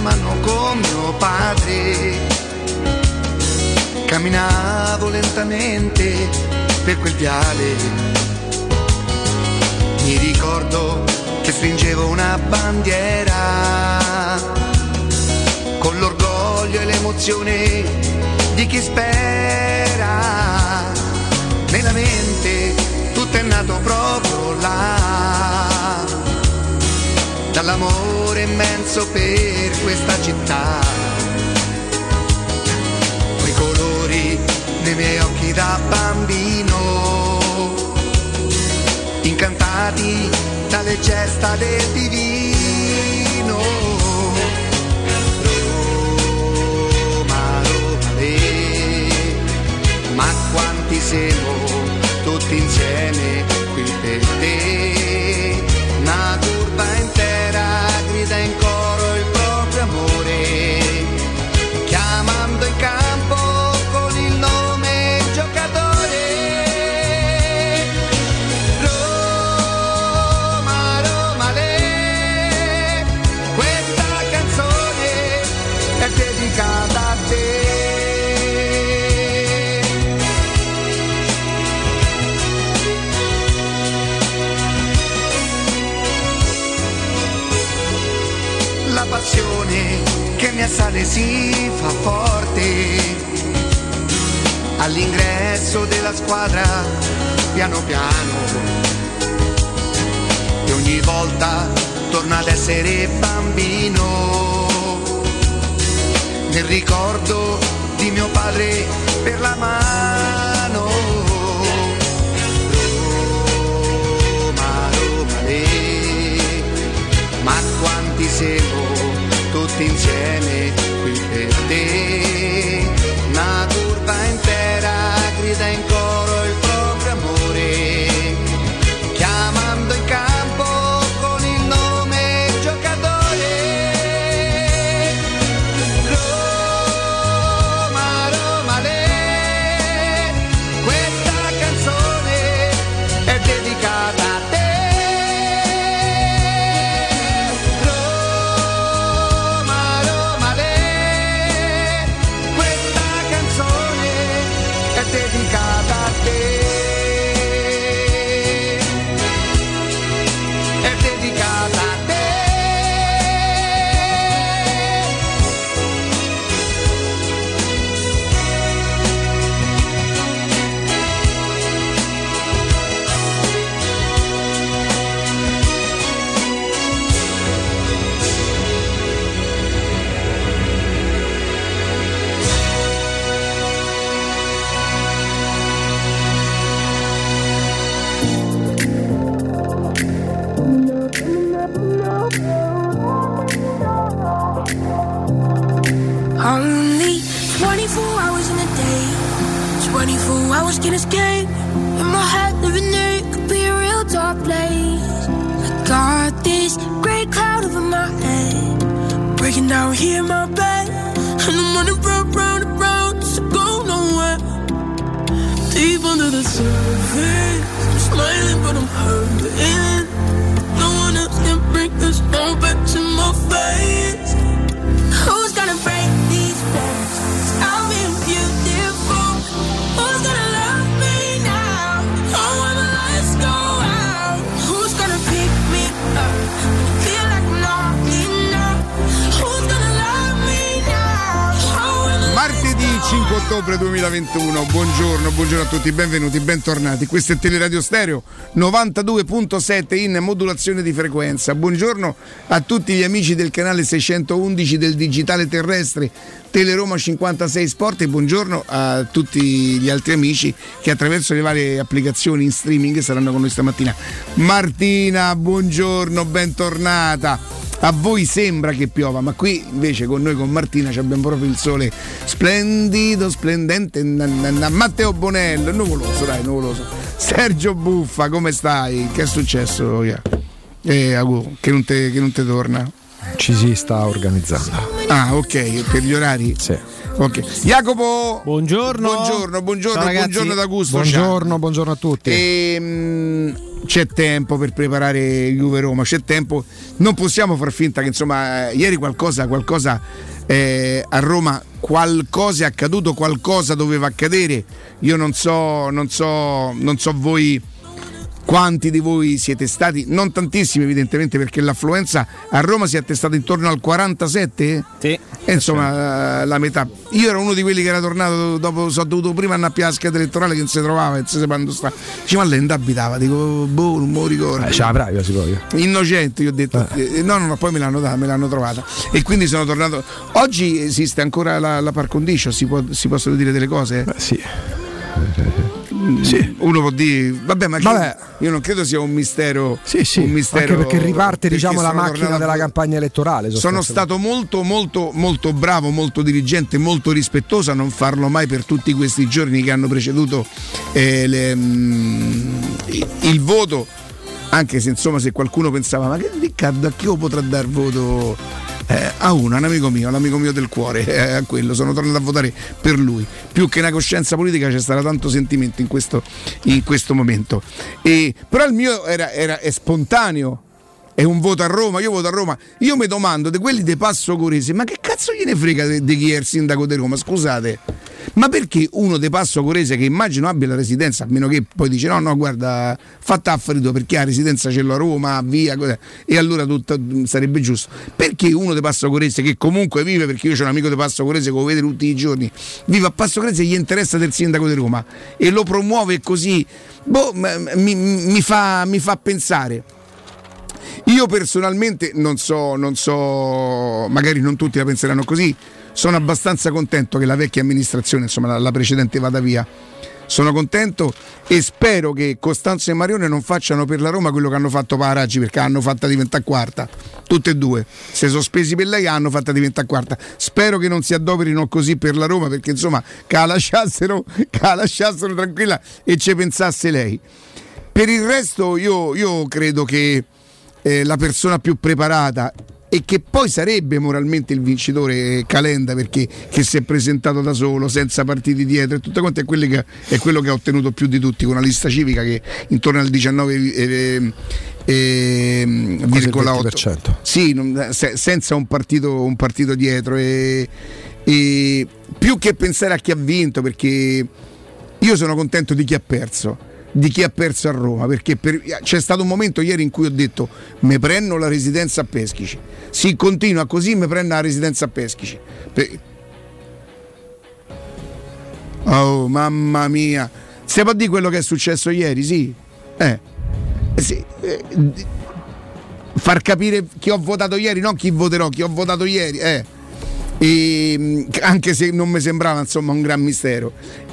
mano con mio padre. Camminavo lentamente per quel viale, mi ricordo che stringevo una bandiera con l'orgoglio e l'emozione di chi spera. Nella mente tutto è nato proprio là, dall'amore immenso per questa città. Quei colori nei miei occhi da bambino, incantati dalle gesta del divino. Roma, Roma, ma quanti siamo tutti insieme qui per te. Una curva intera grida in coro il proprio amore, chiamando in campo con il nome giocatore. Roma, Roma, questa canzone è dedicata a te. La passione che mi assale si fa forte all'ingresso della squadra, piano piano, e ogni volta torna ad essere bambino nel ricordo di mio padre per la mano. Roma, Roma, ma quanti siamo tutti insieme qui per te. Una curva intera grida in coro il proprio amore, chiamando in campo con il nome giocatore. Roma, Roma, questa canzone è dedicata a te. Dedicata a te, è dedicata a te. Only 24 hours in a day, 24 hours can escape. In my head, living there, it could be a real dark place. I got this gray cloud over my head, breaking down here in my bed, and I'm running round and round, just to go nowhere. Deep under the surface, I'm smiling but I'm hurting. No one else can bring this all back to my face. Who's gonna break these bones? I'll be beautiful. Who's gonna love me now? Oh, when the lights go out. Who's gonna pick me up? Feel like I'm not enough. Who's gonna love me now? Oh, when the Martedì 5 ottobre 2021, buongiorno a tutti, benvenuti, bentornati. Questo è Teleradio Stereo 92.7 in modulazione di frequenza. Buongiorno a tutti gli amici del canale 611 del digitale terrestre Teleroma 56 Sport e buongiorno a tutti gli altri amici che attraverso le varie applicazioni in streaming saranno con noi stamattina. Martina, buongiorno, bentornata. A voi sembra che piova, ma qui invece con noi, con Martina, abbiamo proprio il sole splendido, splendente. Matteo Bonello, nuvoloso. Sergio Buffa, come stai? Che è successo? Che non te torna? Ci si sta organizzando. Ah, ok, per gli orari? Sì. Ok. Jacopo, buongiorno buongiorno da Gusto. Buongiorno a tutti. c'è tempo per preparare Juve-Roma, c'è tempo, non possiamo far finta che insomma ieri qualcosa a Roma, qualcosa è accaduto, qualcosa doveva accadere. Io non so voi quanti di voi siete stati, non tantissimi evidentemente, perché l'affluenza a Roma si è attestata intorno al 47? Sì. E insomma la metà. Io ero uno di quelli che era tornato dopo, sono dovuto prima andare a la scheda elettorale che non si trovava, non si sapeva quando sta. Dice, ma lei non abitava? Dico, non me lo ricordo. C'è la privacy poi. Innocente, io ho detto. No, poi me l'hanno trovata. E quindi sono tornato. Oggi esiste ancora la par condicio, si possono dire delle cose? Sì. Sì. Uno può dire, vabbè, ma io non credo sia un mistero. Sì. Un mistero, anche perché riparte, perché la macchina della campagna elettorale. Sono stato molto bravo, molto diligente, molto rispettoso a non farlo mai per tutti questi giorni che hanno preceduto il voto, anche se insomma, se qualcuno pensava, ma che Riccardo, a chi lo potrà dar voto? A uno, un amico mio del cuore, a quello sono tornato a votare per lui. Più che una coscienza politica c'è stato tanto sentimento in questo momento. Però il mio è spontaneo. È un voto a Roma, io voto a Roma. Io mi domando di quelli di Passo Corese, ma che cazzo gliene frega di chi è il sindaco di Roma? Scusate, ma perché uno di Passo Corese, che immagino abbia la residenza, a meno che poi dice no guarda, fatta affari tu, perché la residenza ce l'ho a Roma, via, e allora tutto sarebbe giusto. Perché uno di Passo Corese, che comunque vive, perché io c'ho un amico di Passo Corese che lo vede tutti i giorni, vive a Passo Corese e gli interessa del sindaco di Roma e lo promuove così, mi fa pensare. Io personalmente non so, magari non tutti la penseranno così, sono abbastanza contento che la vecchia amministrazione, insomma la precedente, vada via. Sono contento e spero che Costanzo e Marione non facciano per la Roma quello che hanno fatto Paraggi, perché hanno fatta diventare quarta, tutte e due, si sono spesi per lei, hanno fatta diventare quarta. Spero che non si adoperino così per la Roma, perché insomma che la lasciassero tranquilla e ci pensasse lei. Per il resto io credo che la persona più preparata e che poi sarebbe moralmente il vincitore Calenda, perché che si è presentato da solo, senza partiti dietro e tutto quanto, è quello che ha ottenuto più di tutti, con una lista civica che intorno al 19,8%. Sì, senza un partito dietro e più che pensare a chi ha vinto, perché io sono contento di chi ha perso a Roma, perché c'è stato un momento ieri in cui ho detto mi prendo la residenza a Peschici, si continua così, mi prendo la residenza a Peschici. Oh mamma mia, si può dire quello che è successo ieri? Sì, far capire chi ho votato ieri, non chi voterò, chi ho votato ieri, e, anche se non mi sembrava insomma un gran mistero,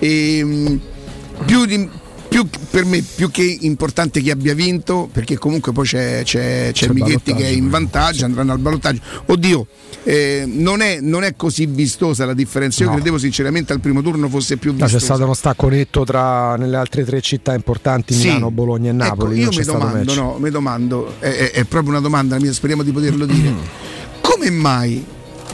per me più che importante chi abbia vinto, perché comunque poi c'è Michetti che è in vantaggio, andranno al ballottaggio. Oddio, non è così vistosa la differenza. Io credevo sinceramente al primo turno fosse più vistosa. C'è stato uno stacco netto nelle altre tre città importanti, Milano, Bologna e Napoli. Ecco, io mi domando, è proprio una domanda mia, speriamo di poterlo dire. Come mai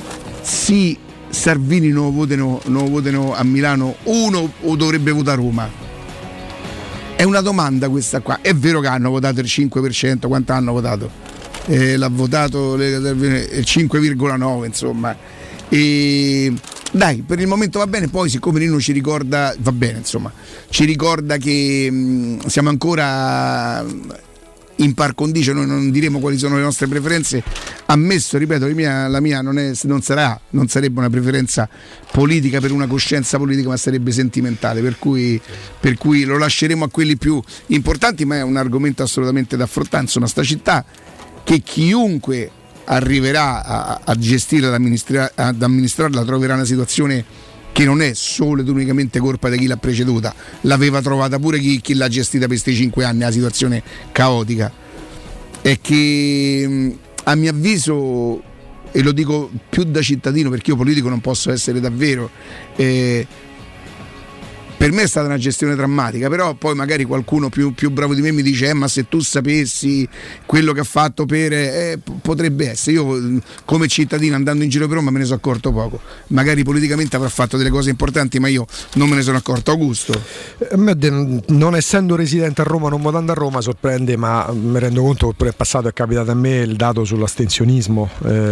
Salvini non votano a Milano, uno o dovrebbe votare a Roma? È una domanda questa qua. È vero che hanno votato il 5%, quanto hanno votato? L'ha votato il 5,9%, insomma. E dai, per il momento va bene, poi siccome Nino ci ricorda, va bene, insomma, ci ricorda che siamo ancora in par condicio, noi non diremo quali sono le nostre preferenze. Ammesso, ripeto, la mia non sarebbe una preferenza politica per una coscienza politica, ma sarebbe sentimentale, per cui lo lasceremo a quelli più importanti, ma è un argomento assolutamente da affrontare. Insomma, sta città, che chiunque arriverà a gestire, ad amministrarla, troverà una situazione che non è solo ed unicamente colpa di chi l'ha preceduta, l'aveva trovata pure chi l'ha gestita per questi 5 anni, la situazione caotica. È che a mio avviso, e lo dico più da cittadino, perché io politico non posso essere davvero, per per me è stata una gestione drammatica, però poi magari qualcuno più bravo di me mi dice ma se tu sapessi quello che ha fatto potrebbe essere. Io come cittadino andando in giro per Roma me ne sono accorto poco, magari politicamente avrà fatto delle cose importanti ma io non me ne sono accorto. Augusto? Non essendo residente a Roma, non votando a Roma, sorprende, ma mi rendo conto che pure in passato è capitato a me il dato sull'astensionismo,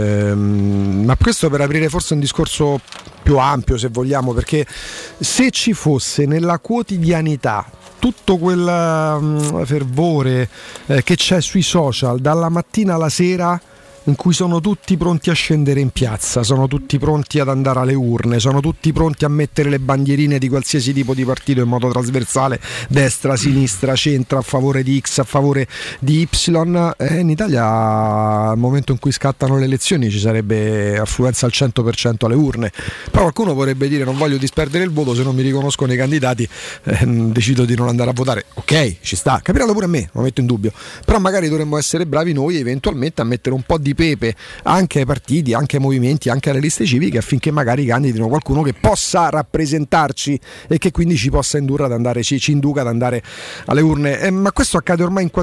ma questo per aprire forse un discorso più ampio se vogliamo, perché se ci fosse nella quotidianità tutto quel fervore che c'è sui social dalla mattina alla sera, in cui sono tutti pronti a scendere in piazza, sono tutti pronti ad andare alle urne, sono tutti pronti a mettere le bandierine di qualsiasi tipo di partito in modo trasversale, destra, sinistra, centro, a favore di X, a favore di Y, in Italia al momento in cui scattano le elezioni ci sarebbe affluenza al 100% alle urne. Però qualcuno vorrebbe dire non voglio disperdere il voto, se non mi riconoscono i candidati decido di non andare a votare. Ok, ci sta, capirà pure a me, lo metto in dubbio, però magari dovremmo essere bravi noi eventualmente a mettere un po' di pepe anche ai partiti, anche ai movimenti, anche alle liste civiche, affinché magari candidino qualcuno che possa rappresentarci e che quindi ci possa indurre ad andare, ci induca ad andare alle urne. Ma questo accade ormai in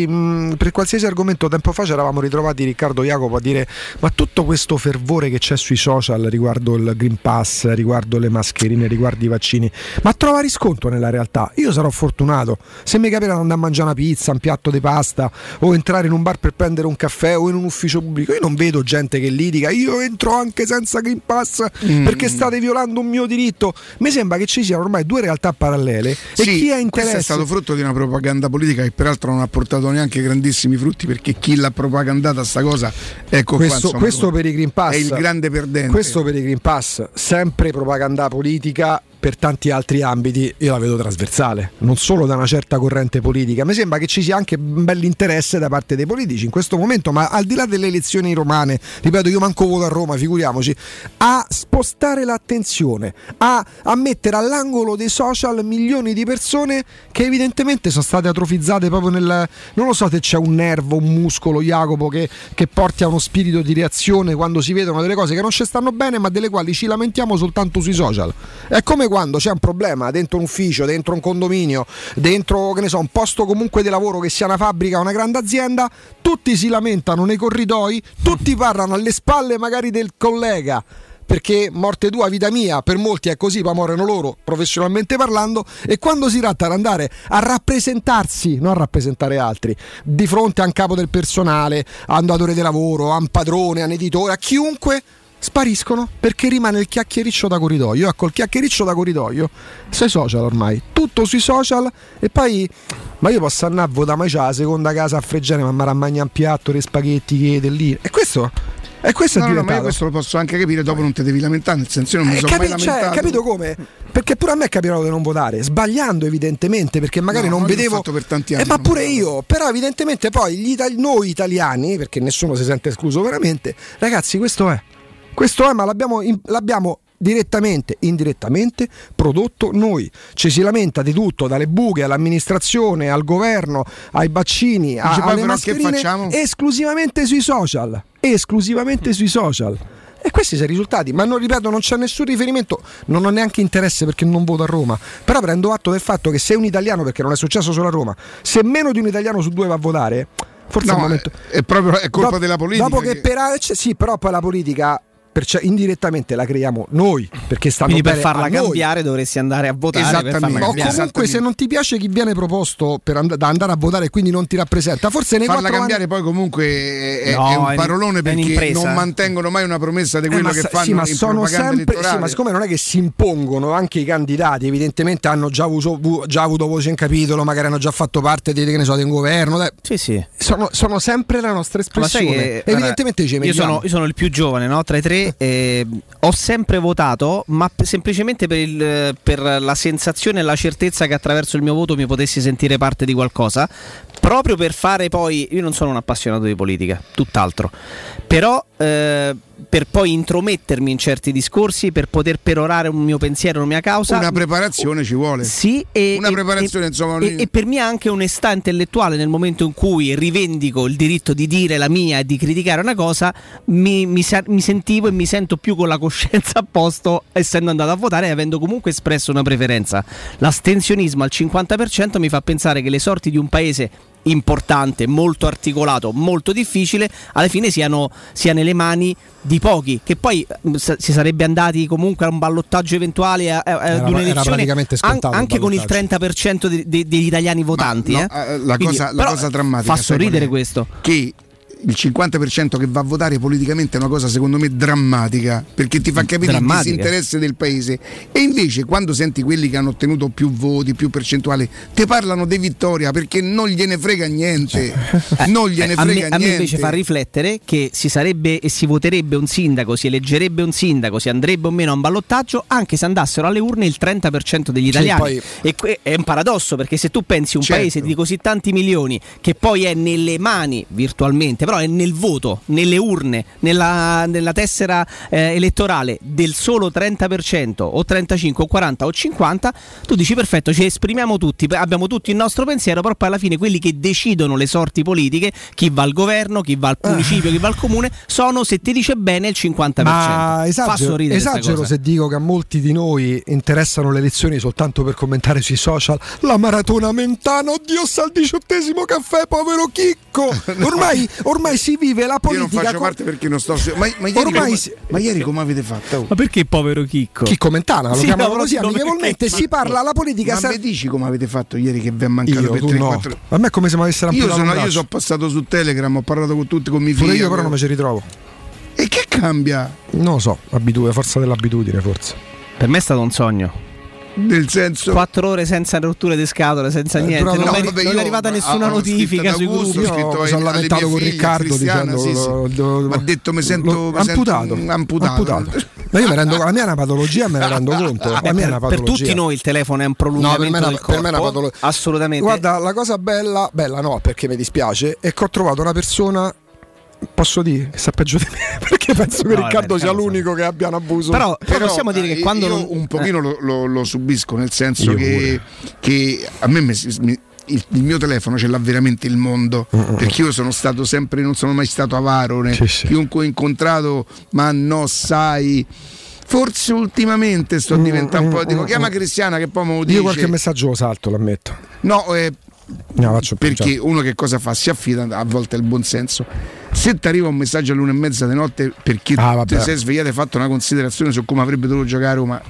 per qualsiasi argomento. Tempo fa ci eravamo ritrovati, Riccardo, Jacopo, a dire ma tutto questo fervore che c'è sui social riguardo il Green Pass, riguardo le mascherine, riguardo i vaccini, ma trova riscontro nella realtà? Io sarò fortunato se mi capita di andare a mangiare una pizza, un piatto di pasta o entrare in un bar per prendere un caffè o in un ufficio pubblico, io non vedo gente che litiga io entro anche senza Green Pass perché state violando un mio diritto. Mi sembra che ci siano ormai due realtà parallele e chi ha interesse. Questo è stato frutto di una propaganda politica che peraltro non ha portato neanche grandissimi frutti, perché chi l'ha propagandata sta cosa, ecco questo per i Green Pass è il grande perdente. Questo per i Green Pass, sempre propaganda politica. Per tanti altri ambiti io la vedo trasversale, non solo da una certa corrente politica. Mi sembra che ci sia anche un bell'interesse da parte dei politici in questo momento, ma al di là delle elezioni romane, ripeto, io manco voto a Roma, figuriamoci, a spostare l'attenzione, a mettere all'angolo dei social milioni di persone che evidentemente sono state atrofizzate proprio non lo so se c'è un nervo, un muscolo, Jacopo, che porti a uno spirito di reazione quando si vedono delle cose che non ci stanno bene ma delle quali ci lamentiamo soltanto sui social. È come quando c'è un problema dentro un ufficio, dentro un condominio, dentro, che ne so, un posto comunque di lavoro, che sia una fabbrica o una grande azienda, tutti si lamentano nei corridoi, tutti parlano alle spalle magari del collega, perché morte tua vita mia, per molti è così, poi morono loro professionalmente parlando, e quando si tratta di andare a rappresentarsi, non a rappresentare altri, di fronte a un capo del personale, a un datore di lavoro, a un padrone, a un editore, a chiunque, spariscono perché rimane il chiacchiericcio da corridoio. Ecco, il chiacchiericcio da corridoio sui social ormai, tutto sui social. E poi ma io posso andare a votare mai c'è la seconda casa a Fregene, ma mi rammagna un piatto di spaghetti che dell'I. E questo è diventato. No, ma io questo lo posso anche capire, dopo non ti devi lamentare, nel senso io non mi sono mai lamentato. Capito come? Perché pure a me è capitato di non votare, sbagliando evidentemente, perché magari non vedevo. L'ho fatto per tanti anni, ma pure io, però evidentemente poi noi italiani, perché nessuno si sente escluso veramente, ragazzi, questo è, ma l'abbiamo direttamente, indirettamente prodotto noi. Ci si lamenta di tutto, dalle buche all'amministrazione, al governo, ai vaccini, alle mascherine, esclusivamente sui social. E questi sono i risultati, ma non, ripeto, non c'è nessun riferimento, non ho neanche interesse perché non voto a Roma, però prendo atto del fatto che se un italiano, perché non è successo solo a Roma, se meno di un italiano su due va a votare, forse è colpa della politica. Dopo che sì, però poi la politica indirettamente la creiamo noi, perché stanno quindi bene per farla a cambiare noi dovresti andare a votare. Esattamente. O comunque se non ti piace chi viene proposto da andare a votare e quindi non ti rappresenta, forse nei farla 4 cambiare anni... poi comunque è un parolone, perché non mantengono mai una promessa di quello che fanno, ma in sono propaganda sempre, elettorale. ma siccome non è che si impongono, anche i candidati evidentemente hanno già avuto voce in capitolo, magari hanno già fatto parte di un governo, sì. Sono sempre la nostra espressione, evidentemente ci mettiamo. Io sono il più giovane, no? Tra i tre, ho sempre votato, ma semplicemente per la sensazione e la certezza che attraverso il mio voto mi potessi sentire parte di qualcosa, proprio per fare poi, io non sono un appassionato di politica, tutt'altro, però per poi intromettermi in certi discorsi, per poter perorare un mio pensiero, una mia causa. Una preparazione ci vuole. Sì, e per mia anche onestà intellettuale, nel momento in cui rivendico il diritto di dire la mia e di criticare una cosa, mi sentivo e mi sento più con la coscienza a posto, essendo andato a votare e avendo comunque espresso una preferenza. L'astensionismo al 50% mi fa pensare che le sorti di un paese importante, molto articolato, molto difficile, alla fine siano nelle mani di pochi, che poi si sarebbe andati comunque a un ballottaggio eventuale ad un'elezione anche con il 30% degli italiani votanti. La cosa drammatica fa sorridere questo, che il 50% che va a votare politicamente è una cosa secondo me drammatica, perché ti fa capire il disinteresse del paese. E invece quando senti quelli che hanno ottenuto più voti, più percentuale, te parlano di vittoria perché non gliene frega niente. Non gliene frega niente. A me invece fa riflettere che si sarebbe e si voterebbe un sindaco, si eleggerebbe un sindaco, si andrebbe o meno a un ballottaggio anche se andassero alle urne il 30% degli italiani. E è un paradosso, perché se tu pensi un paese di così tanti milioni che poi è nelle mani virtualmente, però è nel voto, nelle urne, nella tessera elettorale del solo 30% o 35 o 40 o 50, tu dici perfetto, ci esprimiamo tutti, abbiamo tutti il nostro pensiero, però poi alla fine quelli che decidono le sorti politiche, chi va al governo, chi va al municipio, chi va al comune, sono, se ti dice bene, il 50%. Ma esagero se dico che a molti di noi interessano le elezioni soltanto per commentare sui social la maratona mentana, oddio sta al 18° caffè, povero Chicco. Ormai si vive la politica. Io non faccio parte perché non sto. Ma ieri come avete fatto? Ma perché povero Chicco? Chicco Mentana, lo chiamano così amichevolmente. Si parla la politica. Ma mi dici come avete fatto ieri che vi è mancato per 3-4? A me è come se mi avessero amputato un braccio. Io sono passato su Telegram, ho parlato con tutti, con mia figlia. Pure io però non mi ci ritrovo. E che cambia? Non lo so, forza dell'abitudine forse. Per me è stato un sogno. Nel senso 4 ore senza rotture di scatole, senza niente, non è arrivata nessuna notifica sui gruppi. Io sono lamentato con Riccardo dicendo mi ha detto mi sento amputato. Ma io mi rendo, la mia è una patologia, me ne rendo conto. Per tutti noi il telefono è un prolungamento del corpo. Per me è una patologia. Assolutamente. Guarda, la cosa bella no, perché mi dispiace, è che ho trovato una persona, posso dire che sta peggio di me, perché penso che Riccardo sia l'unico che abbia un abuso. Però possiamo dire che quando io un pochino lo subisco, nel senso che a me il mio telefono ce l'ha veramente il mondo, perché io sono stato sempre, non sono mai stato avaro, chiunque ho incontrato, ma no, sai, forse ultimamente sto diventando un po', dico chiama Cristiana che poi me lo dice. Io qualche messaggio lo salto, l'ammetto. No, perché uno che cosa fa? Si affida a volte al buon senso. Se ti arriva un messaggio alle 1:30 di notte perché ti sei svegliato e hai fatto una considerazione su come avrebbe dovuto giocare Roma,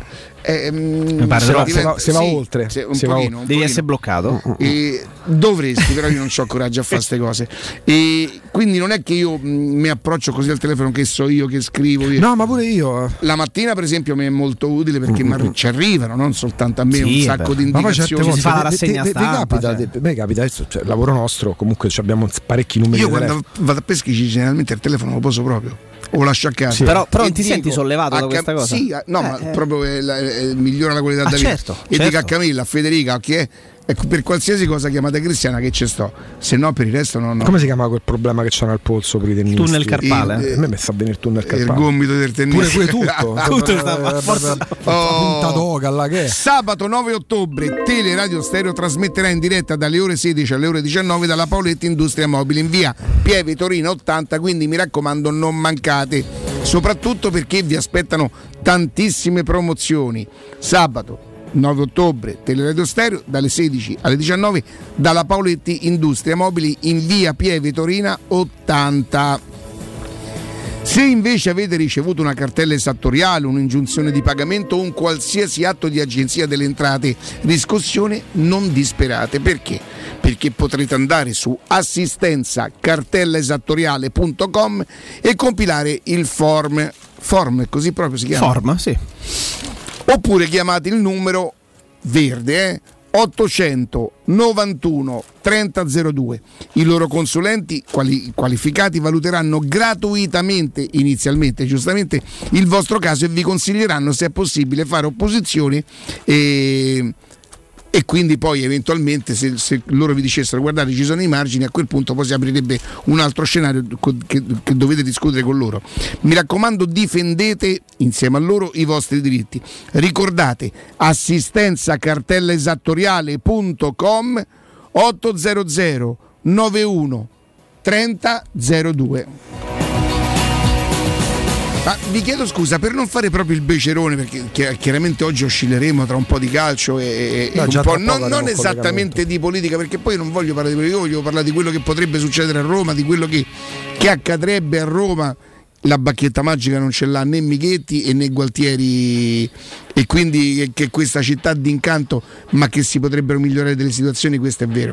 se va oltre, devi essere bloccato. Dovresti, però io non ho coraggio a fare queste cose. E quindi non è che io mi approccio così al telefono, che so io che scrivo. No, ma pure io. La mattina, per esempio, mi è molto utile perché ci arrivano, non soltanto a me, un sacco di indicazioni. Ma si fa la rassegna stampa. A me capita, cioè, lavoro nostro, comunque abbiamo parecchi numeri. Io quando vado a pesca generalmente il telefono lo poso proprio o lascio a casa. Però ti senti sollevato da questa cosa? Sì, no, ma proprio migliora la qualità della vita. E dico a Camilla, a Federica, che è per qualsiasi cosa chiamate Cristiana che ci sto, se no per il resto no. Come si chiama quel problema che c'hanno al polso per i tennisti? Tunnel carpale. A me mi sta bene il tunnel carpale. Il gomito del tennista. Pure tutto. Punta d'oca là che è. Sabato 9 ottobre Teleradio Stereo trasmetterà in diretta dalle ore 16 alle ore 19 dalla Paoletti Industria Mobili in via Pieve Torino 80, quindi mi raccomando non mancate, soprattutto perché vi aspettano tantissime promozioni. Sabato 9 ottobre Teleradio Stereo dalle 16 alle 19 dalla Paoletti Industria Mobili in via Pieve Torina 80. Se invece avete ricevuto una cartella esattoriale, un'ingiunzione di pagamento o un qualsiasi atto di agenzia delle entrate, riscossione, non disperate. Perché? Perché potrete andare su assistenzacartellaesattoriale.com e compilare il form, così proprio si chiama? Form, sì. Oppure chiamate il numero verde 891 3002. I loro consulenti qualificati valuteranno gratuitamente, inizialmente giustamente, il vostro caso e vi consiglieranno se è possibile fare opposizione e quindi poi eventualmente se loro vi dicessero guardate ci sono i margini, a quel punto poi si aprirebbe un altro scenario che dovete discutere con loro. Mi raccomando, difendete insieme a loro i vostri diritti. Ricordate assistenzacartellaesattoriale.com 800 91 30 02. Ma vi chiedo scusa per non fare proprio il becerone, perché chiaramente oggi oscilleremo tra un po' di calcio e un po' non esattamente di politica, perché poi non voglio parlare di politica, voglio parlare di quello che potrebbe succedere a Roma, di quello che accadrebbe a Roma. La bacchetta magica non ce l'ha né Michetti né Gualtieri, e quindi che questa città d'incanto, ma che si potrebbero migliorare delle situazioni, questo è vero.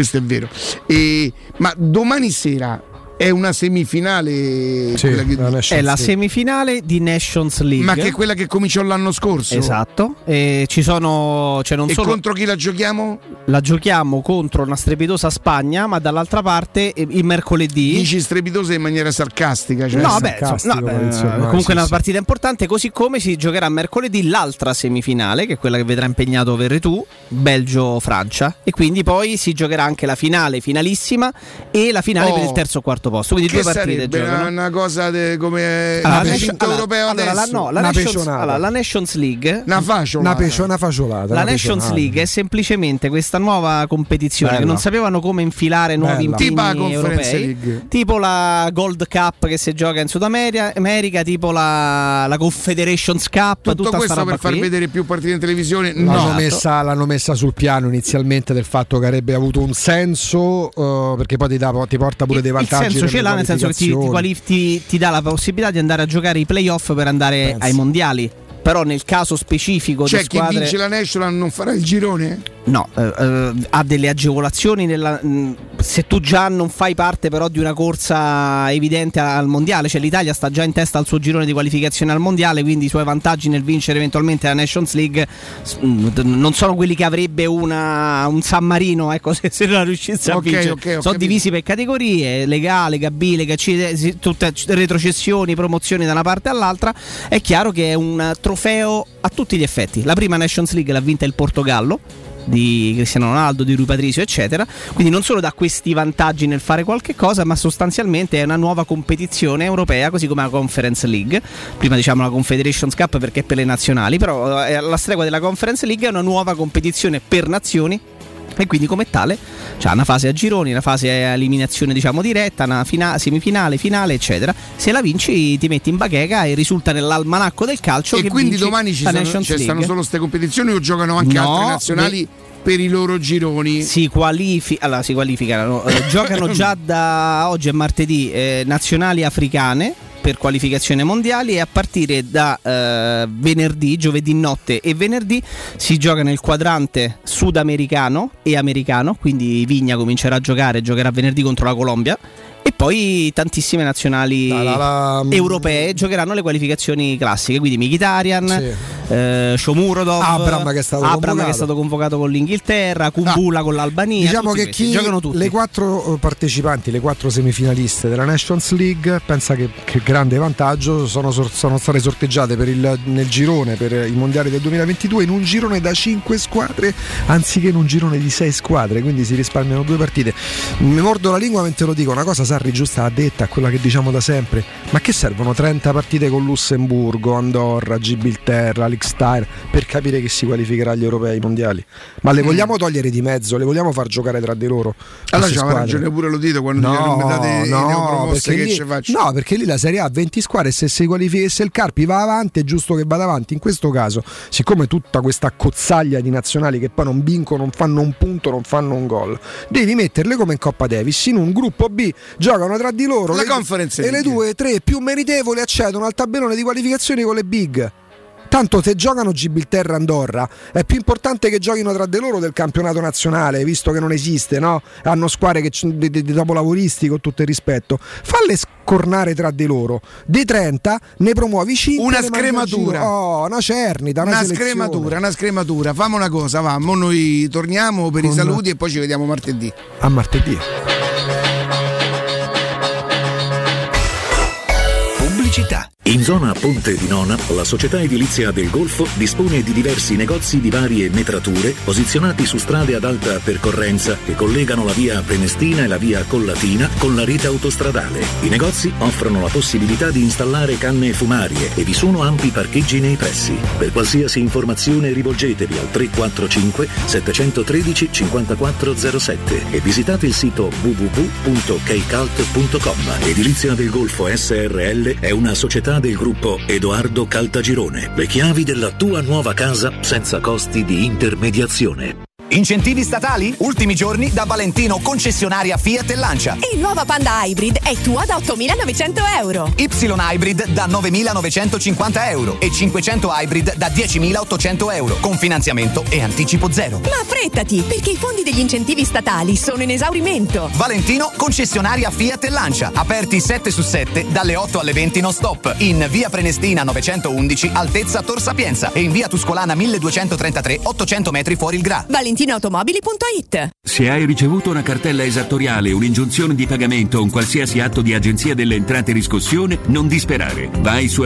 Ma domani sera è una semifinale, sì, è la semifinale di Nations League, ma che è quella che cominciò l'anno scorso. Esatto. E ci sono, cioè non e solo, contro chi la giochiamo? La giochiamo contro una strepitosa Spagna, ma dall'altra parte il mercoledì. Dici strepitosa in maniera sarcastica, cioè comunque è una partita importante, così come si giocherà mercoledì l'altra semifinale, che è quella che vedrà impegnato Verretou, Belgio-Francia, e quindi poi si giocherà anche la finalissima e la finale per il terzo o quarto posto. Quindi che due partite sarebbe una cosa come europeo adesso? La Nations League, una faciolata. La Nations League è semplicemente questa nuova competizione che non sapevano come infilare nuovi impegni europei, tipo la Gold Cup che si gioca in Sud America, tipo la Confederations Cup. Tutto questo per far vedere più partite in televisione. L'hanno messa sul piano inizialmente del fatto che avrebbe avuto un senso, perché poi ti porta pure dei vantaggi. Il senso ce l'ha, nel senso che ti dà la possibilità di andare a giocare i playoff per andare ai mondiali. Però nel caso specifico chi squadre... vince la National non farà il girone? No, ha delle agevolazioni se tu già non fai parte però di una corsa evidente al mondiale, cioè l'Italia sta già in testa al suo girone di qualificazione al mondiale, quindi i suoi vantaggi nel vincere eventualmente la Nations League non sono quelli che avrebbe un San Marino, ecco, se non riuscisse a vincere. Sono divisi per categorie, Lega A, Lega B, Lega C, tutte retrocessioni, promozioni da una parte all'altra. È chiaro che è un trofeo a tutti gli effetti. La prima Nations League l'ha vinta il Portogallo di Cristiano Ronaldo, di Rui Patricio eccetera, quindi non solo dà questi vantaggi nel fare qualche cosa, ma sostanzialmente è una nuova competizione europea, così come la Conference League. Prima diciamo la Confederations Cup perché è per le nazionali, però alla stregua della Conference League è una nuova competizione per nazioni, e quindi come tale c'ha una fase a gironi, una fase a eliminazione diciamo diretta, una semifinale, finale eccetera. Se la vinci ti metti in bacheca e risulta nell'almanacco del calcio. E che quindi domani stanno solo queste competizioni o giocano anche altre nazionali per i loro gironi? Si qualificano, giocano già da oggi è martedì nazionali africane per qualificazione mondiali, e a partire da venerdì, giovedì notte e venerdì si gioca nel quadrante sudamericano e americano, quindi Vigna giocherà venerdì contro la Colombia, e poi tantissime nazionali europee giocheranno le qualificazioni classiche, quindi Mkhitaryan, Shomurodov, Abram che è stato convocato con l'Inghilterra, Kumbula con l'Albania. Diciamo che giocano tutti. Le 4 partecipanti, le 4 semifinaliste della Nations League, pensa che grande vantaggio, sono state sorteggiate nel girone per i mondiali del 2022 in un girone da 5 squadre anziché in un girone di 6 squadre, quindi si risparmiano 2 partite. Mi mordo la lingua mentre lo dico, una cosa Sarri giusta ha detta, quella che diciamo da sempre: ma che servono 30 partite con Lussemburgo, Andorra, Gibilterra, Liechtenstein per capire che si qualificherà agli europei mondiali? Ma le vogliamo togliere di mezzo? Le vogliamo far giocare tra di loro? Allora c'ha ragione pure lo dito quando mi date neopromosse, che ci faccio? No, perché lì la Serie A ha 20 squadre e se si qualifica, se il Carpi va avanti è giusto che vada avanti. In questo caso, siccome tutta questa cozzaglia di nazionali che poi non vincono, non fanno un punto, non fanno un gol, devi metterle come in Coppa Davis in un gruppo B, giocano tra di loro e le 2-3 più meritevoli accedono al tabellone di qualificazioni con le big. Tanto se giocano Gibilterra e Andorra è più importante che giochino tra di loro del campionato nazionale, visto che non esiste, no? Hanno squadre che di dopolavoristi, con tutto il rispetto. Falle scornare tra di loro. Dei 30 ne promuovi 5. Una scrematura. Una cernita, una scrematura. Fammi una cosa, noi torniamo per i saluti e poi ci vediamo martedì. A martedì. Pubblicità. In zona Ponte di Nona, la società edilizia del Golfo dispone di diversi negozi di varie metrature posizionati su strade ad alta percorrenza che collegano la via Prenestina e la via Collatina con la rete autostradale. I negozi offrono la possibilità di installare canne fumarie e vi sono ampi parcheggi nei pressi. Per qualsiasi informazione rivolgetevi al 345 713 5407 e visitate il sito www.keicalt.com. Edilizia del Golfo SRL è una società del gruppo Edoardo Caltagirone. Le chiavi della tua nuova casa senza costi di intermediazione. Incentivi statali? Ultimi giorni da Valentino, concessionaria Fiat e Lancia. E il nuovo Panda Hybrid è tua da 8.900 euro. Y Hybrid da 9.950 euro e 500 Hybrid da 10.800 euro con finanziamento e anticipo zero. Ma affrettati, perché i fondi degli incentivi statali sono in esaurimento. Valentino, concessionaria Fiat e Lancia, aperti 7/7 dalle 8 alle 20 non stop, in via Prenestina 911 altezza Tor Sapienza e in via Tuscolana 1233 800 metri fuori il Gra. ValentinoAutomobili.it. Se hai ricevuto una cartella esattoriale, un'ingiunzione di pagamento o un qualsiasi atto di agenzia delle entrate riscossione, non disperare. Vai su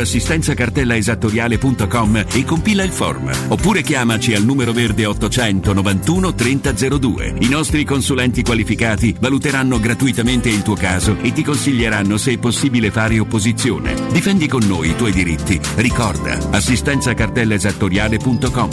assistenzacartellaesattoriale.com e compila il form. Oppure chiamaci al numero verde 891 3002. I nostri consulenti qualificati valuteranno gratuitamente il tuo caso e ti consiglieranno se è possibile fare opposizione. Difendi con noi i tuoi diritti. Ricorda, assistenzacartellaesattoriale.com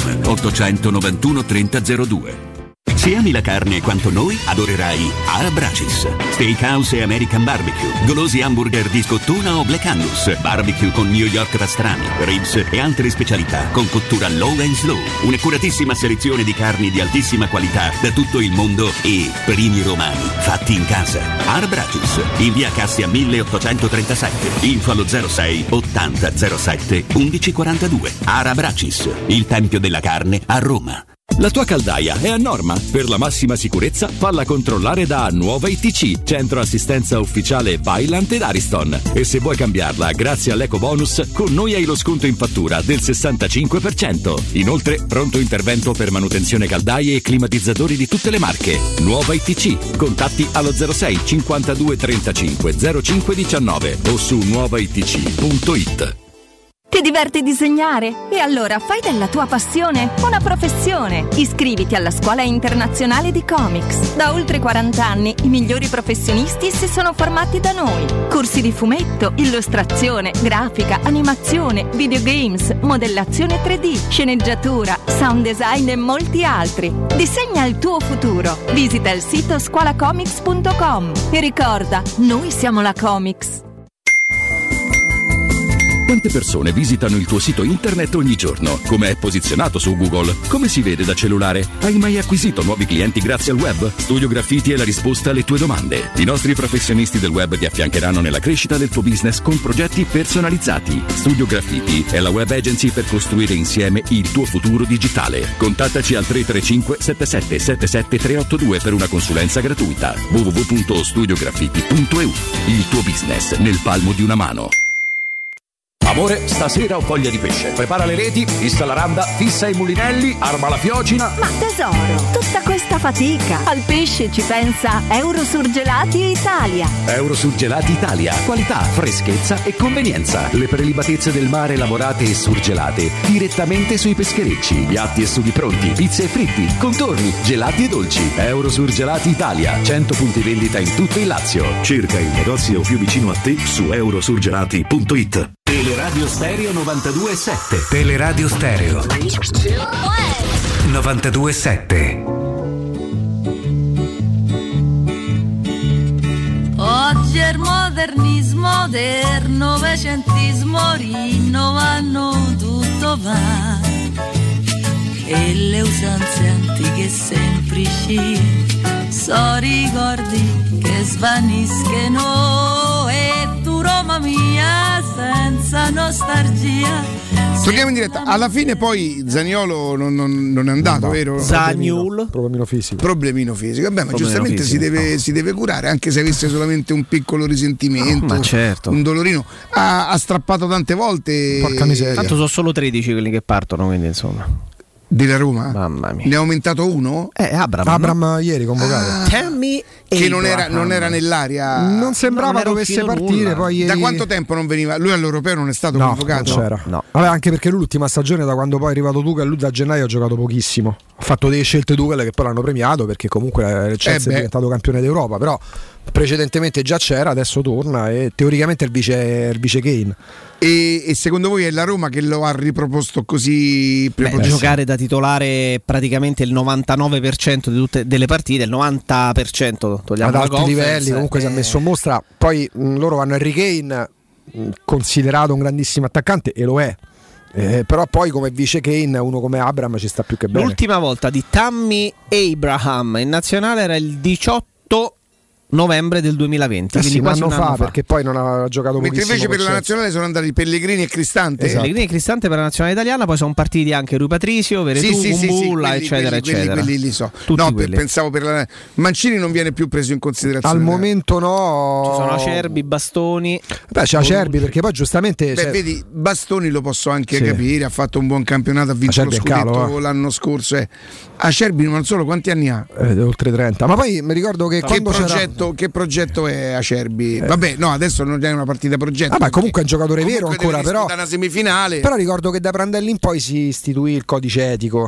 891 3002. Se ami la carne quanto noi, adorerai Arabracis. Steakhouse e American Barbecue, golosi hamburger di scottuna o Black Angus, barbecue con New York pastrami, ribs e altre specialità con cottura low and slow. Un'accuratissima selezione di carni di altissima qualità da tutto il mondo e primi romani fatti in casa. Arabracis, in via Cassia 1837, info allo 06 80 07 1142. Arabracis, il tempio della carne a Roma. La tua caldaia è a norma? Per la massima sicurezza falla controllare da Nuova ITC, centro assistenza ufficiale Vaillant ed Ariston. E se vuoi cambiarla grazie all'eco bonus, con noi hai lo sconto in fattura del 65%. Inoltre pronto intervento per manutenzione caldaie e climatizzatori di tutte le marche. Nuova ITC, contatti allo 06 52 35 05 19 o su nuovaitc.it. Ti diverti disegnare? E allora fai della tua passione una professione. Iscriviti alla Scuola Internazionale di Comics. Da oltre 40 anni i migliori professionisti si sono formati da noi. Corsi di fumetto, illustrazione, grafica, animazione, videogames, modellazione 3D, sceneggiatura, sound design e molti altri. Disegna il tuo futuro. Visita il sito scuolacomics.com e ricorda, noi siamo la Comics. Quante persone visitano il tuo sito internet ogni giorno? Come è posizionato su Google? Come si vede da cellulare? Hai mai acquisito nuovi clienti grazie al web? Studio Graffiti è la risposta alle tue domande. I nostri professionisti del web ti affiancheranno nella crescita del tuo business con progetti personalizzati. Studio Graffiti è la web agency per costruire insieme il tuo futuro digitale. Contattaci al 335 77 77 382 per una consulenza gratuita. www.studiograffiti.eu. Il tuo business nel palmo di una mano. Amore, stasera ho voglia di pesce. Prepara le reti, fissa la randa, fissa i mulinelli, arma la fiocina. Ma tesoro, tutta questa fatica. Al pesce ci pensa Eurosurgelati Italia. Eurosurgelati Italia. Qualità, freschezza e convenienza. Le prelibatezze del mare lavorate e surgelate direttamente sui pescherecci. Piatti e sughi pronti, pizze e fritti, contorni, gelati e dolci. Eurosurgelati Italia. 100 punti vendita in tutto il Lazio. Cerca il negozio più vicino a te su eurosurgelati.it. Teleradio Stereo 92.7. Teleradio Stereo 92.7. Oggi il modernismo del novecentismo rinnovano tutto va e le usanze antiche semplici so ricordi che svaniscono e tu Roma mia senza nostalgia. Torniamo in diretta. Alla fine poi Zaniolo non è andato, vero? Problemino fisico. Vabbè, ma giustamente si deve curare, anche se avesse solamente un piccolo risentimento, ma certo, un dolorino. Ha strappato tante volte. Porca miseria. Tanto sono solo 13 quelli che partono, quindi insomma. della Roma? Mamma mia. Ne ha aumentato uno? Abram ieri convocato. Tammy che non era nell'aria. Non sembrava dovesse partire. Poi ieri... Da quanto tempo non veniva? Lui all'Europeo non è stato convocato? Non c'era. No. Vabbè, anche perché l'ultima stagione, da quando poi è arrivato Tuchel, lui da gennaio ha giocato pochissimo. Ha fatto delle scelte Tuchel che poi l'hanno premiato, perché comunque il Chelsea è diventato campione d'Europa, però precedentemente già c'era, adesso torna e teoricamente è il vice Kane. E secondo voi è la Roma che lo ha riproposto così? Giocare da titolare praticamente il 99% di tutte delle partite, il 90% togliamo ad alti livelli, comunque si è messo in mostra. Poi loro vanno Harry Kane, considerato un grandissimo attaccante, e lo è. Però poi come vice Kane uno come Abraham ci sta più che bene. L'ultima volta di Tammy Abraham in nazionale era il 18 novembre del 2020, quindi quasi un anno fa, perché poi non ha giocato pochissimo. Mentre invece per la nazionale sono andati Pellegrini e Cristante. Esatto. Pellegrini e Cristante per la nazionale italiana, poi sono partiti anche Rui Patricio, Veretù, Kumbulla, eccetera, eccetera. Quelli li so. No, pensavo per la Mancini non viene più preso in considerazione. Al momento no. Ci sono Acerbi, Bastoni. Beh, c'è Acerbi perché poi giustamente. Vedi, Bastoni lo posso anche capire, ha fatto un buon campionato, ha vinto Acerbi lo scudetto l'anno scorso. Acerbi non solo quanti anni ha? Oltre 30. Ma poi mi ricordo che che progetto è Acerbi? Vabbè, no, adesso non è una partita progetto. Ma comunque è un giocatore vero ancora, però una semifinale. Però ricordo che da Prandelli in poi si istituì il codice etico,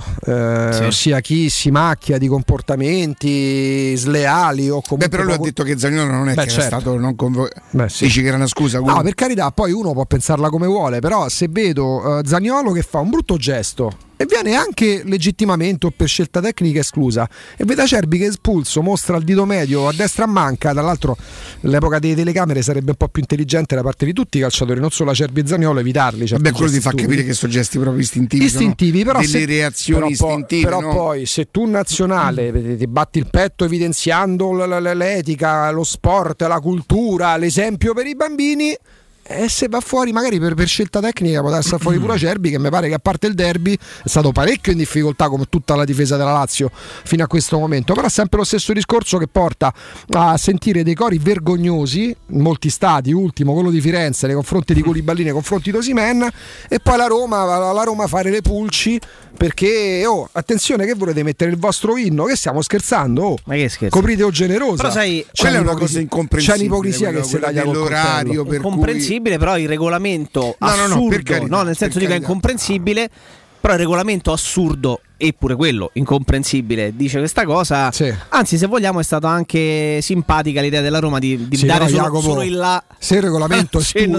ossia chi si macchia di comportamenti sleali o comunque. Però lui ha detto che Zaniolo non è che era stato non convocato. Dici che era una scusa? No, per carità, poi uno può pensarla come vuole, però se vedo Zaniolo che fa un brutto gesto e viene anche legittimamente o per scelta tecnica esclusa, e vede Acerbi che espulso, mostra il dito medio a destra a manca. Tra l'altro l'epoca delle telecamere sarebbe un po' più intelligente da parte di tutti i calciatori, non solo Acerbi e Zaniolo, evitarli. Quello ti fa capire che sono gesti proprio istintivi, però delle reazioni istintive. Però poi se tu nazionale ti batti il petto evidenziando l'etica, lo sport, la cultura, l'esempio per i bambini, e se va fuori magari per scelta tecnica può stare fuori pure Acerbi, che mi pare che a parte il derby è stato parecchio in difficoltà come tutta la difesa della Lazio fino a questo momento. Però è sempre lo stesso discorso che porta a sentire dei cori vergognosi in molti stati, ultimo quello di Firenze nei confronti di Koulibaly, nei confronti di Osimhen, e poi la Roma fare le pulci perché attenzione, che volete mettere il vostro inno? Che stiamo scherzando? Ma che scherzo? Coprite o generosa. Però sai, quella è una cosa incomprensibile. C'è un'ipocrisia che si taglia l'orario per incomprensibile, però il regolamento assurdo, nel senso di che è incomprensibile, però il regolamento assurdo e pure quello incomprensibile dice questa cosa. Anzi, se vogliamo, è stata anche simpatica l'idea della Roma di dare solo il là. Se il regolamento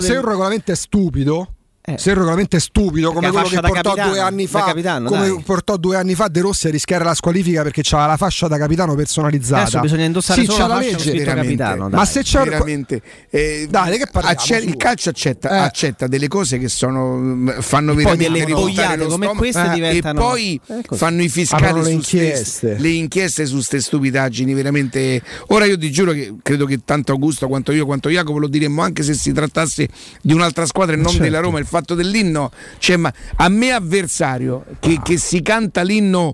è stupido, se il regolamento è stupido come quello che portò capitano, 2 anni fa, capitano, come portò 2 anni fa De Rossi a rischiare la squalifica perché c'aveva la fascia da capitano personalizzata. Adesso bisogna indossare solo la legge capitano, ma se c'è veramente dai, che il calcio accetta delle cose che fanno veramente rivoltare lo come queste diventano, e poi fanno i fiscali le inchieste su queste stupidaggini veramente. Ora io ti giuro che credo che tanto Augusto quanto io quanto Jacopo lo diremmo anche se si trattasse di un'altra squadra e non della Roma. Il fatto dell'inno, ma a me avversario che si canta l'inno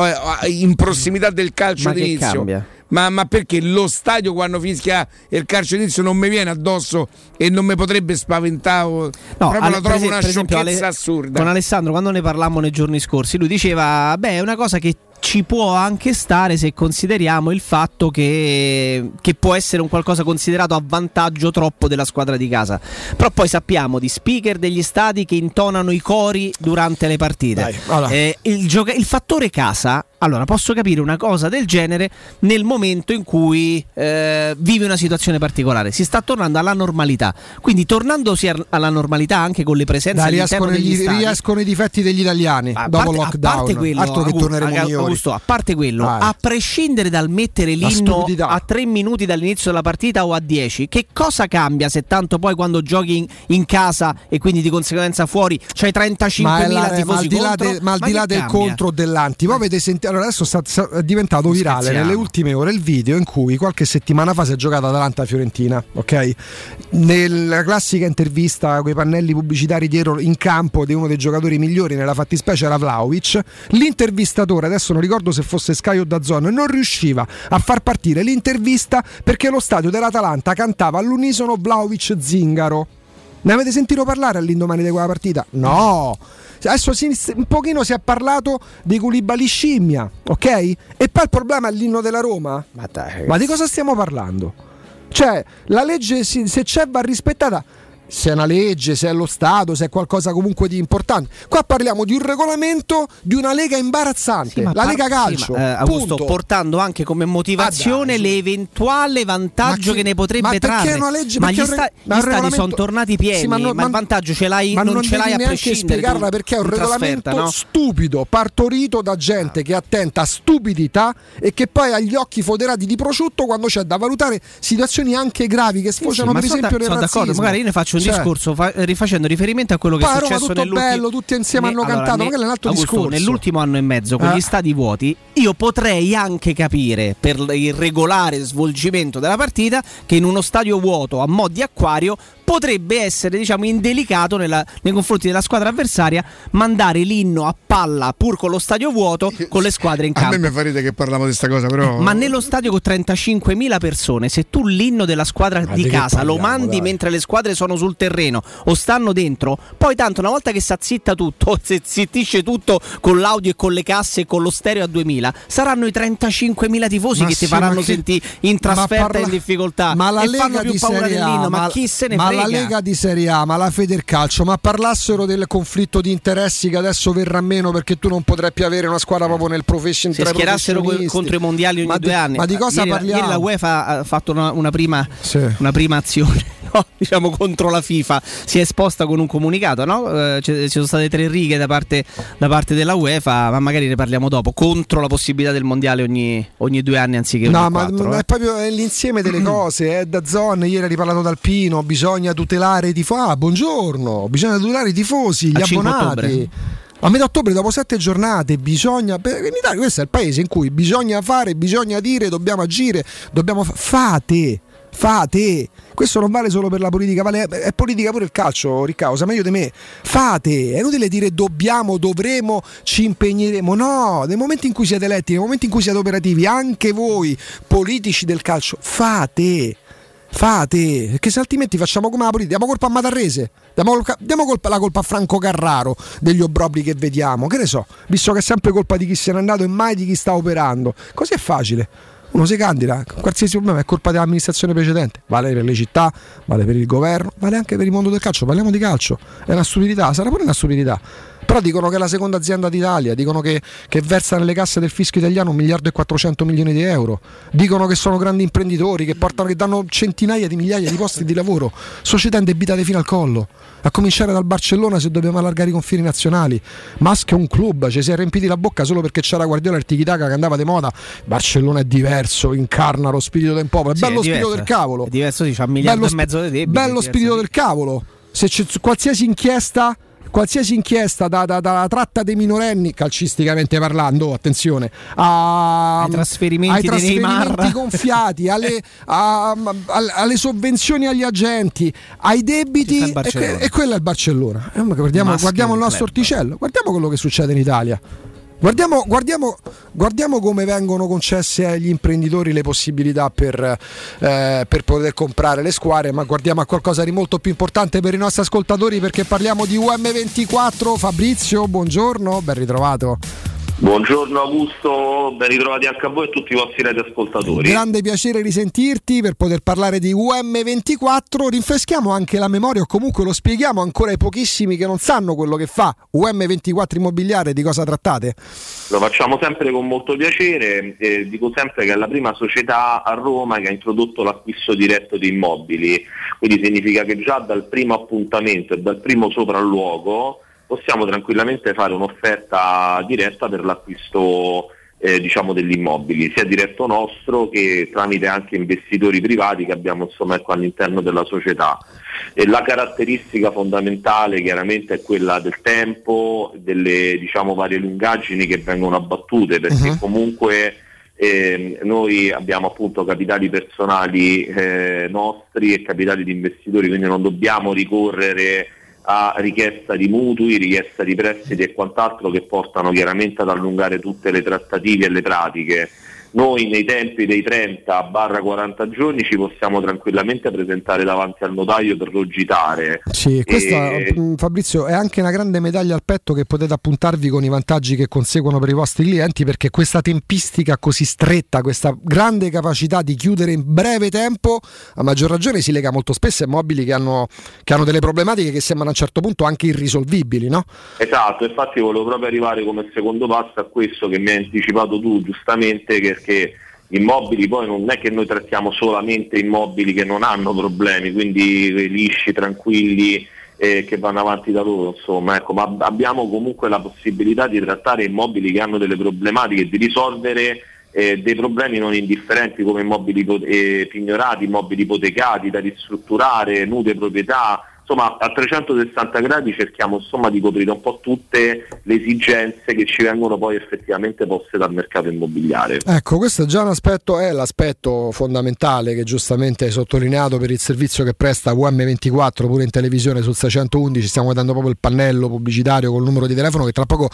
in prossimità del calcio d'inizio, ma perché lo stadio quando fischia il calcio d'inizio non mi viene addosso e non mi potrebbe spaventare? Proprio la trovo una sciocchezza assurda. Con Alessandro, quando ne parlammo nei giorni scorsi, lui diceva è una cosa che ci può anche stare se consideriamo il fatto che può essere un qualcosa considerato a vantaggio troppo della squadra di casa. Però poi sappiamo di speaker degli stadi che intonano i cori durante le partite. Il fattore casa, allora posso capire una cosa del genere nel momento in cui vive una situazione particolare. Si sta tornando alla normalità, quindi tornandosi alla normalità anche con le presenze all'interno degli stadi, riescono i difetti degli italiani dopo il lockdown. Altro che torneremo migliori. A parte quello, a prescindere dal mettere l'inno a 3 minuti dall'inizio della partita o a 10, che cosa cambia se tanto poi quando giochi in casa e quindi di conseguenza fuori c'hai 35.000 tifosi contro? Ma al di là del contro o dell'anti, voi avete sentito? Allora adesso è diventato virale nelle ultime ore il video in cui qualche settimana fa si è giocata Atalanta-Fiorentina, ok? Nella classica intervista con i pannelli pubblicitari dietro in campo di uno dei giocatori migliori, nella fattispecie era Vlahovic, l'intervistatore, adesso non ricordo se fosse Sky o DAZN, non riusciva a far partire l'intervista perché lo stadio dell'Atalanta cantava all'unisono Vlahovic Zingaro. Ne avete sentito parlare all'indomani di quella partita? No! Adesso un pochino si è parlato di Koulibaly scimmia, ok? E poi il problema è l'inno della Roma. Ma di cosa stiamo parlando? Cioè, la legge se c'è va rispettata. Se è una legge, se è lo Stato, se è qualcosa comunque di importante. Qua parliamo di un regolamento di una lega imbarazzante, la Lega Calcio. Augusto, portando anche come motivazione l'eventuale vantaggio che ne potrebbe trarre. Una legge, ma gli stadi sono tornati pieni, ma il vantaggio ce l'hai, ma non ce l'hai a prescindere. Spiegarla perché è un regolamento stupido, partorito da gente che è attenta a stupidità e che poi ha gli occhi foderati di prosciutto quando c'è da valutare situazioni anche gravi che sfociano per esempio nel razzismo. Magari io ne faccio un discorso rifacendo riferimento a quello che è successo tutto bello, tutti insieme hanno cantato, magari è un altro discorso. Nell'ultimo anno e mezzo con gli stadi vuoti io potrei anche capire, per il regolare svolgimento della partita, che in uno stadio vuoto a mo' di acquario potrebbe essere, diciamo, indelicato nei confronti della squadra avversaria mandare l'inno a palla pur con lo stadio vuoto con le squadre in campo. A me mi fa ridere che parliamo di questa cosa, però ma nello stadio con 35.000 persone, se tu l'inno della squadra di casa lo mandi mentre le squadre sono sul terreno o stanno dentro, poi tanto una volta che si azzitta tutto, se zittisce tutto con l'audio e con le casse e con lo stereo a 2000, saranno i 35.000 tifosi che ti faranno sentire in trasferta e in difficoltà, ma la e Lega fanno più di paura Serie A, dell'inno, ma chi se ne frega? Ma la Lega di Serie A, ma la Federcalcio, ma parlassero del conflitto di interessi che adesso verrà meno perché tu non potrai più avere una squadra proprio nel professionista. Se schierassero contro i mondiali ogni 2 anni. Ma di cosa parliamo? Ieri la UEFA ha fatto una prima azione. No, diciamo contro la FIFA, si è esposta con un comunicato, no? Ci sono state 3 righe da parte della UEFA, ma magari ne parliamo dopo, contro la possibilità del mondiale ogni 2 anni anziché ogni 4. Ma è proprio l'insieme delle cose. DAZN, ieri ha riparlato d'Alpino, bisogna tutelare i tifosi. Buongiorno, bisogna tutelare i tifosi, gli abbonati. A metà ottobre, dopo 7 giornate, in Italia questo è il paese in cui bisogna fare, bisogna dire, dobbiamo agire, fate. Questo non vale solo per la politica, è politica pure il calcio, Riccardo, sa meglio di me. Fate, è inutile dire dobbiamo, dovremo, ci impegneremo. No, nel momento in cui siete eletti, nel momento in cui siete operativi, anche voi politici del calcio, fate, perché se altrimenti facciamo come la politica, diamo colpa a Matarrese, diamo la colpa a Franco Carraro degli obbrobri che vediamo, che ne so, visto che è sempre colpa di chi se n'è andato e mai di chi sta operando. Così è facile. Uno si candida, qualsiasi problema è colpa dell'amministrazione precedente, vale per le città, vale per il governo, vale anche per il mondo del calcio. Parliamo di calcio, è una stupidità, sarà pure una stupidità. Però dicono che è la seconda azienda d'Italia, dicono che versa nelle casse del fisco italiano 1.400 milioni di euro, dicono che sono grandi imprenditori che danno centinaia di migliaia di posti di lavoro, società indebitate fino al collo, a cominciare dal Barcellona se dobbiamo allargare i confini nazionali. Musk è un club, ci si è riempiti la bocca solo perché c'era Guardiola e il tiki-taka che andava di moda. Barcellona è diverso, incarna lo spirito del popolo, è bello spirito del cavolo. È diverso, c'ha $1,5 miliardi di debiti. Bello spirito del cavolo. Se c'è qualsiasi inchiesta da tratta dei minorenni, calcisticamente parlando, attenzione, ai trasferimenti gonfiati, alle sovvenzioni agli agenti, ai debiti, e quello è il Barcellona. Guardiamo il nostro orticello, guardiamo quello che succede in Italia. Guardiamo come vengono concesse agli imprenditori le possibilità per poter comprare le squadre, ma guardiamo a qualcosa di molto più importante per i nostri ascoltatori, perché parliamo di UM24. Fabrizio, buongiorno, ben ritrovato. Buongiorno Augusto, ben ritrovati anche a voi e a tutti i vostri radioascoltatori. Grande piacere risentirti per poter parlare di UM24. Rinfreschiamo anche la memoria, o comunque lo spieghiamo ancora ai pochissimi che non sanno quello che fa UM24 Immobiliare, di cosa trattate? Lo facciamo sempre con molto piacere, dico sempre che è la prima società a Roma che ha introdotto l'acquisto diretto di immobili, quindi significa che già dal primo appuntamento e dal primo sopralluogo possiamo tranquillamente fare un'offerta diretta per l'acquisto degli immobili, sia diretto nostro che tramite anche investitori privati che abbiamo all'interno della società. E la caratteristica fondamentale chiaramente è quella del tempo, delle varie lungaggini che vengono abbattute, perché comunque noi abbiamo appunto capitali personali nostri e capitali di investitori, quindi non dobbiamo ricorrere a richiesta di mutui, richiesta di prestiti e quant'altro che portano chiaramente ad allungare tutte le trattative e le pratiche. noi nei tempi dei 30-40 giorni ci possiamo tranquillamente presentare davanti al notaio per rogitare. Sì, questa Fabrizio è anche una grande medaglia al petto che potete appuntarvi con i vantaggi che conseguono per i vostri clienti, perché questa tempistica così stretta, questa grande capacità di chiudere in breve tempo, a maggior ragione si lega molto spesso a immobili che hanno delle problematiche che sembrano a un certo punto anche irrisolvibili, no? Esatto, infatti volevo proprio arrivare come secondo passo a questo che mi hai anticipato tu giustamente, perché immobili poi non è che noi trattiamo solamente immobili che non hanno problemi, quindi lisci, tranquilli, che vanno avanti da loro, insomma, ecco, ma abbiamo comunque la possibilità di trattare immobili che hanno delle problematiche, di risolvere dei problemi non indifferenti come immobili pignorati, immobili ipotecati da ristrutturare, nude proprietà. Insomma, a 360 gradi cerchiamo insomma di coprire un po' tutte le esigenze che ci vengono poi effettivamente poste dal mercato immobiliare. Ecco, questo è già un aspetto, è l'aspetto fondamentale che giustamente hai sottolineato per il servizio che presta UM24 pure in televisione sul 611. Stiamo vedendo proprio il pannello pubblicitario col numero di telefono che tra poco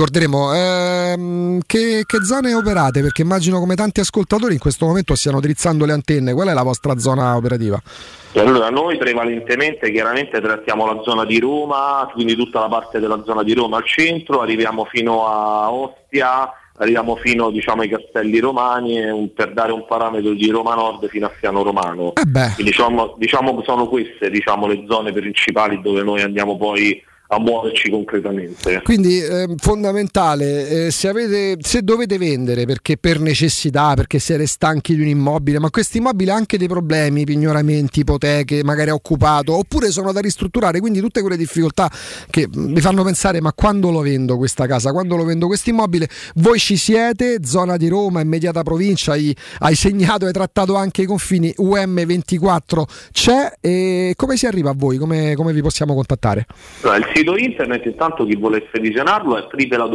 ricorderemo. Che zone operate? Perché immagino come tanti ascoltatori in questo momento stiano drizzando le antenne. Qual è la vostra zona operativa? Allora, noi prevalentemente chiaramente trattiamo la zona di Roma, quindi tutta la parte della zona di Roma al centro, arriviamo fino a Ostia, arriviamo fino ai Castelli Romani, per dare un parametro di Roma Nord fino a Fiano Romano. Quindi diciamo sono queste le zone principali dove noi andiamo poi a muoverci concretamente. Quindi fondamentale, se dovete vendere perché per necessità, perché siete stanchi di un immobile, ma questi immobili hanno anche dei problemi, pignoramenti, ipoteche, magari è occupato, oppure sono da ristrutturare, quindi tutte quelle difficoltà che mi fanno pensare: ma quando lo vendo questa casa, quando lo vendo questo immobile? Voi ci siete, zona di Roma, immediata provincia, hai segnato, hai trattato anche i confini, UM24 c'è, e come si arriva a voi? Come vi possiamo contattare? Il sito internet, intanto chi volesse visionarlo, è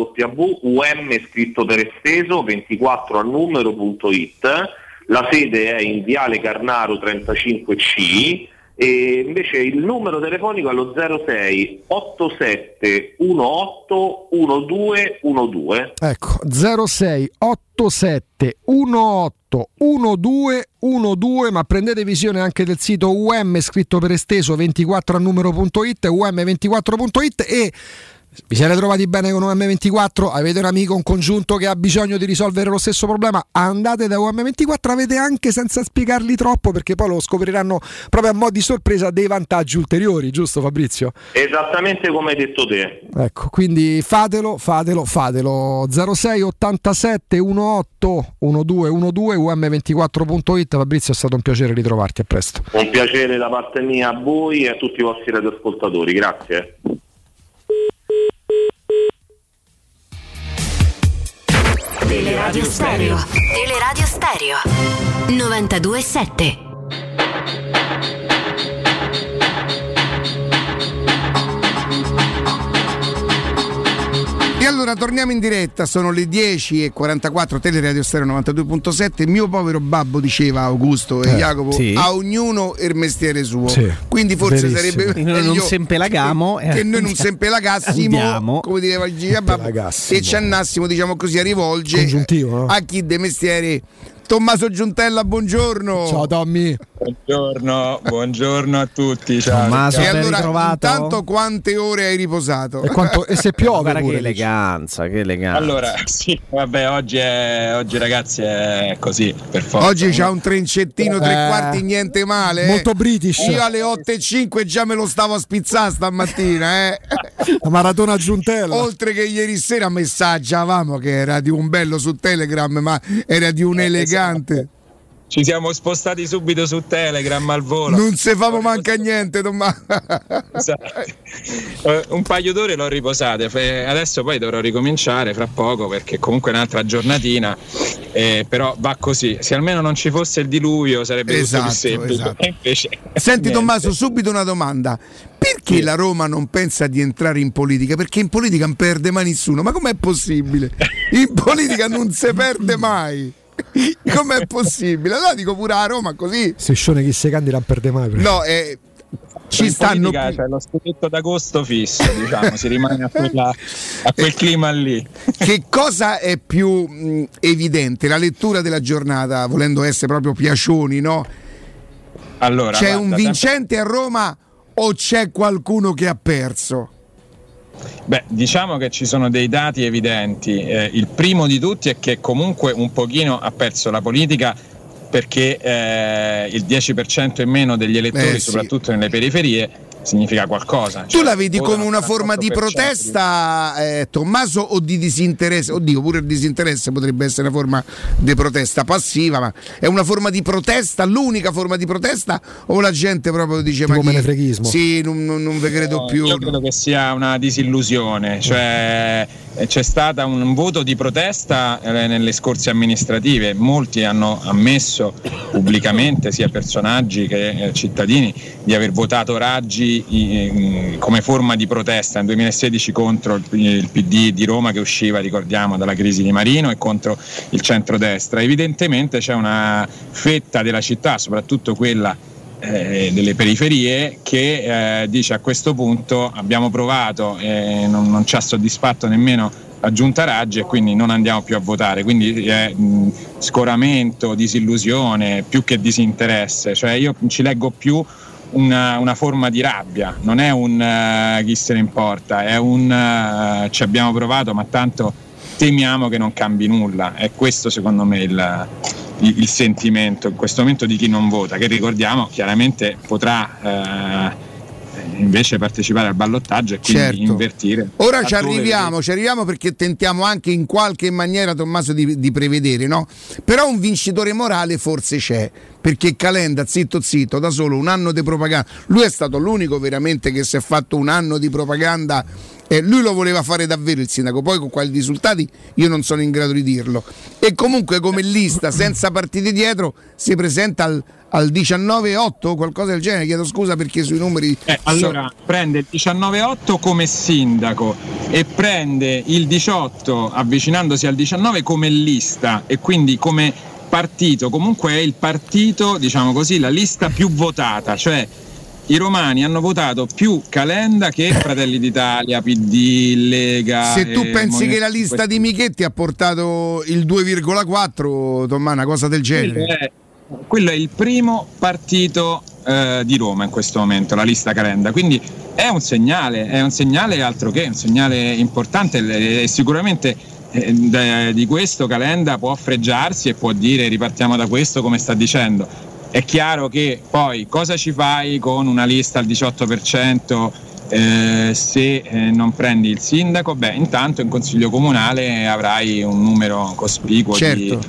www.um scritto per esteso 24 a numero.it. La sede è in Viale Carnaro 35C e invece il numero telefonico è lo 06 87 18 1212. Ecco, 06 87 18 1212, ma prendete visione anche del sito UM scritto per esteso 24 a numero.it, um24.it, e vi siete trovati bene con UM24, avete un amico, un congiunto che ha bisogno di risolvere lo stesso problema, andate da UM24, avete anche, senza spiegarli troppo perché poi lo scopriranno proprio a mo' di sorpresa, dei vantaggi ulteriori, giusto Fabrizio? Esattamente come hai detto te. Ecco, quindi fatelo 06 87 18 1212 um24.it. Fabrizio, è stato un piacere ritrovarti, a presto. Un piacere da parte mia a voi e a tutti i vostri radioascoltatori, grazie. Teleradio Stereo. Teleradio Stereo 92.7. E allora torniamo in diretta, sono le 10:44, Teleradio Stereo 92.7. Mio povero babbo, diceva Augusto e Jacopo, sì, a ognuno il mestiere suo, sì, quindi forse verissimo, sarebbe noi non sempelagamo che noi non sempelagassimo, come diceva il Gigababbo, e ci andassimo, diciamo così, a rivolgere a chi de mestiere. Tommaso Giuntella, buongiorno. Ciao Tommy. Buongiorno a tutti. Ciao Tommaso, e allora, intanto quante ore hai riposato? E se piove? Guarda che eleganza, Allora, sì, vabbè, oggi ragazzi è così, per forza. Oggi c'ha un trincettino 3/4, niente male. Molto british. Io alle 8:05 già me lo stavo a spizzare stamattina, La maratona Giuntella. Oltre che ieri sera messaggiavamo che era di un bello su Telegram, ma era di un elegante. Ci siamo spostati subito su Telegram al volo. Non se famo manca niente, Tommaso. Esatto. Un paio d'ore l'ho riposate. Adesso poi dovrò ricominciare fra poco perché comunque è un'altra giornatina. Però va così. Se almeno non ci fosse il diluvio sarebbe tutto più semplice. Esatto. Invece, senti Tommaso, subito una domanda. Perché la Roma non pensa di entrare in politica? Perché in politica non perde mai nessuno. Ma com'è possibile? In politica non si perde mai. Com'è possibile? Allora dico pure a Roma così. Striscione, chi si candida non perde mai. No, ci stanno politica, cioè, lo scudetto d'agosto fisso, diciamo, si rimane a quel clima lì. Che cosa è più evidente? La lettura della giornata, volendo essere proprio piacioni, no? Allora, c'è un vincente a Roma o c'è qualcuno che ha perso? Beh, diciamo che ci sono dei dati evidenti. Il primo di tutti è che comunque un pochino ha perso la politica, perché il 10% in meno degli elettori, soprattutto nelle periferie, significa qualcosa. Tu la vedi come una forma di protesta, Tommaso, o di disinteresse? Oddio, pure il disinteresse potrebbe essere una forma di protesta passiva, ma è una forma di protesta, l'unica forma di protesta, o la gente proprio dice tipo menefreghismo? Sì, non ve credo più. Io credo che sia una disillusione, cioè c'è stato un voto di protesta nelle scorse amministrative, molti hanno ammesso pubblicamente, sia personaggi che cittadini, di aver votato Raggi come forma di protesta nel 2016 contro il PD di Roma, che usciva, ricordiamo, dalla crisi di Marino, e contro il centrodestra. Evidentemente c'è una fetta della città, soprattutto quella delle periferie, che dice: a questo punto abbiamo provato e non ci ha soddisfatto nemmeno la giunta Raggi, e quindi non andiamo più a votare. Quindi scoramento, disillusione più che disinteresse, cioè io ci leggo più una forma di rabbia, non è un chi se ne importa, è un ci abbiamo provato ma tanto temiamo che non cambi nulla. È questo secondo me il sentimento in questo momento di chi non vota, che ricordiamo chiaramente potrà invece partecipare al ballottaggio e quindi invertire. Ora ci arriviamo perché tentiamo anche in qualche maniera, Tommaso, di prevedere, no? Però un vincitore morale forse c'è, perché Calenda, zitto da solo, un anno di propaganda, lui è stato l'unico veramente che si è fatto un anno di propaganda. Lui lo voleva fare davvero il sindaco, poi con quali risultati io non sono in grado di dirlo, e comunque come lista senza partiti dietro si presenta al 19,8, qualcosa del genere. Chiedo scusa perché sui numeri allora prende il 19,8 come sindaco e prende il 18 avvicinandosi al 19 come lista, e quindi come partito comunque è il partito, diciamo così, la lista più votata, cioè i romani hanno votato più Calenda che Fratelli d'Italia, PD, Lega. Se tu pensi che la lista di Michetti ha portato il 2,4, Tommaso, una cosa del genere. Quello è il primo partito di Roma in questo momento, la lista Calenda, quindi è un segnale altro che un segnale importante, e sicuramente di questo Calenda può fregiarsi e può dire ripartiamo da questo, come sta dicendo. È chiaro che poi cosa ci fai con una lista al 18% se non prendi il sindaco? Beh, intanto in consiglio comunale avrai un numero cospicuo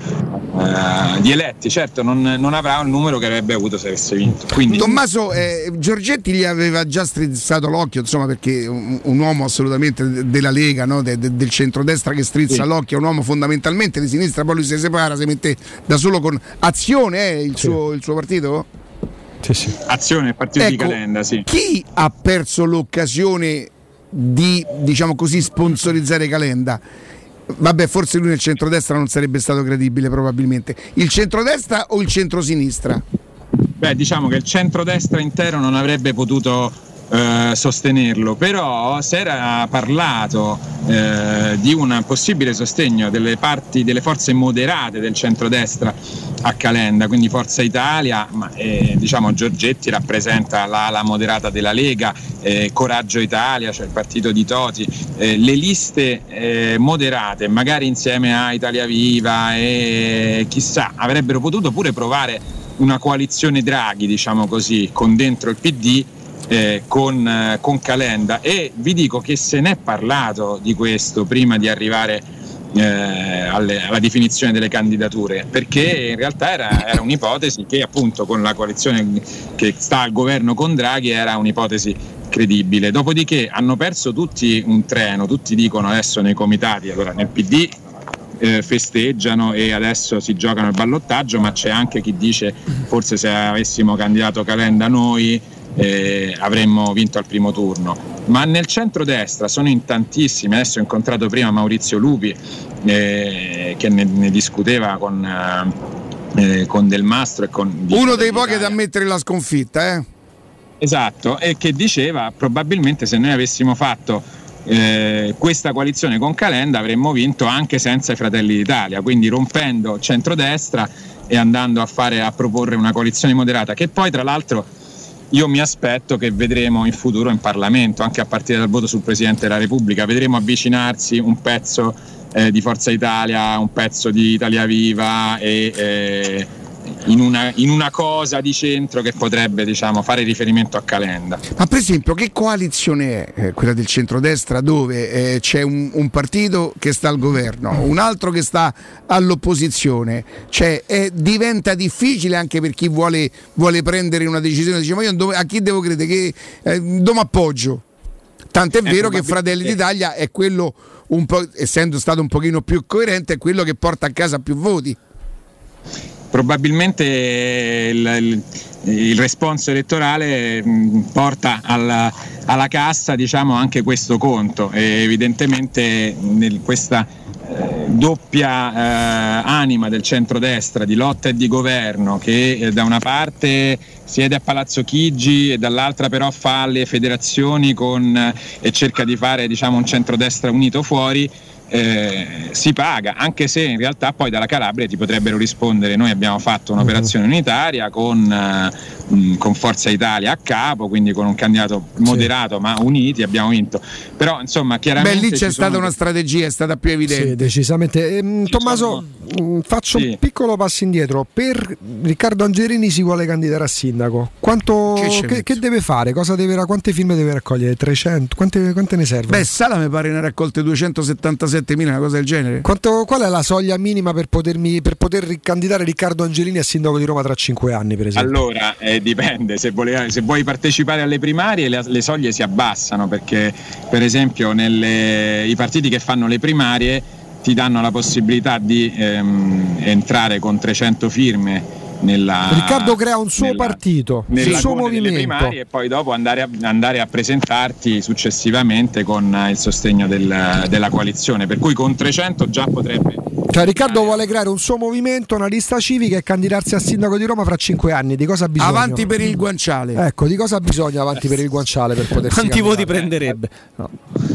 di eletti. Certo, non avrà il numero che avrebbe avuto se avesse vinto. Quindi... Tommaso, Giorgetti gli aveva già strizzato l'occhio, insomma, perché un uomo assolutamente della Lega, no? del centrodestra che strizza l'occhio, un uomo fondamentalmente di sinistra, poi lui si separa, si mette da solo con Azione, il suo partito? Sì. Azione, il partito di Calenda, sì. Chi ha perso l'occasione di, diciamo così, sponsorizzare Calenda? Vabbè, forse lui nel centrodestra non sarebbe stato credibile, probabilmente. Il centrodestra o il centrosinistra? Beh, diciamo che il centrodestra intero non avrebbe potuto sostenerlo, però si era parlato di un possibile sostegno delle parti, delle forze moderate del centrodestra a Calenda, quindi Forza Italia, ma diciamo Giorgetti rappresenta l'ala moderata della Lega, Coraggio Italia, cioè il partito di Toti, le liste moderate, magari insieme a Italia Viva e chissà, avrebbero potuto pure provare una coalizione Draghi, diciamo così, con dentro il PD, con Calenda, e vi dico che se n'è parlato di questo prima di arrivare alla definizione delle candidature, perché in realtà era un'ipotesi che appunto con la coalizione che sta al governo con Draghi era un'ipotesi credibile. Dopodiché hanno perso tutti un treno, tutti dicono adesso nei comitati, allora nel PD festeggiano e adesso si giocano il ballottaggio, ma c'è anche chi dice forse se avessimo candidato Calenda noi avremmo vinto al primo turno. Ma nel centrodestra sono in tantissimi. Adesso ho incontrato prima Maurizio Lupi che ne discuteva con Del Mastro e con uno dei pochi da ammettere la sconfitta, Esatto, e che diceva probabilmente se noi avessimo fatto questa coalizione con Calenda avremmo vinto anche senza i Fratelli d'Italia, quindi rompendo centrodestra e andando a proporre una coalizione moderata, che poi tra l'altro io mi aspetto che vedremo in futuro in Parlamento, anche a partire dal voto sul Presidente della Repubblica, vedremo avvicinarsi un pezzo di Forza Italia, un pezzo di Italia Viva e in una cosa di centro che potrebbe, diciamo, fare riferimento a Calenda. Ma per esempio che coalizione è quella del centrodestra dove c'è un partito che sta al governo, un altro che sta all'opposizione, cioè diventa difficile anche per chi vuole prendere una decisione, dice ma io a chi devo credere, che dove appoggio? Tant'è vero che Fratelli d'Italia è quello, un po', essendo stato un pochino più coerente, è quello che porta a casa più voti. Probabilmente il responso elettorale porta alla cassa, diciamo, anche questo conto, e evidentemente questa doppia anima del centrodestra di lotta e di governo, che da una parte siede a Palazzo Chigi e dall'altra però fa le federazioni e cerca di fare, diciamo, un centrodestra unito fuori, si paga, anche se in realtà poi dalla Calabria ti potrebbero rispondere: noi abbiamo fatto un'operazione unitaria con Forza Italia a capo, quindi con un candidato moderato ma uniti abbiamo vinto. Però insomma chiaramente lì c'è stata una strategia, è stata più evidente. Sì, decisamente. Tommaso, faccio un piccolo passo indietro. Per Riccardo Angelini si vuole candidare a sindaco, che deve fare? Quante firme deve raccogliere? 300? Quante ne serve? Sala mi pare ne ha raccolte 277.000, una cosa del genere. Qual è la soglia minima per poter ricandidare Riccardo Angelini a sindaco di Roma tra 5 anni, per esempio? Allora, dipende, se vuoi partecipare alle primarie le soglie si abbassano, perché per esempio i partiti che fanno le primarie ti danno la possibilità di entrare con 300 firme Riccardo crea un suo partito, il suo movimento, primarie, e poi dopo andare a presentarti successivamente con il sostegno della coalizione, per cui con 300 già potrebbe. Cioè Riccardo vuole creare un suo movimento, una lista civica, e candidarsi a sindaco di Roma fra 5 anni. Di cosa ha bisogno? Avanti per il guanciale. Ecco, di cosa ha bisogno avanti per il guanciale per potersi Quanti voti prenderebbe? No.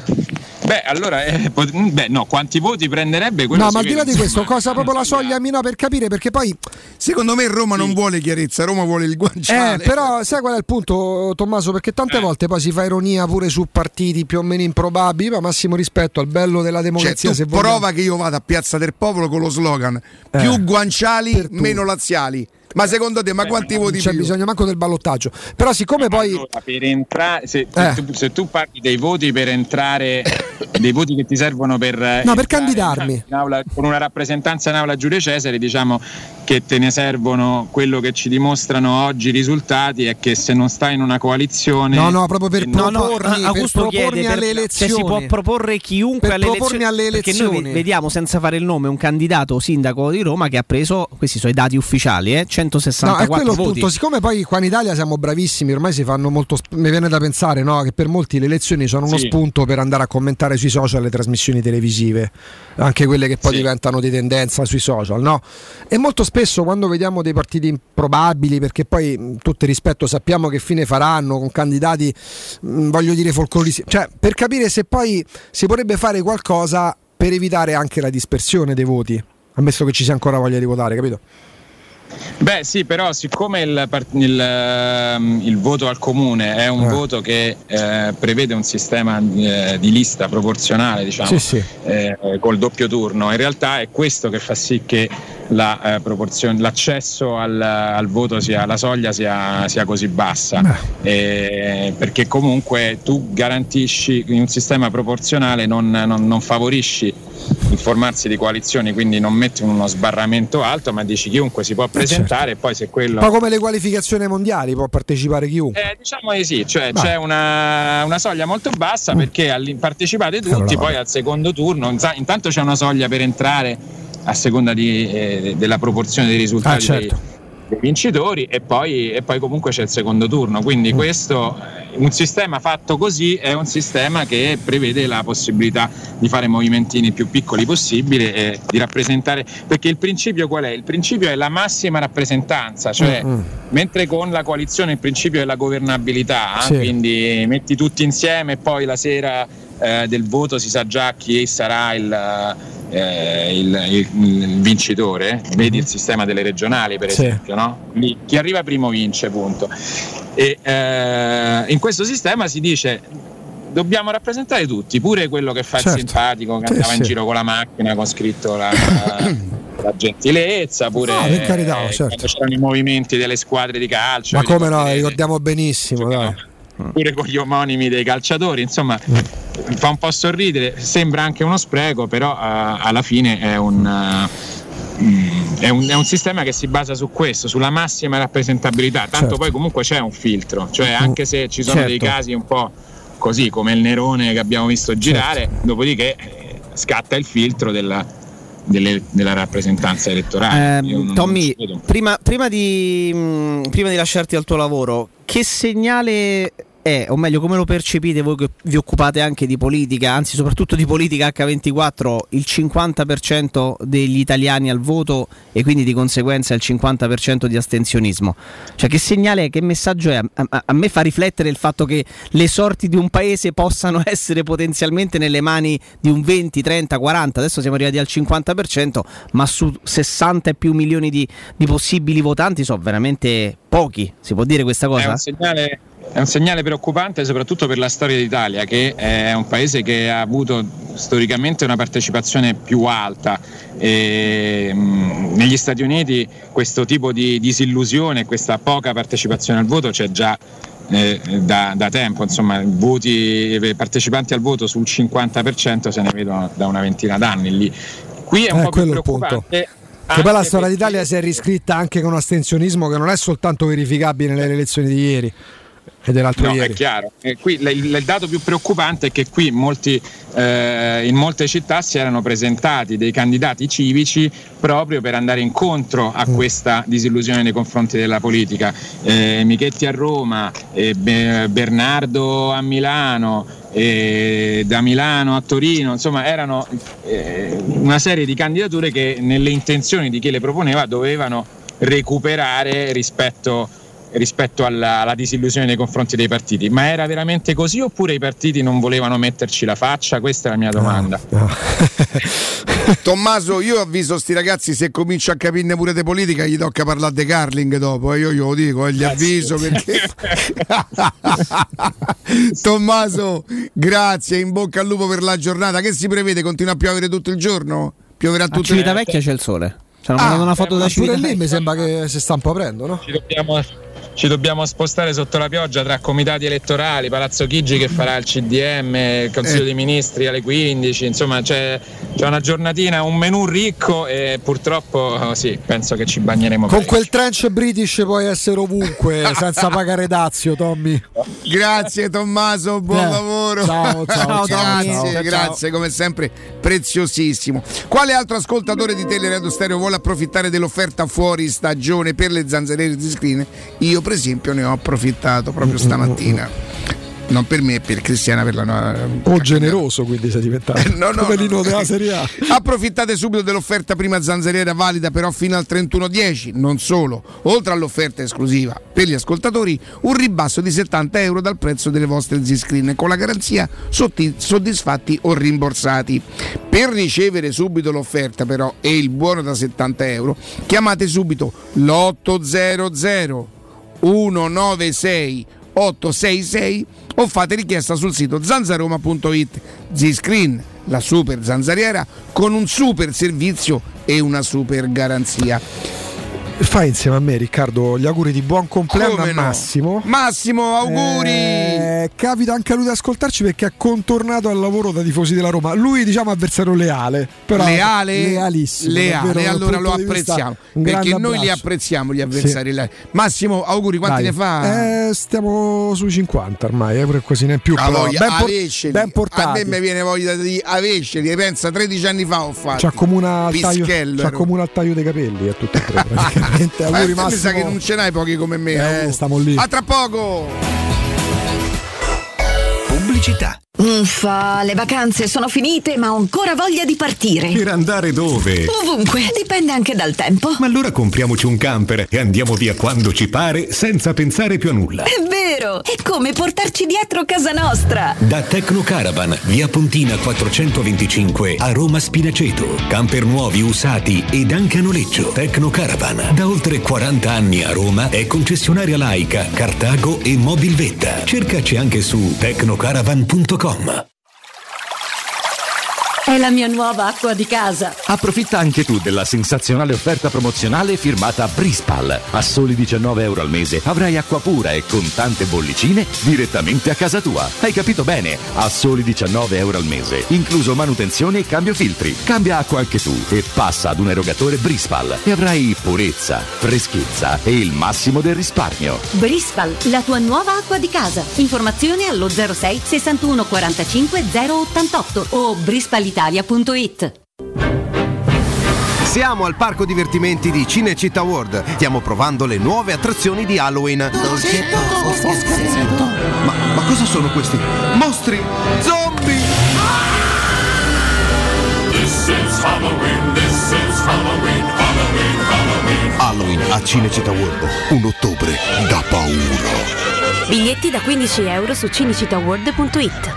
Quanti voti prenderebbe? No, ma al di là di questo, cosa proprio la soglia minima per capire, perché poi secondo me Roma non vuole chiarezza, Roma vuole il guanciale. Però sai qual è il punto, Tommaso? Perché tante volte poi si fa ironia pure su partiti più o meno improbabili, ma massimo rispetto al bello della democrazia. Cioè, prova che io vada a Piazza del Popolo con lo slogan più guanciali, meno laziali. Ma secondo te, quanti voti? Non c'è bisogno manco del ballottaggio. Però siccome poi per entrare, se tu parli dei voti per entrare, dei voti che ti servono per candidarmi in aula, con una rappresentanza in aula Giulio Cesare, diciamo che te ne servono, quello che ci dimostrano oggi i risultati è che se non stai in una coalizione proprio per propormi alle elezioni, si può proporre chiunque alle elezioni, perché noi vediamo, senza fare il nome, un candidato sindaco di Roma che ha preso, questi sono i dati ufficiali, 164 è quello voti. Punto. Siccome poi qua in Italia siamo bravissimi, ormai si fanno molto, mi viene da pensare, no, che per molti le elezioni sono uno spunto per andare a commentare sui social le trasmissioni televisive, anche quelle che poi diventano di tendenza sui social, no? E molto spesso quando vediamo dei partiti improbabili, perché poi tutto il rispetto sappiamo che fine faranno con candidati voglio dire folcloristi, cioè per capire se poi si potrebbe fare qualcosa per evitare anche la dispersione dei voti, ammesso che ci sia ancora voglia di votare, capito? Sì, però siccome il voto al comune è un voto che prevede un sistema di lista proporzionale, diciamo, col doppio turno, in realtà è questo che fa sì che l'accesso al voto la soglia sia così bassa, perché comunque tu garantisci, in un sistema proporzionale non favorisci il formarsi di coalizioni, quindi non metti uno sbarramento alto, ma dici chiunque si può presentare, e poi se quello. Ma come le qualificazioni mondiali può partecipare chiunque? Diciamo di sì, cioè c'è una soglia molto bassa perché partecipate tutti, poi al secondo turno intanto c'è una soglia per entrare a seconda della proporzione dei risultati dei vincitori e poi comunque c'è il secondo turno, quindi questo, un sistema fatto così è un sistema che prevede la possibilità di fare movimentini più piccoli possibili e di rappresentare, perché il principio qual è? Il principio è la massima rappresentanza, cioè mentre con la coalizione il principio è la governabilità, quindi metti tutti insieme e poi la sera del voto si sa già chi sarà il vincitore. Vedi il sistema delle regionali per esempio, no? Lì, chi arriva primo vince, punto. E in questo sistema si dice dobbiamo rappresentare tutti, pure quello che fa il simpatico, che andava in giro con la macchina con scritto la gentilezza, pure quando c'erano i movimenti delle squadre di calcio, ma come no, ricordiamo benissimo, dai. Pure con gli omonimi dei calciatori, insomma fa un po' sorridere, sembra anche uno spreco, però alla fine è un sistema che si basa su questo, sulla massima rappresentabilità, tanto poi comunque c'è un filtro, cioè anche se ci sono dei casi un po' così come il Nerone che abbiamo visto girare, dopodiché scatta il filtro della rappresentanza elettorale. Tommy, prima di lasciarti al tuo lavoro, che segnale è, o meglio come lo percepite voi che vi occupate anche di politica, anzi soprattutto di politica H24, il 50% degli italiani al voto e quindi di conseguenza il 50% di astensionismo? Cioè che segnale è, che messaggio è? A me fa riflettere il fatto che le sorti di un paese possano essere potenzialmente nelle mani di un 20, 30, 40, adesso siamo arrivati al 50%, ma su 60 e più milioni di possibili votanti sono veramente pochi, si può dire questa cosa? È un segnale preoccupante soprattutto per la storia d'Italia, che è un paese che ha avuto storicamente una partecipazione più alta. Negli Stati Uniti questo tipo di disillusione, questa poca partecipazione al voto c'è già da tempo, insomma partecipanti al voto sul 50% se ne vedono da una ventina d'anni lì. Qui è un po' più preoccupante. Che poi la storia d'Italia si è riscritta anche con un astensionismo che non è soltanto verificabile nelle elezioni di ieri e dell'altro ieri. È chiaro. Qui il dato più preoccupante è che qui in molte città si erano presentati dei candidati civici proprio per andare incontro a questa disillusione nei confronti della politica. Michetti a Roma, Bernardo a Milano, da Milano a Torino, insomma erano una serie di candidature che nelle intenzioni di chi le proponeva dovevano recuperare rispetto alla disillusione nei confronti dei partiti. Ma era veramente così oppure i partiti non volevano metterci la faccia? Questa è la mia domanda. Tommaso, io avviso sti ragazzi, se comincio a capirne pure di politica gli tocca parlare di curling dopo, io glielo dico, gli avviso perché Tommaso, grazie, in bocca al lupo per la giornata. Che si prevede? Continua a piovere tutto il giorno? Pioverà tutto il giorno? A Civitavecchia c'è il sole. Ci hanno mandato una foto da Civitavecchia. Pure lì mi sembra che si sta un po' aprendo, no? Ci dobbiamo spostare sotto la pioggia tra comitati elettorali, Palazzo Chigi che farà il CDM, il Consiglio dei Ministri alle 15, insomma c'è una giornatina, un menù ricco e purtroppo penso che ci bagneremo con quel trench British puoi essere ovunque senza pagare dazio, Tommy. Grazie Tommaso, buon lavoro. Ciao, grazie, come sempre preziosissimo. Quale altro ascoltatore di Teleradio Stereo vuole approfittare dell'offerta fuori stagione per le zanzariere di Screen? Io per esempio ne ho approfittato proprio stamattina, non per me, per Cristiana, per la generoso, quindi sei diventato come Lino della Serie A. Approfittate subito dell'offerta prima zanzariera valida però fino al 31/10. Non solo, oltre all'offerta esclusiva per gli ascoltatori, un ribasso di €70 dal prezzo delle vostre Z-Screen con la garanzia soddisfatti o rimborsati. Per ricevere subito l'offerta però e il buono da €70 chiamate subito l'800 196 866 o fate richiesta sul sito zanzaroma.it. Z-Screen, la super zanzariera con un super servizio e una super garanzia. Fai insieme a me, Riccardo, gli auguri di buon compleanno a Massimo. Massimo, auguri! capita anche a lui di ascoltarci perché ha contornato al lavoro da tifosi della Roma. Lui diciamo avversario leale, però lealissimo. Leale, allora lo apprezziamo perché noi li apprezziamo gli avversari leali. Massimo, auguri, quanti ne fa? Stiamo sui 50 ormai, quasi ne è più. Ben portati. A me mi viene voglia di avesceli, pensa 13 anni fa ho fatto. C'accomuna al taglio dei capelli a tutti e tre praticamente. Auguri Massimo. Mi sa che non ce n'hai pochi come me. Stiamo lì. A tra poco. Pubblicità. Uffa, le vacanze sono finite, ma ho ancora voglia di partire. Per andare dove? Ovunque, dipende anche dal tempo. Ma allora compriamoci un camper e andiamo via quando ci pare, senza pensare più a nulla. È vero, è come portarci dietro casa nostra. Da Tecnocaravan, via Pontina 425 a Roma Spinaceto. Camper nuovi, usati ed anche a noleggio. Tecnocaravan, da oltre 40 anni a Roma, è concessionaria Laica, Cartago e Mobilvetta. Cercaci anche su tecnocaravan.com. È la mia nuova acqua di casa. Approfitta anche tu della sensazionale offerta promozionale firmata Brispal. A soli €19 al mese avrai acqua pura e con tante bollicine direttamente a casa tua. Hai capito bene? A soli €19 al mese, incluso manutenzione e cambio filtri. Cambia acqua anche tu e passa ad un erogatore Brispal e avrai purezza, freschezza e il massimo del risparmio. Brispal, la tua nuova acqua di casa. Informazioni allo 06 61 45 088 o brispalitalia.it. Siamo al parco divertimenti di Cinecittà World. Stiamo provando le nuove attrazioni di Halloween. Ma cosa sono questi? Mostri! Zombie! This is Halloween, this is Halloween, Halloween, Halloween. Halloween a Cinecittà World. Un ottobre da paura. Biglietti da €15 su cinecittàworld.it.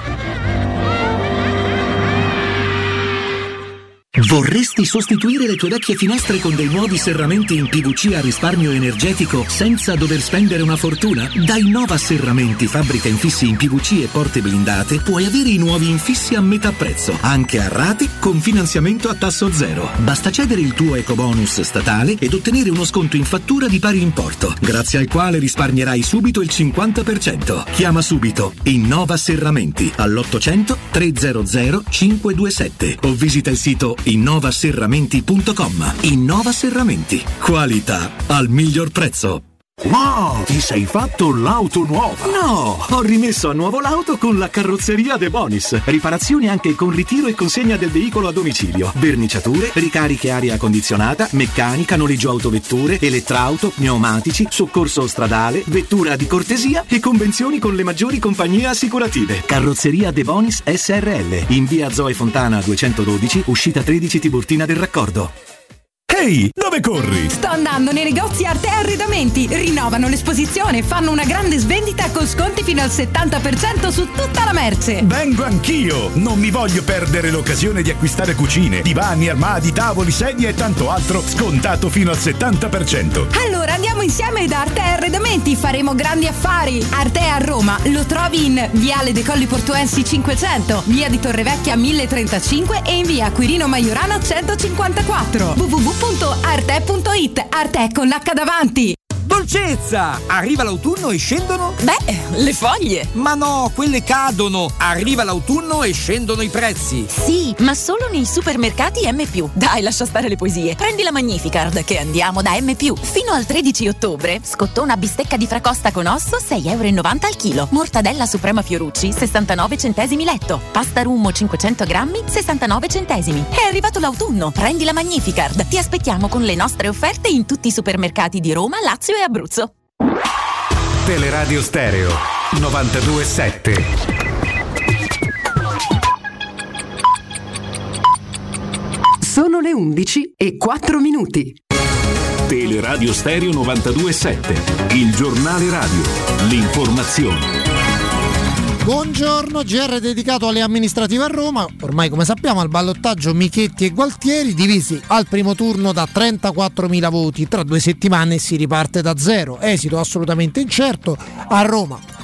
Vorresti sostituire le tue vecchie finestre con dei nuovi serramenti in PVC a risparmio energetico senza dover spendere una fortuna? Da Innova Serramenti, fabbrica infissi in PVC e porte blindate, puoi avere i nuovi infissi a metà prezzo, anche a rate con finanziamento a tasso zero. Basta cedere il tuo ecobonus statale ed ottenere uno sconto in fattura di pari importo, grazie al quale risparmierai subito il 50%. Chiama subito Innova Serramenti all'800 300 527 o visita il sito innovaserramenti.com. Innova Serramenti, qualità al miglior prezzo. Wow, ti sei fatto l'auto nuova? No, ho rimesso a nuovo l'auto con la carrozzeria De Bonis. Riparazioni anche con ritiro e consegna del veicolo a domicilio, verniciature, ricariche aria condizionata, meccanica, noleggio autovetture, elettrauto, pneumatici, soccorso stradale, vettura di cortesia e convenzioni con le maggiori compagnie assicurative. Carrozzeria De Bonis SRL, in via Zoe Fontana 212, uscita 13 Tiburtina del Raccordo. Ehi, dove corri? Sto andando nei negozi Arte Arredamenti. Rinnovano l'esposizione, fanno una grande svendita con sconti fino al 70% su tutta la merce. Vengo anch'io! Non mi voglio perdere l'occasione di acquistare cucine, divani, armadi, tavoli, sedie e tanto altro scontato fino al 70%. Allora andiamo insieme da Arte Arredamenti, faremo grandi affari. Arte a Roma lo trovi in Viale dei Colli Portuensi 500, Via di Torrevecchia 1035 e in Via Quirino Maiorana 154. www.arte.it. Arte con l'H davanti. Dolcezza! Arriva l'autunno e scendono? Beh, le foglie. Ma no, quelle cadono. Arriva l'autunno e scendono i prezzi. Sì, ma solo nei supermercati M+. Dai, lascia stare le poesie. Prendi la Magnificard che andiamo da M+. Fino al 13 ottobre, scottona bistecca di fracosta con osso, €6,90 al chilo. Mortadella Suprema Fiorucci, 69 centesimi letto. Pasta Rummo 500 grammi, 69 centesimi. È arrivato l'autunno. Prendi la Magnificard. Ti aspettiamo con le nostre offerte in tutti i supermercati di Roma, Lazio e Abruzzo. Teleradio Stereo 92.7. Sono le 11:04. Teleradio Stereo 92.7, il giornale radio, l'informazione. Buongiorno, GR dedicato alle amministrative a Roma. Ormai come sappiamo al ballottaggio Michetti e Gualtieri, divisi al primo turno da 34.000 voti. Tra 2 settimane si riparte da zero, esito assolutamente incerto. A Roma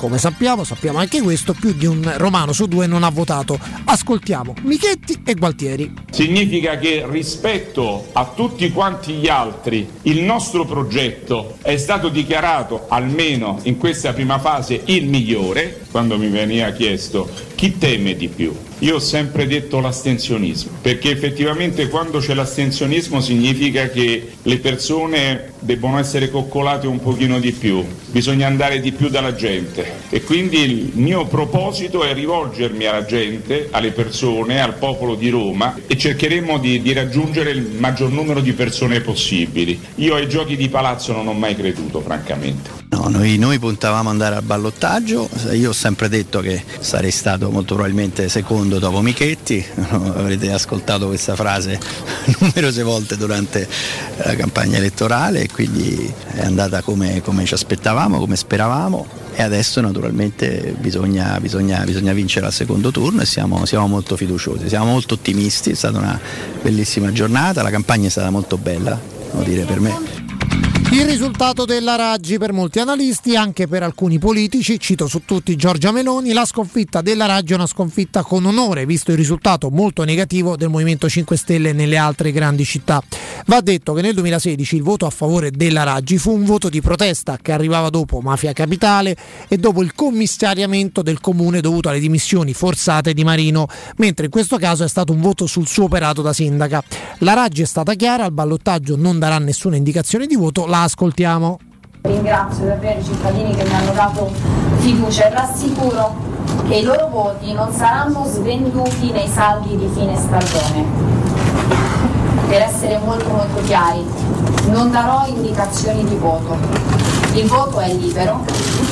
come sappiamo anche questo, più di un romano su 2 non ha votato. Ascoltiamo Michetti e Gualtieri. Significa che rispetto a tutti quanti gli altri il nostro progetto è stato dichiarato, almeno in questa prima fase, il migliore. Quando mi veniva chiesto chi teme di più, io ho sempre detto l'astensionismo, perché effettivamente quando c'è l'astensionismo significa che le persone debbono essere coccolate un pochino di più, bisogna andare di più dalla gente, e quindi il mio proposito è rivolgermi alla gente, alle persone, al popolo di Roma, e cercheremo di raggiungere il maggior numero di persone possibili. Io ai giochi di palazzo non ho mai creduto, francamente. No, noi puntavamo ad andare al ballottaggio. Io ho sempre detto che sarei stato molto probabilmente secondo dopo Michetti. Avrete ascoltato questa frase numerose volte durante la campagna elettorale, e quindi è andata come ci aspettavamo, come speravamo, e adesso naturalmente bisogna vincere al secondo turno, e siamo molto fiduciosi, siamo molto ottimisti. È stata una bellissima giornata, la campagna è stata molto bella, devo dire, per me. Il risultato della Raggi per molti analisti, anche per alcuni politici, cito su tutti Giorgia Meloni, la sconfitta della Raggi è una sconfitta con onore, visto il risultato molto negativo del Movimento 5 Stelle nelle altre grandi città. Va detto che nel 2016 il voto a favore della Raggi fu un voto di protesta che arrivava dopo Mafia Capitale e dopo il commissariamento del comune dovuto alle dimissioni forzate di Marino, mentre in questo caso è stato un voto sul suo operato da sindaca. La Raggi è stata chiara, al ballottaggio non darà nessuna indicazione di voto, la ascoltiamo. Ringrazio davvero i cittadini che mi hanno dato fiducia e rassicuro che i loro voti non saranno svenduti nei saldi di fine stagione. Per essere molto chiari, non darò indicazioni di voto. Il voto è libero.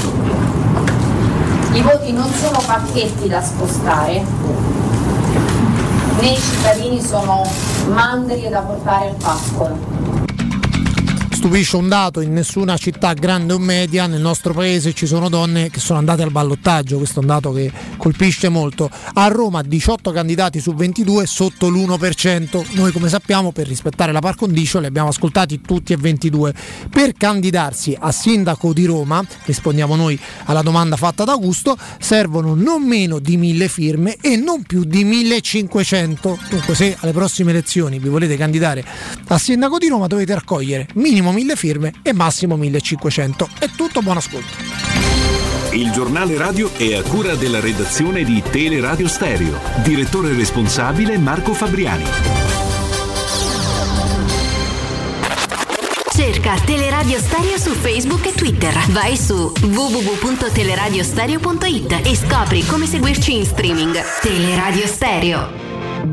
I voti non sono pacchetti da spostare, né i cittadini sono mandrie da portare al pascolo. Stupisce un dato: in nessuna città grande o media nel nostro paese ci sono donne che sono andate al ballottaggio. Questo è un dato che colpisce molto. A Roma 18 candidati su 22, sotto l'1%. Noi, come sappiamo, per rispettare la par condicio li abbiamo ascoltati tutti e 22. Per candidarsi a sindaco di Roma, rispondiamo noi alla domanda fatta da Augusto, servono non meno di 1.000 firme e non più di 1.500. Dunque, se alle prossime elezioni vi volete candidare a sindaco di Roma, dovete raccogliere minimo 1.000 firme e massimo 1.500. È tutto, buon ascolto. Il giornale radio è a cura della redazione di Teleradio Stereo. Direttore responsabile Marco Fabriani. Cerca Teleradio Stereo su Facebook e Twitter. Vai su www.teleradiostereo.it e scopri come seguirci in streaming. Teleradio Stereo.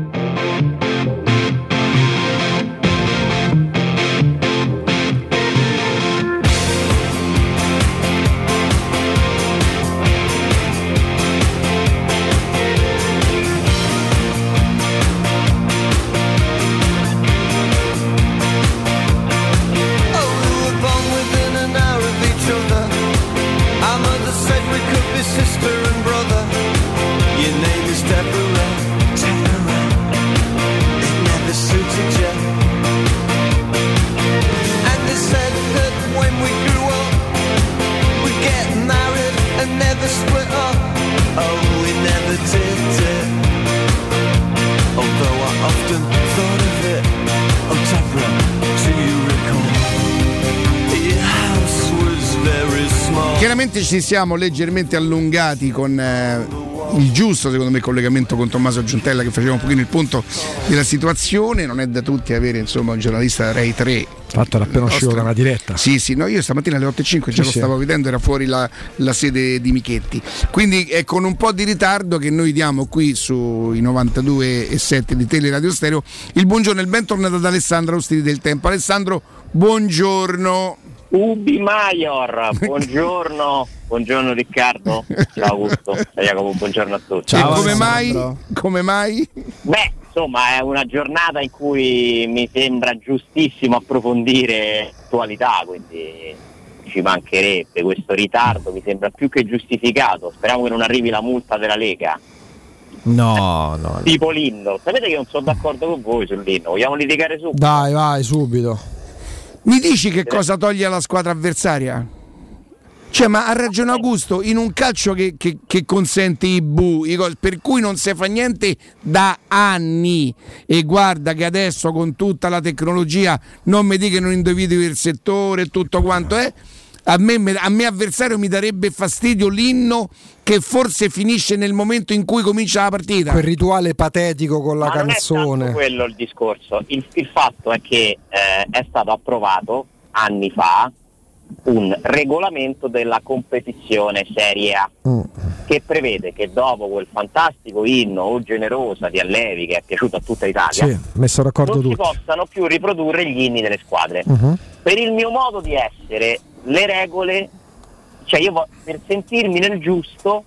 Chiaramente ci siamo leggermente allungati con il giusto, secondo me, collegamento con Tommaso Giuntella, che faceva un pochino il punto della situazione. Non è da tutti avere, insomma, un giornalista da Rai 3. Fatto, era appena uscito da una diretta. Sì, no, io stamattina alle 8.05 già lo stavo vedendo, era fuori la sede di Michetti. Quindi è con un po' di ritardo che noi diamo qui sui 92.7 di Teleradio Stereo il buongiorno e il bentornato ad Alessandro Austini del Tempo. Alessandro, buongiorno. Ubi Maior, buongiorno Riccardo, ciao Augusto, ciao Jacopo, buongiorno a tutti. Ciao, come mai? Beh, insomma, è una giornata in cui mi sembra giustissimo approfondire l'attualità, quindi ci mancherebbe. Questo ritardo mi sembra più che giustificato. Speriamo che non arrivi la multa della Lega. No. Tipo l'inno. Sapete che non sono d'accordo con voi sull'inno, vogliamo litigare subito? Dai, vai, subito. Mi dici che cosa toglie alla squadra avversaria? Cioè, ma ha ragione Augusto, in un calcio che consente i gol, per cui non si fa niente da anni, e guarda che adesso con tutta la tecnologia non mi dica che non individui il settore e tutto quanto è. A me avversario mi darebbe fastidio l'inno che forse finisce nel momento in cui comincia la partita. Quel rituale patetico con la canzone. Non è tanto quello il discorso. Il fatto è che è stato approvato anni fa un regolamento della competizione Serie A che prevede che dopo quel fantastico inno O Generosa di Allevi, che è piaciuto a tutta Italia, messo d'accordo non tutti, si possano più riprodurre gli inni delle squadre. Per il mio modo di essere, le regole, cioè io per sentirmi nel giusto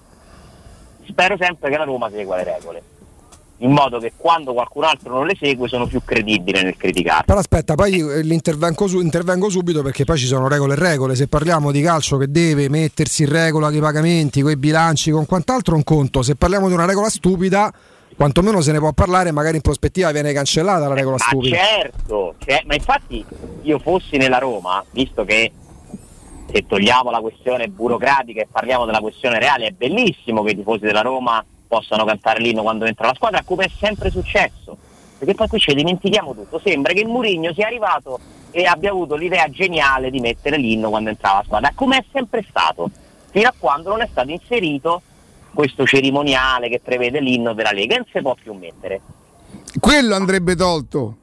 spero sempre che la Roma segua le regole, in modo che quando qualcun altro non le segue sono più credibile nel criticare. Però aspetta, poi intervengo subito, perché poi ci sono regole e regole. Se parliamo di calcio che deve mettersi in regola con i pagamenti, con i bilanci, con quant'altro, un conto. Se parliamo di una regola stupida, quantomeno se ne può parlare, magari in prospettiva viene cancellata la regola stupida. Certo, ma infatti io fossi nella Roma, visto che se togliamo la questione burocratica e parliamo della questione reale, è bellissimo che i tifosi della Roma possano cantare l'inno quando entra la squadra, come è sempre successo, perché poi qui ci dimentichiamo tutto. Sembra che il Mourinho sia arrivato e abbia avuto l'idea geniale di mettere l'inno quando entrava la squadra, come è sempre stato, fino a quando non è stato inserito questo cerimoniale che prevede l'inno della Lega, e non si può più mettere. Quello andrebbe tolto,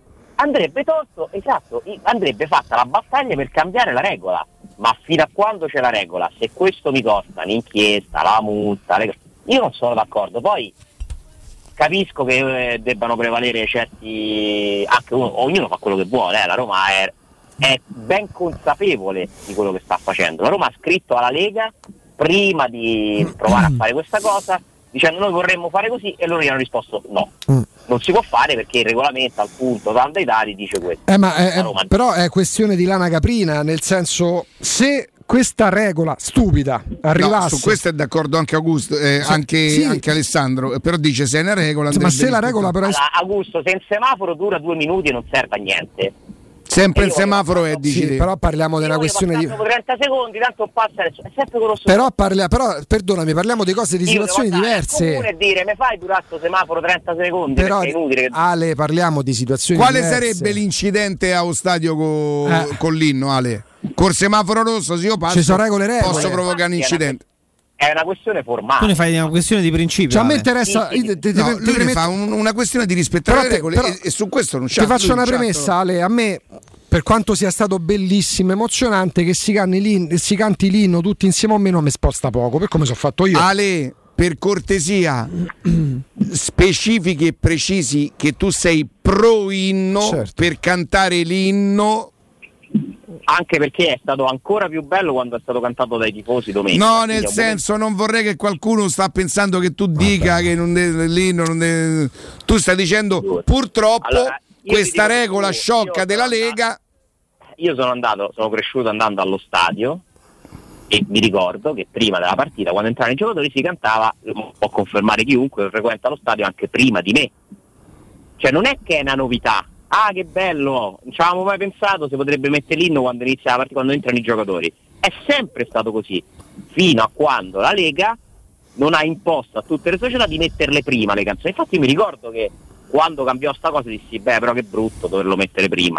esatto, andrebbe fatta la battaglia per cambiare la regola, ma fino a quando c'è la regola, se questo mi costa l'inchiesta, la multa, io non sono d'accordo. Poi capisco che debbano prevalere certi, anche ognuno fa quello che vuole, la Roma è ben consapevole di quello che sta facendo. La Roma ha scritto alla Lega prima di provare a fare questa cosa dicendo noi vorremmo fare così, e loro gli hanno risposto no, non si può fare perché il regolamento al punto tal dei dati dice questo. Però è questione di lana caprina, nel senso, se questa regola stupida arrivasse, su questo è d'accordo anche Augusto, anche Alessandro, però dice se è una regola, ma se la regola però Augusto, se il semaforo dura 2 minuti non serve a niente. Sempre il semaforo è, dici. Sì, però parliamo di una questione di 30 secondi, tanto passa, è sempre quello però perdonami, parliamo di cose, di situazioni diverse. Comune dire mi fai durare questo semaforo 30 secondi, però è inutile che... Ale, parliamo di situazioni quale diverse. Sarebbe l'incidente allo stadio con l'inno, Ale? Col semaforo rosso, se io passo, ci sono regole. Posso provocare un incidente. È una questione formale. Tu ne fai una questione di principio. Cioè, a me interessa. Lui ne fa una questione di rispettare le regole, e su questo non c'è. Ti faccio una premessa, Ale. A me, per quanto sia stato bellissimo, emozionante, che si canti l'inno tutti insieme a me, non mi sposta poco, per come sono fatto io. Ale, per cortesia, specifichi e precisi che tu sei pro inno, certo, per cantare l'inno. Anche perché è stato ancora più bello quando è stato cantato dai tifosi domenica. No, nel senso, non vorrei che qualcuno sta pensando che tu dica che non deve, l'inno non deve... Tu stai dicendo purtroppo questa regola sciocca della Lega. Io sono cresciuto andando allo stadio e mi ricordo che prima della partita, quando entravano i giocatori, si cantava, può confermare chiunque che frequenta lo stadio anche prima di me. Cioè non è che è una novità. Ah, che bello, non ci avevamo mai pensato si potrebbe mettere l'inno quando inizia la partita, quando entrano i giocatori. È sempre stato così, fino a quando la Lega non ha imposto a tutte le società di metterle prima le canzoni. Infatti mi ricordo che quando cambiò sta cosa dissi, però che brutto doverlo mettere prima.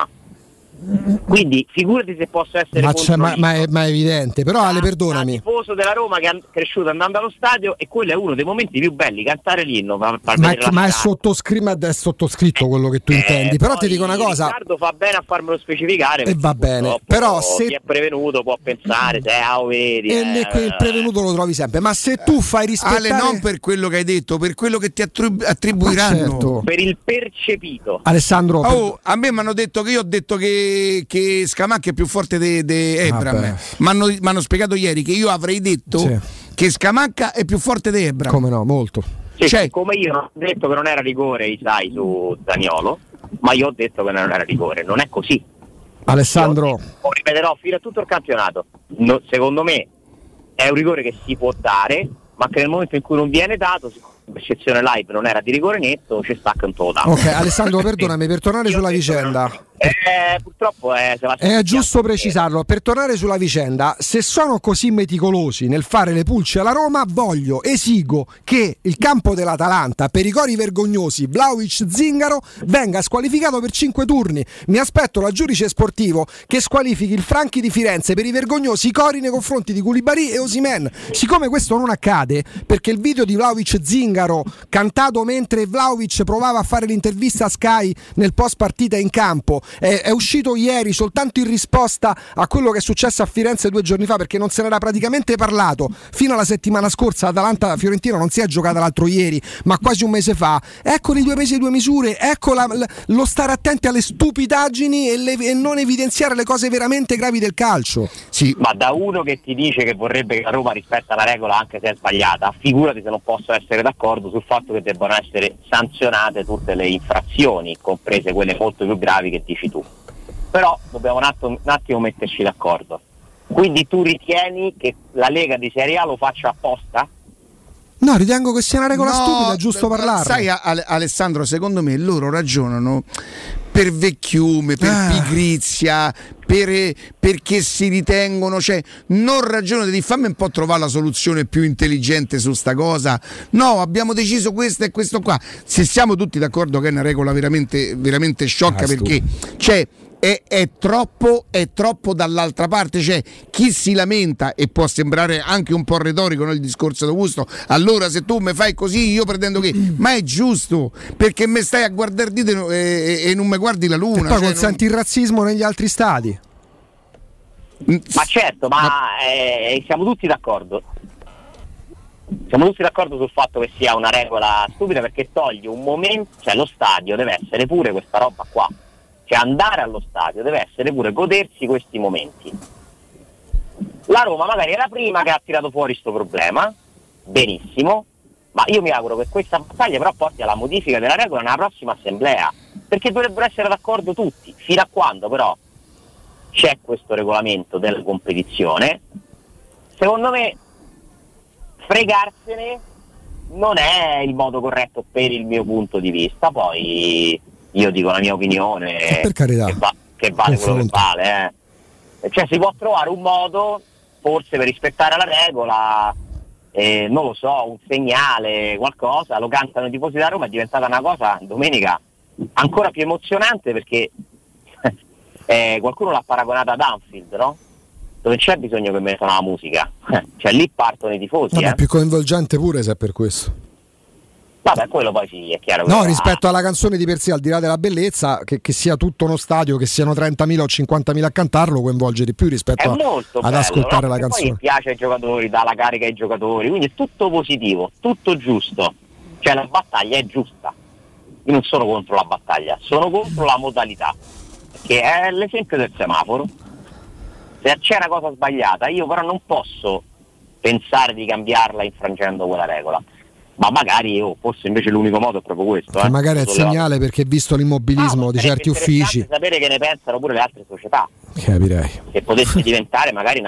Quindi figurati se posso essere ma è evidente. Però Ale, perdonami, tifoso della Roma che è cresciuto andando allo stadio, e quello è uno dei momenti più belli, cantare l'inno, ma è sottoscritto quello che tu intendi. Però ti dico una cosa, Riccardo fa bene a farmelo specificare, e va bene, però se chi è prevenuto può pensare vedi, il prevenuto lo trovi sempre, ma se tu fai rispettare, Ale, non per quello che hai detto, per quello che ti attribuiranno, certo, per il percepito. Alessandro, a me mi hanno detto che io ho detto che Scamacca è più forte di Ebram. M'hanno spiegato ieri che io avrei detto che Scamacca è più forte di Ebram. Come no, molto. Sì, come io ho detto che non era rigore, sai, su Zaniolo, ma io ho detto che non era rigore. Non è così. Alessandro, lo ripeterò fino a tutto il campionato. Secondo me è un rigore che si può dare, ma che nel momento in cui non viene dato, percezione live non era di rigore netto, ci sta canto da. Ok, Alessandro, perdonami, per tornare sulla vicenda, Purtroppo è giusto precisarlo. Per tornare sulla vicenda, se sono così meticolosi nel fare le pulce alla Roma, esigo che il campo dell'Atalanta per i cori vergognosi Vlahovic-Zingaro venga squalificato per 5 turni. Mi aspetto la giudice sportivo che squalifichi il Franchi di Firenze per i vergognosi cori nei confronti di Koulibaly e Osimhen. Siccome questo non accade, perché il video di Vlahovic-Zingaro cantato mentre Vlahovic provava a fare l'intervista a Sky nel post partita in campo è uscito ieri soltanto in risposta a quello che è successo a Firenze 2 giorni fa, perché non se n'era praticamente parlato fino alla settimana scorsa. Atalanta-Fiorentina non si è giocata l'altro ieri, ma quasi un mese fa. Ecco i 2 pesi e 2 misure, ecco lo stare attenti alle stupidaggini e non evidenziare le cose veramente gravi del calcio. Sì. Ma da uno che ti dice che vorrebbe che la Roma rispetta la regola anche se è sbagliata, figurati se non posso essere d'accordo sul fatto che debbano essere sanzionate tutte le infrazioni, comprese quelle molto più gravi che dici tu. Però dobbiamo un attimo metterci d'accordo. Quindi tu ritieni che la Lega di Serie A lo faccia apposta? No, ritengo che sia una regola stupida, è giusto parlarne. Sai Alessandro, secondo me loro ragionano per vecchiume, per pigrizia, perché si ritengono, cioè non ragionano di fammi un po' trovare la soluzione più intelligente su sta cosa. No, abbiamo deciso questo e questo qua. Se siamo tutti d'accordo che è una regola veramente, veramente sciocca, perché c'è è troppo dall'altra parte. Cioè, chi si lamenta, e può sembrare anche un po' retorico, no, il discorso d'Augusto, allora se tu mi fai così io pretendo che, ma è giusto, perché me stai a guardare dite e non mi guardi la luna, e poi consenti il razzismo negli altri stati. Ma certo, siamo tutti d'accordo. Siamo tutti d'accordo sul fatto che sia una regola stupida, perché toglie un momento, cioè lo stadio deve essere pure questa roba qua. Cioè andare allo stadio deve essere pure godersi questi momenti. La Roma magari è la prima che ha tirato fuori sto problema, benissimo, ma io mi auguro che questa battaglia però porti alla modifica della regola nella prossima assemblea, perché dovrebbero essere d'accordo tutti. Fino a quando però c'è questo regolamento della competizione, secondo me fregarsene non è il modo corretto per il mio punto di vista. Poi io dico la mia opinione, per carità, che vale quello che vale, Cioè si può trovare un modo, forse per rispettare la regola, non lo so, un segnale, qualcosa. Lo cantano i tifosi della Roma, è diventata una cosa domenica ancora più emozionante, perché qualcuno l'ha paragonata ad Anfield, no? Dove c'è bisogno che mettano la musica, cioè lì partono i tifosi. È più coinvolgente pure se è per questo. Vabbè, quello poi sì, è chiaro. No, rispetto alla canzone di per sé, al di là della bellezza, che sia tutto uno stadio, che siano 30.000 o 50.000 a cantarlo, coinvolge di più rispetto ad ascoltare la canzone. Poi piace ai giocatori, dà la carica ai giocatori, quindi è tutto positivo, tutto giusto. Cioè la battaglia è giusta. Io non sono contro la battaglia, sono contro la modalità, che è l'esempio del semaforo. Se c'è una cosa sbagliata, io però non posso pensare di cambiarla infrangendo quella regola. Ma magari forse invece l'unico modo è proprio questo. Che magari è il segnale, perché visto l'immobilismo di certi uffici. Sapere che ne pensano pure le altre società. Capirei. Che potesse diventare magari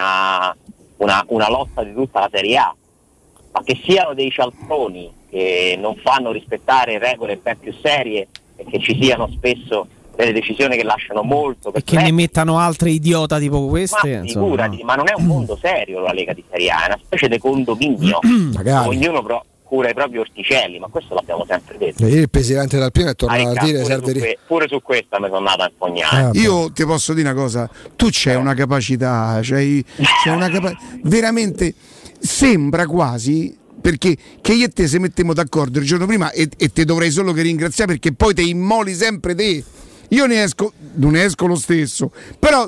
una lotta di tutta la Serie A. Ma che siano dei cialtroni che non fanno rispettare regole ben più serie, e che ci siano spesso delle decisioni che lasciano molto e che ne mettano altre idiota tipo queste. Ma figurati, ma non è un mondo serio la Lega di Serie A, è una specie di condominio. Ognuno cura i propri orticelli, ma questo l'abbiamo sempre detto. Il presidente Dal Pino è tornato a dire pure su questa mi sono andato a impognare. Io ti posso dire una cosa, tu c'hai una capacità, c'hai una veramente sembra quasi, perché che io e te se mettiamo d'accordo il giorno prima e te dovrei solo che ringraziare, perché poi te immoli sempre te. Io non ne esco lo stesso, però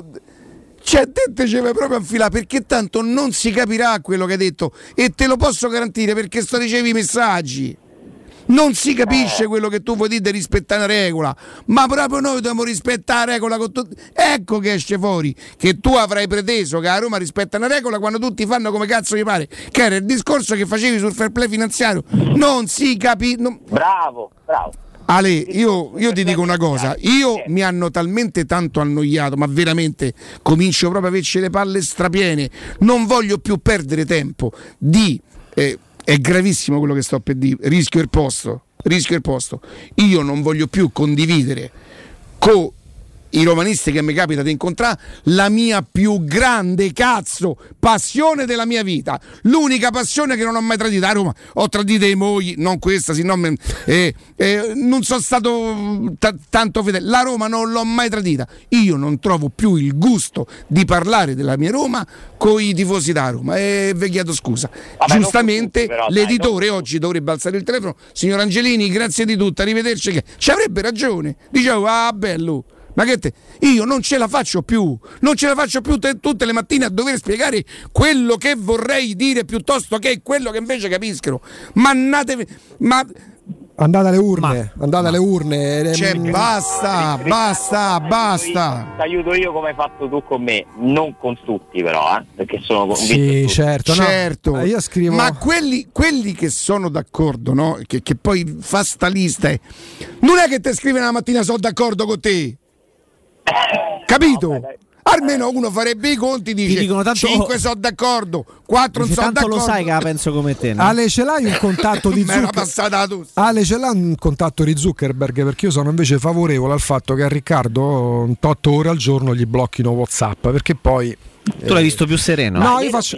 te ci vai proprio a infilare, perché tanto non si capirà quello che hai detto, e te lo posso garantire, perché dicevi i messaggi. Non si capisce quello che tu vuoi dire di rispettare una regola, ma proprio noi dobbiamo rispettare la regola con tutti. Ecco che esce fuori che tu avrai preteso che la Roma rispetta una regola quando tutti fanno come cazzo gli pare, che era il discorso che facevi sul fair play finanziario. Non si capisce. Bravo. Ale, io ti dico una cosa, io mi hanno talmente tanto annoiato, ma veramente comincio proprio a averci le palle strapiene, non voglio più perdere tempo è gravissimo quello che sto per dire, rischio il posto, io non voglio più condividere con i romanisti che mi capita di incontrare, la mia più grande passione della mia vita, l'unica passione che non ho mai tradito a Roma. Ho tradito i mogli, non questa, non sono stato tanto fedele. La Roma non l'ho mai tradita. Io non trovo più il gusto di parlare della mia Roma con i tifosi da Roma, e vi chiedo scusa. Vabbè, giustamente però, l'editore oggi dovrebbe alzare il telefono: signor Angelini, grazie di tutto, arrivederci. Che ci avrebbe ragione, dicevo, bello, ma che io non ce la faccio più tutte le mattine a dover spiegare quello che vorrei dire piuttosto che quello che invece capiscono. Andate alle urne. Cioè, basta. T'aiuto io come hai fatto tu con me, non con tutti però, perché sono convinto. Sì, certo. No, io scrivo. Ma quelli che sono d'accordo, no? Che poi fa sta lista, non è che te scrive una mattina sono d'accordo con te. Capito? Vabbè, almeno uno farebbe i conti, dice: dicono tanto, 5 sono d'accordo, 4 non sono tanto d'accordo. Lo sai che la penso come te, no? Ale, ce l'hai un contatto di Zuckerberg? Ale, ce l'ha un contatto di Zuckerberg? Perché io sono invece favorevole al fatto che a Riccardo 8 ore al giorno gli blocchino WhatsApp, perché poi tu l'hai visto più sereno? No, io faccio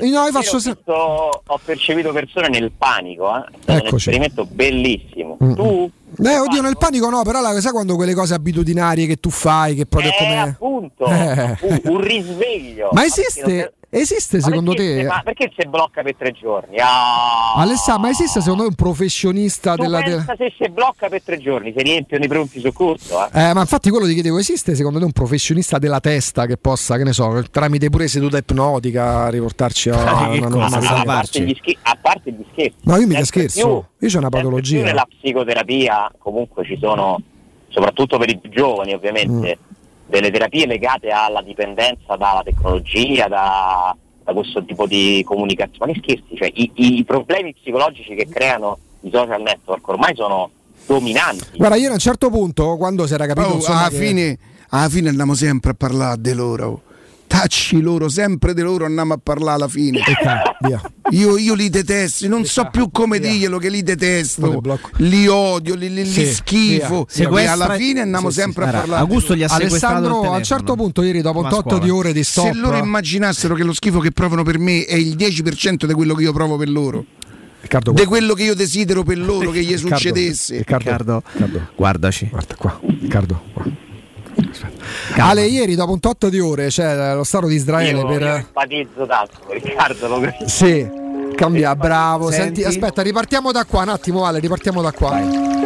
ho percepito persone nel panico, è un esperimento bellissimo. Tu? Oddio, nel panico no, però sai quando quelle cose abitudinarie che tu fai, che proprio come appunto un risveglio. Ma esiste secondo te? Ma perché si blocca per 3 giorni? Alessà, ma esiste secondo te un professionista pensa se si blocca per 3 giorni, si riempiono i pronti soccorso? Ma infatti quello ti chiedevo, esiste secondo te un professionista della testa che possa, che ne so, tramite pure seduta ipnotica riportarci a una normalità? A parte gli scherzi. No, io mica scherzo, io c'ho una patologia. Nella psicoterapia comunque ci sono, soprattutto per i più giovani ovviamente, delle terapie legate alla dipendenza dalla tecnologia, da questo tipo di comunicazione. Ma che scherzi, cioè i problemi psicologici che creano i social network ormai sono dominanti. Guarda, io a un certo punto, quando si era capito alla fine andiamo sempre a parlare di loro. Tacci loro, sempre di loro andiamo a parlare alla fine. Via. Io li detesto, non so più come dirglielo che li detesto, li odio, li schifo. E alla fine andiamo sempre a parlare. Augusto gli ha Alessandro, a un certo punto ieri dopo 8 di ore di stop, se loro immaginassero che lo schifo che provano per me è il 10% di quello che io provo per loro, di quello che io desidero per loro che gli succedesse. Riccardo, guardaci. Guarda qua, Riccardo, qua. Ale, ieri dopo un tot di ore c'è lo Stato di Israele io empatizzo tanto, Riccardo lo capisco. Sì, cambia, bravo. Senti, aspetta, ripartiamo da qua un attimo, Ale, ripartiamo da qua.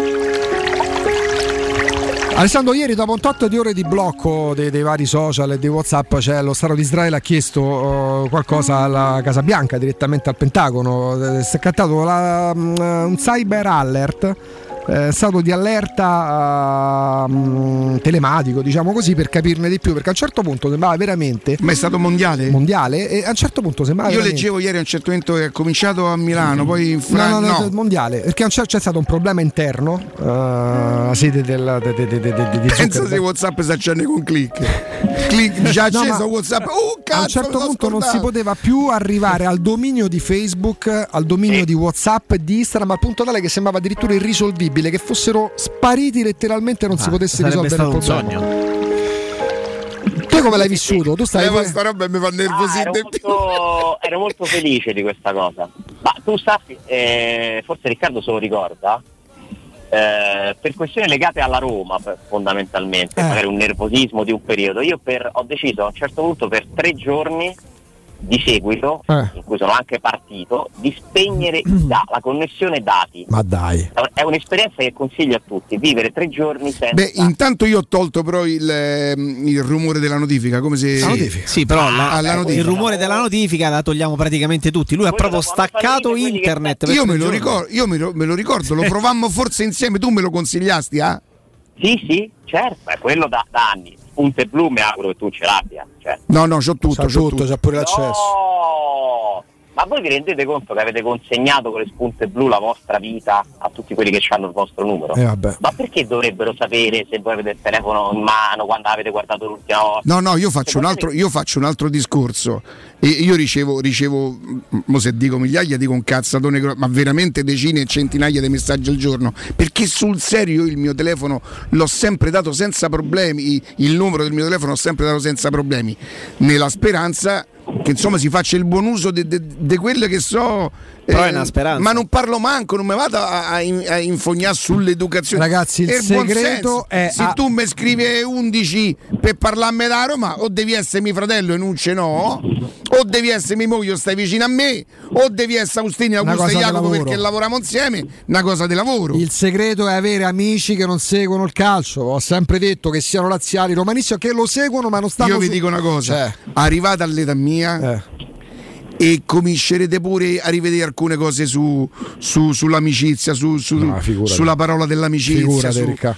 Alessandro, ieri dopo un tot di ore di blocco dei vari social e di WhatsApp, c'è lo Stato di Israele ha chiesto qualcosa alla Casa Bianca, direttamente al Pentagono. Si è scattato un cyber alert, stato di allerta telematico, diciamo così, per capirne di più, perché a un certo punto sembrava veramente. Ma è stato mondiale, e a un certo punto sembrava. Io leggevo ieri a un certo momento che è cominciato a Milano, poi in Francia. No, mondiale, perché c'è stato un problema interno, la sede di pensa se WhatsApp si accende con click già acceso WhatsApp. Cazzo, a un certo punto non si poteva più arrivare al dominio di Facebook, al dominio di WhatsApp e di Instagram, al punto tale che sembrava addirittura irrisolvibile, che fossero spariti letteralmente e non si potesse risolvere il problema. Tu come l'hai vissuto? Tu stai questa roba e mi fa nervosire. Ero molto felice di questa cosa. Ma tu sappi, forse Riccardo se lo ricorda, per questioni legate alla Roma fondamentalmente, magari un nervosismo di un periodo, io ho deciso a un certo punto per 3 giorni di seguito, in cui sono anche partito, di spegnere la connessione dati. Ma dai, è un'esperienza che consiglio a tutti, vivere 3 giorni senza. Beh, intanto io ho tolto però il rumore della notifica, come se. La notifica. Sì, però notifica. Il rumore della notifica la togliamo praticamente tutti. Lui ha proprio staccato internet. Io me lo ricordo, lo provammo forse insieme, tu me lo consigliasti, Sì, certo, è quello da anni. Punte blu mi auguro che tu ce l'abbia. Cioè. No, c'ho tutto. C'ha pure l'accesso. Ma voi vi rendete conto che avete consegnato con le spunte blu la vostra vita a tutti quelli che hanno il vostro numero? Ma perché dovrebbero sapere se voi avete il telefono in mano, quando avete guardato l'ultima volta? No, io faccio un altro discorso. Io ricevo, mo se dico migliaia, dico un cazzatone, ma veramente decine e centinaia di messaggi al giorno, perché sul serio il mio telefono l'ho sempre dato senza problemi, il numero del mio telefono l'ho sempre dato senza problemi, nella speranza che insomma si faccia il buon uso di quelle che so. Però è una speranza. Ma non parlo manco, non mi vado a infognare sull'educazione. Ragazzi, il segreto è se tu mi scrivi 11 per parlarmi da Roma, o devi essere mio fratello e non ce n'ho, o devi essere mia moglie, stai vicino a me, o devi essere Agostino, Augusto e Jacopo perché lavoriamo insieme, una cosa di lavoro. Il segreto è avere amici che non seguono il calcio. Ho sempre detto che siano laziali, romanisti, che lo seguono ma non stanno. Io vi dico una cosa, arrivata all'età mia e comincerete pure a rivedere alcune cose sull'amicizia, sulla parola dell'amicizia.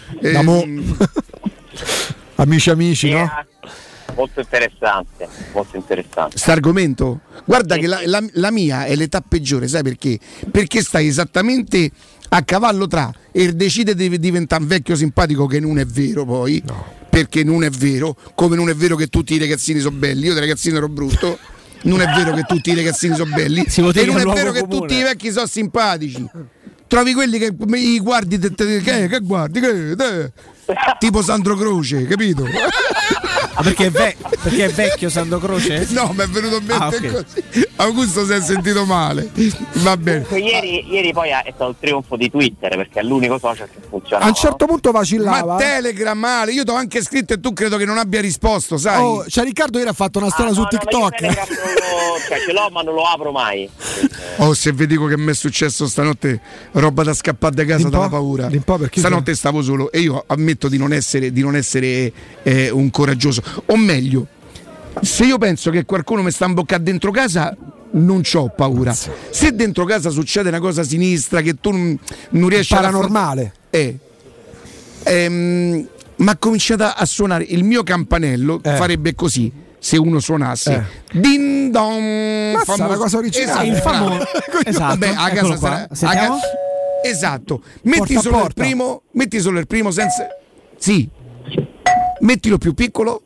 Amici, no? Molto interessante. St'argomento? Guarda che la mia è l'età peggiore, sai perché? Perché stai esattamente a cavallo tra e decide di diventare un vecchio simpatico, che non è vero poi, perché non è vero, come non è vero che tutti i ragazzini sono belli, io da ragazzino ero brutto. Non è vero che tutti i ragazzini sono belli e non è vero che tutti i vecchi sono simpatici. Trovi quelli che i guardi che guardi tipo Sandro Croce, capito? Perché è vecchio Sandro Croce? No, mi è venuto in mente così. Augusto si è sentito male. Va bene. Ieri poi è stato il trionfo di Twitter, perché è l'unico social che funziona. A un certo punto vacillava. Ma Telegram male, io ti ho anche scritto e tu credo che non abbia risposto, sai? Riccardo ieri ha fatto una storia su TikTok. Ce l'ho ma non lo apro mai. Se vi dico che mi è successo stanotte, roba da scappare da casa dalla paura. Stanotte stavo solo e io ammetto di non essere un coraggioso. O meglio, se io penso che qualcuno mi sta imboccando dentro casa, non c'ho paura. Se dentro casa succede una cosa sinistra che tu non riesci a paranormale, ma ha cominciato a suonare il mio campanello, farebbe così se uno suonasse din don, una cosa originale, il famoso. Esatto. Vabbè, a casa sarà esatto. Metti solo il primo senza. Sì. Mettilo più piccolo.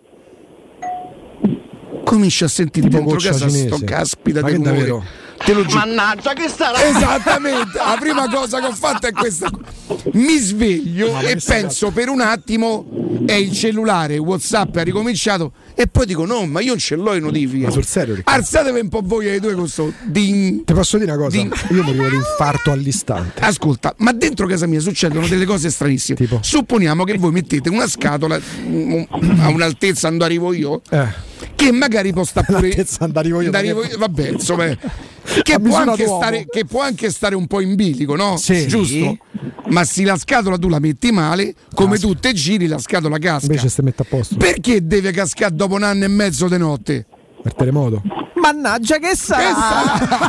Comincia a sentire tipo dentro casa sto caspita di rumore. Te lo giuro. Mannaggia, che sarà? Esattamente, la prima cosa che ho fatto è questa. Mi sveglio e penso per un attimo è il cellulare, WhatsApp ha ricominciato e poi dico no, ma io non ce l'ho in notifiche. Ma sul serio, Riccardo? Alzatevi un po' voi ai due con sto ding. Ti posso dire una cosa? Io morivo di infarto all'istante. Ascolta, ma dentro casa mia succedono delle cose stranissime. Tipo? Supponiamo che voi mettete una scatola a un'altezza quando arrivo io, che magari può stare pure vabbè, insomma, che può anche stare un po' in bilico, no? Sì. Giusto? Ma se la scatola tu la metti male, come tu te giri la scatola casca. Invece si mette a posto. Perché deve cascare dopo un anno e mezzo di notte? Per terremoto. Mannaggia che sarà?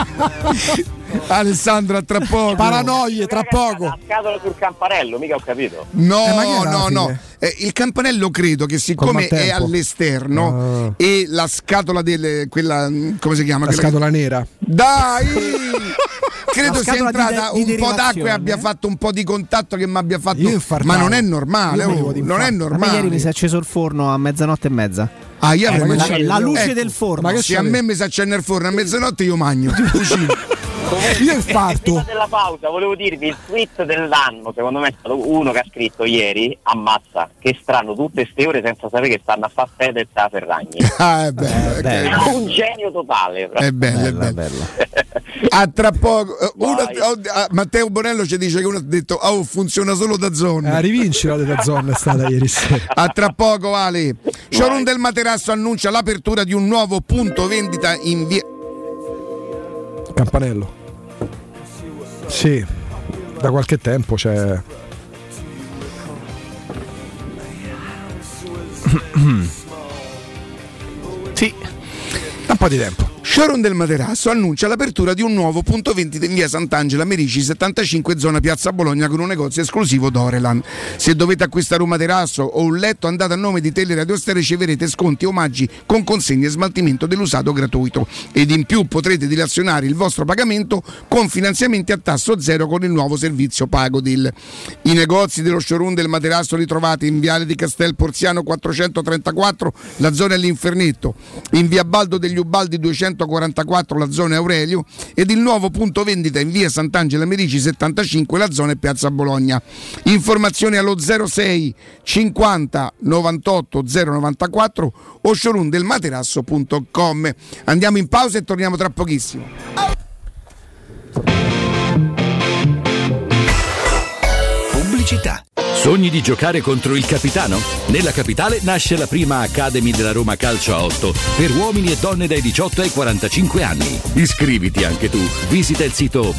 Alessandra, tra poco. Paranoie, tra poco. La scatola sul campanello, mica ho capito. No. Il campanello credo che siccome è all'esterno e la scatola quella come si chiama? La scatola nera. Dai! Credo sia entrata un po' d'acqua e abbia fatto un po' di contatto che mi abbia fatto. Ma non è normale, non è normale. Ieri mi si è acceso il forno a mezzanotte e mezza. La luce del forno. Ma che se a me mi si accende il forno a mezzanotte io mangio. Io infarto. Della pausa, volevo dirvi il tweet dell'anno, secondo me è stato uno che ha scritto ieri, ammazza, che strano tutte ste ore senza sapere che stanno a fare Fedez a Ferragni. È bello. Un genio totale. È bello. A tra poco Matteo Bonello ci dice che uno ha detto funziona solo da zona. Rivincila da zona è stata ieri sera. A tra poco, Ale. Showroom del Materasso annuncia l'apertura di un nuovo punto vendita in via Campanello. Sì, da qualche tempo c'è. Sì, da un po' di tempo. Showroom del Materasso annuncia l'apertura di un nuovo punto vendita in via Sant'Angela Merici 75 zona Piazza Bologna con un negozio esclusivo Dorelan. Se dovete acquistare un materasso o un letto, andate a nome di Teleradio Stereo, riceverete sconti e omaggi con consegne e smaltimento dell'usato gratuito, ed in più potrete dilazionare il vostro pagamento con finanziamenti a tasso zero con il nuovo servizio Pagodil. I negozi dello Showroom del Materasso li trovate in viale di Castel Porziano 434, la zona all'Infernetto, in via Baldo degli Ubaldi 244, la zona Aurelio, ed il nuovo punto vendita in via Sant'Angela Merici 75, la zona Piazza Bologna. Informazioni allo 06 50 98 094 o showroomdelmaterasso.com. Andiamo in pausa e torniamo tra pochissimo. Pubblicità. Sogni di giocare contro il capitano? Nella capitale nasce la prima Academy della Roma Calcio a 8 per uomini e donne dai 18 ai 45 anni. Iscriviti anche tu. Visita il sito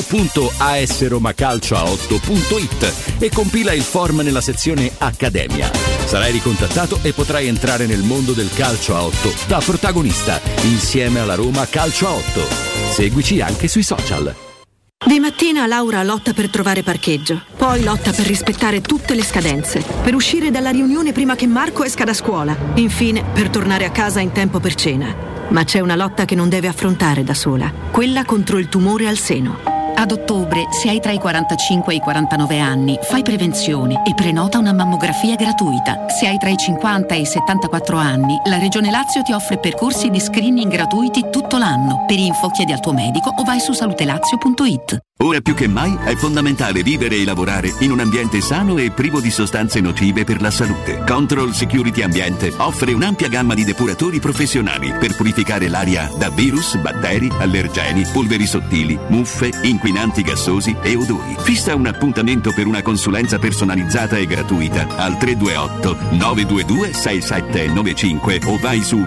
www.asromacalcioa8.it e compila il form nella sezione Accademia. Sarai ricontattato e potrai entrare nel mondo del calcio a 8 da protagonista insieme alla Roma Calcio a 8. Seguici anche sui social. Di mattina Laura lotta per trovare parcheggio, poi lotta per rispettare tutte le scadenze, per uscire dalla riunione prima che Marco esca da scuola, infine per tornare a casa in tempo per cena. Ma c'è una lotta che non deve affrontare da sola, quella contro il tumore al seno. Ad ottobre, se hai tra i 45 e i 49 anni, fai prevenzione e prenota una mammografia gratuita. Se hai tra i 50 e i 74 anni, la Regione Lazio ti offre percorsi di screening gratuiti tutto l'anno. Per info chiedi al tuo medico o vai su salutelazio.it. Ora più che mai è fondamentale vivere e lavorare in un ambiente sano e privo di sostanze nocive per la salute. Control Security Ambiente offre un'ampia gamma di depuratori professionali per purificare l'aria da virus, batteri, allergeni, polveri sottili, muffe, inquinanti gassosi e odori. Fissa un appuntamento per una consulenza personalizzata e gratuita al 328 922 6795 o vai su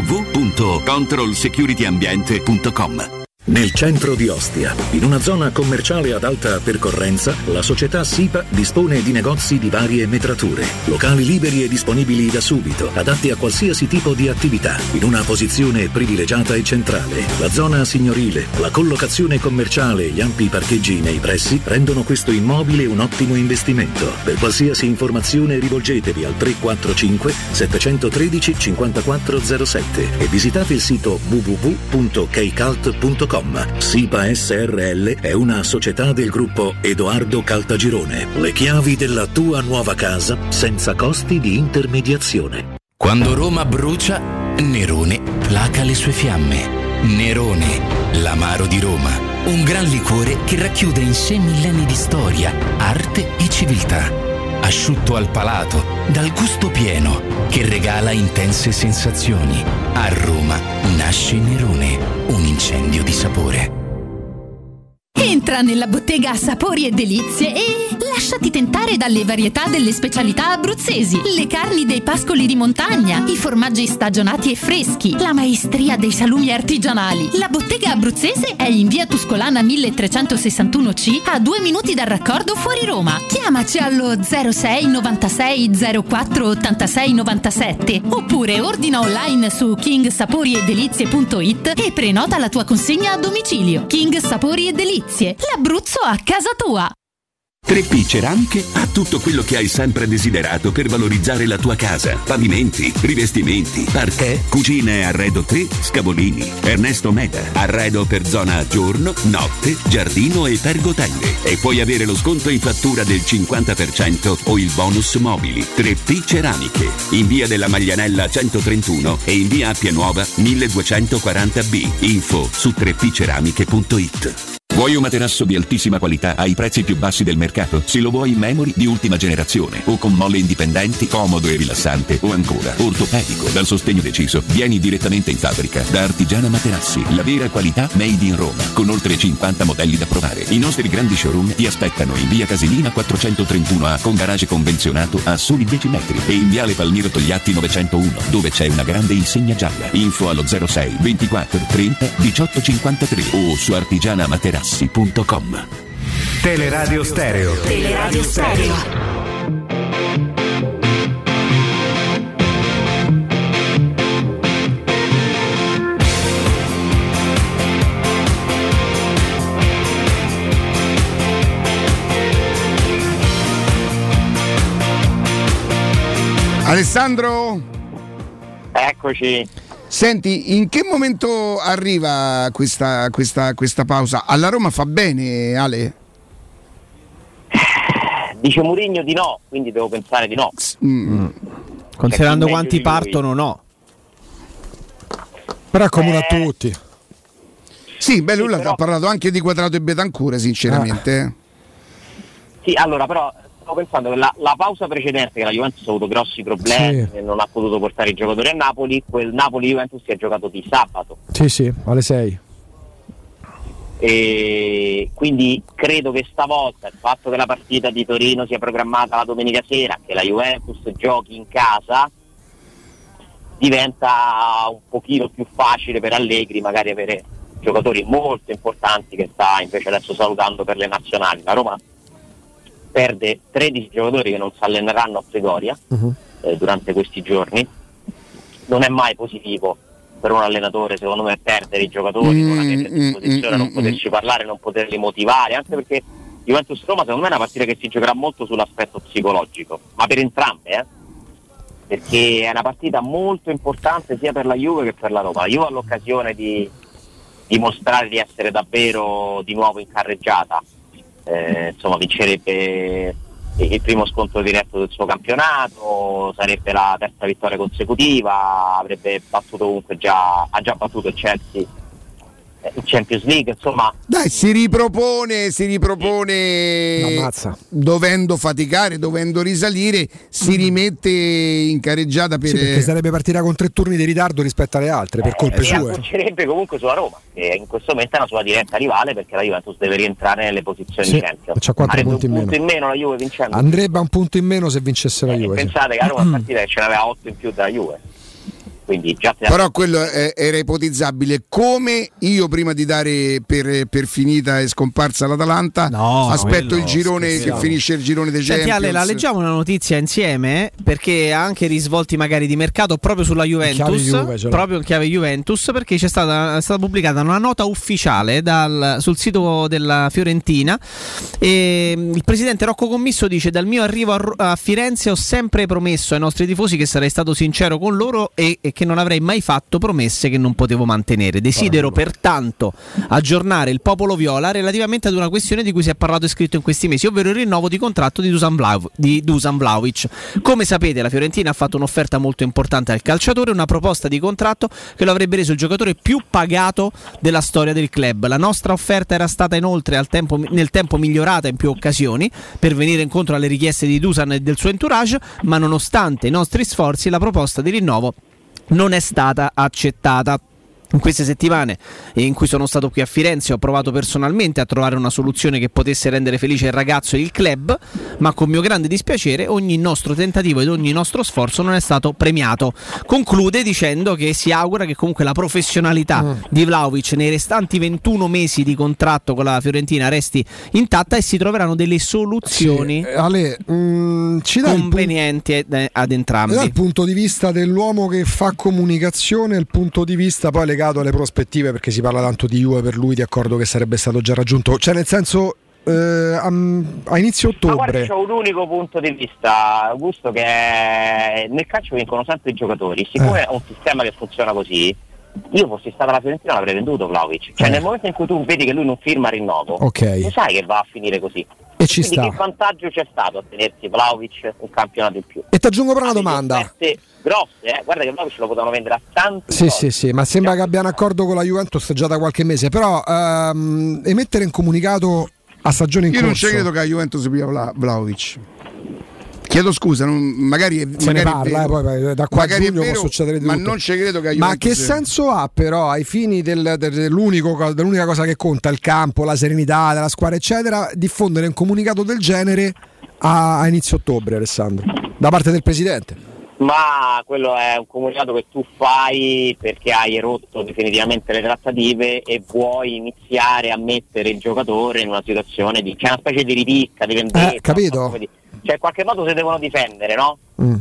www.controlsecurityambiente.com. Nel centro di Ostia, in una zona commerciale ad alta percorrenza, la società SIPA dispone di negozi di varie metrature, locali liberi e disponibili da subito, adatti a qualsiasi tipo di attività, in una posizione privilegiata e centrale. La zona signorile, la collocazione commerciale e gli ampi parcheggi nei pressi rendono questo immobile un ottimo investimento. Per qualsiasi informazione rivolgetevi al 345 713 5407 e visitate il sito www.kcalt.com. SIPA SRL è una società del gruppo Edoardo Caltagirone. Le chiavi della tua nuova casa senza costi di intermediazione. Quando Roma brucia, Nerone placa le sue fiamme. Nerone, l'amaro di Roma. Un gran liquore che racchiude in sé millenni di storia, arte e civiltà. Asciutto al palato, dal gusto pieno, che regala intense sensazioni. A Roma nasce Nerone, un incendio di sapore. Entra nella bottega Sapori e Delizie e lasciati tentare dalle varietà delle specialità abruzzesi, le carni dei pascoli di montagna, i formaggi stagionati e freschi, la maestria dei salumi artigianali. La bottega abruzzese è in via Tuscolana 1361C, a 2 minuti dal raccordo fuori Roma. Chiamaci allo 06 96 04 86 97 oppure ordina online su kingsaporiedelizie.it e prenota la tua consegna a domicilio. King Sapori e Delizie, l'Abruzzo a casa tua. 3P Ceramiche ha tutto quello che hai sempre desiderato per valorizzare la tua casa. Pavimenti, rivestimenti, parquet, cucine e arredo 3, Scavolini, Ernesto Meda. Arredo per zona giorno, notte, giardino e pergotelle. E puoi avere lo sconto in fattura del 50% o il bonus mobili. 3P Ceramiche, in via della Maglianella 131 e in via Appia Nuova 1240B. Info su 3pceramiche.it. Vuoi un materasso di altissima qualità ai prezzi più bassi del mercato? Se lo vuoi in memory di ultima generazione o con molle indipendenti, comodo e rilassante, o ancora ortopedico dal sostegno deciso, vieni direttamente in fabbrica da Artigiana Materassi, la vera qualità made in Roma, con oltre 50 modelli da provare. I nostri grandi showroom ti aspettano in via Casilina 431A con garage convenzionato a soli 10 metri e in viale Palmiro Togliatti 901 dove c'è una grande insegna gialla. Info allo 06 24 30 18 53 o su artigianamaterassi.com. Teleradio Stereo. Teleradio Stereo. Alessandro? Eccoci. Senti, in che momento arriva questa pausa? Alla Roma fa bene, Ale? Dice Mourinho di no, quindi devo pensare di no. Considerando quanti partono, no. Però accomuna a tutti. Sì, beh, lui ha parlato anche di Quadrato e Bentancur, sinceramente. Sì, allora, però stavo pensando che la pausa precedente, che la Juventus ha avuto grossi problemi e non ha potuto portare i giocatori a Napoli, quel Napoli-Juventus si è giocato di sabato. Sì, alle 6. E quindi credo che stavolta il fatto che la partita di Torino sia programmata la domenica sera, che la Juventus giochi in casa, diventa un pochino più facile per Allegri magari avere giocatori molto importanti che sta invece adesso salutando per le nazionali. La Roma perde 13 giocatori che non si alleneranno a Trigoria durante questi giorni. Non è mai positivo per un allenatore, secondo me, perdere i giocatori, non avere a disposizione, non poterci parlare, non poterli motivare, anche perché Juventus-Roma secondo me è una partita che si giocherà molto sull'aspetto psicologico, ma per entrambe, perché è una partita molto importante sia per la Juve che per la Roma. La Juve ha l'occasione di dimostrare di essere davvero di nuovo in carreggiata, insomma vincerebbe il primo scontro diretto del suo campionato, sarebbe la terza vittoria consecutiva, avrebbe battuto comunque ha già battuto il Chelsea in Champions League, insomma. Dai, si ripropone dovendo faticare, dovendo risalire, si rimette in carreggiata perché sarebbe partita con 3 turni di ritardo rispetto alle altre per colpe sue. Accorcerebbe comunque sulla Roma, che in questo momento è una sua diretta rivale, perché la Juventus deve rientrare nelle posizioni Champions. C'ha 4 punti in meno la Juve vincendo. Andrebbe a un punto in meno se vincesse la Juve. Pensate che la Roma partita che ce n'aveva 8 in più della Juve. Quindi già però quello era ipotizzabile. Come io prima di dare per finita e scomparsa l'Atalanta, aspetto il girone che finisce il girone dei Champions. Ale, la leggiamo una notizia insieme, perché ha anche risvolti magari di mercato proprio sulla Juventus, proprio in chiave Juventus, perché è stata pubblicata una nota ufficiale sul sito della Fiorentina e il presidente Rocco Commisso dice: dal mio arrivo a Firenze ho sempre promesso ai nostri tifosi che sarei stato sincero con loro e che non avrei mai fatto promesse che non potevo mantenere. Desidero pertanto aggiornare il popolo viola relativamente ad una questione di cui si è parlato e scritto in questi mesi, ovvero il rinnovo di contratto di Dusan Vlahovic. Come sapete, la Fiorentina ha fatto un'offerta molto importante al calciatore, una proposta di contratto che lo avrebbe reso il giocatore più pagato della storia del club. La nostra offerta era stata inoltre nel tempo migliorata in più occasioni per venire incontro alle richieste di Dusan e del suo entourage, ma nonostante i nostri sforzi la proposta di rinnovo non è stata accettata. In queste settimane in cui sono stato qui a Firenze ho provato personalmente a trovare una soluzione che potesse rendere felice il ragazzo e il club, ma con mio grande dispiacere ogni nostro tentativo ed ogni nostro sforzo non è stato premiato. Conclude dicendo che si augura che comunque la professionalità di Vlahovic nei restanti 21 mesi di contratto con la Fiorentina resti intatta e si troveranno delle soluzioni convenienti ad entrambi. Dal punto di vista dell'uomo che fa comunicazione, il punto di vista poi alle prospettive, perché si parla tanto di Juve per lui, di accordo che sarebbe stato già raggiunto, cioè nel senso a inizio ottobre. Ma guarda, c'è un unico punto di vista, Augusto, che è nel calcio vincono sempre i giocatori, siccome è un sistema che funziona così. Io fossi stata la Fiorentina l'avrei venduto Vlahovic, cioè nel momento in cui tu vedi che lui non firma rinnovo, tu sai che va a finire così. E ci quindi sta. Che vantaggio c'è stato a tenersi Vlahovic un campionato in più? E ti aggiungo però una domanda grosse, guarda che Vlahovic lo potevano vendere a tanti sì, ma sembra che abbia un accordo con la Juventus già da qualche mese, però emettere un comunicato a stagione in corso. Io non ci credo che la Juventus pia Vlahovic. Chiedo scusa, magari se ne parla, poi da qua a giugno può succedere tutto. Ma non ci credo che la Juventus. Ma che senso ha però ai fini dell'unica cosa che conta, il campo, la serenità della squadra eccetera, diffondere un comunicato del genere a inizio ottobre, Alessandro, da parte del presidente? Ma quello è un comunicato che tu fai perché hai rotto definitivamente le trattative e vuoi iniziare a mettere il giocatore in una situazione c'è una specie di ripicca, di vendetta. Capito? Cioè in qualche modo si devono difendere, no?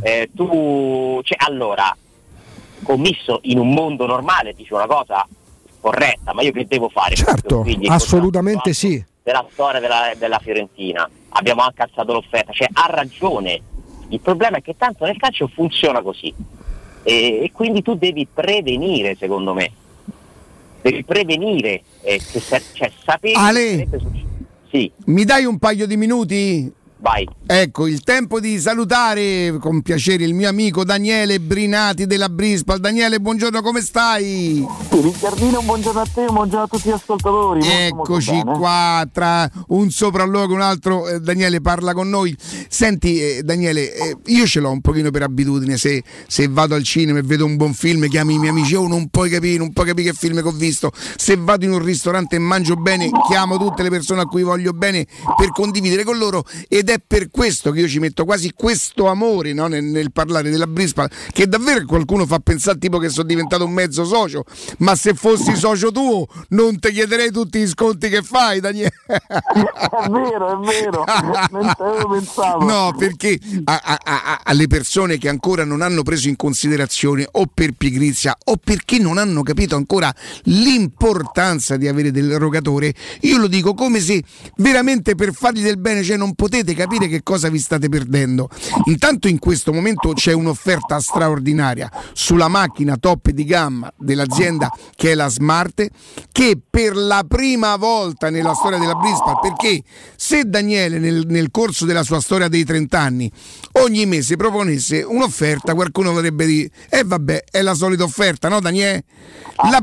Allora, Commisso in un mondo normale dice una cosa corretta, ma io che devo fare? Certo, assolutamente sì. Della storia della Fiorentina abbiamo anche alzato l'offerta, cioè ha ragione Il problema è che tanto nel calcio funziona così e quindi tu devi prevenire, secondo me. Devi prevenire, cioè sapere. Ale, sì. Mi dai un paio di minuti? Vai. Ecco, il tempo di salutare con piacere il mio amico Daniele Brinati della Brispal. Daniele, buongiorno, come stai? Riccardino, buongiorno a te, buongiorno a tutti gli ascoltatori. Eccoci qua, tra un sopralluogo e un altro, Daniele parla con noi. Senti, Daniele, io ce l'ho un pochino per abitudine, se vado al cinema e vedo un buon film, chiamo i miei amici, non puoi capire che film che ho visto. Se vado in un ristorante e mangio bene, chiamo tutte le persone a cui voglio bene per condividere con loro, ed è per questo che io ci metto quasi questo amore, no? nel parlare della Brispal, che davvero qualcuno fa pensare tipo che sono diventato un mezzo socio, ma se fossi socio tuo non ti chiederei tutti gli sconti che fai, Daniele. È vero, non ci avevo pensato. No, perché alle persone che ancora non hanno preso in considerazione, o per pigrizia o perché non hanno capito ancora l'importanza di avere dell'erogatore, io lo dico come se veramente per fargli del bene, cioè non potete capire che cosa vi state perdendo. Intanto in questo momento c'è un'offerta straordinaria sulla macchina top di gamma dell'azienda che è la Smart, che per la prima volta nella storia della Brispal, perché se Daniele nel corso della sua storia dei 30 anni ogni mese proponesse un'offerta, qualcuno potrebbe dire vabbè, è la solita offerta, no Daniele? La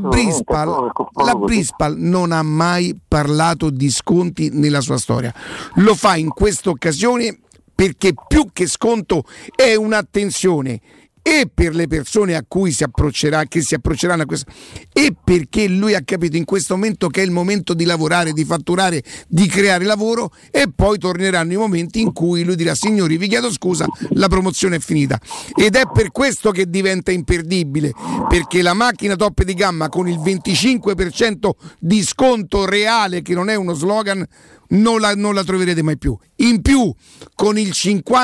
Brispal non ha mai parlato di sconti nella sua storia, lo fa in questa occasione perché più che sconto è un'attenzione e per le persone a cui si approcceranno a questo, e perché lui ha capito in questo momento che è il momento di lavorare, di fatturare, di creare lavoro, e poi torneranno i momenti in cui lui dirà: signori, vi chiedo scusa, la promozione è finita. Ed è per questo che diventa imperdibile, perché la macchina top di gamma con il 25% di sconto reale, che non è uno slogan, non la troverete mai più. In più, con il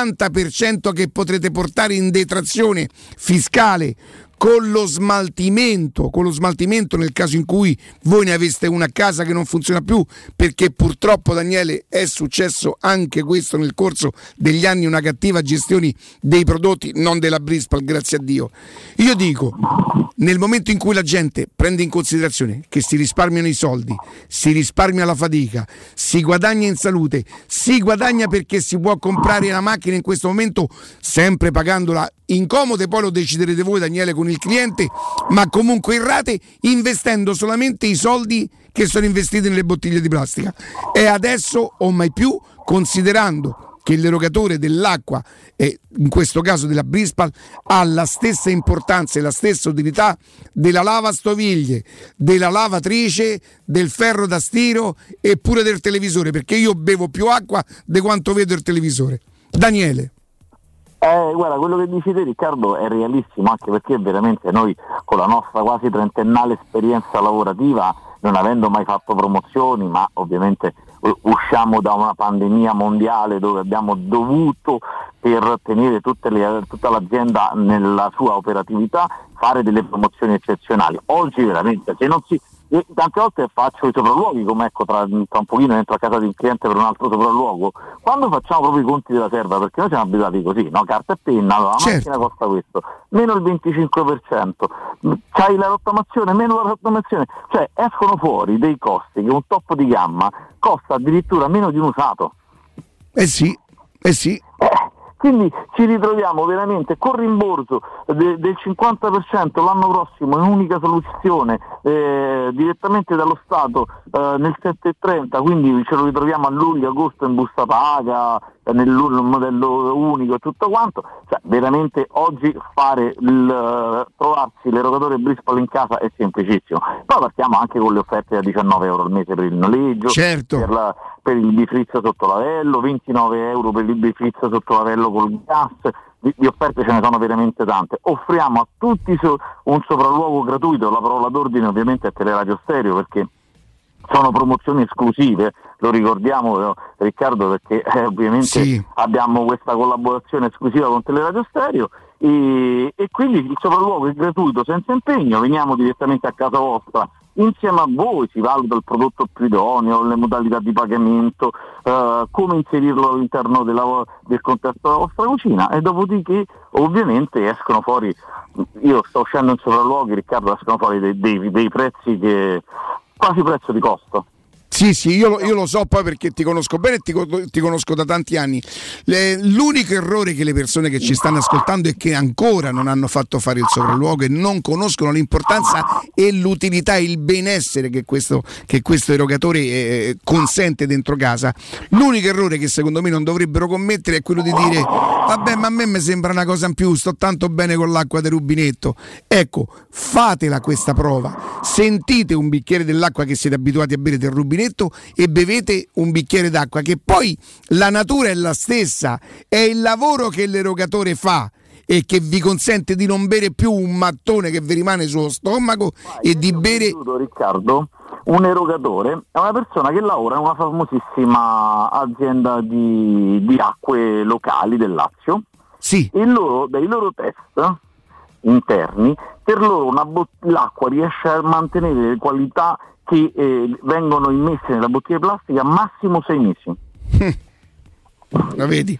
50% che potrete portare in detrazione fiscale, con lo smaltimento nel caso in cui voi ne aveste una a casa che non funziona più, perché purtroppo, Daniele, è successo anche questo nel corso degli anni, una cattiva gestione dei prodotti, non della Brispal, grazie a Dio. Io dico, nel momento in cui la gente prende in considerazione che si risparmiano i soldi, si risparmia la fatica, si guadagna in salute, si guadagna perché si può comprare la macchina in questo momento sempre pagandola incomode, poi lo deciderete voi, Daniele, con il cliente, ma comunque in rate, investendo solamente i soldi che sono investiti nelle bottiglie di plastica. E adesso o mai più, considerando che l'erogatore dell'acqua, e in questo caso della Brispal, ha la stessa importanza e la stessa utilità della lavastoviglie, della lavatrice, del ferro da stiro e pure del televisore, perché io bevo più acqua di quanto vedo il televisore. Daniele. Guarda, quello che dici te, Riccardo, è realissimo, anche perché veramente noi, con la nostra quasi trentennale esperienza lavorativa, non avendo mai fatto promozioni, ma ovviamente usciamo da una pandemia mondiale dove abbiamo dovuto, per tenere tutta l'azienda nella sua operatività, fare delle promozioni eccezionali. Oggi veramente, se non si... tante volte faccio i sopralluoghi, come ecco tra un pochino entro a casa di un cliente per un altro sopralluogo, quando facciamo proprio i conti della serva, perché noi siamo abituati così, no? Carta e penna, allora, la macchina costa questo, meno il 25%, c'hai la rottamazione, meno la rottamazione, cioè escono fuori dei costi che un top di gamma costa addirittura meno di un usato. Sì. Quindi ci ritroviamo veramente con rimborso del 50% l'anno prossimo in unica soluzione direttamente dallo Stato nel 7,30, quindi ce lo ritroviamo a luglio, agosto in busta paga, nel modello unico e tutto quanto. Cioè, veramente oggi trovarsi l'erogatore Brispal in casa è semplicissimo. Poi partiamo anche con le offerte da 19 euro al mese per il noleggio, certo, per il bifrizz sotto lavello, 29 euro per il bifrizz sotto lavello col gas. Di offerte ce ne sono veramente tante. Offriamo a tutti un sopralluogo gratuito, la parola d'ordine ovviamente è Teleradio Stereo, perché sono promozioni esclusive, lo ricordiamo Riccardo, perché ovviamente abbiamo questa collaborazione esclusiva con Teleradio Stereo, e quindi il sopralluogo è gratuito, senza impegno, veniamo direttamente a casa vostra insieme a voi si valuta il prodotto più idoneo, le modalità di pagamento, come inserirlo all'interno del contesto della vostra cucina, e dopodiché ovviamente escono fuori, io sto uscendo in sopralluoghi, Riccardo, escono fuori dei prezzi che quasi prezzo di costo. Sì, io lo so poi perché ti conosco bene e ti conosco da tanti anni. L'unico errore che le persone che ci stanno ascoltando e che ancora non hanno fatto fare il sopralluogo e non conoscono l'importanza e l'utilità e il benessere che questo erogatore consente dentro casa, l'unico errore che secondo me non dovrebbero commettere è quello di dire vabbè, ma a me mi sembra una cosa in più, sto tanto bene con l'acqua del rubinetto. Ecco, fatela questa prova, sentite un bicchiere dell'acqua che siete abituati a bere del rubinetto e bevete un bicchiere d'acqua, che poi la natura è la stessa, è il lavoro che l'erogatore fa e che vi consente di non bere più un mattone che vi rimane sullo stomaco e di bere. Riccardo, un erogatore è una persona che lavora in una famosissima azienda di acque locali del Lazio. Sì. E loro, dai loro test interni, per loro l'acqua riesce a mantenere le qualità che vengono immesse nella bottiglia di plastica massimo 6 mesi. La vedi?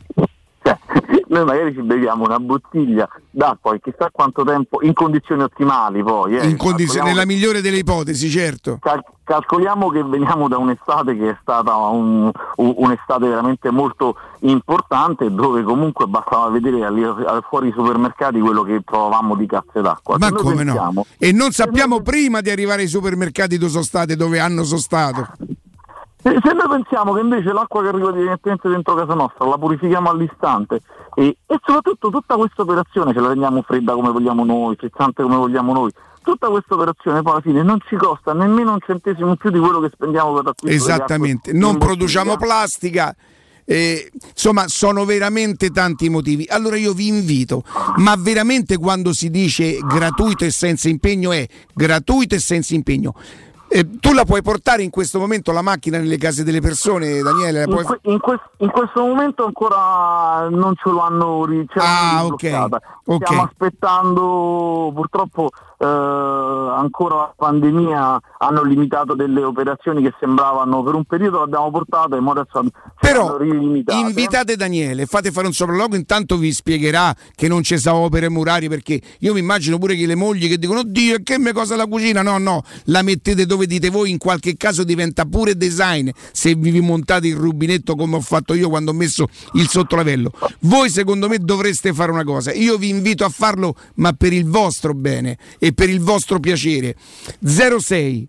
Noi magari ci beviamo una bottiglia d'acqua e chissà quanto tempo, in condizioni ottimali poi. Nella migliore delle ipotesi, certo. Calcoliamo che veniamo da un'estate che è stata un'estate veramente molto importante, dove comunque bastava vedere fuori i supermercati quello che trovavamo di cazze d'acqua. Ma come no? E non sappiamo prima di arrivare ai supermercati dove hanno sostato. Se noi pensiamo che invece l'acqua che arriva direttamente dentro casa nostra la purifichiamo all'istante e soprattutto tutta questa operazione ce la rendiamo fredda come vogliamo noi, frizzante come vogliamo noi, tutta questa operazione poi alla fine non ci costa nemmeno un centesimo in più di quello che spendiamo per l'acquisto. Esattamente, non produciamo plastica. Insomma, sono veramente tanti i motivi. Allora io vi invito, ma veramente quando si dice gratuito e senza impegno è gratuito e senza impegno. Tu la puoi portare in questo momento la macchina nelle case delle persone, Daniele? In questo momento ancora non ce lo hanno sbloccata. Stiamo aspettando, purtroppo ancora la pandemia hanno limitato delle operazioni che sembravano, per un periodo l'abbiamo portata e adesso però invitate Daniele, fate fare un sopralluogo, intanto vi spiegherà che non ci sono opere murarie, perché io mi immagino pure che le mogli che dicono oddio che me cosa la cucina, no, la mettete dove dite voi, in qualche caso diventa pure design se vi montate il rubinetto come ho fatto io quando ho messo il sottolavello. Voi secondo me dovreste fare una cosa, io vi invito a farlo ma per il vostro bene e per il vostro piacere. 06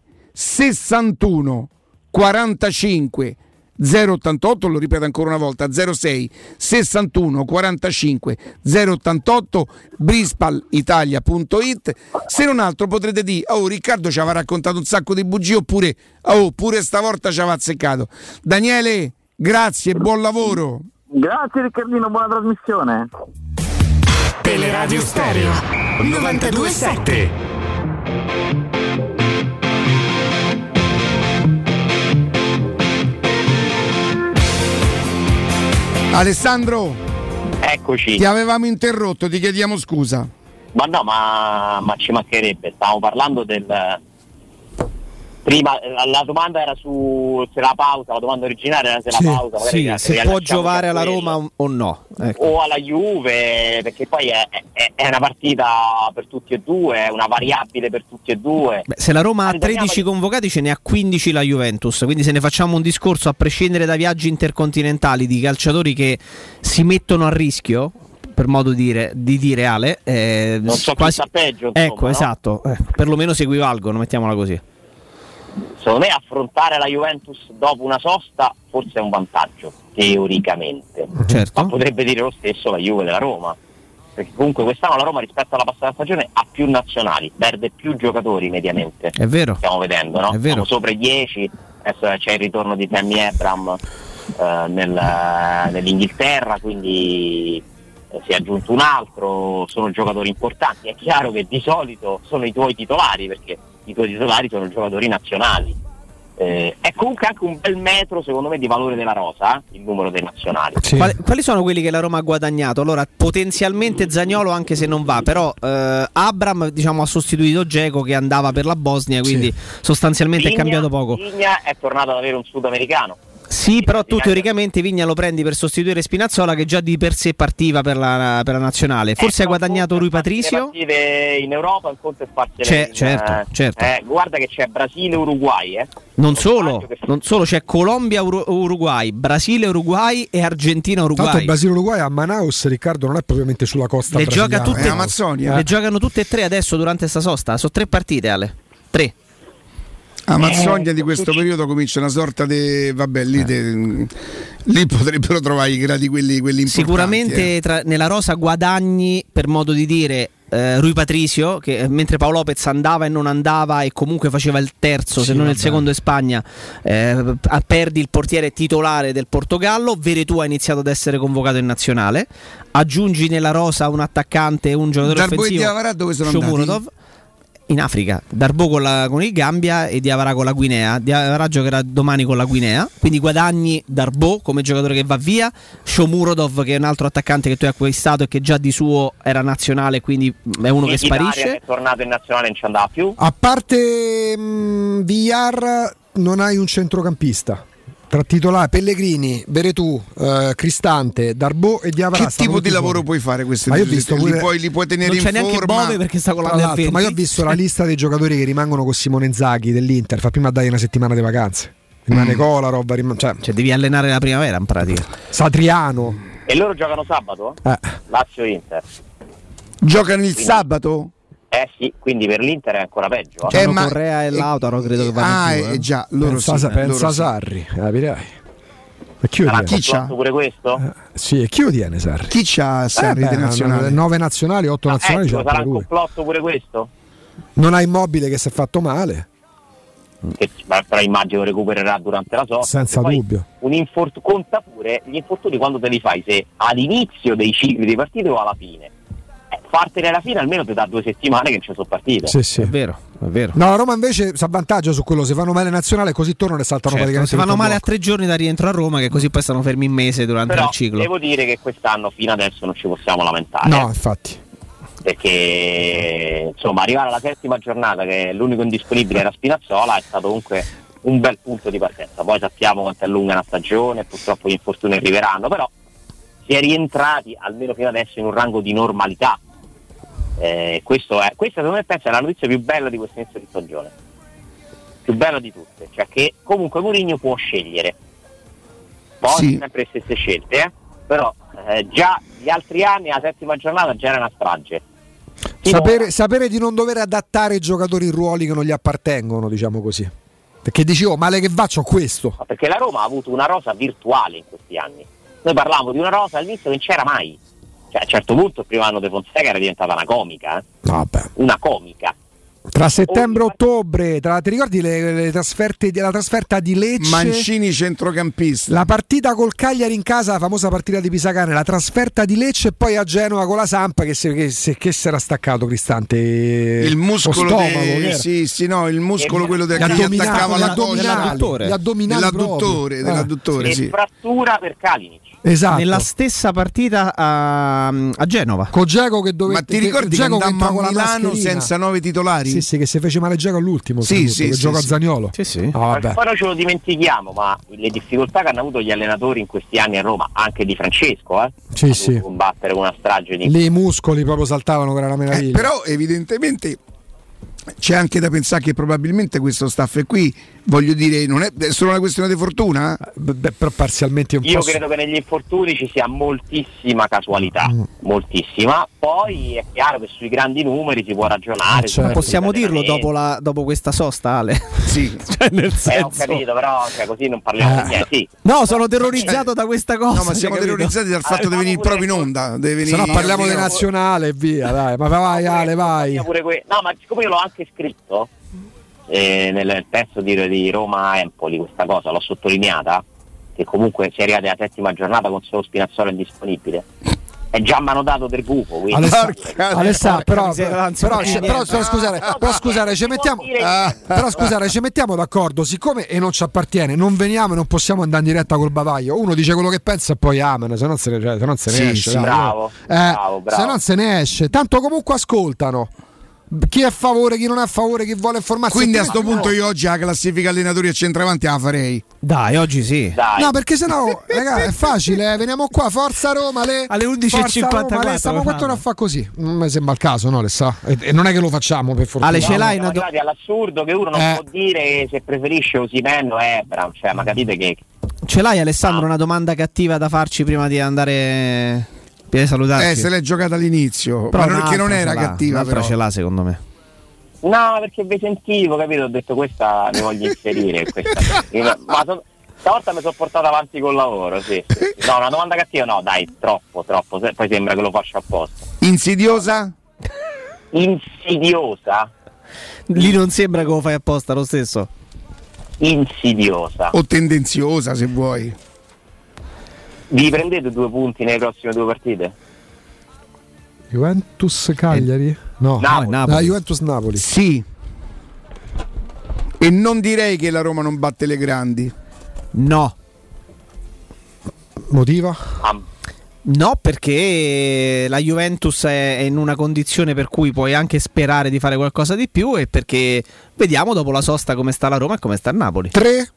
61 45 088, lo ripeto ancora una volta, 06 61 45 088, brispalitalia.it. Se non altro potrete dire Riccardo ci aveva raccontato un sacco di bugie, oppure pure stavolta ci aveva azzeccato. Daniele, grazie, buon lavoro. Grazie Riccardino, buona trasmissione. Teleradio Stereo 92.7. Alessandro, eccoci. Ti avevamo interrotto, ti chiediamo scusa. Ma no, ma ci mancherebbe, stavamo parlando del... Prima la domanda era su se la pausa, la domanda originale era se la pausa se può giovare alla Roma o no, ecco. O alla Juve, perché poi è una partita per tutti e due, è una variabile per tutti e due. Se la Roma ha 13 convocati ce ne ha 15 la Juventus, quindi se ne facciamo un discorso a prescindere da viaggi intercontinentali di calciatori che si mettono a rischio, per modo di dire Ale, non so quasi... chi sta peggio, insomma, ecco, no? Esatto, perlomeno si equivalgono, mettiamola così. Secondo me affrontare la Juventus dopo una sosta forse è un vantaggio, teoricamente. Certo. Ma potrebbe dire lo stesso la Juve della Roma, perché comunque quest'anno la Roma rispetto alla passata stagione ha più nazionali, perde più giocatori mediamente. È vero. Stiamo vedendo, no? È vero. Siamo sopra i 10, adesso c'è il ritorno di Tammy Abraham nell'Inghilterra, quindi si è aggiunto un altro, sono giocatori importanti. È chiaro che di solito sono i tuoi titolari, perché i tuoi titolari sono giocatori nazionali, è comunque anche un bel metro secondo me di valore della rosa, il numero dei nazionali. Sì. Quali sono quelli che la Roma ha guadagnato? Allora, potenzialmente Zaniolo, anche se non va, però Abram, diciamo, ha sostituito Dzeko che andava per la Bosnia, quindi sostanzialmente Vigna, è cambiato poco. Vigna è tornato ad avere un sudamericano. Sì, però tu teoricamente Vigna lo prendi per sostituire Spinazzola, che già di per sé partiva per la nazionale. Forse ha guadagnato Rui Patricio. Le partite in Europa, un conto è farsele certo. Guarda che c'è Brasile e Uruguay. Non solo, c'è Colombia, Uruguay, Brasile, Uruguay e Argentina, Uruguay. Tanto il Brasile Uruguay a Manaus, Riccardo, non è propriamente sulla costa brasiliana. Le giocano tutte e tre adesso durante sta sosta. Sono 3 partite, Ale. 3. Amazzonia di questo periodo comincia una sorta di lì potrebbero trovare i gradi quelli importanti. Sicuramente nella rosa guadagni, per modo di dire, Rui Patricio, che mentre Paolo Lopez andava e non andava e comunque faceva il terzo, se non il secondo in Spagna, perdi il portiere titolare del Portogallo. Veretù ha iniziato ad essere convocato in nazionale, aggiungi nella rosa un attaccante e un giocatore offensivo. Darboe e Diawara dove sono andati? In Africa, Darboe con il Gambia e Diawara con la Guinea. Diawara giocherà domani con la Guinea, quindi guadagni Darboe come giocatore che va via, Shomurodov che è un altro attaccante che tu hai acquistato e che già di suo era nazionale, quindi è uno che sparisce. Che è tornato in nazionale non ci andava più. A parte Villar non hai un centrocampista. Tra titolare Pellegrini, Veretù, Cristante, Darboe e Diawara. Che tipo di lavoro puoi fare queste due? Li puoi tenere in forma? Non c'è neanche Bove perché sta con la ma io ho visto la lista dei giocatori che rimangono con Simone Inzaghi dell'Inter. Fa prima a dargli una settimana di vacanze. Rimane Kolarov, cioè devi allenare la primavera in pratica. Satriano. E loro giocano sabato? Lazio-Inter. Giocano il sabato? Sì, quindi per l'Inter è ancora peggio. Correa e Lautaro credo che vadano giù. Già, loro pensa Sarri, capirai. Chi c'ha? Pure questo? Sì, e chi lo tiene Sarri? Chi c'ha Sarri di nazionale? 9 nazionali, 8 nazionali. Sarà un complotto pure questo? Non ha Immobile che si è fatto male. Però immagino recupererà durante la sosta. Senza dubbio. Conta pure gli infortuni quando te li fai, se all'inizio dei cicli di partite o alla fine. Fartene alla fine almeno ti dà 2 settimane che non ci sono partite. Sì. È vero. No, Roma invece si avvantaggia su quello, se vanno male nazionale così tornano e saltano praticamente. Se vanno male a 3 giorni da rientro a Roma, che così poi stanno fermi un mese durante il ciclo. Devo dire che quest'anno fino adesso non ci possiamo lamentare. No, infatti. Perché insomma arrivare alla 7ª giornata che l'unico indisponibile era Spinazzola è stato comunque un bel punto di partenza. Poi sappiamo quanto è lunga una stagione, purtroppo gli infortuni arriveranno, però si è rientrati almeno fino adesso in un rango di normalità. Questa secondo me penso è la notizia più bella di questo inizio di stagione, più bella di tutte, cioè che comunque Mourinho può scegliere, poi sempre le stesse scelte, però già gli altri anni la 7ª giornata già era una strage. Sapere di non dover adattare i giocatori in ruoli che non gli appartengono, diciamo così, perché dici male che faccio questo, perché la Roma ha avuto una rosa virtuale in questi anni. Noi parlavamo di una rosa all'inizio che non c'era mai. Cioè, a un certo punto il primo anno di Fonseca era diventata una comica. Una comica. Tra settembre e ottobre, ti ricordi le trasferte, la trasferta di Lecce? Mancini centrocampista. La partita col Cagliari in casa, la famosa partita di Pisacane, la trasferta di Lecce e poi a Genova con la Samp che si era staccato Cristante. Il muscolo il muscolo quello che gli attaccava la coscia. Dell'adduttore. E frattura per Kalinic. Esatto. Nella stessa partita a Genova. Con Dzeko che doveva. Ma ti ricordi che andammo a Milano senza 9 titolari? Sì, che si fece male Dzeko all'ultimo. Che gioca a Zaniolo. Poi noi ce lo dimentichiamo, ma le difficoltà che hanno avuto gli allenatori in questi anni a Roma, anche di Francesco, combattere con una strage di. Lì i muscoli proprio saltavano, che era una meraviglia. Però evidentemente c'è anche da pensare che probabilmente questo staff qui, voglio dire, non è solo una questione di fortuna? Però parzialmente io credo che negli infortuni ci sia moltissima casualità, moltissima. Poi è chiaro che sui grandi numeri si può ragionare. Possiamo dirlo dopo questa sosta, Ale? Sì. Nel senso... ho capito, però così non parliamo di niente. Sì. No, sono terrorizzato da questa cosa. No, ma siamo terrorizzati dal fatto di venire proprio in onda. Se no parliamo di nazionale e via, dai. Ma vai Ale, vai. No, ma siccome io l'ho anche scritto nel pezzo di Roma-Empoli, questa cosa l'ho sottolineata, che comunque si è arrivati alla 7ª giornata con solo Spinazzola indisponibile. è già manodato del buco. Alessandro, scusate, ci mettiamo d'accordo, siccome e non ci appartiene, non veniamo e non possiamo andare in diretta col bavaglio. Uno dice quello che pensa e poi amen, se non se ne esce. Bravo. Se non se ne esce, tanto comunque ascoltano. Chi è a favore, chi non è a favore, chi vuole informarsi. Quindi a sto punto io oggi la classifica allenatori a centravanti la farei. Dai, oggi sì. Dai. No, perché sennò ragazzi, è facile, veniamo qua, forza Roma alle 11:54. Stiamo quanto a fa così. Non mi sembra il caso, no, Alessà? E non è che lo facciamo per fortuna. Ale, ce l'hai siamo arrivati all'assurdo che uno non può dire se preferisce Osimhen o Ebram, cioè, ma capite che ce l'hai, Alessandro, una domanda cattiva da farci prima di andare per salutarci? Se l'è giocata all'inizio, però ma perché non era cattiva, però ce l'ha secondo me. no, perché vi sentivo, capito? Ho detto questa ne voglio inserire ma stavolta mi sono portato avanti col lavoro, sì. No, una domanda cattiva no, dai, troppo, poi sembra che lo faccio apposta. Insidiosa? Lì non sembra che lo fai apposta lo stesso. Insidiosa o tendenziosa, se vuoi. Vi prendete 2 punti nelle prossime 2 partite? Juventus Cagliari? No, Napoli. Juventus Napoli. Sì. E non direi che la Roma non batte le grandi. No. Motiva? No, perché la Juventus è in una condizione per cui puoi anche sperare di fare qualcosa di più, e perché vediamo dopo la sosta come sta la Roma e come sta il Napoli.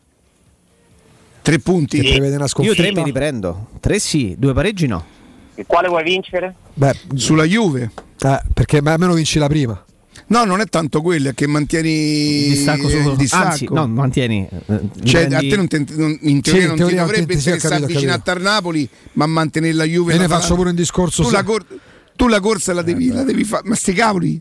3 punti. Prevede una sconfitta? Io 3 mi riprendo. 3 sì, 2 pareggi no. E quale vuoi vincere? Beh, sulla Juve. Perché almeno vinci la prima. No, non è tanto quello, è che mantieni il distacco. Anzi, no, mantieni. Cioè, a te in teoria non ti dovrebbe interessare avvicinarti al Napoli, ma mantenere la Juve. E ne faccio pure un discorso. Tu la corsa la devi fare. Ma sti cavoli!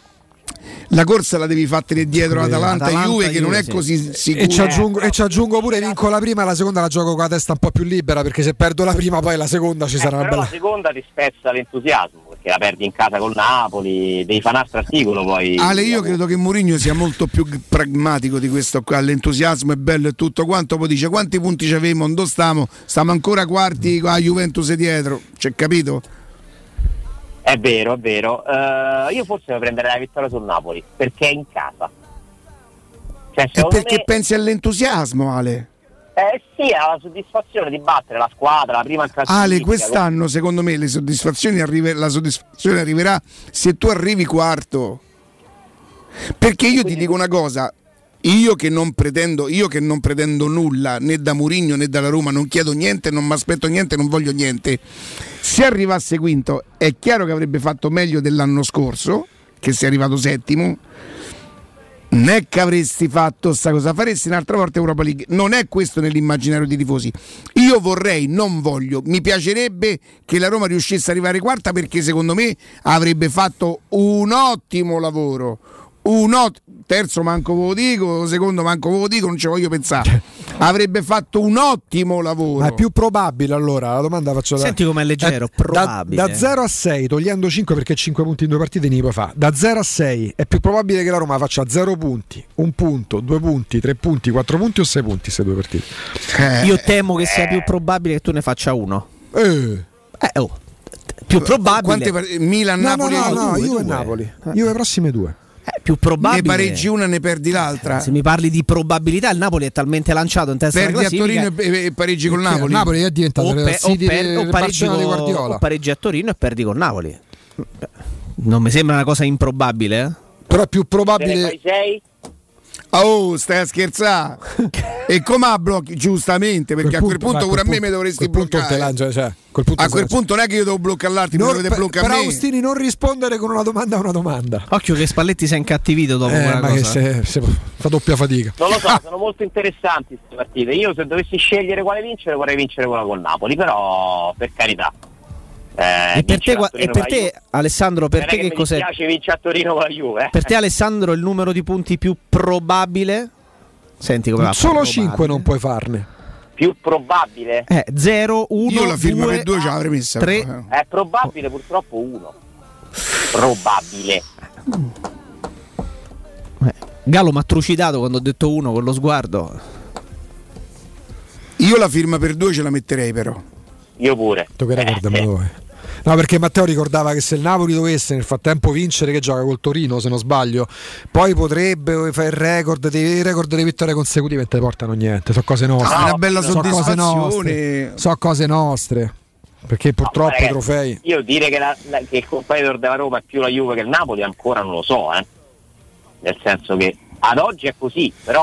La corsa la devi fattere dietro Atalanta e Juve, che non è così sicuro. E ci aggiungo pure, vinco la prima e la seconda la gioco con la testa un po' più libera, perché se perdo la prima poi la seconda ci sarà una bella. La seconda ti spezza l'entusiasmo, perché la perdi in casa col Napoli, devi fare un altro articolo poi. Ale, io credo che Mourinho sia molto più pragmatico di questo qua. L'entusiasmo è bello e tutto quanto, poi dice quanti punti ci avevamo, dove stiamo ancora quarti con la Juventus dietro, c'è, capito? È vero. Io forse mi prenderei la vittoria sul Napoli, perché è in casa. Cioè, e perché pensi all'entusiasmo, Ale? Sì, alla soddisfazione di battere la squadra, la prima in classifica. Ale, quest'anno secondo me la soddisfazione arriverà se tu arrivi quarto. Perché io ti dico una cosa, io che non pretendo nulla né da Mourinho né dalla Roma, non chiedo niente, non mi aspetto niente, non voglio niente. Se arrivasse quinto è chiaro che avrebbe fatto meglio dell'anno scorso, che sei arrivato settimo. Non è che avresti fatto sta cosa, faresti un'altra volta Europa League. Non è questo nell'immaginario dei tifosi. Io mi piacerebbe che la Roma riuscisse ad arrivare quarta, perché secondo me avrebbe fatto un ottimo lavoro. Terzo manco ve lo dico, secondo manco ve lo dico, non ci voglio pensare. Avrebbe fatto un ottimo lavoro. Ma è più probabile, allora la domanda faccio da. Senti com'è leggero, probabile. Da 0 a 6, togliendo 5 perché 5 punti in 2 partite ne puoi fare. Da 0 a 6 è più probabile che la Roma faccia 0 punti, 1 punto, 2 punti, 3 punti, 4 punti o 6 punti queste 2 partite. Io temo che sia più probabile che tu ne faccia 1. Più probabile. Milan, Napoli. No, Juve e Napoli. Juve prossime 2. Più probabile. Ne pareggi una, ne perdi l'altra. Se mi parli di probabilità, il Napoli è talmente lanciato in testa alla classifica. Perdi a Torino e pareggi col Napoli. Napoli è diventato o pareggi a Torino e perdi col Napoli. Non mi sembra una cosa improbabile, Però è più probabile. Oh, stai a scherzare? E come a blocchi? Giustamente, perché a quel punto pure a me mi dovresti bloccare. A quel punto non è che io devo bloccare l'altro, mi dovete bloccare a me. Però Agostini, non rispondere con una domanda a una domanda. Occhio che Spalletti si è incattivito dopo quella cosa. Che fa doppia fatica. Non lo so, sono molto interessanti queste partite. Io se dovessi scegliere quale vincere, vorrei vincere quella col Napoli, però per carità. E per te Alessandro, per te che cos'è? Mi piace vincere a Torino con la Juve. Per te Alessandro il numero di punti più probabile? Senti come va. Solo 5 non puoi farne. Più probabile? 0, 1, io la firma 2, per 2 ce l'avrei messa 3. È probabile purtroppo 1. Probabile. Gallo mi ha trucidato quando ho detto 1 con lo sguardo. Io la firma per 2 ce la metterei, però. Io pure. Toccherà guardiamo voi. No, perché Matteo ricordava che se il Napoli dovesse nel frattempo vincere, che gioca col Torino se non sbaglio, poi potrebbe fare il record delle vittorie consecutive e te portano niente, sono cose nostre. Una bella soddisfazione. Sono cose nostre. Perché purtroppo ragazzi, i trofei. Io dire che il competitor della Roma è più la Juve che il Napoli ancora non lo so, nel senso che ad oggi è così, però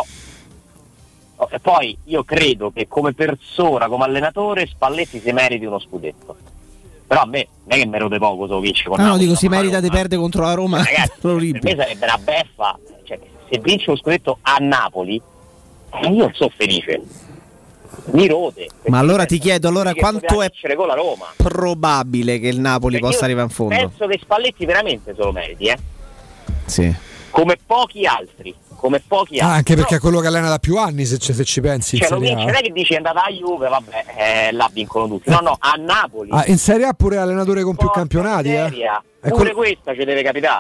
e poi io credo che come persona, come allenatore, Spalletti si meriti uno scudetto. Però a me non è che mi rode poco se lo vince con Napoli. No, dico si merita di perdere contro la Roma. Ragazzi, per me sarebbe una beffa, cioè, se vince lo scudetto a Napoli io sono felice, mi rode. Ma allora ti chiedo, quanto è con la Roma probabile che il Napoli possa arrivare in fondo? Penso che Spalletti veramente se lo meriti, Sì. Come pochi altri. Anche perché è quello che allena da più anni, se ci pensi. Cioè, lo vince, non è che dici è andata a Juve, vabbè, là vincono tutti. No, a Napoli. In Serie A pure allenatore con più campionati, Pure questa ci deve capitare.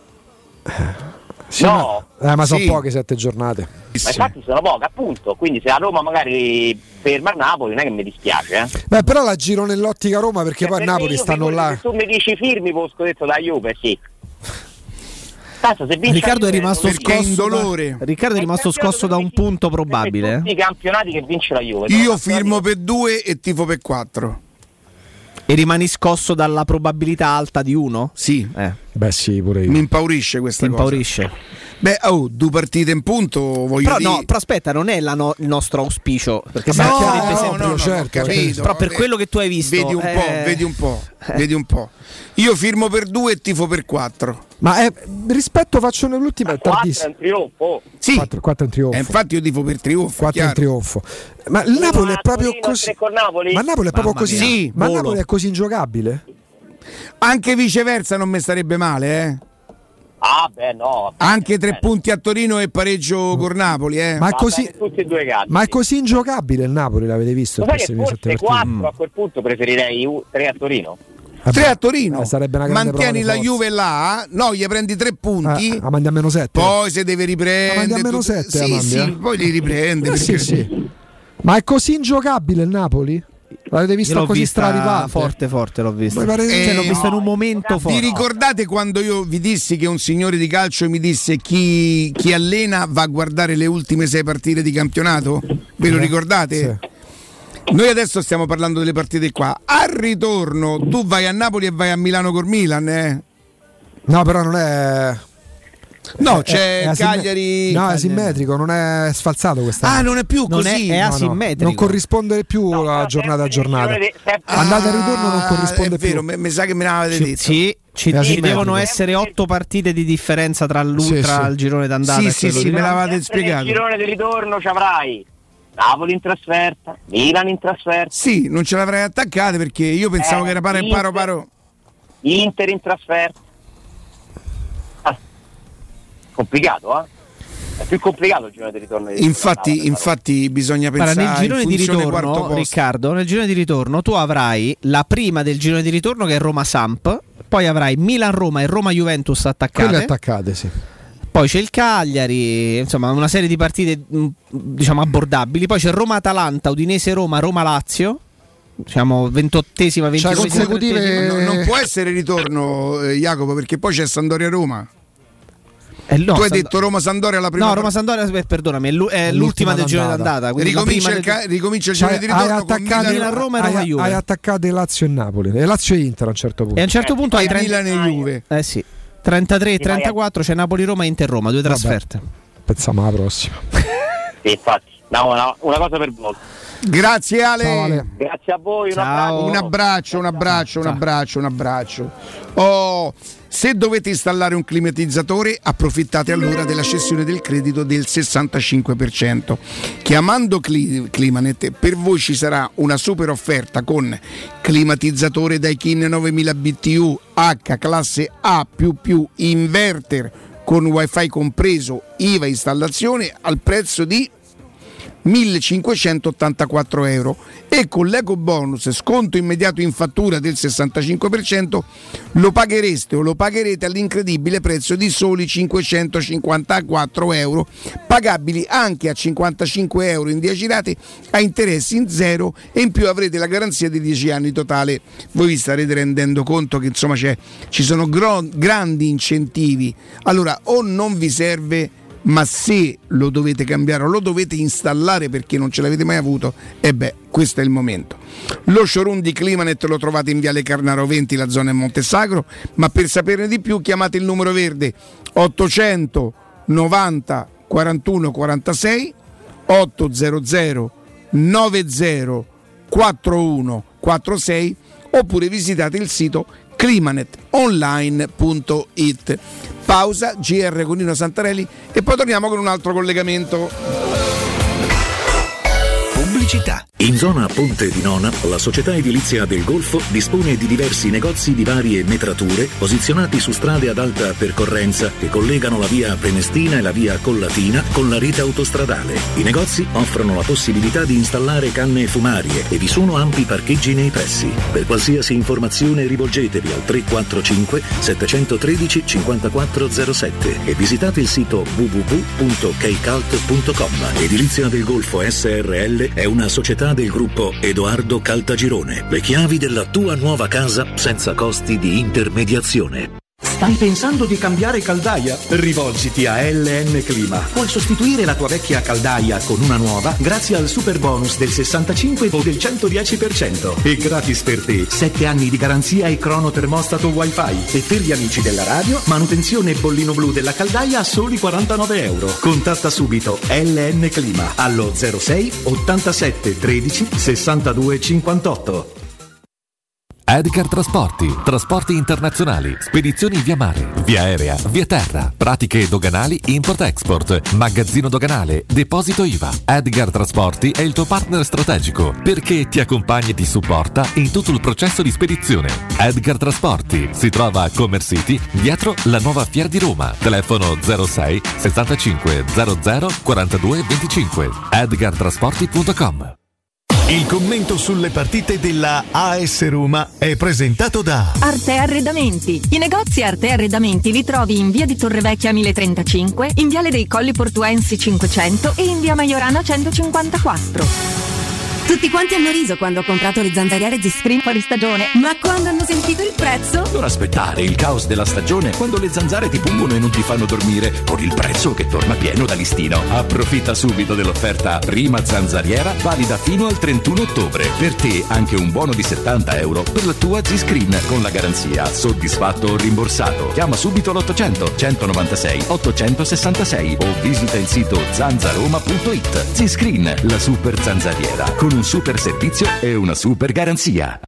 Sì, no, ma sono poche 7 giornate. Ma infatti sono poche, appunto. Quindi se la Roma magari ferma il Napoli, non è che mi dispiace. Beh, però la giro nell'ottica Roma, perché poi a Napoli stanno là. Se tu mi dici firmi per lo scudetto da Juve, sì. Riccardo è rimasto scosso da un punto probabile. I campionati che vince la Juve. Io firmo per 2 e tifo per 4. E rimani scosso dalla probabilità alta di 1? Sì. Beh sì, pure io. Mi impaurisce questa cosa. Beh, 2 partite in punto, voglio però dire. No, però aspetta, non è il nostro auspicio, perché certo, capito. Però per quello che tu hai visto, vedi un po'. Io firmo per 2 e tifo per 4. Ma rispetto faccio nell'ultima è tardissimo. 4 è un trionfo. Sì. 4 è un trionfo. Infatti io tifo per trionfo. 4 è un trionfo. Ma il Napoli è proprio così. Ma Napoli è proprio così. Sì, ma Napoli è così ingiocabile? Anche viceversa non mi starebbe male, Ah, beh, no. Anche 3 punti a Torino e pareggio con Napoli, Ma è così. Tutti e due gatti. Ma è così ingiocabile il Napoli, l'avete visto? Lo sai che forse 4 a quel punto preferirei 3 a Torino. 3 a Torino, sarebbe una grande mantieni la Juve là, no, gli prendi 3 punti, ma mandi a meno 7. Poi se deve riprendere, mandi a meno 7, sì, poi li riprende. Sì. Ma è così ingiocabile il Napoli? L'avete visto così straripante? Forte l'ho visto. L'ho visto in un momento forte. Vi ricordate quando io vi dissi che un signore di calcio mi disse chi allena va a guardare le ultime 6 partite di campionato? Ve lo ricordate? Sì. Noi adesso stiamo parlando delle partite qua. Al ritorno tu vai a Napoli e vai a Milano col Milan, No, però non è. No, c'è Cagliari. No, è asimmetrico, non è sfalsato questa. Non è più così. È asimmetrico. Non corrisponde più la giornata a giornata. Andata e ritorno non corrisponde più. È vero, mi sa che me l'avete detto. Sì. Ci devono essere 8 partite di differenza tra il girone d'andata. Sì, me l'avete spiegato. Nel girone di ritorno ci avrai Napoli in trasferta, Milan in trasferta. Sì, non ce l'avrei attaccate perché io pensavo che era paro. Inter in trasferta. Complicato, È più complicato il girone di ritorno. Infatti bisogna pensare nel girone di ritorno, Riccardo, nel girone di ritorno tu avrai la prima del girone di ritorno che è Roma-Samp, poi avrai Milan-Roma e Roma-Juventus attaccate. Quelle attaccate, sì. Poi c'è il Cagliari, insomma una serie di partite diciamo abbordabili. Poi c'è Roma-Atalanta, Udinese-Roma, Roma-Lazio, diciamo 28esima, 29esima consecutive. Non può essere ritorno, Jacopo, perché poi c'è Sampdoria-Roma. No, tu hai detto Roma-Sandoria alla prima. No, Roma-Sandoria, perdonami, è l'ultima del girone d'andata. Ricomincia il girone di ritorno con Milan-Roma e Roma-Juve. Hai attaccato Lazio e Napoli, e Lazio e Inter a un certo punto. E a un certo punto hai Milan e Juve. Sì. 33 e 34 c'è Napoli-Roma e Inter-Roma, 2 trasferte. Pensiamo alla prossima. Sì, infatti. Una cosa per volta. Grazie Ale. Ciao, Ale. Grazie a voi. Un abbraccio. Oh, se dovete installare un climatizzatore, approfittate allora della cessione del credito del 65%. Chiamando Climanet per voi ci sarà una super offerta con climatizzatore Daikin 9000 BTU H classe A++ inverter con wifi compreso, IVA installazione al prezzo di 1.584 € e con l'eco bonus sconto immediato in fattura del 65% lo paghereste o lo pagherete all'incredibile prezzo di soli 554 €, pagabili anche a 55 € in 10 rate a interessi in zero, e in più avrete la garanzia di 10 anni totale. Voi vi starete rendendo conto che insomma ci sono grandi incentivi. Allora, o non vi serve, ma se lo dovete cambiare o lo dovete installare perché non ce l'avete mai avuto, questo è il momento. Lo showroom di Climanet lo trovate in Viale Carnaro 20, la zona è Montesacro, ma per saperne di più chiamate il numero verde 800 90 41 46 800 90 41 46 oppure visitate il sito climanetonline.it. Pausa, GR con Nino Santarelli e poi torniamo con un altro collegamento. Pubblicità. In zona Ponte di Nona, la società edilizia del Golfo dispone di diversi negozi di varie metrature posizionati su strade ad alta percorrenza che collegano la via Prenestina e la via Collatina con la rete autostradale. I negozi offrono la possibilità di installare canne fumarie e vi sono ampi parcheggi nei pressi. Per qualsiasi informazione rivolgetevi al 345 713 5407 e visitate il sito www.keicalt.com. Edilizia del Golfo SRL è una società del gruppo Edoardo Caltagirone. Le chiavi della tua nuova casa senza costi di intermediazione. Stai pensando di cambiare caldaia? Rivolgiti a LN Clima. Puoi sostituire la tua vecchia caldaia con una nuova grazie al super bonus del 65 o del 110% e gratis per te 7 anni di garanzia e cronotermostato wifi, e per gli amici della radio manutenzione bollino blu della caldaia a soli 49 €. Contatta subito LN Clima allo 06 87 13 62 58. Edgar Trasporti, trasporti internazionali, spedizioni via mare, via aerea, via terra, pratiche doganali, import-export, magazzino doganale, deposito IVA. Edgar Trasporti è il tuo partner strategico perché ti accompagna e ti supporta in tutto il processo di spedizione. Edgar Trasporti si trova a Commerce City, dietro la nuova Fiera di Roma. Telefono 06 65 00 42 25. edgartrasporti.com. Il commento sulle partite della AS Roma è presentato da Arte Arredamenti. I negozi Arte Arredamenti li trovi in via di Torrevecchia 1035, in viale dei Colli Portuensi 500 e in via Maiorana 154. Tutti quanti hanno riso quando ho comprato le zanzariere Z-Screen fuori stagione, ma quando hanno sentito il prezzo? Non aspettare il caos della stagione quando le zanzare ti pungono e non ti fanno dormire, con il prezzo che torna pieno da listino. Approfitta subito dell'offerta prima zanzariera valida fino al 31 ottobre. Per te anche un buono di 70 € per la tua Z-Screen con la garanzia soddisfatto o rimborsato. Chiama subito l'800 196 866 o visita il sito zanzaroma.it. Z-Screen, la super zanzariera con un super servizio e una super garanzia.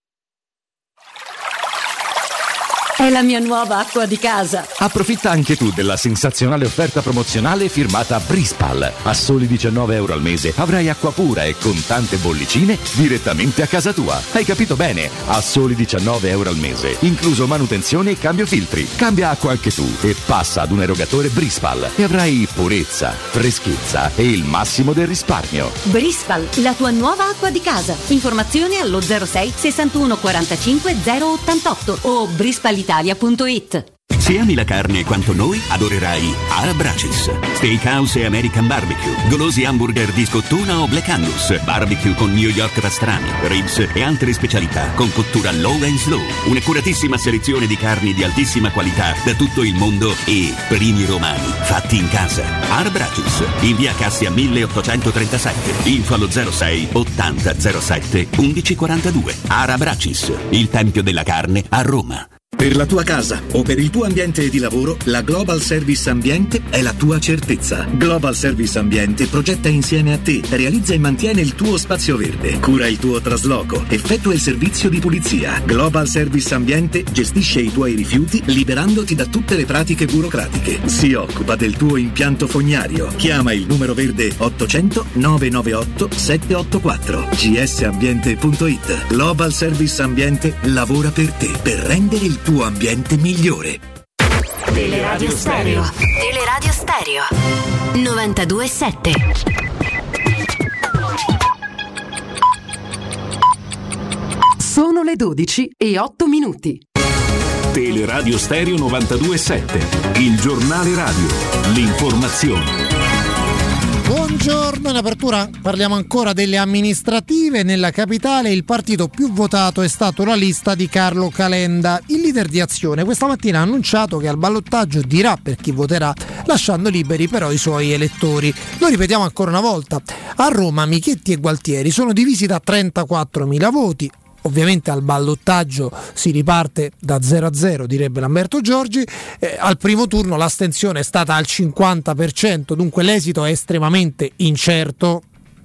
È la mia nuova acqua di casa. Approfitta anche tu della sensazionale offerta promozionale firmata Brispal. A soli 19 € al mese avrai acqua pura e con tante bollicine direttamente a casa tua. Hai capito bene? A soli 19 € al mese, incluso manutenzione e cambio filtri. Cambia acqua anche tu e passa ad un erogatore Brispal e avrai purezza, freschezza e il massimo del risparmio. Brispal, la tua nuova acqua di casa. Informazioni allo 06 61 45 088 o brispalitalia.it. Se ami la carne quanto noi, adorerai Arabracis. Steakhouse e American Barbecue, golosi hamburger di scottuna o Black Angus, barbecue con New York pastrami, ribs e altre specialità con cottura low and slow. Un'accuratissima selezione di carni di altissima qualità da tutto il mondo e primi romani fatti in casa. Arabracis, in via Cassia 1837. Info allo 06 80 07 1142. Arabracis, il tempio della carne a Roma. Per la tua casa o per il tuo ambiente di lavoro, la Global Service Ambiente è la tua certezza. Global Service Ambiente progetta insieme a te, realizza e mantiene il tuo spazio verde, cura il tuo trasloco, effettua il servizio di pulizia. Global Service Ambiente gestisce i tuoi rifiuti liberandoti da tutte le pratiche burocratiche. Si occupa del tuo impianto fognario. Chiama il numero verde 800 998 784. gsambiente.it. Global Service Ambiente lavora per te, per rendere il tuo ambiente migliore. Teleradio Stereo. Teleradio Stereo 92.7. Sono le 12:08. Teleradio Stereo 92.7, il giornale radio, l'informazione. Buongiorno, in apertura parliamo ancora delle amministrative. Nella capitale il partito più votato è stato la lista di Carlo Calenda. Il leader di Azione questa mattina ha annunciato che al ballottaggio dirà per chi voterà, lasciando liberi però i suoi elettori. Lo ripetiamo ancora una volta: a Roma Michetti e Gualtieri sono divisi da 34.000 voti. Ovviamente al ballottaggio si riparte da 0-0, direbbe Lamberto Giorgi. Al primo turno l'astensione è stata al 50%, dunque l'esito è estremamente incerto.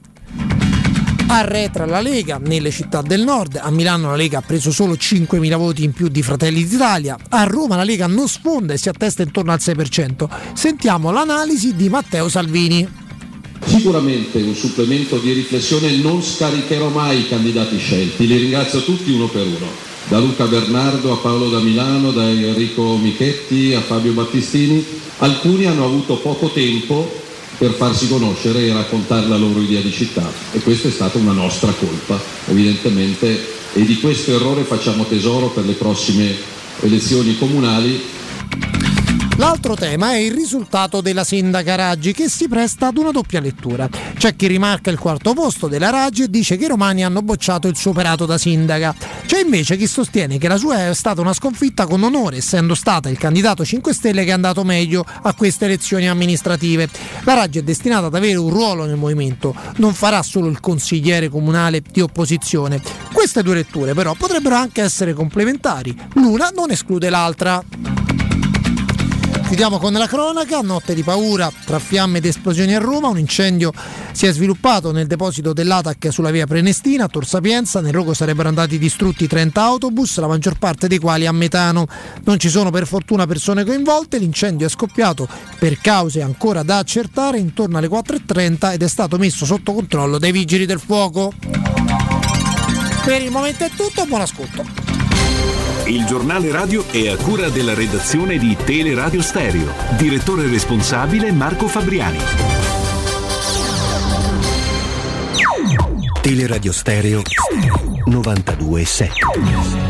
Arretra la Lega nelle città del nord. A Milano la Lega ha preso solo 5.000 voti in più di Fratelli d'Italia. A Roma la Lega non sfonda e si attesta intorno al 6%. Sentiamo l'analisi di Matteo Salvini. Sicuramente un supplemento di riflessione, non scaricherò mai i candidati scelti, li ringrazio tutti uno per uno, da Luca Bernardo a Paolo da Milano, da Enrico Michetti a Fabio Battistini. Alcuni hanno avuto poco tempo per farsi conoscere e raccontare la loro idea di città, e questa è stata una nostra colpa evidentemente, e di questo errore facciamo tesoro per le prossime elezioni comunali. L'altro tema è il risultato della sindaca Raggi, che si presta ad una doppia lettura. C'è chi rimarca il quarto posto della Raggi e dice che i romani hanno bocciato il suo operato da sindaca. C'è invece chi sostiene che la sua è stata una sconfitta con onore, essendo stata il candidato 5 Stelle che è andato meglio a queste elezioni amministrative. La Raggi è destinata ad avere un ruolo nel movimento, non farà solo il consigliere comunale di opposizione. Queste due letture però potrebbero anche essere complementari, l'una non esclude l'altra. Chiudiamo con la cronaca. Notte di paura tra fiamme ed esplosioni a Roma. Un incendio si è sviluppato nel deposito dell'ATAC sulla via Prenestina a Tor Sapienza. Nel rogo sarebbero andati distrutti 30 autobus, la maggior parte dei quali a metano. Non ci sono per fortuna persone coinvolte. L'incendio è scoppiato per cause ancora da accertare intorno alle 4:30 ed è stato messo sotto controllo dai vigili del fuoco. Per il momento è tutto, buon ascolto. Il giornale radio è a cura della redazione di Teleradio Stereo. Direttore responsabile Marco Fabriani. Teleradio Stereo 92.7.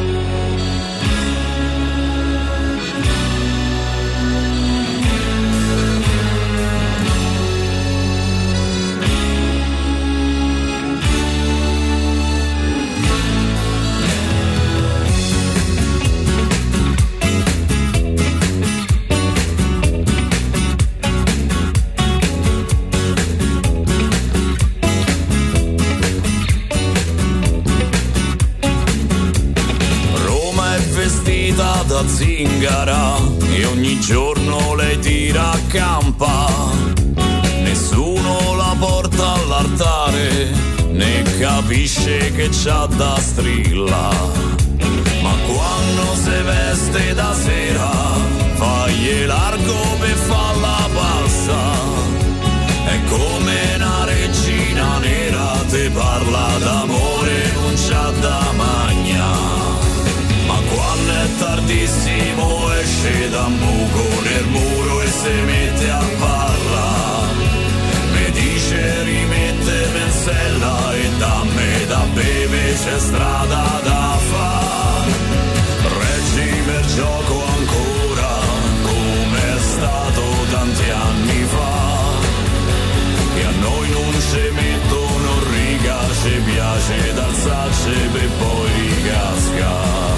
Da zingara e ogni giorno lei tira a campa, nessuno la porta all'altare né capisce che c'ha da strilla, ma quando se veste da sera fagli largo per farla passa, è come una regina nera, te parla d'amore non c'ha da magna. Ma quando è tardissimo esce da un buco nel muro e si mette a parlare. Mi dice rimette pensella e dammi da bere, c'è strada da fare. Reggi per gioco ancora come è stato tanti anni fa. E a noi non ci mettono riga, ci piace d'alzarci per poi ricascare.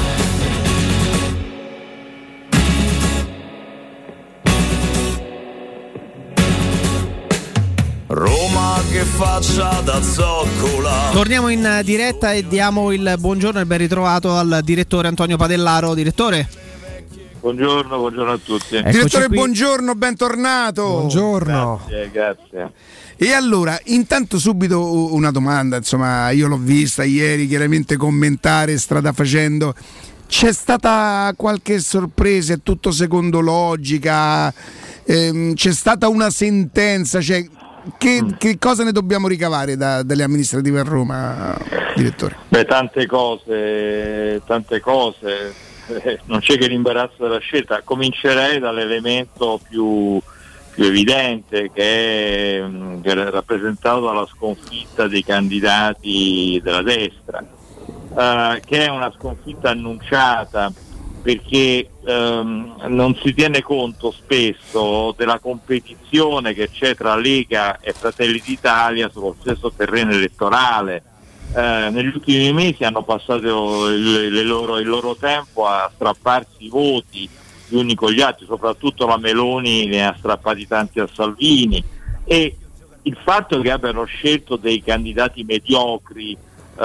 Roma che faccia da zoccola. Torniamo in diretta e diamo il buongiorno e ben ritrovato al direttore Antonio Padellaro. Direttore. Buongiorno a tutti. Direttore, buongiorno, bentornato. Buongiorno. Grazie. E allora, intanto subito una domanda, insomma, io l'ho vista ieri, chiaramente commentare strada facendo. C'è stata qualche sorpresa? È tutto secondo logica? C'è stata una sentenza? Cioè, che cosa ne dobbiamo ricavare dalle amministrative a Roma, direttore? Beh, tante cose. Non c'è che l'imbarazzo della scelta. Comincerei dall'elemento più evidente, che è rappresentato dalla sconfitta dei candidati della destra. che è una sconfitta annunciata, perché non si tiene conto spesso della competizione che c'è tra Lega e Fratelli d'Italia sullo stesso terreno elettorale. Negli ultimi mesi hanno passato il loro tempo a strapparsi i voti gli uni con gli altri, soprattutto la Meloni ne ha strappati tanti a Salvini, e il fatto che abbiano scelto dei candidati mediocri,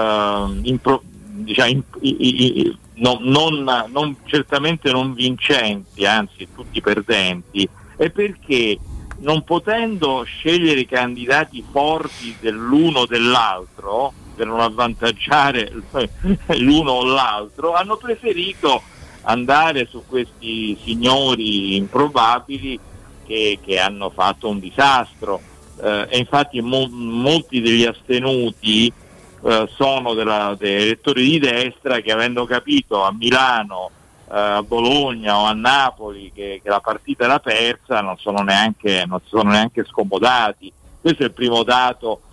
certamente non vincenti, anzi tutti perdenti, è perché non potendo scegliere candidati forti dell'uno o dell'altro, per non avvantaggiare l'uno o l'altro, hanno preferito andare su questi signori improbabili che hanno fatto un disastro, e infatti molti degli astenuti sono dei elettori di destra che, avendo capito a Milano, a Bologna o a Napoli che la partita era persa, non sono neanche scomodati. Questo è il primo dato.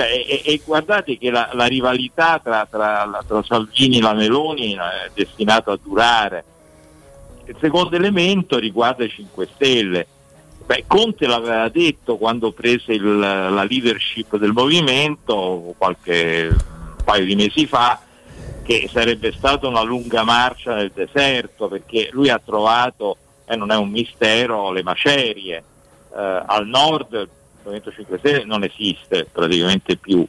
E guardate che la rivalità tra Salvini e la Meloni è destinata a durare. Il secondo elemento riguarda i 5 Stelle. Conte l'aveva detto quando prese la leadership del movimento un paio di mesi fa, che sarebbe stata una lunga marcia nel deserto, perché lui ha trovato, non è un mistero, le macerie. Al nord il Movimento 5 Stelle non esiste praticamente più.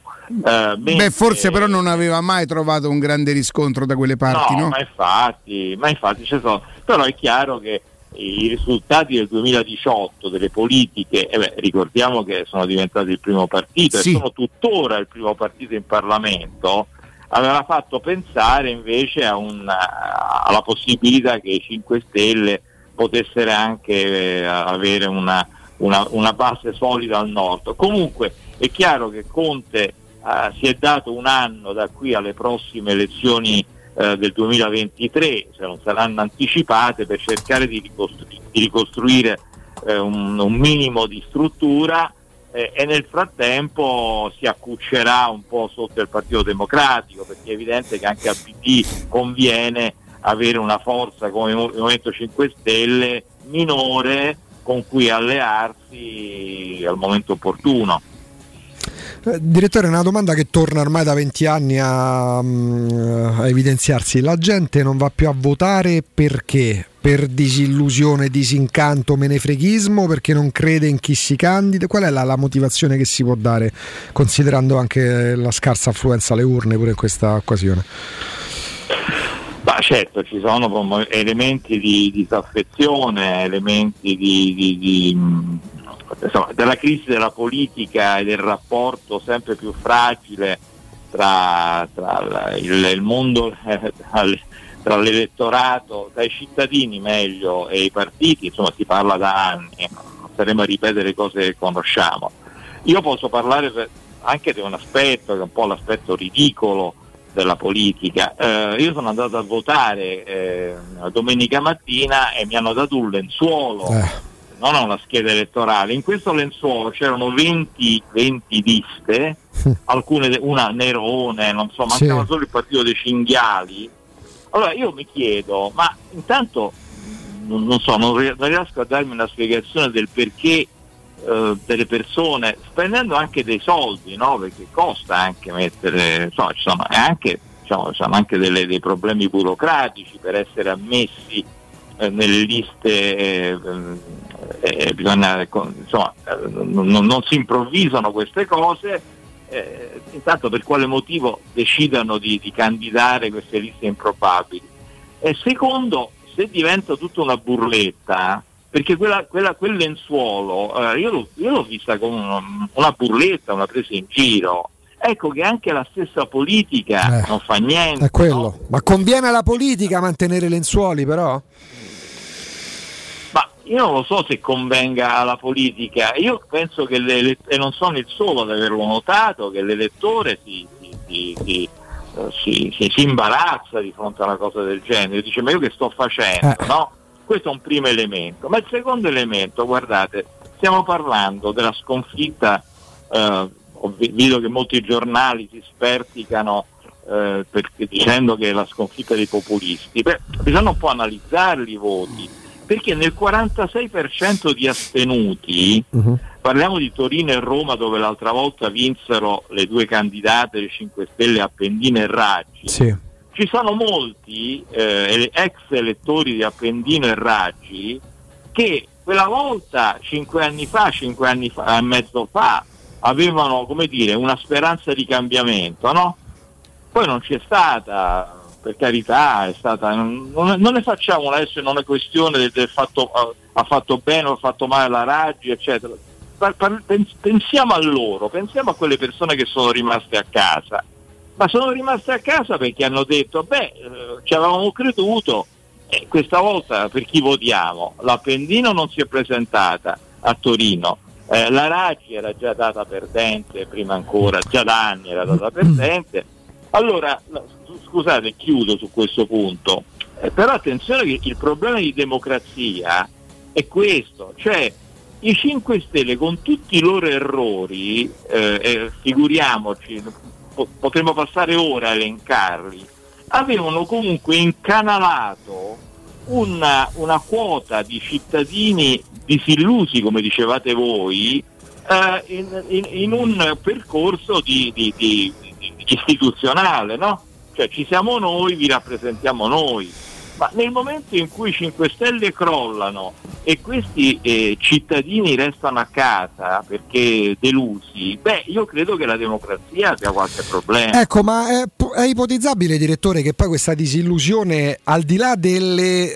Forse però non aveva mai trovato un grande riscontro da quelle parti, no? Ma infatti ci sono. Però è chiaro che i risultati del 2018 delle politiche, ricordiamo che sono diventati il primo partito, sì, e sono tuttora il primo partito in Parlamento, aveva fatto pensare invece alla possibilità che i 5 Stelle potessero anche avere una base solida al nord. Comunque è chiaro che Conte si è dato un anno da qui alle prossime elezioni del 2023, se non saranno anticipate, per cercare di ricostruire un minimo di struttura, e nel frattempo si accuccerà un po' sotto il Partito Democratico, perché è evidente che anche al PD conviene avere una forza come il Movimento 5 Stelle minore con cui allearsi al momento opportuno. Direttore, una domanda che torna ormai da 20 anni a evidenziarsi: la gente non va più a votare perché? Per disillusione, disincanto, menefreghismo, perché non crede in chi si candida? Qual è la motivazione che si può dare, considerando anche la scarsa affluenza alle urne pure in questa occasione? Certo, ci sono elementi di disaffezione, elementi della crisi della politica e del rapporto sempre più fragile tra il mondo, tra l'elettorato, tra i cittadini meglio, e i partiti. Insomma, si parla da anni, non staremo a ripetere cose che conosciamo. Io posso parlare anche di un aspetto che è un po' l'aspetto ridicolo della politica. Io sono andato a votare domenica mattina e mi hanno dato un lenzuolo, non una scheda elettorale. In questo lenzuolo c'erano 20 liste, una Nerone, non so, mancava solo il partito dei cinghiali. Allora io mi chiedo, ma intanto non riesco a darmi una spiegazione del perché delle persone, spendendo anche dei soldi, no? Perché costa anche mettere, ci sono anche dei problemi burocratici per essere ammessi nelle liste, bisogna, non si improvvisano queste cose. Intanto, per quale motivo decidano di candidare queste liste improbabili? E secondo, se diventa tutta una burletta, perché quel lenzuolo io l'ho vista come una burletta, una presa in giro. Ecco che anche la stessa politica non fa niente. È quello. No? Ma conviene alla politica mantenere i lenzuoli, però? Ma io non lo so se convenga alla politica. Io penso che e non sono il solo ad averlo notato, che l'elettore si imbarazza di fronte a una cosa del genere, dice: ma io che sto facendo? No? Questo è un primo elemento. Ma il secondo elemento, guardate, stiamo parlando della sconfitta, vedo che molti giornali si sperticano dicendo che è la sconfitta dei populisti. Bisogna un po' analizzarli i voti, perché nel 46% di astenuti, parliamo di Torino e Roma, dove l'altra volta vinsero le due candidate, le 5 Stelle, Appendino e Raggi, ci sono molti ex elettori di Appendino e Raggi che quella volta, 5 anni fa e mezzo fa, avevano, come dire, una speranza di cambiamento, no? Poi non c'è stata, per carità, è stata, non ne facciamo adesso, non è questione del fatto ha fatto bene o ha fatto male la Raggi, eccetera. Pensiamo a loro, pensiamo a quelle persone che sono rimaste a casa, ma sono rimaste a casa perché hanno detto ci avevamo creduto, e questa volta per chi votiamo? L'Appendino non si è presentata a Torino, la Raggi era già data perdente, prima ancora, già da anni era data perdente. Allora, scusate, chiudo su questo punto, però attenzione che il problema di democrazia è questo, cioè i 5 Stelle con tutti i loro errori, figuriamoci, potremmo passare ore a elencarli, avevano comunque incanalato una quota di cittadini disillusi, come dicevate voi, in un percorso di istituzionale, no? Cioè ci siamo noi, vi rappresentiamo noi, ma nel momento in cui i 5 Stelle crollano e questi cittadini restano a casa perché delusi, io credo che la democrazia abbia qualche problema. Ecco, ma è ipotizzabile, direttore, che poi questa disillusione, al di là delle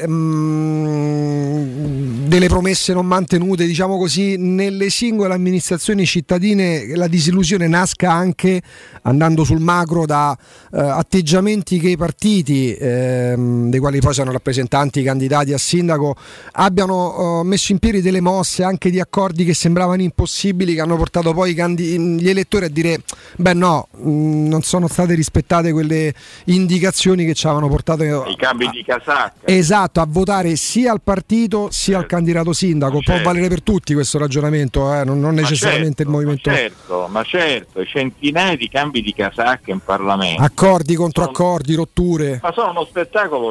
promesse non mantenute, diciamo così, nelle singole amministrazioni cittadine, la disillusione nasca anche, andando sul macro, da atteggiamenti che i partiti, dei quali poi sono rappresentanti, candidati a sindaco, abbiano messo in piedi delle mosse anche di accordi che sembravano impossibili, che hanno portato poi gli elettori a dire non sono state rispettate quelle indicazioni che ci avevano portato i cambi di casacca, esatto, a votare sia al partito sia al candidato sindaco. Può valere per tutti questo ragionamento, non necessariamente il movimento. Ma certo, centinaia di cambi di casacca in Parlamento, accordi contro accordi, rotture, ma sono uno spettacolo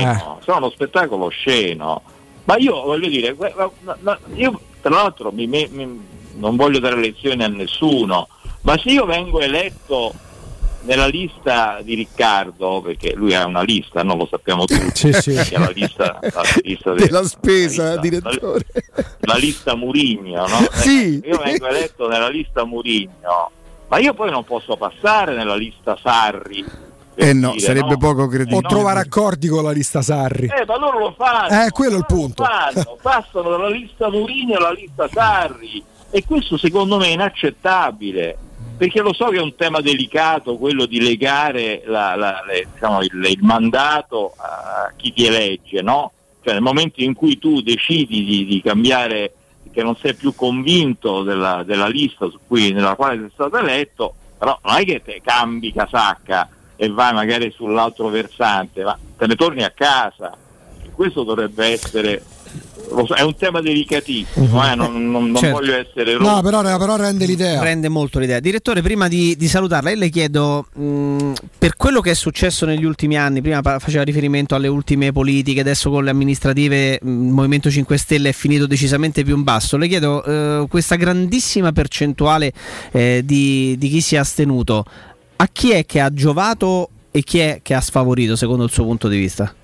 sceno, ma io voglio dire, io tra l'altro non voglio dare lezioni a nessuno, ma se io vengo eletto nella lista di Riccardo, perché lui ha una lista, non lo sappiamo tutti, sì. La lista della spesa, direttore, la lista Murigno, no? Sì. Io vengo eletto nella lista Murigno, ma io poi non posso passare nella lista Sarri. No, sarebbe poco credibile. O trovare accordi con la lista Sarri. Ma loro lo fanno. Quello è il punto. Passano dalla lista Murigno alla lista Sarri, e questo secondo me è inaccettabile, perché lo so che è un tema delicato quello di legare il mandato a chi ti elegge, no? Cioè nel momento in cui tu decidi di cambiare, che non sei più convinto della lista nella quale sei stato eletto, però non è che te cambi casacca e vai magari sull'altro versante, ma te ne torni a casa. E questo dovrebbe essere, è un tema delicatissimo, non certo. Voglio essere no, però rende l'idea. Rende molto l'idea. Direttore, prima di salutarla, io le chiedo, per quello che è successo negli ultimi anni, prima faceva riferimento alle ultime politiche, adesso con le amministrative il Movimento 5 Stelle è finito decisamente più in basso, le chiedo questa grandissima percentuale di chi si è astenuto, a chi è che ha giovato e chi è che ha sfavorito secondo il suo punto di vista?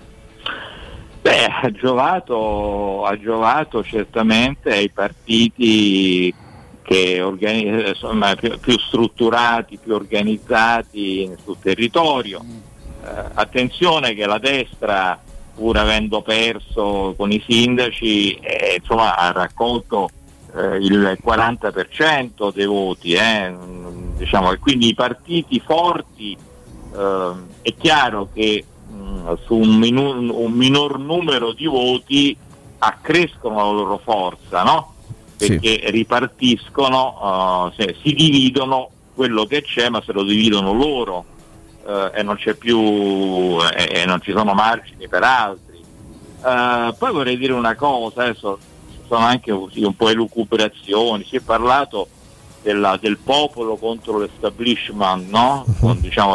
Ha giovato certamente ai partiti che più strutturati, più organizzati sul territorio. Attenzione che la destra, pur avendo perso con i sindaci, ha raccolto il 40% dei voti, diciamo, e quindi i partiti forti, è chiaro che su un minor numero di voti accrescono la loro forza, no? Perché ripartiscono, si dividono quello che c'è, ma se lo dividono loro, e non c'è più, e non ci sono margini per altri. Poi vorrei dire una cosa, adesso sono anche un po' elucubrazioni, si è parlato del popolo contro l'establishment, no? Con, diciamo,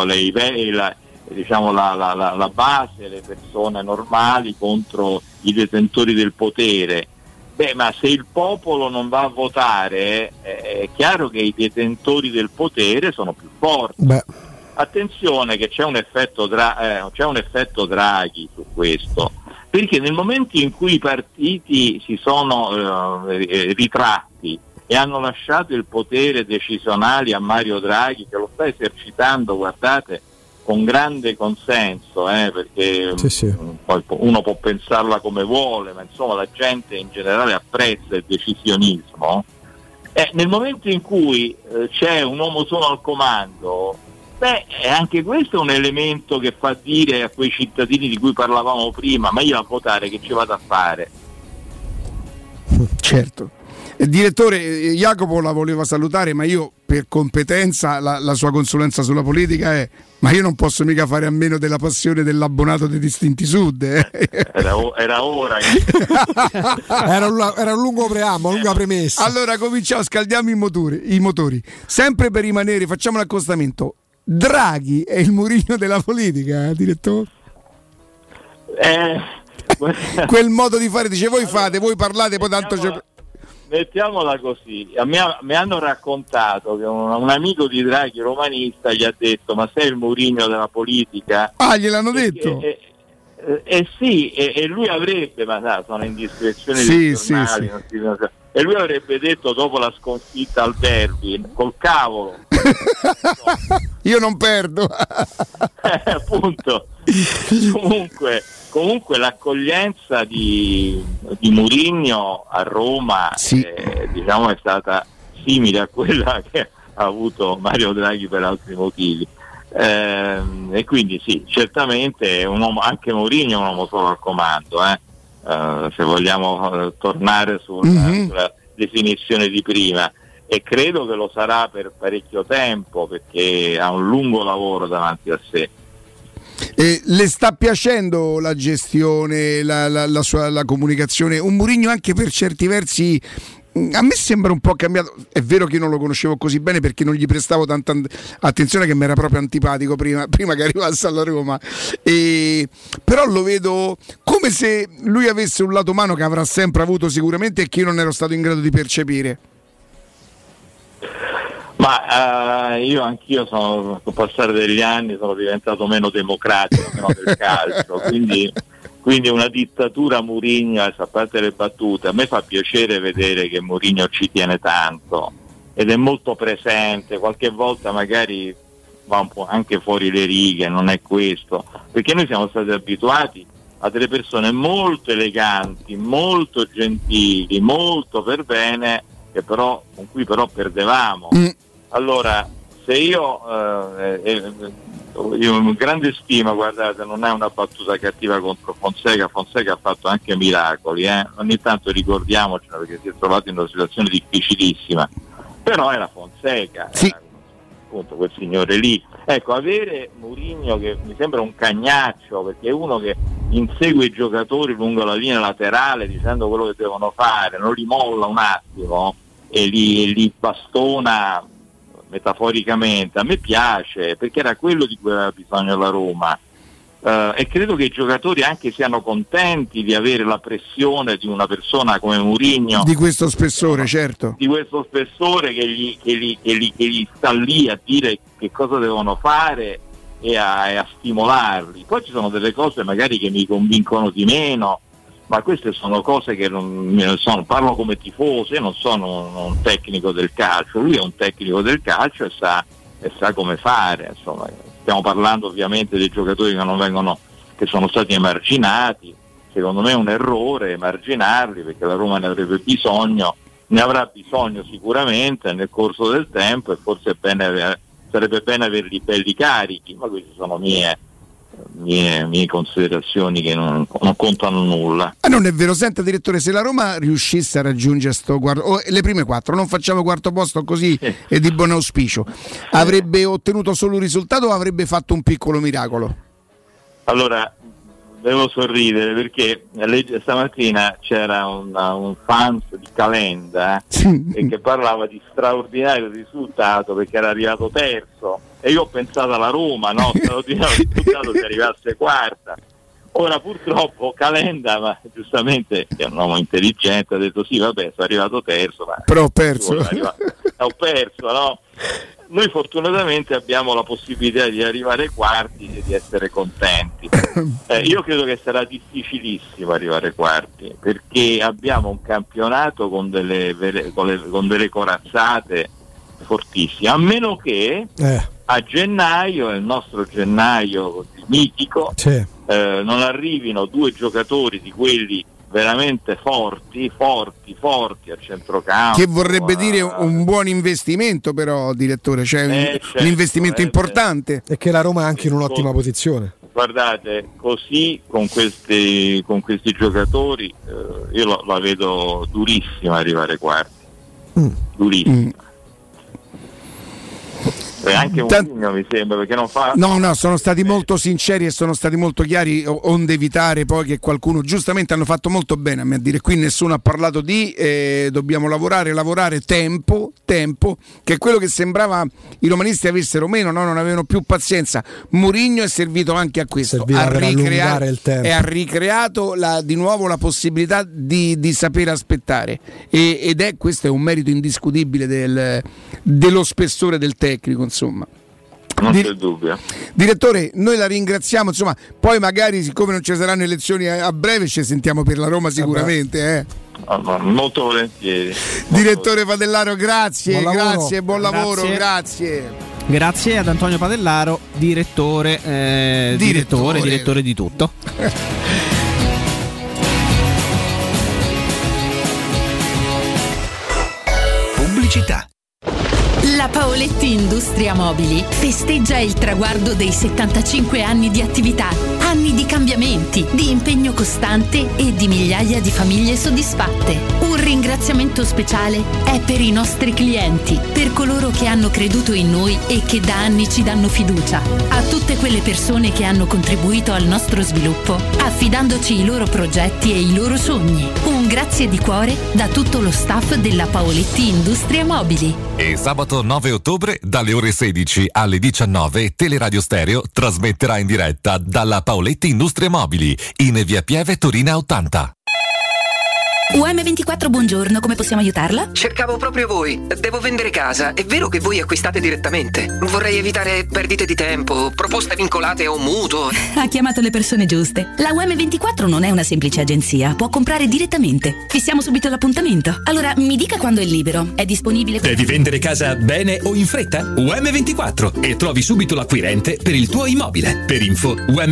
la base, le persone normali contro i detentori del potere. Beh, ma se il popolo non va a votare, è chiaro che i detentori del potere sono più forti. Attenzione che c'è un effetto Draghi su questo, perché nel momento in cui i partiti si sono ritratti e hanno lasciato il potere decisionale a Mario Draghi, che lo sta esercitando, guardate, con grande consenso, perché poi uno può pensarla come vuole, ma insomma la gente in generale apprezza il decisionismo. Nel momento in cui c'è un uomo solo al comando, anche questo è un elemento che fa dire a quei cittadini di cui parlavamo prima: ma io a votare che ci vado a fare? Certo. Direttore, Jacopo la voleva salutare, ma io per competenza la sua consulenza sulla politica ma io non posso mica fare a meno della passione dell'abbonato dei Distinti Sud. Era ora. Era un lungo preambolo, lunga premessa. Allora cominciamo, scaldiamo i motori. Sempre per rimanere, facciamo l'accostamento. Draghi è il Mourinho della politica, direttore? Quel modo di fare, dice voi fate, voi parlate, poi tanto mettiamola così. Mi hanno raccontato che un amico di Draghi romanista gli ha detto: ma sei il Mourinho della politica? Gliel'hanno detto? Sì, e lui avrebbe, ma sono indiscrezioni dei giornali, e lui avrebbe detto dopo la sconfitta al derby: col cavolo, io non perdo. Appunto. Comunque l'accoglienza di Mourinho a Roma diciamo è stata simile a quella che ha avuto Mario Draghi per altri motivi, e quindi sì, certamente è un uomo, anche Mourinho è un uomo solo al comando, se vogliamo tornare sulla definizione di prima, e credo che lo sarà per parecchio tempo, perché ha un lungo lavoro davanti a sé. Le sta piacendo la gestione, la comunicazione? Un Mourinho anche per certi versi, a me sembra un po' cambiato. È vero che io non lo conoscevo così bene, perché non gli prestavo tanta attenzione, che mi era proprio antipatico prima che arrivasse alla Roma, però lo vedo come se lui avesse un lato umano che avrà sempre avuto sicuramente, e che io non ero stato in grado di percepire. Ma anch'io con il passare degli anni sono diventato meno democratico, meno del calcio, quindi una dittatura Mourinho, a parte le battute, a me fa piacere vedere che Mourinho ci tiene tanto ed è molto presente, qualche volta magari va un po' anche fuori le righe, non è questo, perché noi siamo stati abituati a delle persone molto eleganti, molto gentili, molto per bene, con cui però perdevamo. Allora, se io ho grande stima, guardate, non è una battuta cattiva contro Fonseca ha fatto anche miracoli, ogni tanto ricordiamocelo, perché si è trovato in una situazione difficilissima, però era Fonseca, era, appunto, quel signore lì. Ecco, avere Mourinho, che mi sembra un cagnaccio, perché è uno che insegue i giocatori lungo la linea laterale dicendo quello che devono fare, non li molla un attimo e li bastona metaforicamente, a me piace, perché era quello di cui aveva bisogno la Roma, e credo che i giocatori anche siano contenti di avere la pressione di una persona come Mourinho, di questo spessore, certo, di questo spessore che gli sta lì a dire che cosa devono fare e a stimolarli. Poi ci sono delle cose magari che mi convincono di meno, ma queste sono cose che parlo come tifoso, io non sono un tecnico del calcio, lui è un tecnico del calcio e sa come fare, insomma. Stiamo parlando ovviamente dei giocatori che sono stati emarginati. Secondo me è un errore emarginarli, perché la Roma ne avrà bisogno sicuramente nel corso del tempo, e forse sarebbe bene averli belli carichi, ma queste sono mie considerazioni che non contano nulla. Non è vero. Senta, direttore, se la Roma riuscisse a raggiungere le prime 4, non facciamo quarto posto così e di buon auspicio, avrebbe ottenuto solo un risultato o avrebbe fatto un piccolo miracolo? Allora, devo sorridere perché stamattina c'era un fans di Calenda e che parlava di straordinario risultato perché era arrivato terzo e io ho pensato alla Roma, no? Straordinario risultato se arrivasse quarta. Ora purtroppo Calenda, ma giustamente è un uomo intelligente, ha detto sì vabbè sono arrivato terzo, ma però ho perso. Ho perso, no? Noi fortunatamente abbiamo la possibilità di arrivare ai quarti e di essere contenti. Io credo che sarà difficilissimo arrivare ai quarti perché abbiamo un campionato con delle corazzate fortissime, a meno che a gennaio, il nostro gennaio così mitico, non arrivino due giocatori di quelli veramente forti a centrocampo, che vorrebbe dire un buon investimento, però direttore, cioè un investimento importante, e che la Roma è anche in un'ottima posizione. Guardate, così con questi giocatori io la vedo durissima arrivare ai quarti, durissima. Anche Mourinho mi sembra, perché non fa. No, sono stati molto sinceri e sono stati molto chiari, onde evitare poi che qualcuno, giustamente hanno fatto molto bene a me a dire qui nessuno ha parlato di dobbiamo lavorare tempo, che è quello che sembrava i romanisti avessero meno, no? Non avevano più pazienza. Mourinho è servito anche a questo, a ricreare il tempo, e ha ricreato di nuovo la possibilità di saper aspettare, ed questo è un merito indiscutibile dello spessore del tecnico, insomma. Non c'è dubbio. Direttore, noi la ringraziamo, insomma, poi magari siccome non ci saranno elezioni a breve ci sentiamo per la Roma sicuramente. Molto volentieri. Direttore Padellaro, grazie, buon lavoro, grazie. Grazie ad Antonio Padellaro, direttore di tutto. Pubblicità. La Paoletti Industria Mobili festeggia il traguardo dei 75 anni di attività, anni di cambiamenti, di impegno costante e di migliaia di famiglie soddisfatte. Un ringraziamento speciale è per i nostri clienti, per coloro che hanno creduto in noi e che da anni ci danno fiducia, a tutte quelle persone che hanno contribuito al nostro sviluppo, affidandoci i loro progetti e i loro sogni. Un grazie di cuore da tutto lo staff della Paoletti Industria Mobili. E sabato 9 ottobre dalle ore 16 alle 19 Teleradio Stereo trasmetterà in diretta dalla Paoletti Industrie Mobili in via Pieve Torina 80. UM24, buongiorno, come possiamo aiutarla? Cercavo proprio voi. Devo vendere casa. È vero che voi acquistate direttamente? Vorrei evitare perdite di tempo, proposte vincolate a un mutuo. Ha chiamato le persone giuste. La UM24 non è una semplice agenzia, può comprare direttamente. Fissiamo subito l'appuntamento. Allora, mi dica quando è libero. È disponibile? Devi vendere casa bene o in fretta? UM24 e trovi subito l'acquirente per il tuo immobile. Per info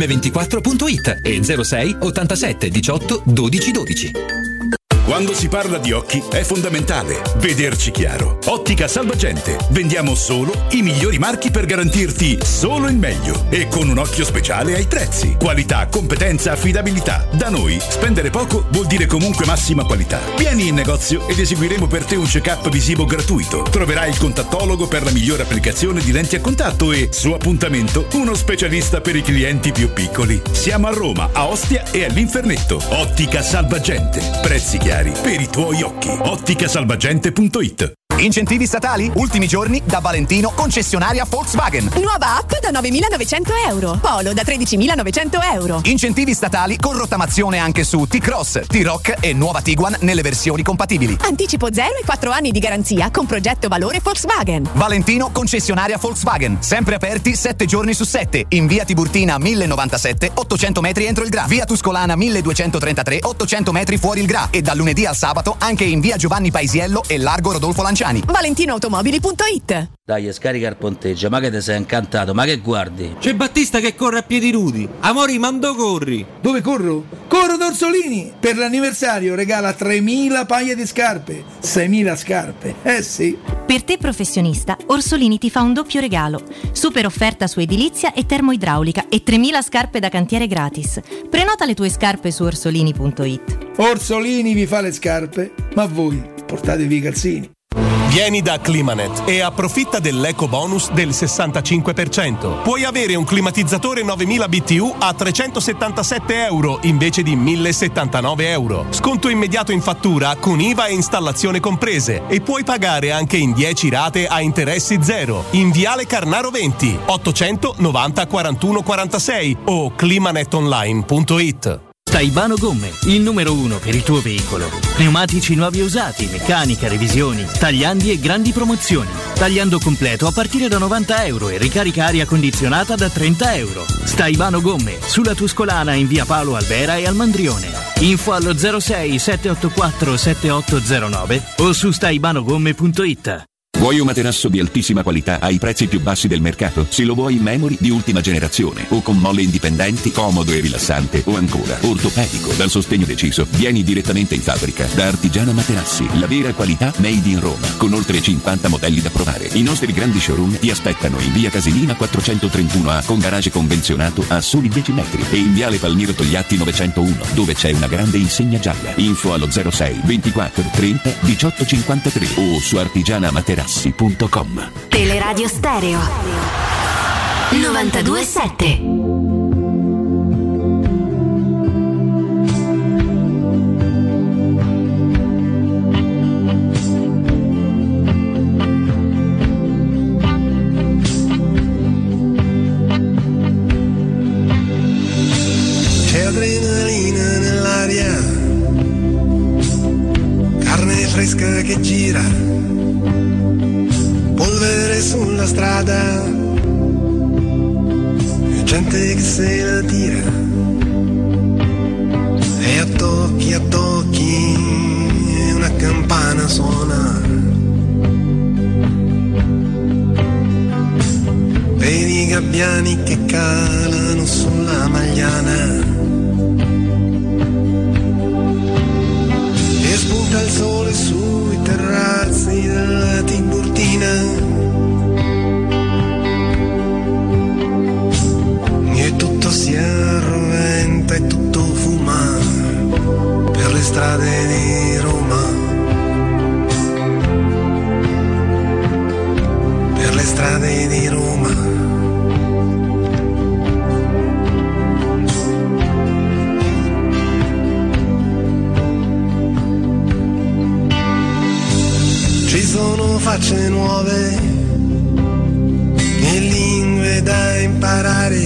um24.it e 06 87 18 12 12. Quando si parla di occhi è fondamentale vederci chiaro. Ottica Salvagente. Vendiamo solo i migliori marchi per garantirti solo il meglio e con un occhio speciale ai prezzi. Qualità, competenza, affidabilità. Da noi spendere poco vuol dire comunque massima qualità. Vieni in negozio ed eseguiremo per te un check-up visivo gratuito. Troverai il contattologo per la migliore applicazione di lenti a contatto e, su appuntamento, uno specialista per i clienti più piccoli. Siamo a Roma, a Ostia e all'Infernetto. Ottica Salvagente. Prezzi chiari per i tuoi occhi. Otticasalvagente.it. Incentivi statali? Ultimi giorni da Valentino, concessionaria Volkswagen. Nuova app da 9.900 euro. Polo da 13.900 euro. Incentivi statali con rottamazione anche su T-Cross, T-Rock e nuova Tiguan nelle versioni compatibili. Anticipo 0 e 4 anni di garanzia con progetto valore Volkswagen. Valentino, concessionaria Volkswagen. Sempre aperti 7 giorni su 7. In via Tiburtina 1097, 800 metri entro il Gra. Via Tuscolana 1233, 800 metri fuori il Gra. E dal lunedì al sabato anche in via Giovanni Paisiello e largo Rodolfo Lanciani. ValentinoAutomobili.it. Dai, scarica il ponteggio, ma che te sei incantato, ma che guardi? C'è Battista che corre a piedi nudi. Amori, mando corri. Dove corro? Corro da Orsolini. Per l'anniversario regala 3.000 paia di scarpe. 6.000 scarpe. Sì. Per te professionista, Orsolini ti fa un doppio regalo. Super offerta su edilizia e termoidraulica e 3.000 scarpe da cantiere gratis. Prenota le tue scarpe su orsolini.it. Orsolini vi fa le scarpe, ma voi portatevi i calzini. Vieni da Climanet e approfitta dell'eco bonus del 65%. Puoi avere un climatizzatore 9000 BTU a €377 invece di €1079. Sconto immediato in fattura con IVA e installazione comprese e puoi pagare anche in 10 rate a interessi zero. In Viale Carnaro 20 890 41 46 o climanetonline.it. Staibano Gomme, il numero 1 per il tuo veicolo. Pneumatici nuovi e usati, meccanica, revisioni, tagliandi e grandi promozioni. Tagliando completo a partire da €90 e ricarica aria condizionata da €30. Staibano Gomme, sulla Tuscolana in via Paolo Albera e al Mandrione. Info allo 06 784 7809 o su staibanogomme.it. Vuoi un materasso di altissima qualità ai prezzi più bassi del mercato? Se lo vuoi in memory di ultima generazione o con molle indipendenti, comodo e rilassante o ancora ortopedico dal sostegno deciso, vieni direttamente in fabbrica da Artigiana Materassi, la vera qualità made in Roma, con oltre 50 modelli da provare. I nostri grandi showroom ti aspettano in via Casilina 431A con garage convenzionato a soli 10 metri e in viale Palmiro Togliatti 901 dove c'è una grande insegna gialla. Info allo 06 24 30 18 53 o su artigianamaterassi.com. Teleradio Stereo 92.7. C'è adrenalina nell'aria, carne fresca che gira, polvere sulla strada, gente che se la tira e a tocchi una campana suona. Vedi i gabbiani che calano sulla magliana e spunta il sole sui terrazzi della Tiburtina e tutto si arroventa e tutto fuma per le strade di Roma, per le strade di Roma. Ci sono facce nuove e lingue da imparare,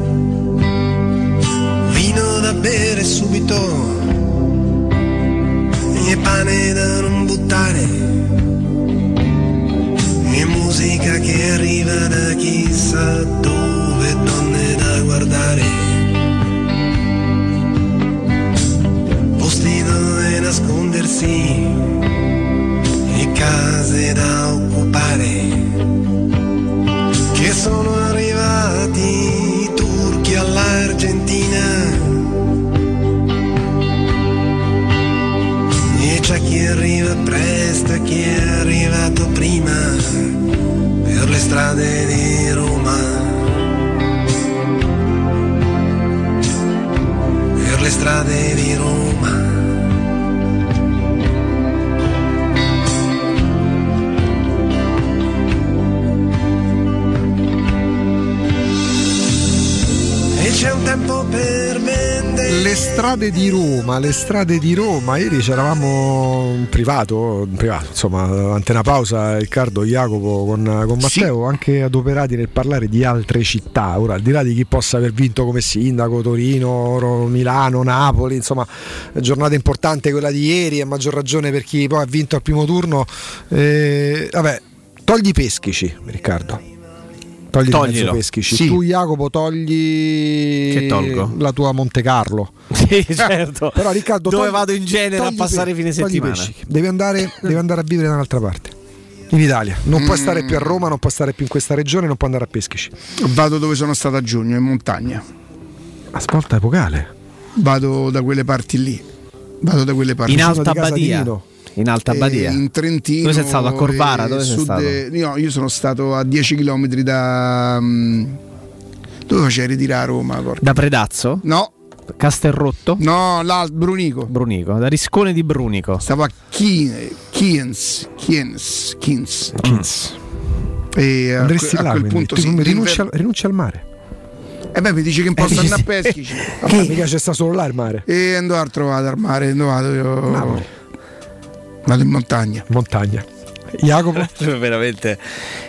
vino da bere subito e pane da non buttare, e musica che arriva da chissà dove, donne da guardare, posti dove nascondersi e case da occupare, che sono arrivati i turchi all'Argentina e c'è chi arriva presto e chi è arrivato prima per le strade di Roma, per le strade di Roma. C'è un tempo per vendere. Le strade di Roma, ieri c'eravamo in privato, insomma, durante una pausa Riccardo, Jacopo con Matteo, sì, anche adoperati nel parlare di altre città. Ora, al di là di chi possa aver vinto come sindaco, Torino, Milano, Napoli, insomma, giornata importante quella di ieri, a maggior ragione per chi poi ha vinto al primo turno. Vabbè, togli Peschici, Riccardo. Toglilo. Peschici. Sì. Tu, Jacopo, togli. Che tolgo? La tua Monte Carlo. Sì, certo. Però Riccardo, dove vado in genere a passare fine settimana. Devi andare a vivere da un'altra parte. In Italia. Non puoi stare più a Roma, non puoi stare più in questa regione, non puoi andare a Peschici. Vado dove sono stato a giugno, in montagna. Ascolta, epocale. Vado da quelle parti lì. In Alta Badia. In Alta Badia, in Trentino. Dove sei stato? A Corvara? Dove sei stato? No, io sono stato a 10 km da. Dove facevi ritirare a Roma? Porca. Da Predazzo? No, Castelrotto? No, Brunico. Da Riscone di Brunico. Stava a Kiens. E andresti a quel punto rinuncia al mare. Mi dice che non posso andare a peschi. Mica c'è sta solo là il mare. E andò a trovare al mare, vado in montagna. Jacopo? Veramente.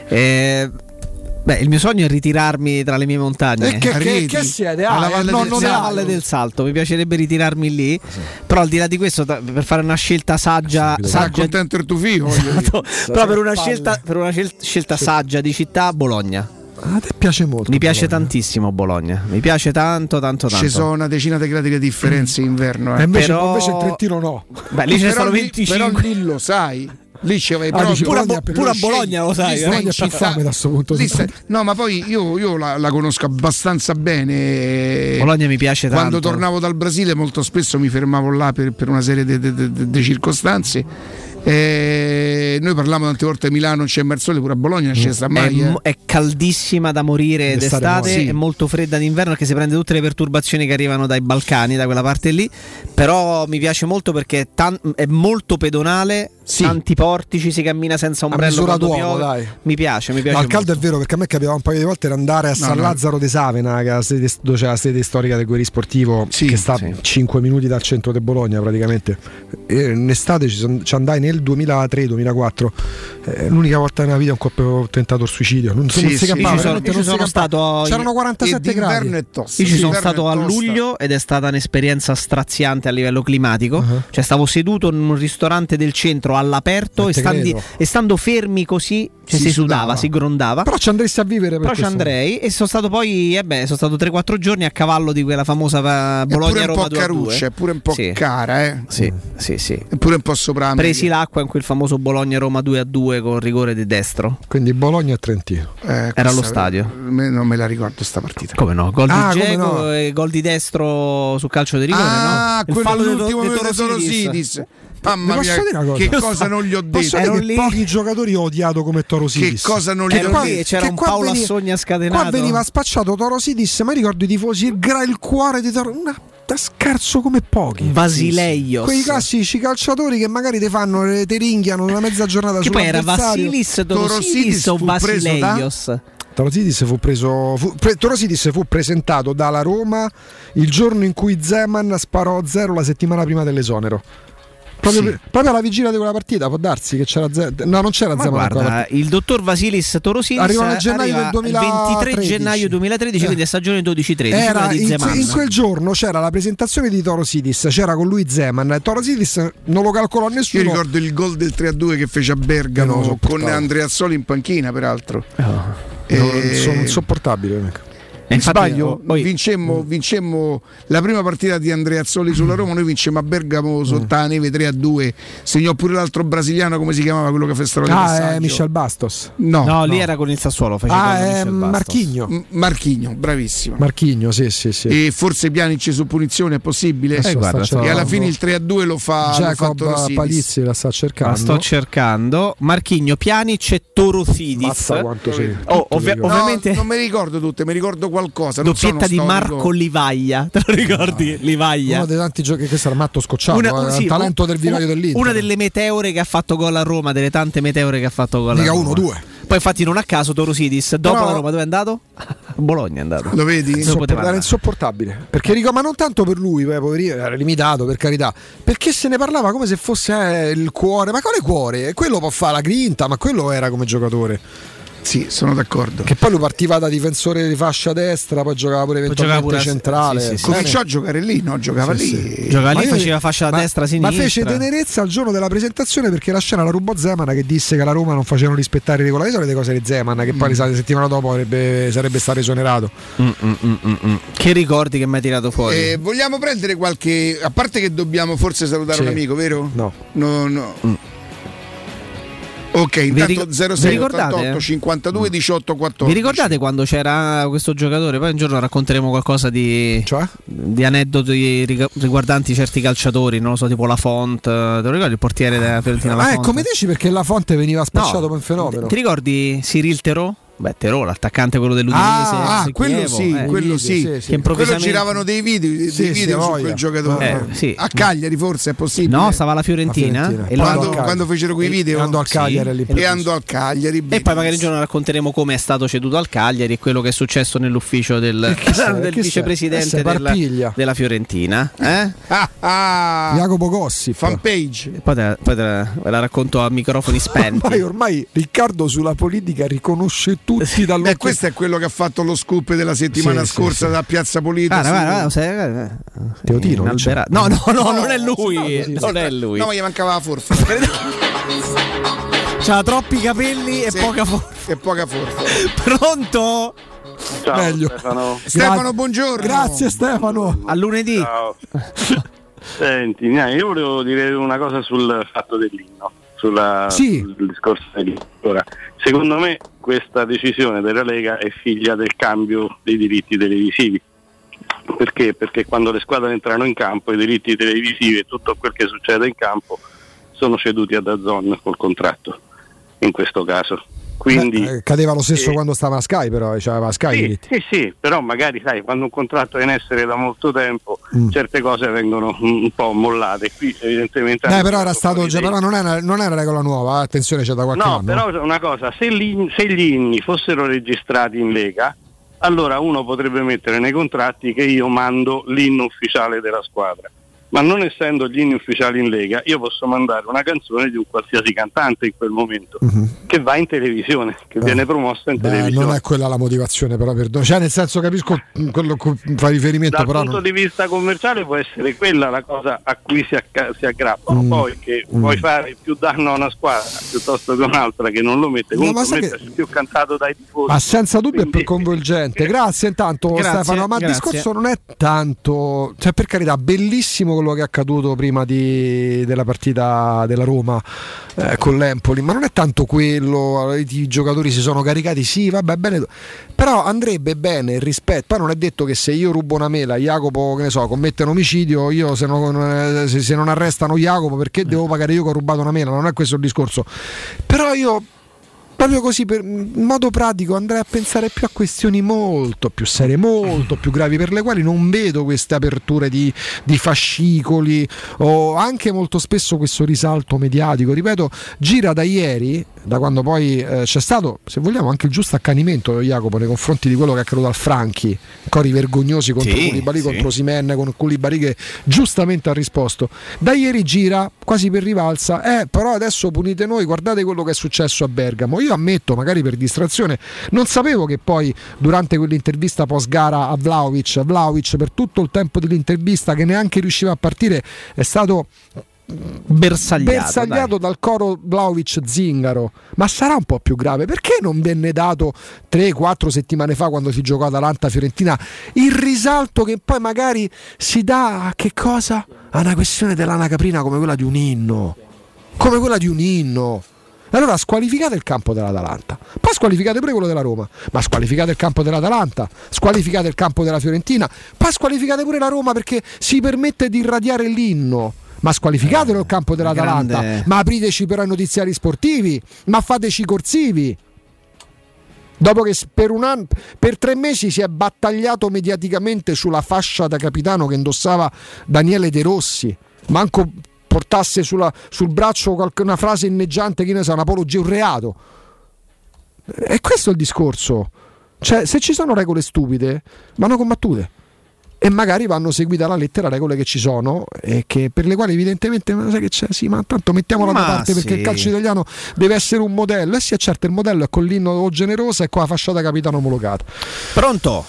Il mio sogno è ritirarmi tra le mie montagne. Che siete? Alla Valle del Salto. Mi piacerebbe ritirarmi lì. Sì. Però al di là di questo, per fare una scelta saggia, contento il tuo figlio. Esatto. Però per una scelta saggia di città, Bologna. A te piace molto? Mi piace tantissimo Bologna. Mi piace tanto. Ci sono una decina di gradi di differenze inverno. Invece il Trentino no. Lì c'è stato 25. Però lì lo sai. Lì ci avevi pure a Bologna lo sai. Bologna c'è fame da sto punto di vista. No, ma poi io la conosco abbastanza bene. Bologna mi piace tanto. Quando tornavo dal Brasile molto spesso mi fermavo là per una serie di circostanze. Noi parliamo tante volte a Milano, non c'è mai il sole, pure a Bologna non c'è sta mai. È caldissima da morire d'estate, è molto fredda d'inverno perché si prende tutte le perturbazioni che arrivano dai Balcani, da quella parte lì. Però mi piace molto perché è molto pedonale, tanti portici, si cammina senza ombrello quando piove. Dai. Mi piace. Ma il caldo è vero, perché a me capitava un paio di volte di andare a San Lazzaro de Savena, dove c'è la sede storica del Guerri Sportivo, che sta 5 minuti dal centro di Bologna praticamente. E in estate ci andai nel 2003-2004, l'unica volta nella vita in cui ho tentato il suicidio. Non si campava, c'erano 47 gradi. Io ci sono stato a luglio ed è stata un'esperienza straziante a livello climatico. Cioè stavo seduto in un ristorante del centro all'aperto e stando fermi così si sudava, si grondava. Però ci andresti a vivere. Però ci andrei e sono stato poi sono stato 3-4 giorni a cavallo di quella famosa Bologna-Roma 2-2. È pure un po' cara, Sì. È pure un po' sopra. Presi l'acqua in quel famoso Bologna-Roma 2-2 con rigore di destro. Quindi Bologna e Trentino. Era allo stadio. Non me la ricordo sta partita. Come no? Gol di Dzeko e gol di destro sul calcio di rigore, no? Il fallo dell'ultimo di Torosidis. Mamma mia, che cosa non gli ho detto? Che pochi giocatori ho odiato come Torosidis. Che cosa non gli ho detto? C'era un Paolo Assogna scatenato. Qua veniva spacciato Torosidis, ma ricordo i tifosi, il cuore di Torosidis. Da scarso come pochi. Basileios. Quei classici calciatori che magari te ringhiano una mezza giornata che poi era Vasilis, Torosidis o Basileios. Torosidis fu presentato dalla Roma il giorno in cui Zeman sparò 0 la settimana prima dell'esonero. Proprio alla vigilia di quella partita può darsi che c'era no, non c'era Zeman. Guarda, il dottor Vasilis Torosidis arriva nel gennaio del 2013. 23 gennaio 2013, quindi è stagione 12-13. In quel giorno c'era la presentazione di Torosidis, c'era con lui Zeman. Torosidis non lo calcolò nessuno. Io ricordo il gol del 3-2 che fece a Bergamo con Andreazzoli in panchina, peraltro. Sono insopportabile. Sbaglio, vincemmo la prima partita di Andreazzoli sulla Roma, noi vincemmo a Bergamo sotto la neve 3-2, segnò pure l'altro brasiliano, come si chiamava quello che fece di passaggio? Michel Bastos. No, lì era con il Sassuolo, Marchigno, bravissimo. Marchigno, sì. E forse Pjanic su punizione è possibile? E alla fine il 3-2 lo fa Jacob Palizzi, la sta cercando. La sto cercando. Marchigno, Pjanic e Torosidis. Mazza quanto sei. Ovviamente non mi ricordo tutte, mi ricordo qualcosa. Doppietta di Marco Livaglia, te lo ricordi? Livaglia, uno dei tanti giochi che sarà matto scocciato, il talento del vivaio dell'Inter. Una delle meteore che ha fatto gol a Roma, delle tante meteore che ha fatto gol a Roma. 1-2. Poi infatti non a caso Torosidis dopo la Roma dove è andato? A Bologna è andato. Lo vedi? Era insopportabile. Perché ma non tanto per lui, poverino, era limitato, per carità. Perché se ne parlava come se fosse il cuore. Ma quale cuore? Quello può fare la grinta, ma quello era come giocatore. Sì, sono d'accordo. Che poi lui partiva da difensore di fascia destra, poi giocava pure eventualmente centrale. Cominciò a giocare lì, no? Giocava lì. Giocava lì, faceva fascia destra, sinistra. Ma fece tenerezza il giorno della presentazione perché la scena la rubò Zeman, che disse che la Roma non facevano rispettare le solite cose di Zeman, che poi la settimana dopo sarebbe stato esonerato. Che ricordi che mi hai tirato fuori? Vogliamo prendere qualche. A parte che dobbiamo forse salutare un amico, vero? No. Ok, intanto 06 88 52 18 14. Vi ricordate quando c'era questo giocatore? Poi un giorno racconteremo qualcosa di aneddoti riguardanti certi calciatori, non lo so, tipo La Font. Te lo ricordi il portiere della Fiorentina? Come dici, perché La Fonte veniva spacciato per un fenomeno. Ti ricordi Cyril Theroux? Terò, l'attaccante quello dell'Udinese. Quello sì. Che quello giravano dei video su quel giocatore. A Cagliari forse è possibile. No, stava alla Fiorentina. E quando fecero quei video andò al Cagliari. E andò al Cagliari. E poi magari un giorno racconteremo come è stato ceduto al Cagliari e quello che è successo nell'ufficio del vicepresidente della Fiorentina. Jacopo Gossi, fanpage. Poi ve la racconto a microfoni spenti. Ormai Riccardo sulla politica riconosce tutti dall'occhio. Questo è quello che ha fatto lo scoop della settimana scorsa da Piazza Polito. Teotino. No, non è lui. Non è lui. No, ma gli mancava la forza. C'ha troppi capelli e poca forza. Pronto? Ciao. Meglio. Stefano, buongiorno. Grazie Stefano. A lunedì. Ciao. Senti, io volevo dire una cosa sul fatto dell'inno. Sul discorso dell'inno. Ora, secondo me questa decisione della Lega è figlia del cambio dei diritti televisivi. Perché? Perché quando le squadre entrano in campo i diritti televisivi e tutto quel che succede in campo sono ceduti a DAZN col contratto, in questo caso. Quindi cadeva lo stesso quando stava a Sky, però c'aveva Sky. Sì, però magari sai, quando un contratto è in essere da molto tempo certe cose vengono un po' mollate. Qui evidentemente però era stato però non è una regola nuova, attenzione, c'è da qualche anno. No, però una cosa, se gli inni fossero registrati in Lega, allora uno potrebbe mettere nei contratti che io mando l'inno ufficiale della squadra. Ma non essendo gli inni ufficiali in Lega, io posso mandare una canzone di un qualsiasi cantante in quel momento, che va in televisione, che viene promossa in televisione. Non è quella la motivazione, però cioè nel senso capisco quello che fa riferimento, dal però punto di vista commerciale può essere quella la cosa a cui si aggrappano. Poi che vuoi fare più danno a una squadra piuttosto che un'altra che non lo mette, comunque mettersi più cantato dai tifosi. Ma senza dubbio è più coinvolgente. Grazie intanto Stefano, ma il discorso non è tanto, cioè per carità, bellissimo quello che è accaduto prima della partita della Roma con l'Empoli, ma non è tanto quello, i giocatori si sono caricati, sì, vabbè, bene, però andrebbe bene il rispetto. Poi non è detto che se io rubo una mela, Jacopo, che ne so, commette un omicidio, io se non arrestano Jacopo, perché devo pagare io che ho rubato una mela? Non è questo il discorso. Però io proprio così, in modo pratico, andrei a pensare più a questioni molto più serie, molto più gravi, per le quali non vedo queste aperture di fascicoli o anche molto spesso questo risalto mediatico. Ripeto, gira da ieri, da quando poi c'è stato, se vogliamo, anche il giusto accanimento, Jacopo, nei confronti di quello che è accaduto al Franchi, cori vergognosi contro Koulibaly, contro Osimhen, con Koulibaly che giustamente ha risposto. Da ieri gira quasi per rivalsa, però adesso punite noi, guardate quello che è successo a Bergamo. Io ammetto, magari per distrazione, non sapevo che poi durante quell'intervista post gara a Vlahovic per tutto il tempo dell'intervista, che neanche riusciva a partire, è stato bersagliato dal coro Vlahovic-Zingaro. Ma sarà un po' più grave? Perché non venne dato 3-4 settimane fa, quando si giocò Atalanta-Fiorentina, il risalto che poi magari si dà a che cosa? A una questione dell'ana caprina come quella di un inno. Allora squalificate il campo dell'Atalanta, poi squalificate pure quello della Roma, ma squalificate il campo dell'Atalanta, squalificate il campo della Fiorentina, poi squalificate pure la Roma perché si permette di irradiare l'inno. Ma squalificatelo il campo dell'Atalanta, ma apriteci però i notiziari sportivi, ma fateci corsivi. Dopo che per 3 mesi si è battagliato mediaticamente sulla fascia da capitano che indossava Daniele De Rossi, manco portasse sul braccio una frase inneggiante, che ne sa, un'apologia, un reato. E questo è il discorso. Cioè, se ci sono regole stupide, vanno combattute e magari vanno seguite alla lettera regole che ci sono e che, per le quali evidentemente non sai che c'è, sì, ma tanto mettiamola da parte, perché il calcio italiano deve essere un modello. E sì, certo, il modello è con l'inno o generosa e con la fascia da capitano omologata. Pronto?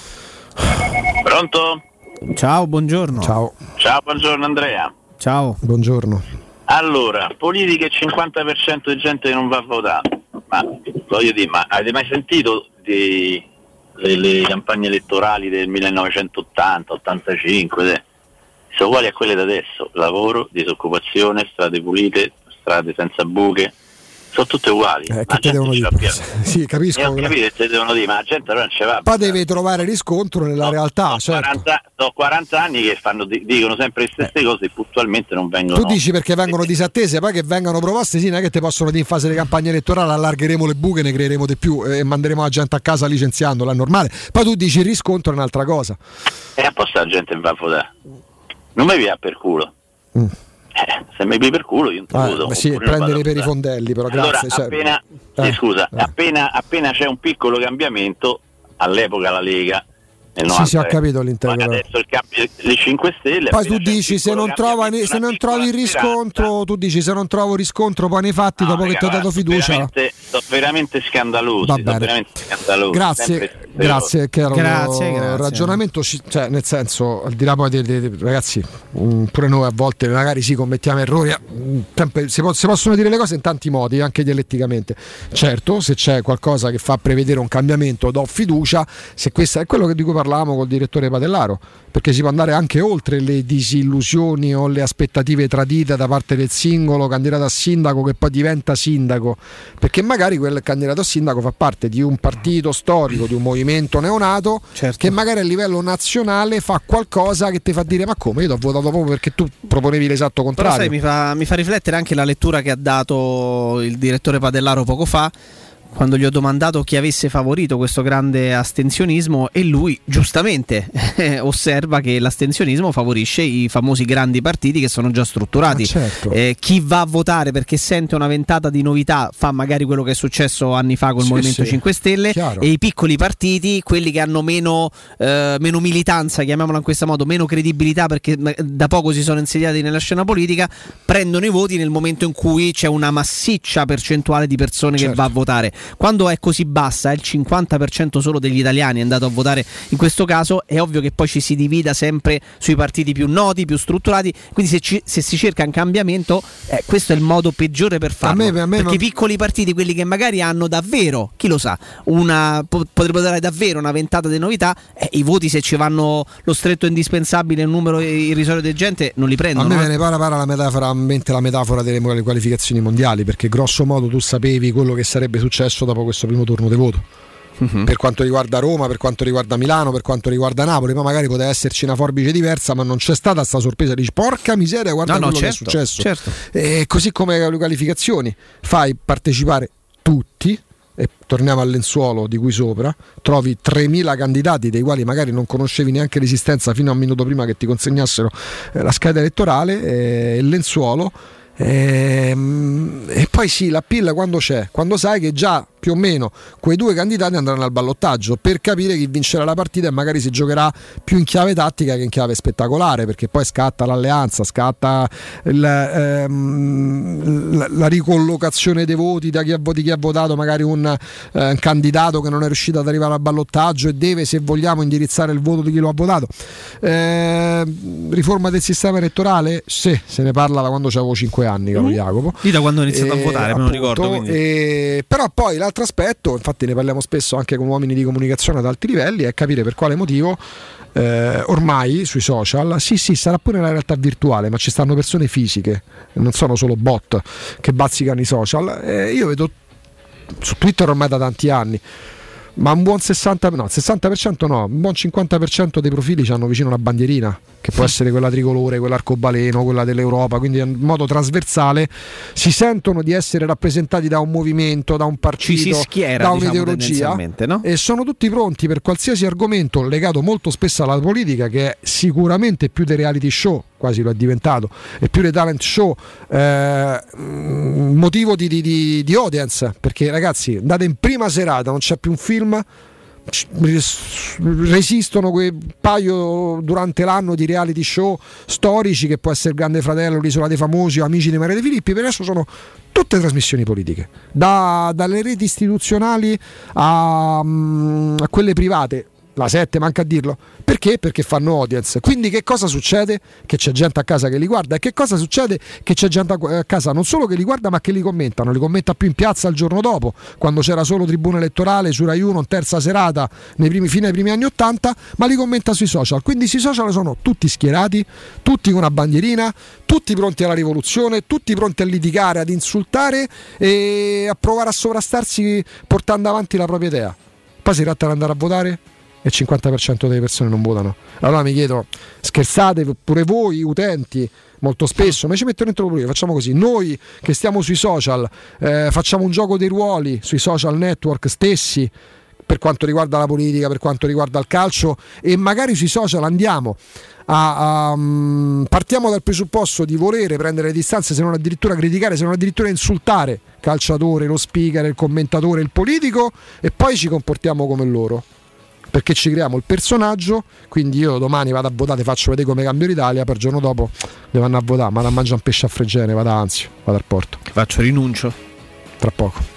Ciao, buongiorno. Ciao, buongiorno Andrea. Ciao. Buongiorno. Allora, politica e 50% di gente che non va a votare. Ma voglio dire, ma avete mai sentito le campagne elettorali del 1980, 85? Sono uguali a quelle da adesso: lavoro, disoccupazione, strade pulite, strade senza buche, sono tutte uguali. Che te devono dire? Sì, capisco. Ho capito che te devono dire, ma la gente allora non ce va. Poi deve trovare riscontro nella realtà. Sono 40 anni che dicono sempre le stesse cose e puntualmente non vengono. Tu dici perché vengono disattese, poi che vengano proposte, sì, non è che te possono dire in fase di campagna elettorale allargheremo le buche, ne creeremo di più e manderemo la gente a casa licenziandola, è normale. Poi tu dici il riscontro è un'altra cosa. E apposta la gente va a votare. Non mi via per culo. Se mi piace per culo io non voto. Sì, prendere per i fondelli, però allora, grazie. Appena c'è un piccolo cambiamento, all'epoca la Lega sì, ho capito l'intero. Adesso le 5 Stelle. Poi tu dici se non trovi il riscontro, tu dici se non trovo riscontro poi nei fatti dopo che ti ho dato fiducia. Sono veramente scandalosi. Grazie, che era un ragionamento, cioè nel senso, al di là poi ragazzi, pure noi a volte magari commettiamo errori, si possono dire le cose in tanti modi, anche dialetticamente. Certo, se c'è qualcosa che fa prevedere un cambiamento do fiducia, se questo è quello di cui parlavamo col direttore Padellaro, perché si può andare anche oltre le disillusioni o le aspettative tradite da parte del singolo candidato a sindaco che poi diventa sindaco, perché magari quel candidato a sindaco fa parte di un partito storico, di un movimento neonato, certo, che magari a livello nazionale fa qualcosa che ti fa dire ma come, io ti ho votato proprio perché tu proponevi l'esatto contrario. Però sai, mi fa riflettere anche la lettura che ha dato il direttore Padellaro poco fa, quando gli ho domandato chi avesse favorito questo grande astensionismo, e lui giustamente osserva che l'astensionismo favorisce i famosi grandi partiti che sono già strutturati. Certo. Chi va a votare perché sente una ventata di novità fa magari quello che è successo anni fa col Movimento 5 Stelle, chiaro. E i piccoli partiti, quelli che hanno meno militanza, chiamiamola in questo modo, meno credibilità perché da poco si sono insediati nella scena politica, prendono i voti nel momento in cui c'è una massiccia percentuale di persone che va a votare. Quando è così bassa, è il 50% solo degli italiani è andato a votare in questo caso, è ovvio che poi ci si divida sempre sui partiti più noti, più strutturati, quindi se si cerca un cambiamento, questo è il modo peggiore per farlo, perché i piccoli partiti, quelli che magari hanno davvero, chi lo sa, potrebbero dare davvero una ventata di novità, i voti, se ci vanno lo stretto indispensabile, un numero irrisorio di gente, non li prendono. A me viene para la metafora delle qualificazioni mondiali, perché grosso modo tu sapevi quello che sarebbe successo dopo questo primo turno di voto. Per quanto riguarda Roma, per quanto riguarda Milano, per quanto riguarda Napoli, ma magari poteva esserci una forbice diversa, ma non c'è stata sta sorpresa, dici porca miseria, guarda quello che è successo. Certo. E così come le qualificazioni, fai partecipare tutti, e torniamo al lenzuolo di qui sopra, trovi 3.000 candidati dei quali magari non conoscevi neanche l'esistenza fino a un minuto prima che ti consegnassero la scheda elettorale, il lenzuolo. E poi sì, l'appeal quando c'è, quando sai che già più o meno quei due candidati andranno al ballottaggio, per capire chi vincerà la partita e magari si giocherà più in chiave tattica che in chiave spettacolare, perché poi scatta l'alleanza, scatta la ricollocazione dei voti da chi ha votato magari un candidato che non è riuscito ad arrivare al ballottaggio e deve, se vogliamo, indirizzare il voto di chi lo ha votato. Riforma del sistema elettorale? Sì, se ne parla da quando avevo 5 anni, caro Jacopo. Lì da quando ho iniziato a votare, me lo ricordo. Però poi l'altro aspetto, infatti ne parliamo spesso anche con uomini di comunicazione ad alti livelli, è capire per quale motivo ormai sui social, sì sarà pure una realtà virtuale, ma ci stanno persone fisiche, non sono solo bot che bazzicano i social. Io vedo su Twitter ormai da tanti anni, ma un buon 60% no, un buon 50% dei profili hanno vicino una bandierina, che può essere quella tricolore, quella arcobaleno, quella dell'Europa, quindi in modo trasversale si sentono di essere rappresentati da un movimento, da un partito, da un'ideologia, no? E sono tutti pronti per qualsiasi argomento legato molto spesso alla politica, che è sicuramente più dei reality show, quasi lo è diventato, e più dei talent show, motivo di audience, perché ragazzi, andate in prima serata, non c'è più un film, resistono quei paio durante l'anno di reality show storici, che può essere Grande Fratello, l'Isola dei Famosi o Amici di Maria De Filippi, per adesso sono tutte trasmissioni politiche, dalle reti istituzionali a quelle private. la 7 manca a dirlo, perché? Perché fanno audience. Quindi che cosa succede? Che c'è gente a casa che li guarda. E che cosa succede? Che c'è gente a casa non solo che li guarda, ma che li commentano. Li commenta più in piazza il giorno dopo, quando c'era solo Tribuna Elettorale su Rai 1 in terza serata fino ai primi anni 80, ma li commenta sui social. Quindi sui social sono tutti schierati, tutti con una bandierina, tutti pronti alla rivoluzione, tutti pronti a litigare, ad insultare e a provare a sovrastarsi portando avanti la propria idea. Poi si tratta di andare a votare e il 50% delle persone non votano. Allora mi chiedo, scherzate pure voi utenti molto spesso, ma ci metto dentro pure io, facciamo così, noi che stiamo sui social facciamo un gioco dei ruoli sui social network stessi per quanto riguarda la politica, per quanto riguarda il calcio, e magari sui social andiamo partiamo dal presupposto di volere prendere le distanze, se non addirittura criticare, se non addirittura insultare il calciatore, lo speaker, il commentatore, il politico, e poi ci comportiamo come loro, perché ci creiamo il personaggio. Quindi io domani vado a votare, faccio vedere come cambio l'Italia, per giorno dopo devo andare a votare, vado a mangiare un pesce a Fregene, vado al porto, faccio rinuncio tra poco.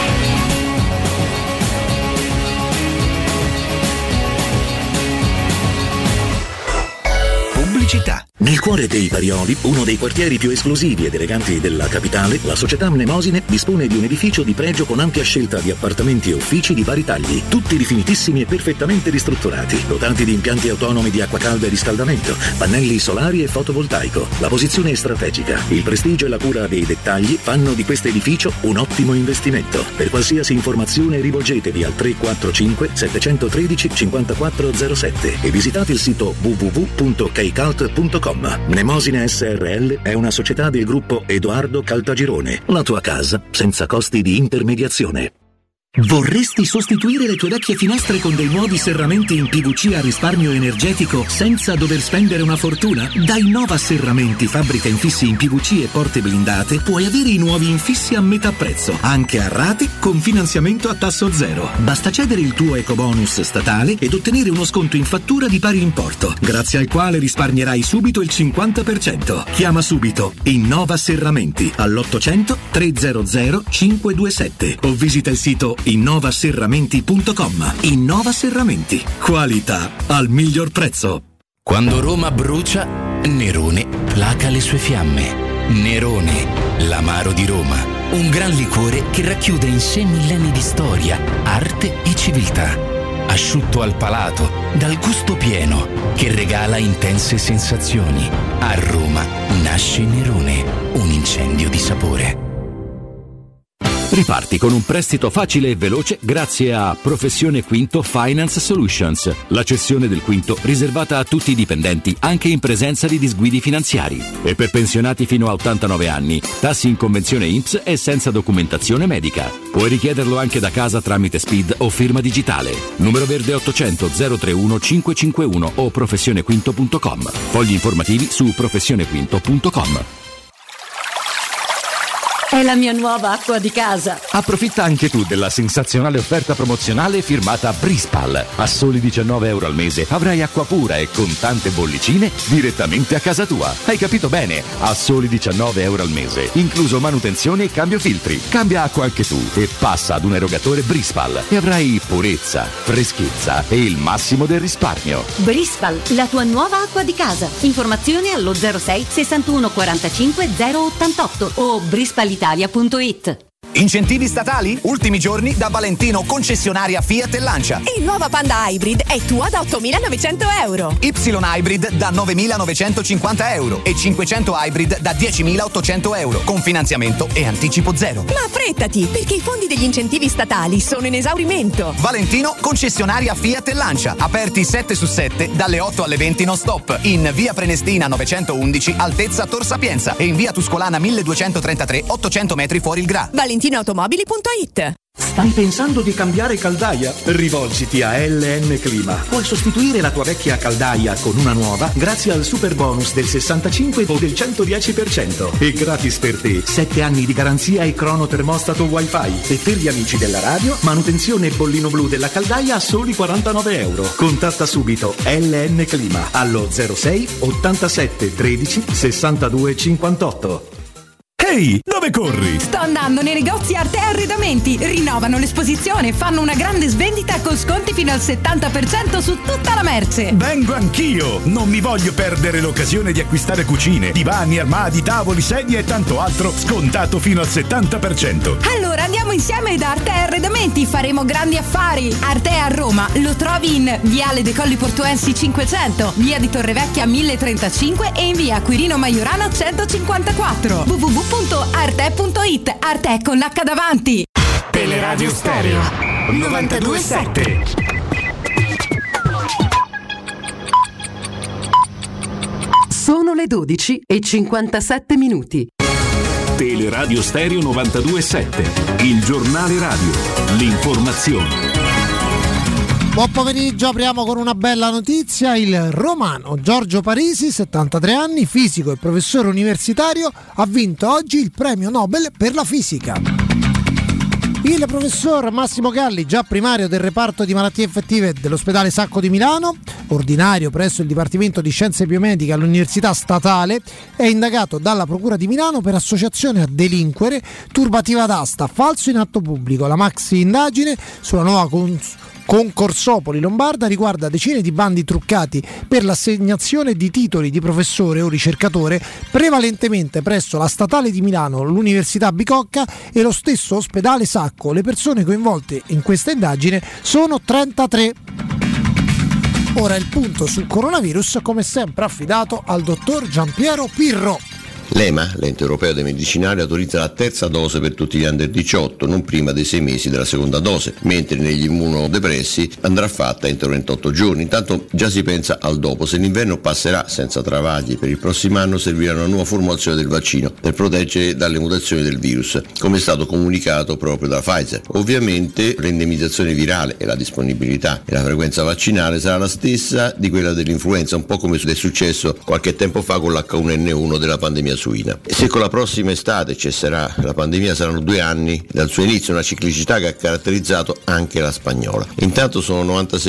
Pubblicità. Nel cuore dei Parioli, uno dei quartieri più esclusivi ed eleganti della capitale, la società Mnemosine dispone di un edificio di pregio con ampia scelta di appartamenti e uffici di vari tagli, tutti rifinitissimi e perfettamente ristrutturati, dotati di impianti autonomi di acqua calda e riscaldamento, pannelli solari e fotovoltaico. La posizione è strategica, il prestigio e la cura dei dettagli fanno di questo edificio un ottimo investimento. Per qualsiasi informazione rivolgetevi al 345 713 5407 e visitate il sito www.kcult.com. Mnemosine SRL è una società del gruppo Edoardo Caltagirone. La tua casa senza costi di intermediazione. Vorresti sostituire le tue vecchie finestre con dei nuovi serramenti in PVC a risparmio energetico senza dover spendere una fortuna? Da Innova Serramenti, fabbrica infissi in PVC e porte blindate, puoi avere i nuovi infissi a metà prezzo, anche a rate con finanziamento a tasso zero. Basta cedere il tuo ecobonus statale ed ottenere uno sconto in fattura di pari importo, grazie al quale risparmierai subito il 50%. Chiama subito Innova Serramenti all'800 300 527 o visita il sito innovaserramenti.com. Innova Serramenti, qualità al miglior prezzo. Quando Roma brucia, Nerone placa le sue fiamme. Nerone, l'amaro di Roma, un gran liquore che racchiude in sé millenni di storia, arte e civiltà. Asciutto al palato, dal gusto pieno, che regala intense sensazioni. A Roma nasce Nerone, un incendio di sapore. Riparti con un prestito facile e veloce grazie a Professione Quinto Finance Solutions, la cessione del quinto riservata a tutti i dipendenti anche in presenza di disguidi finanziari, e per pensionati fino a 89 anni, tassi in convenzione INPS e senza documentazione medica. Puoi richiederlo anche da casa tramite SPID o firma digitale. Numero verde 800 031 551 o professionequinto.com. Fogli informativi su professionequinto.com. È la mia nuova acqua di casa. Approfitta anche tu della sensazionale offerta promozionale firmata Brispal. A soli €19 al mese avrai acqua pura e con tante bollicine direttamente a casa tua. Hai capito bene? A soli €19 al mese, incluso manutenzione e cambio filtri. Cambia acqua anche tu e passa ad un erogatore Brispal e avrai purezza, freschezza e il massimo del risparmio. Brispal, la tua nuova acqua di casa. Informazioni allo 06 61 45 088 o brispalitalia.it. Incentivi statali? Ultimi giorni da Valentino, concessionaria Fiat e Lancia. Il nuovo Panda Hybrid è tua da €8.900. Y Hybrid da €9.950 e 500 Hybrid da €10.800 con finanziamento e anticipo zero. Ma affrettati, perché i fondi degli incentivi statali sono in esaurimento. Valentino, concessionaria Fiat e Lancia, aperti 7/7 dalle 8 alle 20 non stop, in via Prenestina 911 altezza Tor Sapienza e in via Tuscolana 1233 800 metri fuori il Gra. ValentinoAutomobili.it. Stai pensando di cambiare caldaia? Rivolgiti a LN Clima. Puoi sostituire la tua vecchia caldaia con una nuova grazie al super bonus del 65 o del 110% e gratis per te 7 anni di garanzia e crono termostato wifi, e per gli amici della radio manutenzione bollino blu della caldaia a soli €49. Contatta subito LN Clima allo 06 87 13 62 58. Ehi, dove corri? Sto andando nei negozi Arte Arredamenti. Rinnovano l'esposizione, fanno una grande svendita con sconti fino al 70% su tutta la merce. Vengo anch'io! Non mi voglio perdere l'occasione di acquistare cucine, divani, armadi, tavoli, sedie e tanto altro scontato fino al 70%. Allora andiamo insieme da Arte Arredamenti, faremo grandi affari. Arte a Roma lo trovi in Viale dei Colli Portuensi 500, Via di Torrevecchia 1035 e in Via Quirino Maiorano 154. www.arte.it. Arte con l'H davanti. Teleradio Stereo 92.7. Sono le 12:57. Teleradio Stereo 92.7, il giornale radio, l'informazione. Buon pomeriggio, apriamo con una bella notizia. Il romano Giorgio Parisi, 73 anni, fisico e professore universitario, ha vinto oggi il premio Nobel per la fisica. Il professor Massimo Galli, già primario del reparto di malattie infettive dell'ospedale Sacco di Milano, ordinario presso il Dipartimento di Scienze Biomediche all'Università Statale, è indagato dalla Procura di Milano per associazione a delinquere, turbativa d'asta, falso in atto pubblico. La maxi indagine sulla nuova Concorsopoli Lombarda riguarda decine di bandi truccati per l'assegnazione di titoli di professore o ricercatore prevalentemente presso la Statale di Milano, l'Università Bicocca e lo stesso ospedale Sacco. Le persone coinvolte in questa indagine sono 33. Ora il punto sul coronavirus, come sempre affidato al dottor Giampiero Pirro. L'EMA, l'ente europeo dei medicinali, autorizza la terza dose per tutti gli under 18, non prima dei 6 mesi della seconda dose, mentre negli immunodepressi andrà fatta entro 28 giorni. Intanto già si pensa al dopo. Se l'inverno passerà senza travagli, per il prossimo anno servirà una nuova formulazione del vaccino per proteggere dalle mutazioni del virus, come è stato comunicato proprio da Pfizer. Ovviamente l'endemizzazione virale e la disponibilità e la frequenza vaccinale sarà la stessa di quella dell'influenza, un po' come è successo qualche tempo fa con l'H1N1 della pandemia suina. E se con la prossima estate cesserà la pandemia, saranno 2 anni dal suo inizio, una ciclicità che ha caratterizzato anche la spagnola. Intanto sono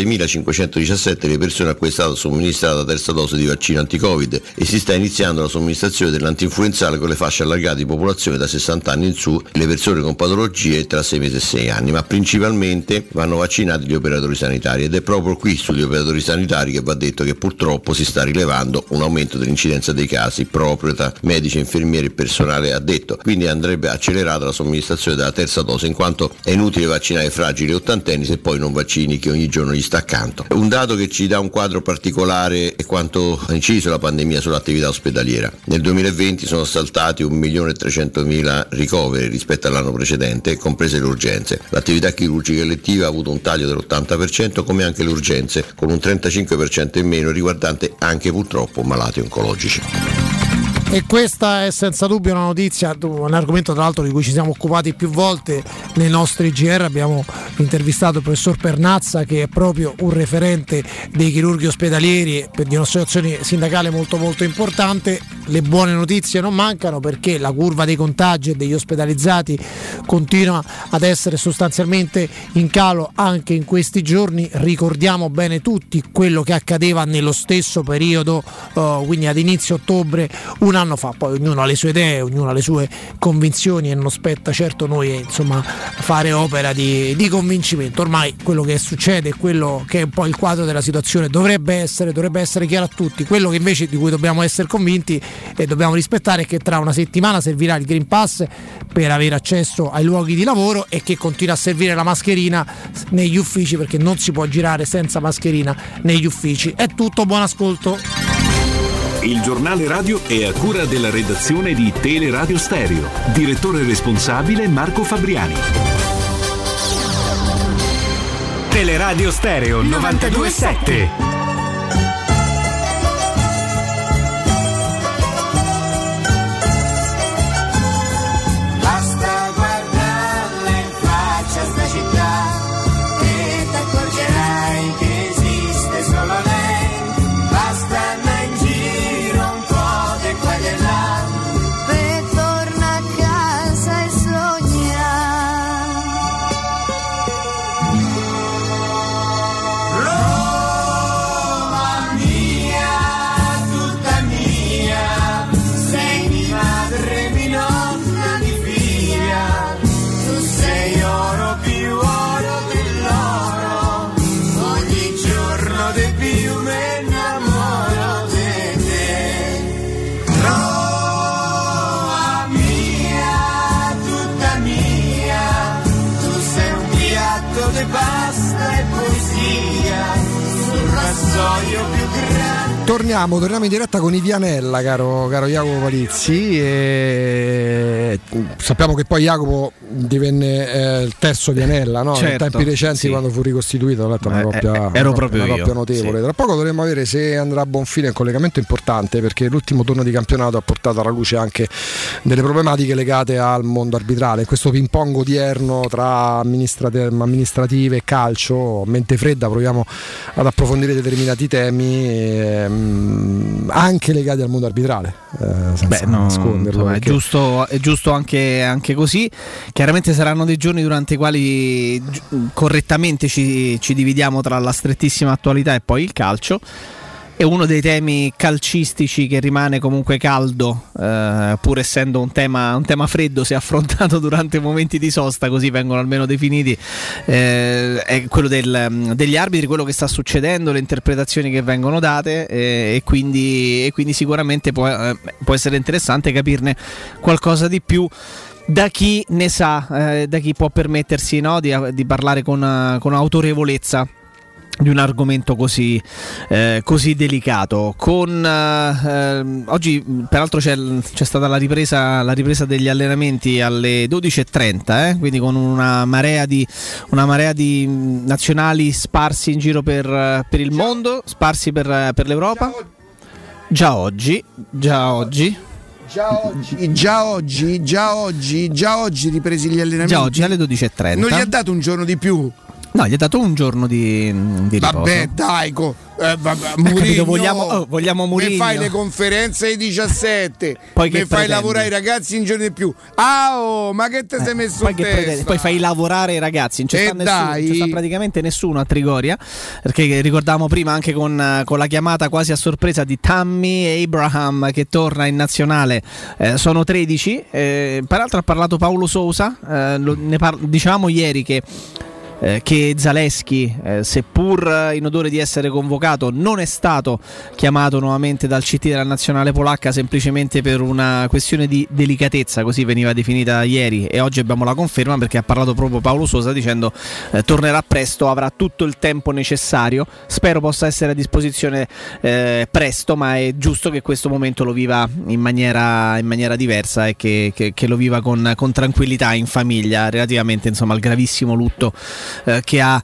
96.517 le persone a cui è stata somministrata la terza dose di vaccino anti-Covid e si sta iniziando la somministrazione dell'antinfluenzale con le fasce allargate di popolazione da 60 anni in su, le persone con patologie tra 6 mesi e 6 anni, ma principalmente vanno vaccinati gli operatori sanitari, ed è proprio qui sugli operatori sanitari che va detto che purtroppo si sta rilevando un aumento dell'incidenza dei casi proprio tra medici, infermieri e personale addetto. Quindi andrebbe accelerata la somministrazione della terza dose, in quanto è inutile vaccinare fragili e ottantenni se poi non vaccini chi ogni giorno gli sta accanto. Un dato che ci dà un quadro particolare è quanto ha inciso la pandemia sull'attività ospedaliera. Nel 2020 sono saltati 1.300.000 ricoveri rispetto all'anno precedente, comprese le urgenze. L'attività chirurgica elettiva ha avuto un taglio dell'80%, come anche le urgenze, con un 35% in meno, riguardante anche purtroppo malati oncologici. E questa è senza dubbio una notizia, un argomento tra l'altro di cui ci siamo occupati più volte nei nostri GR. Abbiamo intervistato il professor Pernazza, che è proprio un referente dei chirurghi ospedalieri di un'associazione sindacale molto molto importante. Le buone notizie non mancano, perché la curva dei contagi e degli ospedalizzati continua ad essere sostanzialmente in calo anche in questi giorni. Ricordiamo bene tutti quello che accadeva nello stesso periodo, quindi ad inizio ottobre un anno fa. Poi ognuno ha le sue idee, ognuno ha le sue convinzioni e non spetta certo noi fare opera di convincimento. Ormai quello che succede, quello che è un po' il quadro della situazione, dovrebbe essere chiaro a tutti. Quello che invece di cui dobbiamo essere convinti e dobbiamo rispettare è che tra una settimana servirà il Green Pass per avere accesso ai luoghi di lavoro e che continua a servire la mascherina negli uffici, perché non si può girare senza mascherina negli uffici. È tutto, buon ascolto. Il giornale radio è a cura della redazione di Teleradio Stereo. Direttore responsabile Marco Fabriani. Teleradio Stereo 92.7. piatto di pasta e poesia sul rasoio più grande. Torniamo in diretta con i Vianella, caro Jacopo Palizzi, e sappiamo che poi Jacopo divenne il terzo Vianella, no? Certo, in tempi recenti, sì. Quando fu ricostituito, ho letto una coppia notevole. Sì. Tra poco dovremmo vedere se andrà a buon fine, un collegamento importante, perché l'ultimo turno di campionato ha portato alla luce anche delle problematiche legate al mondo arbitrale, questo ping pong odierno tra amministrative e calcio. Mente fredda proviamo ad approfondire determinati temi anche legati al mondo arbitrale, senza nasconderlo. Insomma, è giusto anche così. Chiaramente saranno dei giorni durante i quali correttamente ci dividiamo tra la strettissima attualità e poi il calcio. È uno dei temi calcistici che rimane comunque caldo, pur essendo un tema freddo, se affrontato durante momenti di sosta, così vengono almeno definiti, è quello degli arbitri, quello che sta succedendo, le interpretazioni che vengono date, e quindi sicuramente può essere interessante capirne qualcosa di più da chi ne sa, da chi può permettersi, no, di parlare con autorevolezza di un argomento così delicato. Oggi peraltro c'è stata la ripresa degli allenamenti alle 12:30, quindi con una marea di nazionali sparsi in giro per il mondo, sparsi per l'Europa. Già oggi ripresi gli allenamenti. Già oggi alle 12:30. Non gli ha dato un giorno di più? No, gli ha dato un giorno di riposo. Vabbè, dai, Mourinho, vogliamo Mourinho. Mi fai le conferenze ai 17, poi mi fai lavorare i ragazzi un giorno di più. Ma che te sei messo in testa? Poi fai lavorare i ragazzi. Non c'è praticamente nessuno a Trigoria, perché ricordavamo prima anche con la chiamata quasi a sorpresa di Tammy Abraham che torna in nazionale. Sono 13. Peraltro ha parlato Paulo Sousa. Dicevamo ieri che Zalewski, seppur in odore di essere convocato, non è stato chiamato nuovamente dal CT della nazionale polacca semplicemente per una questione di delicatezza, così veniva definita ieri, e oggi abbiamo la conferma perché ha parlato proprio Paulo Sousa dicendo tornerà presto, avrà tutto il tempo necessario, spero possa essere a disposizione presto, ma è giusto che questo momento lo viva in maniera diversa e che lo viva con tranquillità in famiglia relativamente, insomma, al gravissimo lutto che ha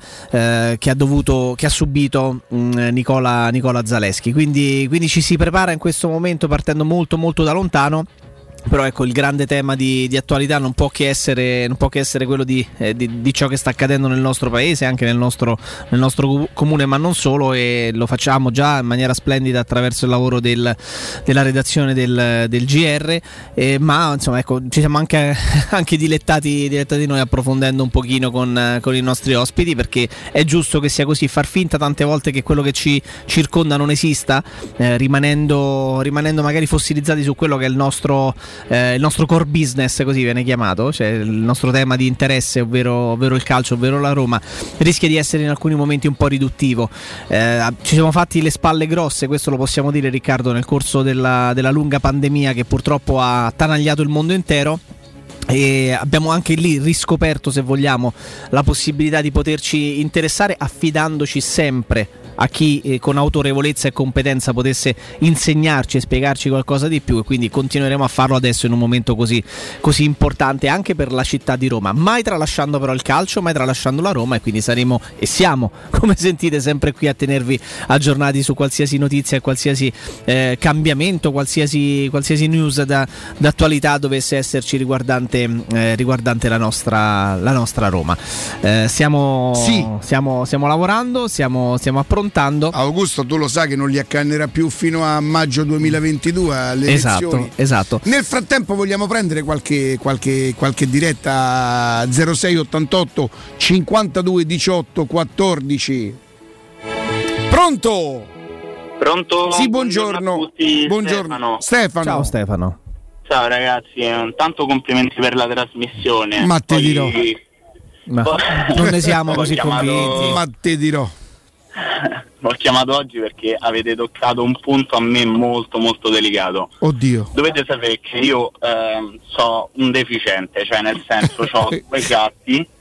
subito Nicola Zalewski, quindi ci si prepara in questo momento partendo molto molto da lontano. Però ecco, il grande tema di attualità non può che essere quello di ciò che sta accadendo nel nostro paese, anche nel nostro comune, ma non solo, e lo facciamo già in maniera splendida attraverso il lavoro della redazione del GR, ma insomma, ecco, ci siamo anche dilettati noi approfondendo un pochino con i nostri ospiti, perché è giusto che sia così, far finta tante volte che quello che ci circonda non esista, rimanendo magari fossilizzati su quello che è il nostro core business, così viene chiamato, cioè il nostro tema di interesse, ovvero il calcio, ovvero la Roma, rischia di essere in alcuni momenti un po' riduttivo. Ci siamo fatti le spalle grosse, questo lo possiamo dire, Riccardo, nel corso della lunga pandemia che purtroppo ha attanagliato il mondo intero, e abbiamo anche lì riscoperto, se vogliamo, la possibilità di poterci interessare affidandoci sempre a chi con autorevolezza e competenza potesse insegnarci e spiegarci qualcosa di più, e quindi continueremo a farlo adesso in un momento così importante anche per la città di Roma, mai tralasciando però il calcio, mai tralasciando la Roma, e quindi saremo e siamo, come sentite, sempre qui a tenervi aggiornati su qualsiasi notizia e qualsiasi cambiamento, qualsiasi news d'attualità dovesse esserci riguardante la nostra Roma. Stiamo lavorando, stiamo approntando. Augusto, tu lo sai che non li accannerà più fino a maggio 2022 alle elezioni. Esatto. Nel frattempo vogliamo prendere qualche diretta 0688 52 18 14. Pronto? Sì, buongiorno a tutti. Buongiorno Stefano. Ciao Stefano. Ciao ragazzi, intanto complimenti per la trasmissione. Ma te dirò. Non ne siamo così convinti. Ma te dirò. L'ho chiamato oggi perché avete toccato un punto a me molto molto delicato. Oddio. Dovete sapere che io so un deficiente, cioè nel senso ho due gatti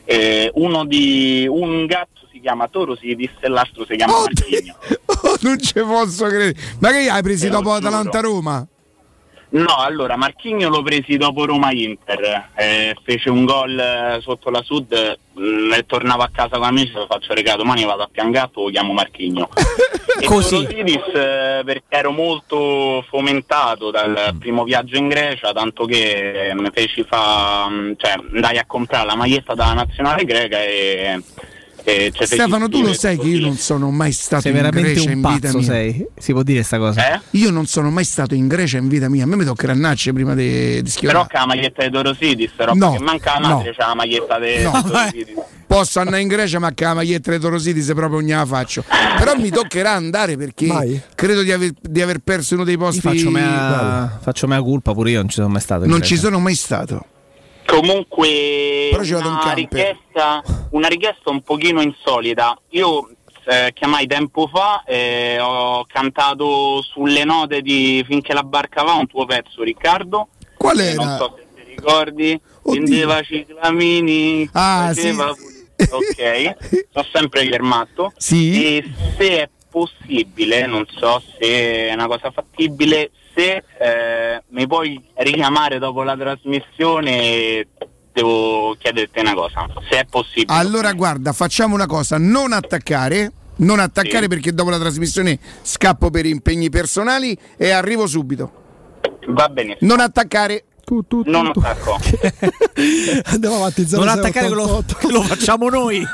un gatto si chiama Torosidis e l'altro si chiama Marchigno. Non ci posso credere. Ma che hai presi dopo Atalanta-Roma? No, allora Marchigno l'ho presi dopo Roma-Inter, fece un gol sotto la Sud e tornavo a casa con amici, lo faccio regà, domani vado a Piangatto, lo chiamo Marchigno. E Torosidis perché ero molto fomentato dal primo viaggio in Grecia, tanto che mi feci andai a comprare la maglietta della nazionale greca e Stefano, tu lo sai che io non sono mai stato in Grecia in vita mia. Si può dire sta cosa? Io non sono mai stato in Grecia in vita mia. A me mi tocca rannacce prima di schiorare. Però che la maglietta di Torosidis, che manca la madre, c'è la maglietta di Torosidis. Posso andare in Grecia, ma che la maglietta di Torosidis proprio non la faccio. Però mi toccherà andare perché credo di aver perso uno dei posti. Faccio mea colpa, pure io non ci sono mai stato. Non ci sono mai stato. Comunque una richiesta un pochino insolita. Io chiamai tempo fa e ho cantato sulle note di Finché la barca va un tuo pezzo, Riccardo. Qual era? Non so se ti ricordi. Vendeva ciclamini, faceva ok, sono sempre fermato. Sì. E se è possibile, non so se è una cosa fattibile, se mi puoi richiamare dopo la trasmissione, devo chiederti una cosa, se è possibile. Allora guarda, facciamo una cosa, non attaccare perché dopo la trasmissione scappo per impegni personali e arrivo subito. Va bene. Non attaccare. Non attacco. Andiamo avanti. Non attaccare che lo facciamo noi.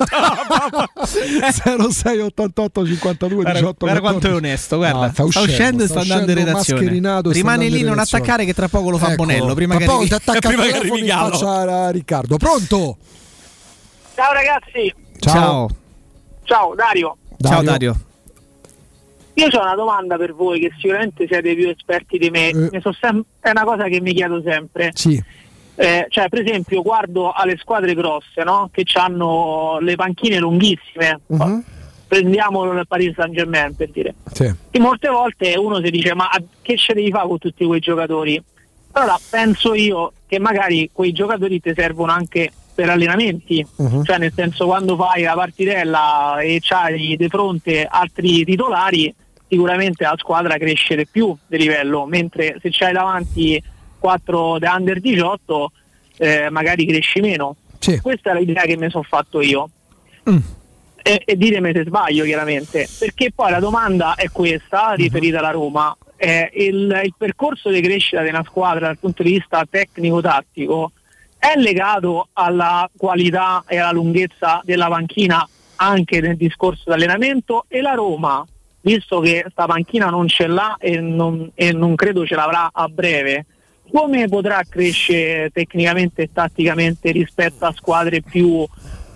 06 88 52 18. Guarda quanto è onesto, guarda. Sta uscendo e sta andando in redazione. Rimane lì, non attaccare che tra poco lo fa Bonello. Prima che arrivi faccia Riccardo. Pronto? Ciao ragazzi. Ciao Dario. Ciao Dario. Io ho una domanda per voi, che sicuramente siete più esperti di me. È una cosa che mi chiedo sempre. Sì. Cioè, per esempio, guardo alle squadre grosse, no? Che hanno le panchine lunghissime. Prendiamo il Paris Saint-Germain, per dire. Sì. E molte volte uno si dice: ma che ce devi fare con tutti quei giocatori? Allora penso io che magari quei giocatori ti servono anche per allenamenti, cioè nel senso, quando fai la partitella e c'hai di fronte altri titolari, sicuramente la squadra cresce di più di livello, mentre se c'hai davanti 4 da under 18 magari cresci meno. Sì. Questa è l'idea che mi sono fatto io. E ditemi se sbaglio, chiaramente, perché poi la domanda è questa, riferita alla Roma. Il percorso di crescita di una squadra dal punto di vista tecnico-tattico è legato alla qualità e alla lunghezza della panchina anche nel discorso di allenamento, e la Roma, visto che sta panchina non ce l'ha e non credo ce l'avrà a breve, come potrà crescere tecnicamente e tatticamente rispetto a squadre più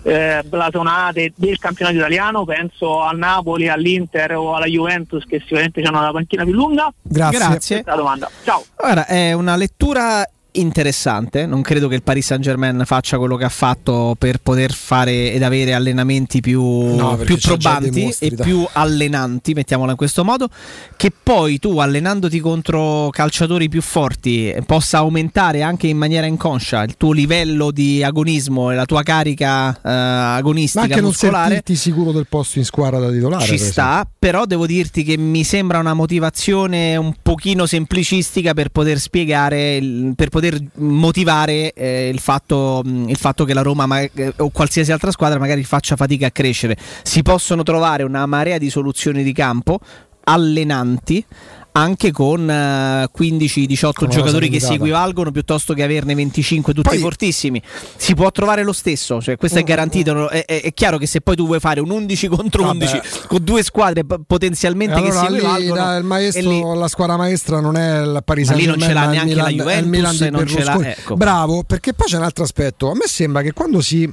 blasonate del campionato italiano? Penso al Napoli, all'Inter o alla Juventus, che sicuramente hanno una panchina più lunga. Grazie. Questa è la domanda. Ciao. Ora, è una lettura interessante. Non credo che il Paris Saint-Germain faccia quello che ha fatto per poter fare ed avere allenamenti più probanti e più allenanti, mettiamola in questo modo, che poi tu, allenandoti contro calciatori più forti, possa aumentare anche in maniera inconscia il tuo livello di agonismo e la tua carica agonistica, ma anche muscolare. Non sentirti sicuro del posto in squadra da titolare. Ci sta, però devo dirti che mi sembra una motivazione un pochino semplicistica per poter spiegare, per poter motivare il fatto che la Roma o qualsiasi altra squadra magari faccia fatica a crescere. Si possono trovare una marea di soluzioni di campo allenanti anche con 15-18 giocatori che si equivalgono, piuttosto che averne 25 tutti fortissimi. Si può trovare lo stesso, cioè questo è garantito. È chiaro che se poi tu vuoi fare un 11 contro 11 con due squadre potenzialmente allora, che si equivalgono, il maestro, la squadra maestra non è il Paris Saint-Germain, lì non ce l'ha neanche la Juventus, e non ce l'ha, ecco. Bravo, perché poi c'è un altro aspetto. A me sembra che quando si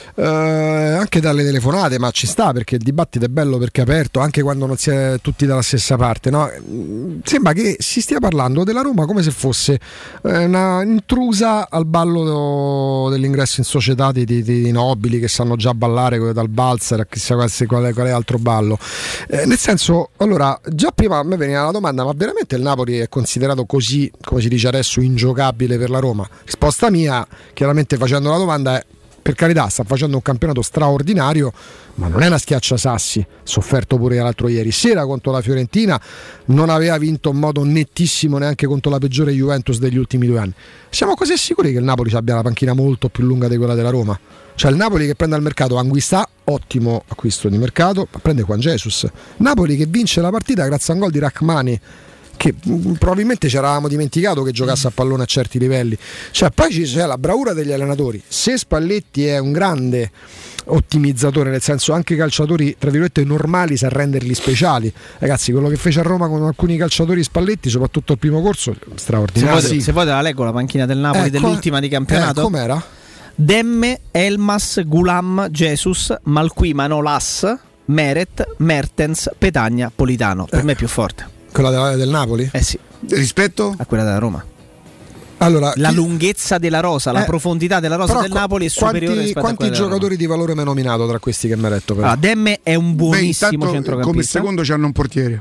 anche dalle telefonate, ma ci sta, perché il dibattito è bello perché è aperto, anche quando non si è tutti dalla stessa parte, no? Sembra che si stia parlando della Roma come se fosse una intrusa al ballo dell'ingresso in società di nobili che sanno già ballare, dal valzer a chissà quale altro ballo, nel senso, allora già prima a me veniva la domanda: ma veramente il Napoli è considerato così, come si dice adesso, ingiocabile per la Roma? Risposta mia, chiaramente facendo la domanda, è per carità sta facendo un campionato straordinario, ma non è una schiacciasassi, sofferto pure l'altro ieri sera contro la Fiorentina, non aveva vinto in modo nettissimo neanche contro la peggiore Juventus degli ultimi 2 anni. Siamo così sicuri che il Napoli abbia la panchina molto più lunga di quella della Roma? Cioè il Napoli che prende al mercato Anguissà, ottimo acquisto di mercato, ma prende Juan Jesus. Napoli che vince la partita grazie a un gol di Rachmani, che probabilmente ci eravamo dimenticato che giocasse a pallone a certi livelli. Cioè poi c'è la bravura degli allenatori. Se Spalletti è un grande ottimizzatore, nel senso anche i calciatori tra virgolette normali sa renderli speciali, ragazzi, quello che fece a Roma con alcuni calciatori Spalletti, soprattutto al primo corso, straordinario. Se vuoi te la leggo la panchina del Napoli dell'ultima di campionato. Com'era? Demme, Elmas, Gulam, Jesus, Malqui, Manolas, Meret, Mertens, Petagna, Politano. Per me è più forte. Quella del Napoli? Sì. Rispetto a quella della Roma. Allora, la lunghezza della rosa, la profondità della rosa del Napoli è superiore rispetto a quella quanti giocatori di valore mi hai nominato tra questi che mi hai detto? Demme è un buonissimo centrocampista. Come secondo c'hanno un portiere.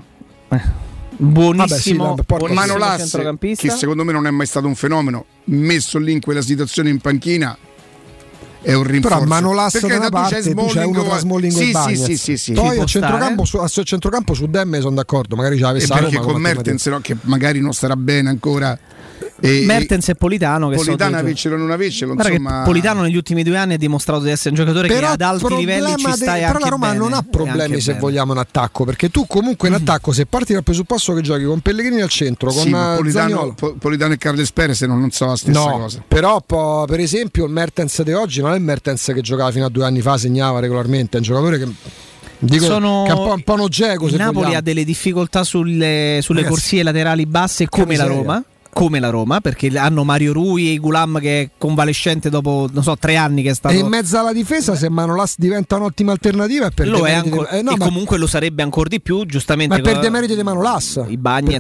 Buonissimo, buonissimo Manolas, che secondo me non è mai stato un fenomeno, messo lì in quella situazione in panchina è un rinforzo. Però Manolas da una parte, c'è uno tra Smalling e Bagnez. Sì. Poi a centrocampo su Demme sono d'accordo, magari ce l'avesse perché con Mertens che magari non starà bene ancora. Mertens e Politano che Politano avercelo non avercelo, insomma. Politano negli ultimi 2 anni ha dimostrato di essere un giocatore che ad alti livelli ci sta però la Roma bene, non ha problemi se vogliamo in attacco, perché tu comunque in attacco, se parti dal presupposto che giochi con Pellegrini al centro, con Politano e Carles Perez non so la stessa cosa. Però per esempio il Mertens di oggi non è il Mertens che giocava fino a 2 anni fa, segnava regolarmente, è un giocatore che che è un po' un Geco. Il Napoli ha delle difficoltà sulle corsie laterali basse come la Roma, perché hanno Mario Rui e Gulam che è convalescente dopo 3 anni che è stato. E in mezzo alla difesa, se Manolas diventa un'ottima alternativa, comunque lo sarebbe ancora di più, giustamente. Ma per demeriti di Manolas, i Bagnez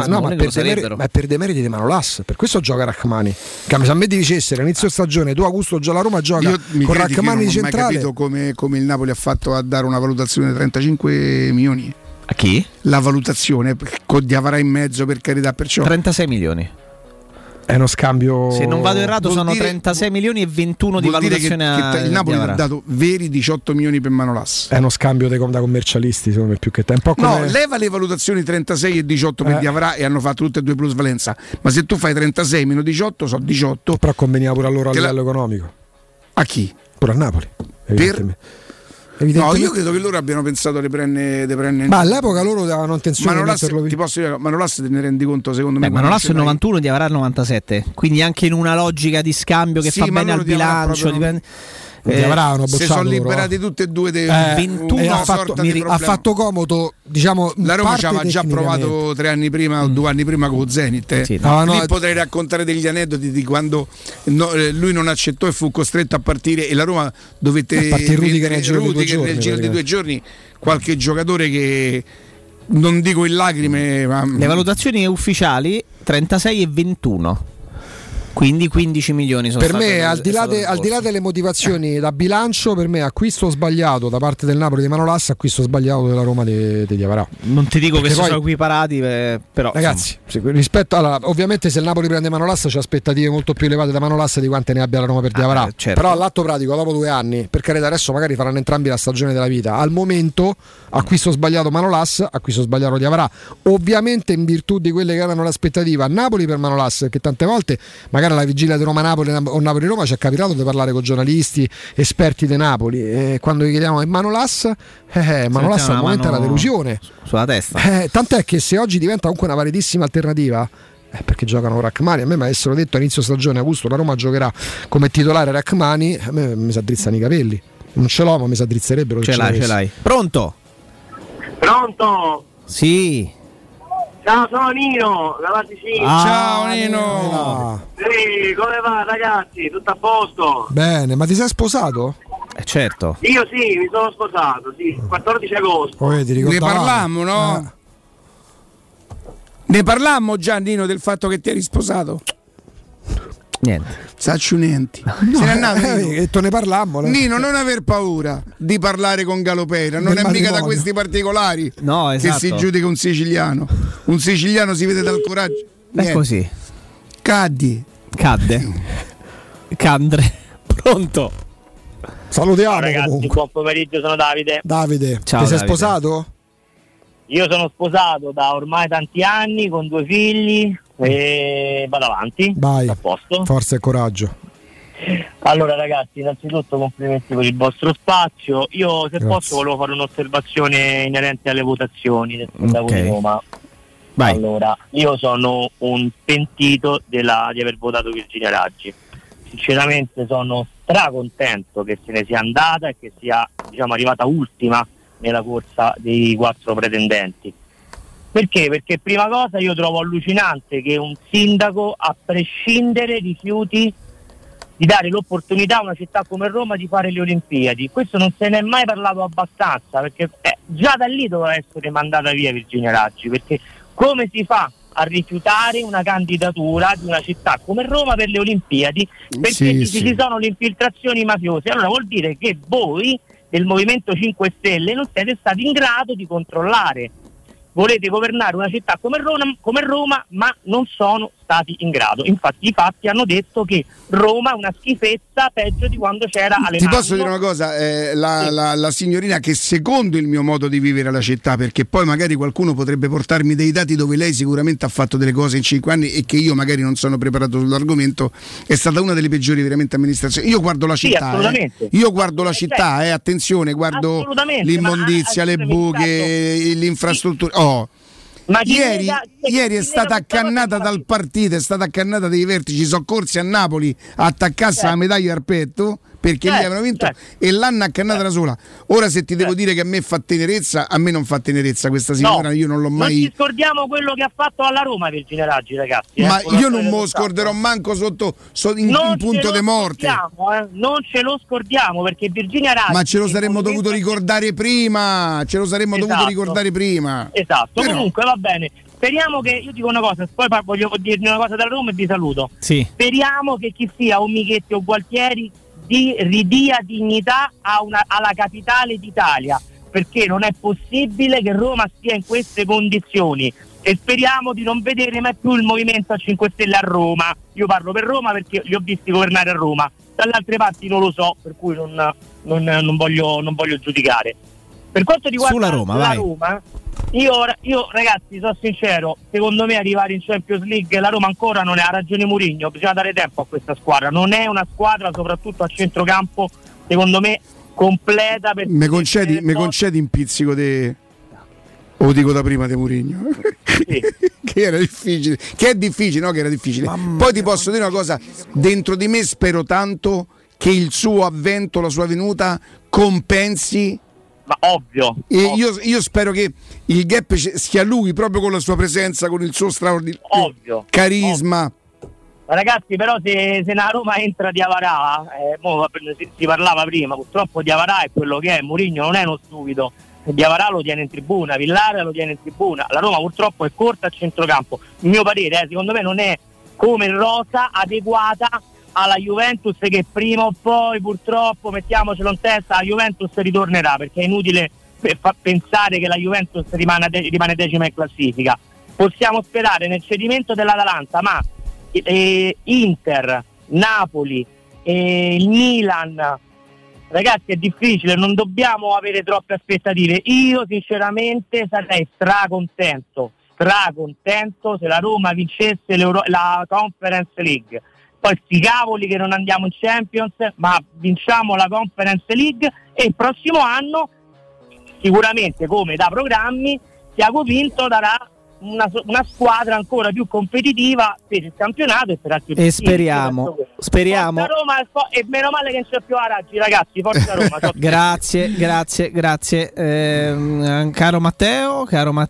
ma per demeriti di Manolas, per questo gioca Rachmani. Che a me dicessero all'inizio stagione tu Augusto già la Roma gioca con Rachmani di centrale. Non ho mai capito come il Napoli ha fatto a dare una valutazione di 35 milioni. A chi? La valutazione con Diavara in mezzo, per carità, perciò 36 milioni. È uno scambio. Se non vado errato sono 36 milioni e 21 di valutazione il Napoli ha dato veri 18 milioni per Manolas. È uno scambio da commercialisti, secondo me, più che tempo. No, leva le valutazioni 36 e 18 per Diavara e hanno fatto tutte e due plusvalenza. Ma se tu fai 36 meno 18 sono 18. Però conveniva pure a loro a livello economico. A chi? Pure a Napoli. No, io credo che loro abbiano pensato di prendere. Ma all'epoca loro avevano intenzione di metterlo. Ti posso dire, Manolas te ne rendi conto secondo me? Manolas è 91 di avrà il 97, quindi anche in una logica di scambio che fa bene al bilancio. Si sono liberati tutte e due 21 ha fatto comodo, diciamo. La Roma ci aveva già provato 3 anni prima o 2 anni prima con Zenit. Lì potrei raccontare degli aneddoti di quando lui non accettò e fu costretto a partire e la Roma dovette Rudiger nel giro di 2 giorni qualche giocatore che non dico in lacrime, ma le valutazioni ufficiali 36 e 21. Quindi 15 milioni sono per me, al di là delle motivazioni da bilancio, per me acquisto sbagliato da parte del Napoli di Manolas, acquisto sbagliato della Roma di Diavara. Non ti dico perché che sono equiparati, però ragazzi, rispetto ovviamente se il Napoli prende Manolas c'è aspettative molto più elevate da Manolas di quante ne abbia la Roma per Diavara. Certo. Però all'atto pratico, dopo 2 anni, per carità, adesso magari faranno entrambi la stagione della vita. Al momento acquisto sbagliato Manolas, acquisto sbagliato Diavara. Ovviamente in virtù di quelle che erano le aspettative a Napoli per Manolas, che tante volte magari alla vigilia di Roma-Napoli o Napoli-Roma ci è capitato di parlare con giornalisti esperti di Napoli e quando gli chiediamo Manolas Manolas al momento è una delusione sulla testa, tant'è che se oggi diventa comunque una validissima alternativa perché giocano Rachmani. A me mi avessero detto a inizio stagione Augusto la Roma giocherà come titolare Rachmani, a me mi si addrizzano i capelli, non ce l'ho ma mi si addrizzerebbero. Ce l'hai. Pronto? Sì. Ciao, sono Nino, da Marticino. Ciao Nino. Sì, come va ragazzi? Tutto a posto? Bene, ma ti sei sposato? Certo. Io sì, mi sono sposato, sì, 14 agosto. Ne parlammo, no? Ne parlammo già, Nino, del fatto che ti eri sposato? Niente. Saccio niente. Se n'è andato ne parlammo. Nino, non aver paura di parlare con Galopera, non è mica da questi particolari che si giudica un siciliano. Un siciliano si vede dal coraggio. È così. Cadde. Candre. Pronto? Salutiamo. Ciao ragazzi, comunque. buon pomeriggio, sono Davide. Ciao, ti sei sposato? Io sono sposato da ormai tanti anni con 2 figli e vado avanti. Vai, a posto. Forza e coraggio. Allora ragazzi, innanzitutto complimenti per il vostro spazio. Io se posso volevo fare un'osservazione inerente alle votazioni del sindaco di Roma. Vai. Allora, io sono un pentito di aver votato Virginia Raggi. Sinceramente sono stracontento che se ne sia andata e che sia, diciamo, arrivata ultima nella corsa dei 4 pretendenti. Perché? Perché prima cosa io trovo allucinante che un sindaco, a prescindere, rifiuti di dare l'opportunità a una città come Roma di fare le Olimpiadi. Questo non se ne è mai parlato abbastanza, perché già da lì doveva essere mandata via Virginia Raggi, perché come si fa a rifiutare una candidatura di una città come Roma per le Olimpiadi perché ci sono le infiltrazioni mafiose? Allora vuol dire che voi del Movimento 5 Stelle non siete stati in grado di controllare. Volete governare una città come Roma, ma non sono stati in grado. Infatti i fatti hanno detto che Roma è una schifezza, peggio di quando c'era Alemanno. Ti posso dire una cosa, la signorina, che secondo il mio modo di vivere la città, perché poi magari qualcuno potrebbe portarmi dei dati dove lei sicuramente ha fatto delle cose in 5 anni e che io magari non sono preparato sull'argomento, è stata una delle peggiori veramente amministrazioni. Io guardo la città, io guardo la città, attenzione, guardo l'immondizia, le buche, l'infrastruttura. Ma ieri è stata accannata dal partito, è stata accannata dei vertici soccorsi a Napoli a attaccarsi la medaglia al petto perché lì avevano vinto e l'hanno accannata da sola. Ora se ti devo dire che a me fa tenerezza, a me non fa tenerezza questa signora, io non l'ho mai. Non ci scordiamo quello che ha fatto alla Roma Virginia Raggi, ragazzi. Ma io non me lo scorderò manco in punto di morte. Non ce lo scordiamo perché Virginia Raggi. Ma ce lo saremmo dovuto ricordare prima. Dovuto ricordare prima. Esatto. Però, comunque va bene. Speriamo che, io dico una cosa, poi voglio dirvi una cosa dalla Roma e vi saluto. Sì. Speriamo che chi sia o Michetti o Gualtieri ridia dignità alla capitale d'Italia, perché non è possibile che Roma stia in queste condizioni, e speriamo di non vedere mai più il Movimento 5 Stelle a Roma. Io parlo per Roma perché li ho visti governare a Roma, dalle altre parti non lo so, per cui non voglio giudicare. Per quanto riguarda sulla Roma, la Roma, io ragazzi sono sincero, secondo me arrivare in Champions League la Roma ancora non è, ha ragione Mourinho, bisogna dare tempo a questa squadra, non è una squadra soprattutto a centrocampo secondo me completa. Mi concedi un pizzico lo dico da prima di Mourinho che era difficile, che è difficile, no che era difficile. Poi ti posso dire una cosa, dentro di me spero tanto che il suo avvento, la sua venuta compensi. Ma ovvio. Io spero che il gap sia lui, proprio con la sua presenza, con il suo straordinario carisma. Ovvio. Ma ragazzi, però se la Roma entra Diawara, si parlava prima, purtroppo Diawara è quello che è, Mourinho non è uno stupido, Diawara lo tiene in tribuna, Villar lo tiene in tribuna, la Roma purtroppo è corta a centrocampo, il mio parere secondo me non è come rosa adeguata alla Juventus, che prima o poi purtroppo, mettiamocelo in testa, la Juventus ritornerà, perché è inutile pensare che la Juventus rimane decima in classifica. Possiamo sperare nel cedimento dell'Atalanta, ma Inter, Napoli, il Milan, ragazzi è difficile, non dobbiamo avere troppe aspettative. Io sinceramente sarei stracontento se la Roma vincesse la Conference League. Poi sti cavoli che non andiamo in Champions, ma vinciamo la Conference League e il prossimo anno sicuramente, come da programmi, Tiago Pinto darà una squadra ancora più competitiva per il campionato e per altri e speriamo. Forza Roma e meno male che non c'è più a Raggi, ragazzi, forza Roma. grazie caro Matteo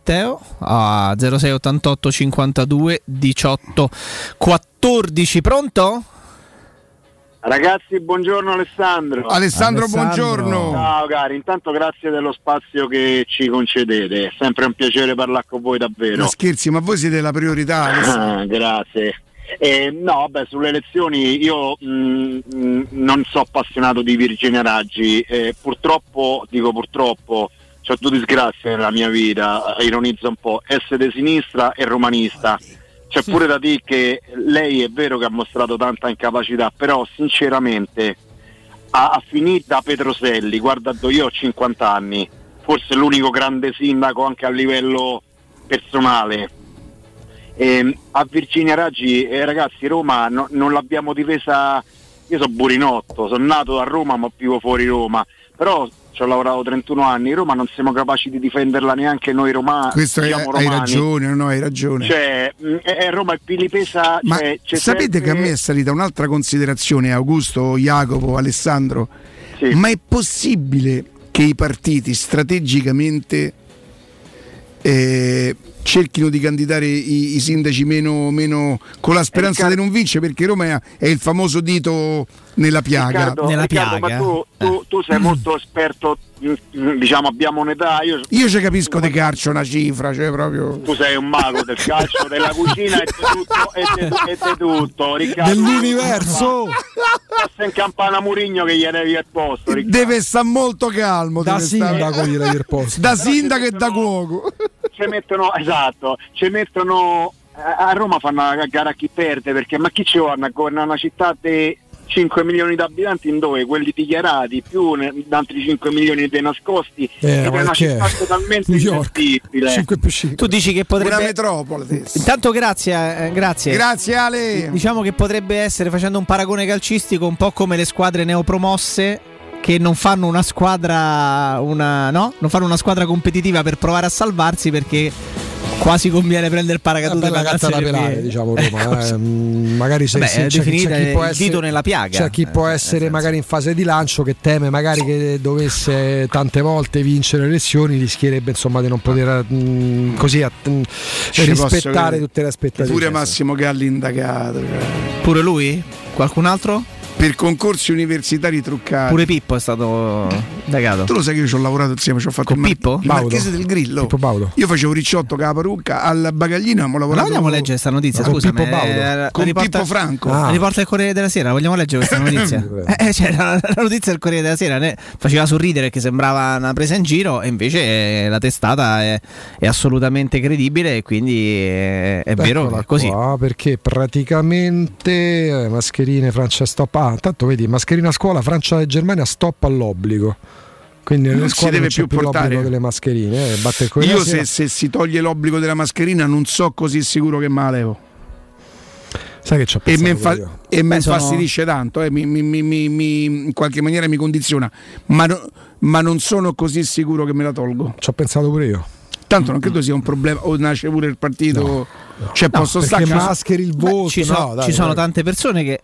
0688 52 18 14. Pronto? Ragazzi, buongiorno Alessandro, buongiorno. Ciao cari, intanto grazie dello spazio che ci concedete, è sempre un piacere parlare con voi davvero. Ma scherzi, ma voi siete la priorità. Grazie. Sulle elezioni io non so appassionato di Virginia Raggi, purtroppo c'ho 2 disgrazie nella mia vita, ironizzo un po', essere di sinistra e romanista. C'è pure da dire che lei è vero che ha mostrato tanta incapacità, però sinceramente a finire da Petroselli. Guarda, io ho 50 anni, forse l'unico grande sindaco anche a livello personale. A Virginia Raggi, ragazzi, Roma non l'abbiamo difesa. Io sono burinotto, sono nato a Roma ma vivo fuori Roma, però ci ho lavorato 31 anni. Roma non siamo capaci di difenderla neanche noi romani. Questo hai ragione, no, hai ragione. Cioè, Roma li pesa. Ma cioè, sapete sempre... che a me è salita un'altra considerazione, Augusto, Jacopo, Alessandro. Sì. Ma è possibile che i partiti strategicamente cerchino di candidare i sindaci meno con la speranza di non vincere, perché Roma è il famoso dito nella piaga. Riccardo, ma tu sei molto esperto, diciamo, abbiamo un'età. Io ci capisco di calcio una cifra, cioè proprio. Tu sei un mago del calcio, della cucina e di tutto, Riccardo. Dell'universo. Passa in campana Murigno che gli devi il posto, Riccardo. Deve stare molto calmo. Da sindaco gli devi il posto. Da sindaco e da cuoco. Ci mettono a Roma fanno una gara a chi perde, perché ma chi ci vuole governare una città di 5 milioni di abitanti, in dove quelli dichiarati più altri 5 milioni dei nascosti, ed è una città totalmente ingestibile. Tu dici che potrebbe una metropoli. Intanto grazie Ale. Diciamo che potrebbe essere, facendo un paragone calcistico, un po' come le squadre neopromosse che non fanno una squadra non fanno una squadra competitiva per provare a salvarsi, perché quasi conviene prendere il paracadute per la pelare, diciamo, Roma. Magari c'è chi può essere dito nella piaga. C'è chi può essere magari in fase di lancio, che teme magari che dovesse tante volte vincere le elezioni, rischierebbe insomma di non poter così rispettare tutte le aspettative. Pure Massimo Galli indagato. Pure lui? Qualcun altro? Per concorsi universitari truccati. Pure Pippo è stato indagato. Tu lo sai che io ci ho lavorato insieme, ci ho fatto con Pippo? Il Marchese del Grillo. Pippo Baudo. Io facevo Ricciotto con la parrucca, al bagaglino abbiamo lavorato. Vogliamo leggere questa notizia? Con Scusa, Pippo Baudo. Con Pippo Franco. La riporta il Corriere della Sera, vogliamo leggere questa notizia? Cioè, la notizia del Corriere della Sera faceva sorridere perché sembrava una presa in giro, e invece la testata è assolutamente credibile, e quindi è vero che è così. Perché praticamente mascherine, Francia stop. Tanto vedi, mascherina a scuola, Francia e Germania stop all'obbligo. Quindi nelle scuole non c'è più l'obbligo delle mascherine. Io se si toglie l'obbligo della mascherina non so così sicuro che me la levo. Sai che ci ho pensato e mi infastidisce tanto, in qualche maniera mi condiziona, ma non sono così sicuro che me la tolgo. Ci ho pensato pure io. Tanto non credo sia un problema, o nasce pure il partito, posso stare che mascheri il voto. Ci sono tante persone che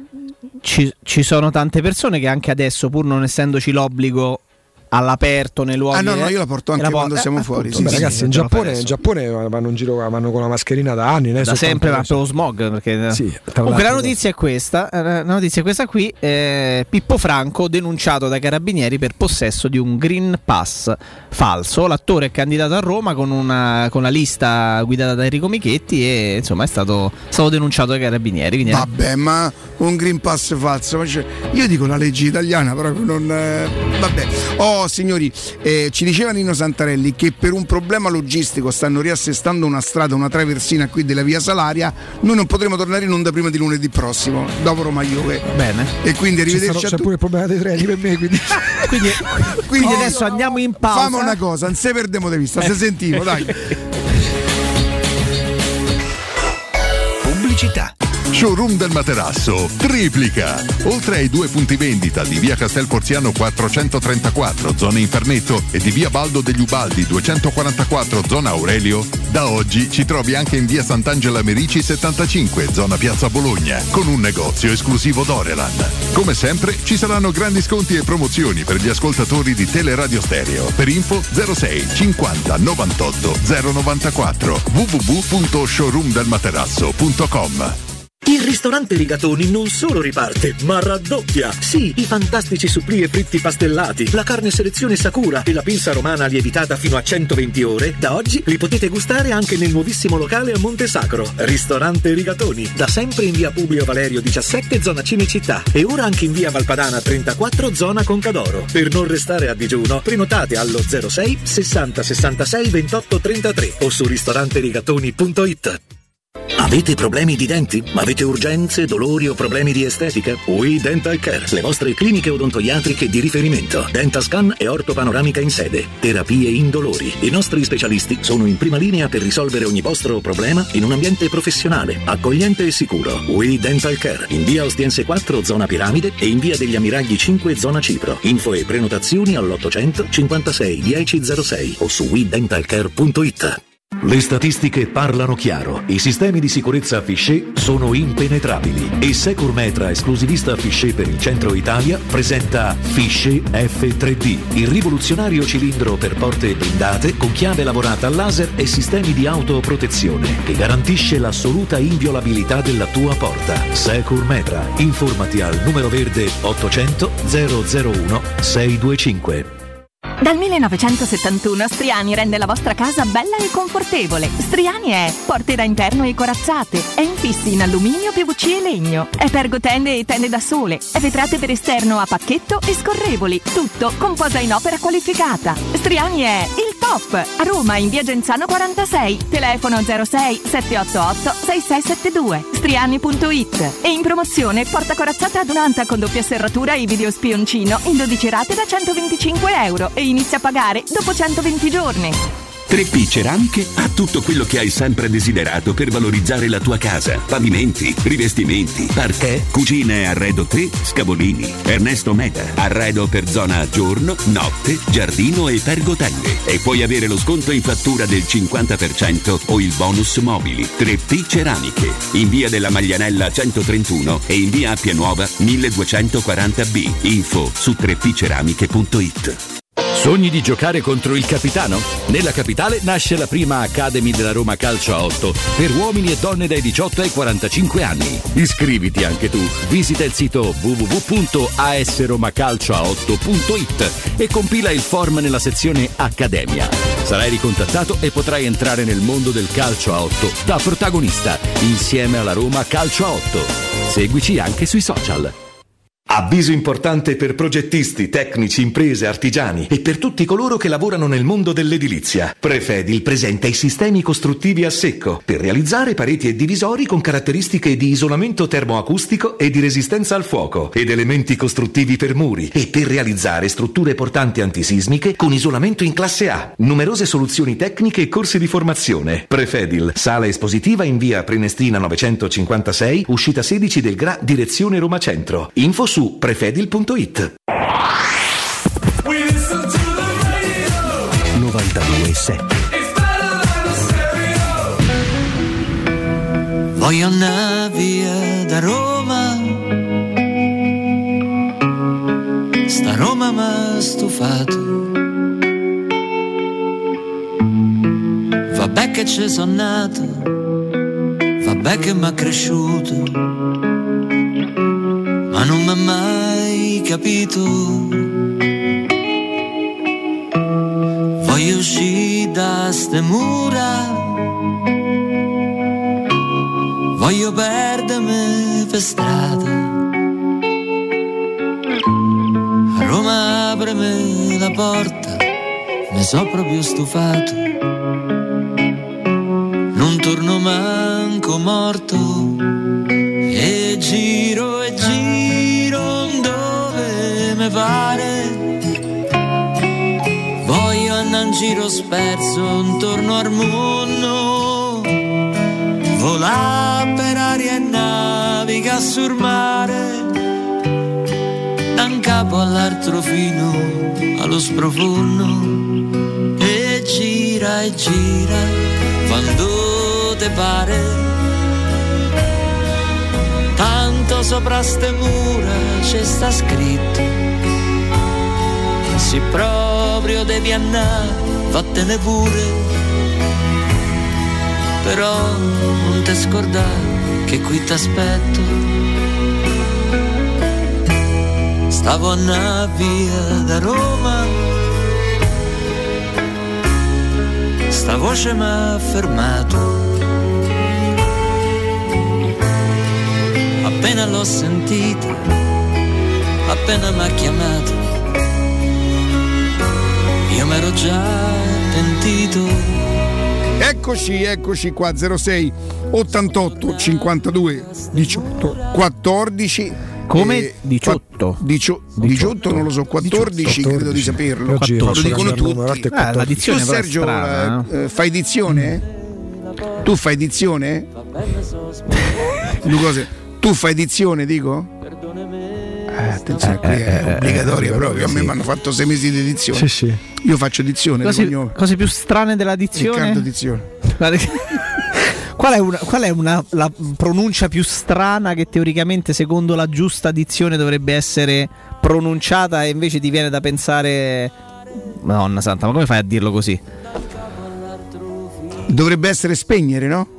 ci sono tante persone che anche adesso, pur non essendoci l'obbligo all'aperto nei luoghi. No, io la porto anche quando siamo fuori. Sì, ragazzi, in Giappone vanno in giro, vanno con la mascherina da anni. Da sempre va per lo smog. Perché... Sì, comunque la notizia è questa. La notizia è questa qui. Pippo Franco denunciato dai carabinieri per possesso di un Green Pass falso. L'attore è candidato a Roma con la lista guidata da Enrico Michetti, e insomma è stato denunciato dai carabinieri. Vabbè, ma un Green Pass falso. Io dico la legge italiana, proprio non. Vabbè. Signori, ci diceva Nino Santarelli che per un problema logistico stanno riassestando una strada, una traversina qui della via Salaria. Noi non potremo tornare in onda prima di lunedì prossimo, dopo Roma Juve. Bene. E quindi arrivederci a tutti. C'è pure il problema dei treni per me, quindi adesso andiamo in pausa. Famo una cosa, non se perdiamo di vista, se sentiamo, dai. Pubblicità. Showroom del Materasso triplica. Oltre ai 2 punti vendita di via Castel Porziano 434 zona Infernetto e di via Baldo degli Ubaldi 244 zona Aurelio, da oggi ci trovi anche in via Sant'Angela Merici 75 zona Piazza Bologna, con un negozio esclusivo Doreland. Come sempre ci saranno grandi sconti e promozioni per gli ascoltatori di Teleradio Stereo. Per info 06 50 98 094 www.showroomdelmaterasso.com. Il ristorante Rigatoni non solo riparte, ma raddoppia. Sì, i fantastici supplì e fritti pastellati, la carne selezione Sakura e la pinza romana lievitata fino a 120 ore, da oggi li potete gustare anche nel nuovissimo locale a Monte Sacro. Ristorante Rigatoni, da sempre in via Publio Valerio 17, zona Cinecittà, e ora anche in via Valpadana 34, zona Concadoro. Per non restare a digiuno, prenotate allo 06 60 66 28 33 o su ristoranterigatoni.it. Avete problemi di denti? Avete urgenze, dolori o problemi di estetica? We Dental Care, le vostre cliniche odontoiatriche di riferimento. Dentascan e ortopanoramica in sede. Terapie indolori. I nostri specialisti sono in prima linea per risolvere ogni vostro problema in un ambiente professionale, accogliente e sicuro. We Dental Care, in via Ostiense 4, zona Piramide, e in via degli Ammiragli 5, zona Cipro. Info e prenotazioni all'800 56 1006 o su wedentalcare.it. Le statistiche parlano chiaro. I sistemi di sicurezza Fichet sono impenetrabili e Securmetra, esclusivista Fichet per il centro Italia, presenta Fichet F3D, il rivoluzionario cilindro per porte blindate con chiave lavorata a laser e sistemi di autoprotezione che garantisce l'assoluta inviolabilità della tua porta. Securmetra. Informati al numero verde 800 001 625. Dal 1971 Striani rende la vostra casa bella e confortevole. Striani è porte da interno e corazzate, è infissi in alluminio, PVC e legno, è pergotende e tende da sole, è vetrate per esterno a pacchetto e scorrevoli, tutto con posa in opera qualificata. Striani è il top! A Roma in via Genzano 46, telefono 06 788 6672, striani.it. E in promozione porta corazzata adunata con doppia serratura e video spioncino in 12 rate da €125 e inizia a pagare dopo 120 giorni. 3P Ceramiche ha tutto quello che hai sempre desiderato per valorizzare la tua casa. Pavimenti, rivestimenti, parquet, cucine e arredo 3, Scavolini. Ernesto Meda, arredo per zona giorno, notte, giardino e pergotende. E puoi avere lo sconto in fattura del 50% o il bonus mobili. 3P Ceramiche, in via della Maglianella 131 e in via Appia Nuova 1240B. Info su 3pceramiche.it. Sogni di giocare contro il capitano? Nella capitale nasce la prima Academy della Roma Calcio a 8 per uomini e donne dai 18 ai 45 anni. Iscriviti anche tu. Visita il sito www.asromacalcioa8.it e compila il form nella sezione Accademia. Sarai ricontattato e potrai entrare nel mondo del calcio a 8 da protagonista insieme alla Roma Calcio a 8. Seguici anche sui social. Avviso importante per progettisti, tecnici, imprese, artigiani e per tutti coloro che lavorano nel mondo dell'edilizia. Prefedil presenta i sistemi costruttivi a secco per realizzare pareti e divisori con caratteristiche di isolamento termoacustico e di resistenza al fuoco ed elementi costruttivi per muri e per realizzare strutture portanti antisismiche con isolamento in classe A. Numerose soluzioni tecniche e corsi di formazione. Prefedil, sala espositiva in via Prenestina 956, uscita 16 del Gra, direzione Roma Centro. Info su prefedil.it. 92.7. Voglio andare via da Roma, sta Roma m'ha stufato. Vabbè che ci sono nato, vabbè che m'ha cresciuto, ma non m'ha mai capito. Voglio uscire da ste mura, voglio perdermi per strada. A Roma aprimi la porta, ne so proprio stufato. Non torno manco morto e giro dove mi pare. Voglio andare in giro sperso intorno al mondo, volà per aria e naviga sul mare, da un capo all'altro fino allo sprofondo, e gira quando te pare. Tanto sopra ste mura c'è sta scritto, se proprio devi andare vattene pure, però non te scordare che qui t'aspetto. Stavo andando via da Roma, sta voce m'ha fermato. Appena l'ho sentita, appena m'ha chiamato, io m'ero già pentito. E Eccoci qua, 06 88 52 18 14. Come 18? 18 non lo so, 14 credo di saperlo. Lo dicono tutti. L'addizione tu, Sergio, fai dizione? Tu fai dizione? Due cose. Tu fai dizione, dico? Attenzione, qui è obbligatoria proprio. A me mi hanno fatto 6 mesi di dizione. Sì. Io faccio dizione. Cose più strane della dizione? Riccardo Dizione. Qual è la pronuncia più strana che teoricamente secondo la giusta dizione dovrebbe essere pronunciata e invece ti viene da pensare Madonna santa, ma come fai a dirlo così? Dovrebbe essere spegnere, no?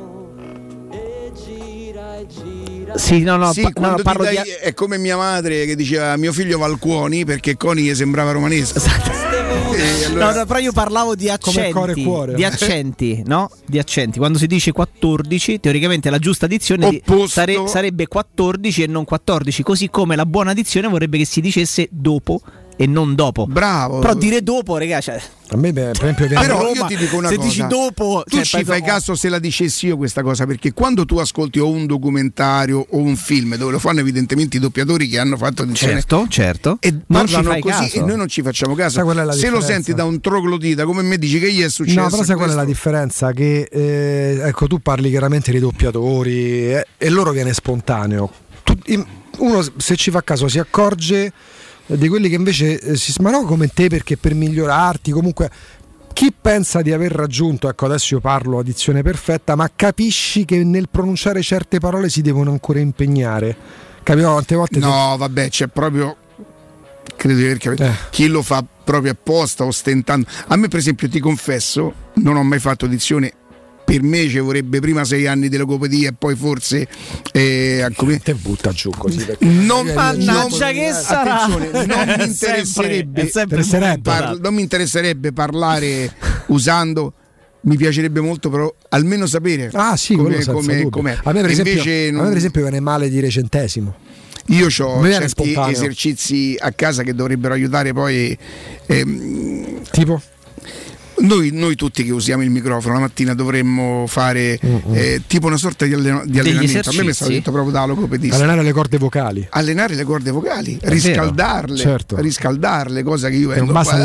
Sì, no, parlo di... È come mia madre che diceva mio figlio va al Cuoni perché Coni gli sembrava romanesco. Allora... No, però io parlavo di accenti, di accenti, no? Di accenti. Quando si dice 14, teoricamente la giusta dizione sarebbe 14 e non 14, così come la buona dizione vorrebbe che si dicesse dopo e non dopo. Bravo. Però dire dopo, ragazzi, a me per esempio però Roma, io ti dico una se cosa. Dici dopo, tu ci fai caso se la dicessi io questa cosa, perché quando tu ascolti o un documentario o un film dove lo fanno evidentemente i doppiatori che hanno fatto dizione, certo, e parlano così caso. E noi non ci facciamo caso. Se lo senti da un troglodita come me dici che gli è successo. No, però sai qual è la differenza? Che ecco, tu parli chiaramente di doppiatori e loro viene spontaneo. Uno se ci fa caso si accorge di quelli che invece si smanò come te perché per migliorarti comunque chi pensa di aver raggiunto, ecco adesso io parlo a dizione perfetta, ma capisci che nel pronunciare certe parole si devono ancora impegnare. Capiamo quante volte vabbè, c'è proprio credo di aver capito chi lo fa proprio apposta ostentando. A me per esempio ti confesso non ho mai fatto dizione. Per me ci vorrebbe prima 6 anni di logopedia e poi forse te butta giù così mannaggia che sarà. Attenzione, non mi interesserebbe parlare usando. Mi piacerebbe molto però almeno sapere com'è. A me per esempio viene male dire centesimo. Io ho certi esercizi a casa che dovrebbero aiutare poi tipo? Noi tutti che usiamo il microfono la mattina dovremmo fare tipo una sorta di allenamento. A me mi è stato detto proprio da logopedista. Allenare le corde vocali, riscaldarle, certo. Riscaldarle, cosa che io non basta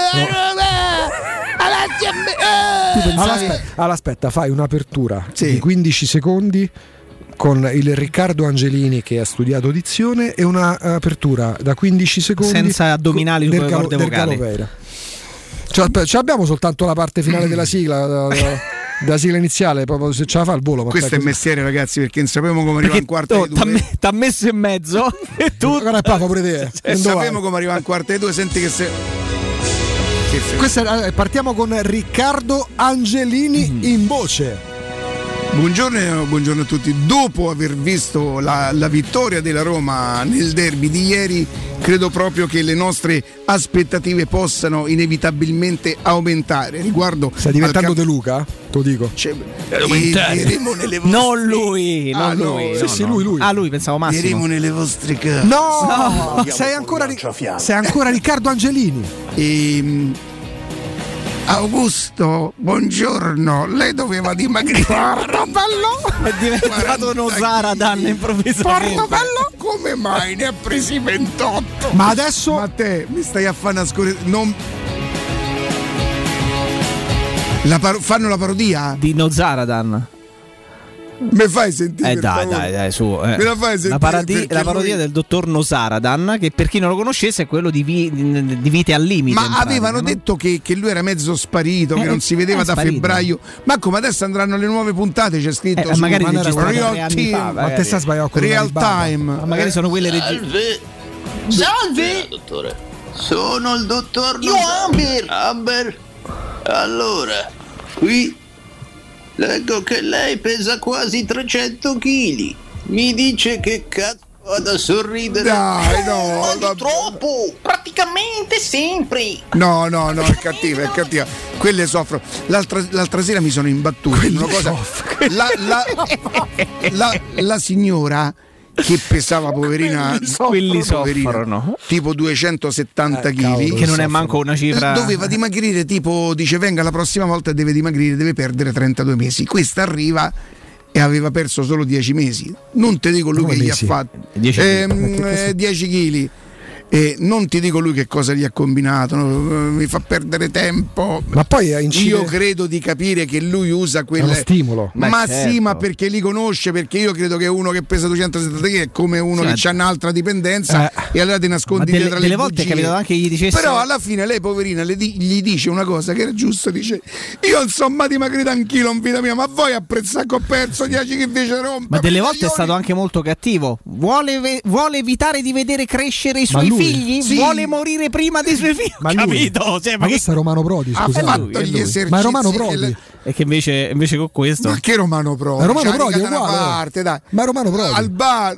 aspetta, fai un'apertura di 15 secondi con il Riccardo Angelini che ha studiato dizione e un'apertura da 15 secondi senza addominali sulle corde vocali. Abbiamo soltanto la parte finale della sigla, della sigla iniziale, proprio se ce la fa il volo. Questo è mestiere, ragazzi, perché non sapevamo come arrivare in quarto di due. T'ha messo in mezzo e tu pure te. Sappiamo come arrivare in quarto di due. Senti che se. Partiamo con Riccardo Angelini in voce. Buongiorno a tutti. Dopo aver visto la vittoria della Roma nel derby di ieri, credo proprio che le nostre aspettative possano inevitabilmente aumentare riguardo. Stai diventando De Luca? Te lo dico. Non lui. Lui. Ah, lui pensavo Massimo. Diremo nelle vostre case. No. Sei ancora Riccardo Angelini. Augusto, buongiorno. Lei doveva dimagrire. Portobello è diventato uno Zaradan improvvisamente. Portobello, come mai ne ha presi 28? Ma adesso ma te mi stai a fare una fanno la parodia di No Zaradan. Me fai sentire? Dai, su. Me la fai sentire? La parodia del dottor Nosaradan, che per chi non lo conoscesse è quello di Vite al limite. Ma avevano detto che lui era mezzo sparito, che non si vedeva da febbraio. Ma come adesso andranno le nuove puntate? C'è scritto su magari Real Time. Ma te sta sbagliando con Real Time. Ma magari sono quelle Salve, dottore. Sono il dottor Amber. Allora, qui leggo che lei pesa quasi 300 kg. Mi dice che cazzo vado a sorridere. Dai, no, troppo, praticamente sempre. No, è cattiva. Quelle soffrono. L'altra sera mi sono imbattuto in una cosa. La signora che pesava poverina, quelli soffrono, tipo 270 kg, che non è manco una cifra. Doveva dimagrire, tipo dice venga la prossima volta deve dimagrire, deve perdere 32 mesi. Questa arriva e aveva perso solo 10 mesi. Non ti dico lui che gli ha fatto 10 kg. E non ti dico lui che cosa gli ha combinato, no? Mi fa perdere tempo. Ma poi io credo di capire che lui usa quel stimolo. Ma certo. Sì, ma perché li conosce, perché io credo che uno che pesa 270 kg è come uno che ha un'altra dipendenza e allora ti nascondi dietro le delle volte è capitato anche gli dicesse. Però alla fine lei poverina gli dice una cosa che era giusta, dice io insomma dimagrito un chilo in vita mia, ma voi apprezzate che ho perso 10 che invece rompe. Ma delle volte è stato anche molto cattivo, vuole evitare di vedere crescere i suoi figli, sì. Vuole morire prima dei suoi figli, ma capito? Ma questo è Romano Prodi, scusa. Ha fatto gli esercizi. Ma è Romano Prodi. E che invece con questo. Ma che Romano Prodi? È Romano Prodi, è uguale. Parte, dai. Ma è Romano Prodi. Al bar.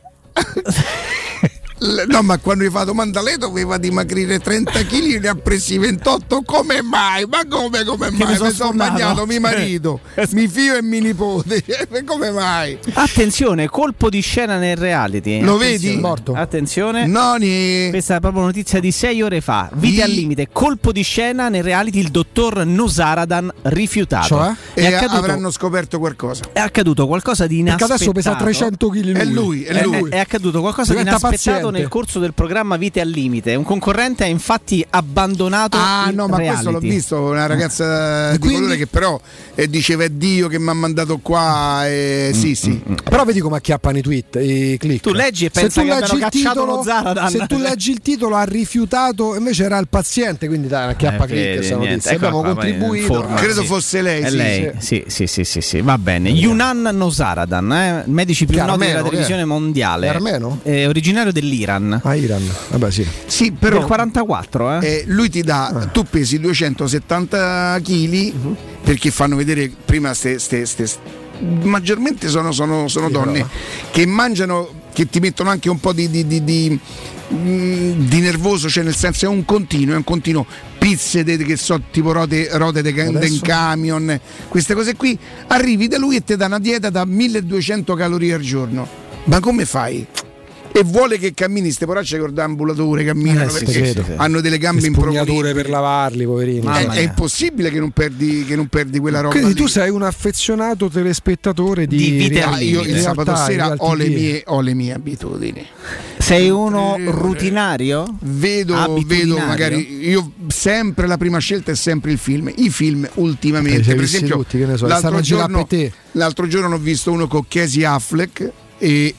No, ma quando gli fa domanda lei doveva dimagrire 30 kg, ne ha presi 28. Come mai? Ma come mai? Mi sono bagnato mio marito, mio figlio e mio nipote. Come mai? Attenzione, colpo di scena nel reality. Lo vedi? Morto. Attenzione. Noni. Questa è proprio notizia di 6 ore fa. Vite al limite, colpo di scena nel reality, il dottor Nosaradan rifiutato. Cioè? E avranno scoperto qualcosa. È accaduto qualcosa di inaspettato. Perché adesso pesa 300 kg lui. È lui. È accaduto qualcosa di inaspettato nel corso del programma Vite al limite. Un concorrente ha infatti abbandonato il ma reality. Questo l'ho visto, una ragazza di colore che però diceva è Dio che mi ha mandato qua sì. Però vedi come acchiappano i tweet, i click. Tu leggi e pensi che abbiano cacciato lo Zaradan. Se tu leggi il titolo ha rifiutato, invece era il paziente, quindi dai, acchiappa click questa notizia. Abbiamo contribuito. Credo fosse lei. Sì, va bene. Yunan Nosaradan, medici più noti della televisione mondiale. È armeno? È originario dell'Iran. Iran, vabbè sì, però del 44 lui ti dà, tu pesi 270 kg perché fanno vedere prima maggiormente sono donne che mangiano, che ti mettono anche un po' di nervoso, cioè nel senso è un continuo pizze che so tipo rote del camion, queste cose qui, arrivi da lui e ti dà una dieta da 1200 calorie al giorno. Ma come fai? E vuole che cammini ste poracce con l'ambulatore camminano perché hanno delle gambe impugnature per lavarli, poverini. È impossibile che non perdi quella roba. Quindi lì. Tu sei un affezionato telespettatore di Vite al limite. Io il sabato sera ho le mie abitudini. Sei uno rutinario? Vedo magari io sempre la prima scelta è sempre il film. I film ultimamente, per esempio, tutti, che ne so, l'altro giorno ho visto uno con Casey Affleck e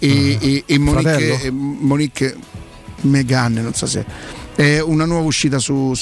Monique Megan, non so se è una nuova uscita su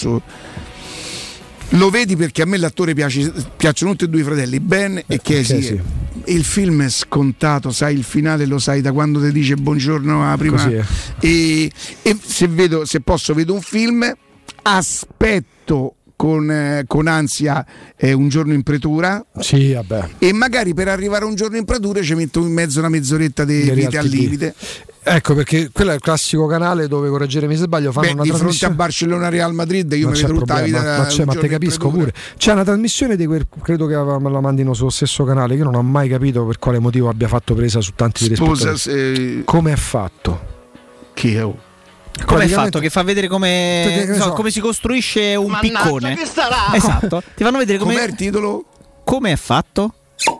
lo vedi perché a me l'attore piacciono tutti e due i fratelli, Ben e Casey. Il film è scontato, sai il finale, lo sai da quando ti dice buongiorno alla prima e se posso vedo un film, aspetto con ansia un giorno in pretura e magari per arrivare a un giorno in pretura ci metto in mezzo una mezz'oretta di Vite al limite. Ecco perché quello è il classico canale dove, correggermi se sbaglio, fanno una di trasmissione fronte a Barcellona Real Madrid io mi vedo tutta la vita, ma te capisco pure. C'è una trasmissione di quel, credo che me la mandino sullo stesso canale, che io non ho mai capito per quale motivo abbia fatto presa su tanti telespettatori. Come è fatto? Come è fatto? Che fa vedere come si costruisce un piccone. Esatto. Ti fanno vedere com'è il titolo? Come è fatto?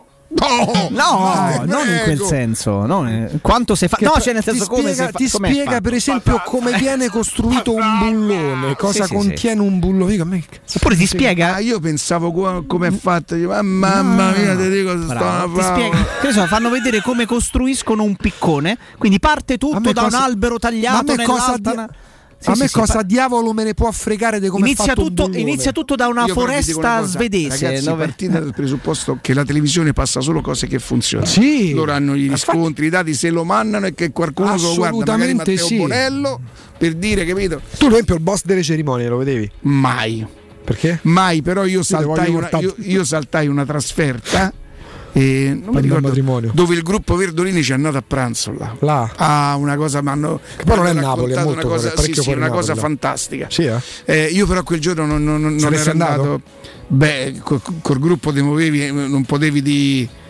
No, non in quel senso. Quanto se fa? No, cioè nel senso ti spiega per esempio come viene costruito un bullone, cosa contiene un bullone. Oppure ti spiega? Io pensavo come è fatto. Mamma mia, ti dico, ti spiega. Fanno vedere come costruiscono un piccone. Quindi parte tutto da un albero tagliato nell'alta. Cosa diavolo me ne può fregare di come inizia tutto da una foresta svedese. Ragazzi, partite dal presupposto che la televisione passa solo cose che funzionano. Loro hanno gli riscontri, i dati se lo mandano e che qualcuno lo guarda, magari Matteo Bonello, per dire, capito? Tu per esempio il boss delle cerimonie lo vedevi? Mai. Perché? Mai, però io saltai una trasferta e non mi ricordo dove il gruppo Verdolini ci è andato a pranzo là. Una cosa poi non è Napoli, è molto una cosa fantastica. Io però quel giorno non ero andato. Col gruppo ti muovevi, non potevi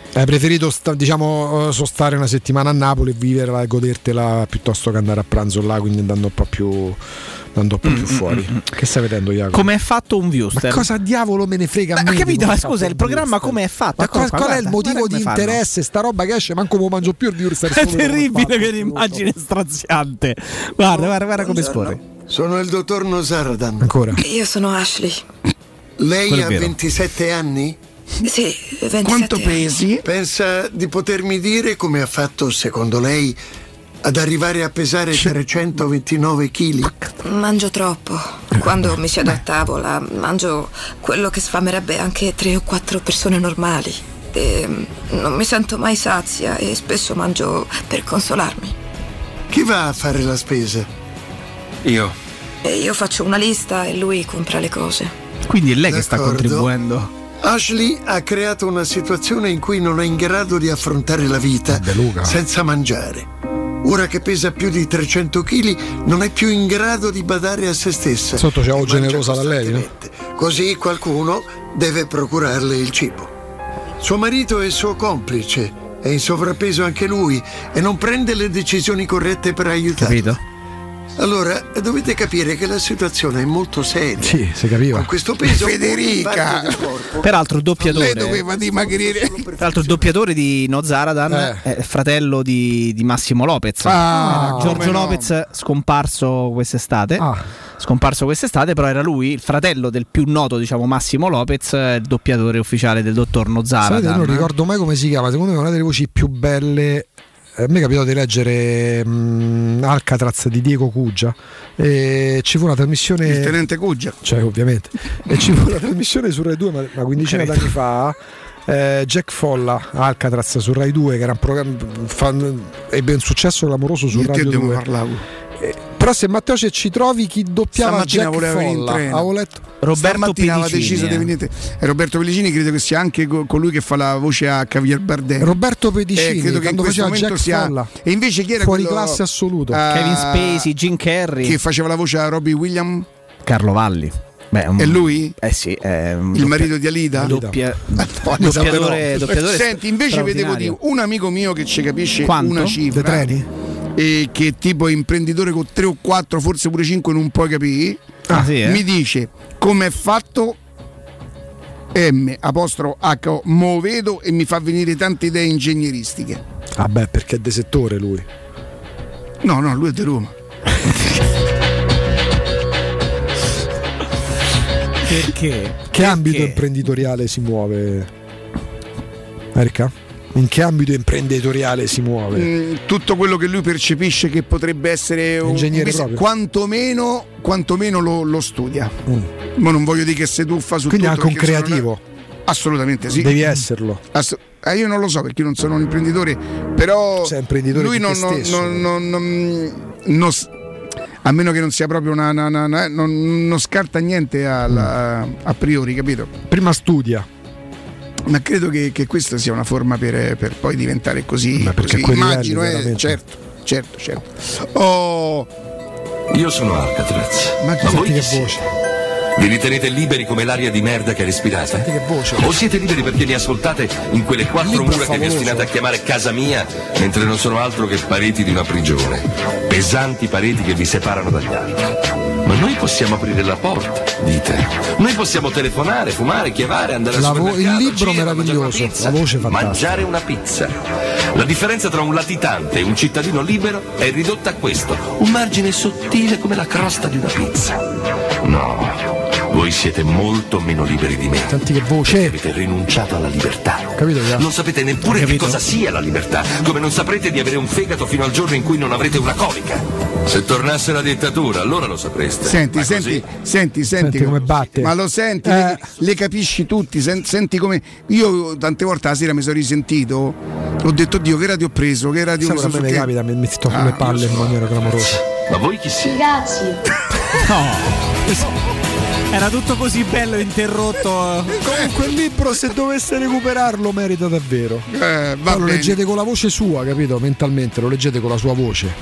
Hai preferito sostare una settimana a Napoli e viverla e godertela piuttosto che andare a pranzo là, quindi andando un po' più fuori. Che stai vedendo, Jacopo? Come è fatto un viewster? Ma cosa diavolo me ne frega a me? Capito? Scusa, il programma come è fatto? Ma qual è il motivo di interesse? Sta roba che esce, manco lo mangio più il viewster. È terribile, che un'immagine straziante. Guarda come scorre. Sono il dottor Nosaradan. Ancora? Io sono Ashley. Lei ha 27 anni? Sì, 27. Quanto pesi? Pensa di potermi dire come ha fatto, secondo lei, ad arrivare a pesare 329 kg? Mangio troppo. Quando mi siedo a tavola, mangio quello che sfamerebbe anche 3 o 4 persone normali. E non mi sento mai sazia e spesso mangio per consolarmi. Chi va a fare la spesa? Io. E io faccio una lista e lui compra le cose. Quindi è lei che sta contribuendo. Ashley ha creato una situazione in cui non è in grado di affrontare la vita senza mangiare. Ora che pesa più di 300 kg non è più in grado di badare a se stessa. Sotto c'è generosa da lei, no? Così qualcuno deve procurarle il cibo. Suo marito è suo complice, è in sovrappeso anche lui e non prende le decisioni corrette per aiutarla. Capito? Allora, dovete capire che la situazione è molto seria. Sì, si capiva. Con questo peso, Federica. Peraltro il doppiatore. Lei doveva dimagrire. Peraltro il doppiatore di Nosaradan è fratello di Massimo Lopez. Giorgio Lopez, scomparso quest'estate. Però era lui, il fratello del più noto, diciamo, Massimo Lopez, il doppiatore ufficiale del dottor Nosaradan. Sapete, non ricordo mai come si chiama, secondo me è una delle voci più belle. A me è capitato di leggere Alcatraz di Diego Cuggia e ci fu una trasmissione, il tenente Cuggia, cioè ovviamente, e ci fu una trasmissione su Rai 2 una quindicina d'anni fa, Jack Folla, Alcatraz su Rai 2, che era un programma ebbe un successo clamoroso su Radio 2. Però se Matteo ci trovi chi doppiava Jack Folla, avevo letto Roberto Pedicini, aveva deciso di venire. Roberto Pedicini credo che sia anche colui che fa la voce a Javier Bardem. Roberto Pedicini, credo che in questo momento sia. E invece chi era fuori classe assoluto? Kevin Spacey, Jim Carrey, che faceva la voce a Robbie Williams. Carlo Valli. È lui? Sì, il marito di Alida? Doppiatore. Senti, invece vedevo di un amico mio che ci capisce una cifra. De treni? E che tipo imprenditore con 3 o 4, forse pure 5 non puoi capire. Mi dice come è fatto M'', mo vedo e mi fa venire tante idee ingegneristiche. Perché è de settore lui. No, lui è di Roma. Perché? Che ambito imprenditoriale si muove, Erika? In che ambito imprenditoriale si muove? Tutto quello che lui percepisce che potrebbe essere un ingegnere proprio. Quantomeno lo studia. Ma non voglio dire che se tu fa su quindi tutto, anche un creativo. Assolutamente sì. Devi esserlo. Io non lo so perché io non sono un imprenditore, però sei imprenditore lui di te stesso. A meno che non sia proprio non scarta niente a priori, capito? Prima studia. Ma credo che questa sia una forma per poi diventare così. Ma perché così. Immagino, certo. Io sono Alcatraz. Ma voi che voce? Vi ritenete liberi come l'aria di merda che respirate? Senti che voce? O siete liberi perché mi ascoltate in quelle 4 mura che vi ostinate a chiamare casa mia, mentre non sono altro che pareti di una prigione, pesanti pareti che vi separano dagli altri? Ma noi possiamo aprire la porta, dite. Noi possiamo telefonare, fumare, chiavare, andare al supermercato, il libro meraviglioso, la voce fantastica. Mangiare una pizza. La differenza tra un latitante e un cittadino libero è ridotta a questo: un margine sottile come la crosta di una pizza. No. Voi siete molto meno liberi di me. Senti che voce. Avete rinunciato alla libertà. Capito, già? Non sapete neppure che cosa sia la libertà. Come non saprete di avere un fegato fino al giorno in cui non avrete una colica. Se tornasse la dittatura, allora lo sapreste. Senti come batte. Ma lo senti, le capisci tutti. Senti come. Io tante volte la sera mi sono risentito. Ho detto, Dio, che radio ho preso? Che radio a me capita, mi sto sulle palle in maniera clamorosa. Ma voi chi siete? Ragazzi. No. Era tutto così bello interrotto. Comunque il libro, se dovesse recuperarlo, merita davvero. Lo leggete con la voce sua, capito? Mentalmente lo leggete con la sua voce.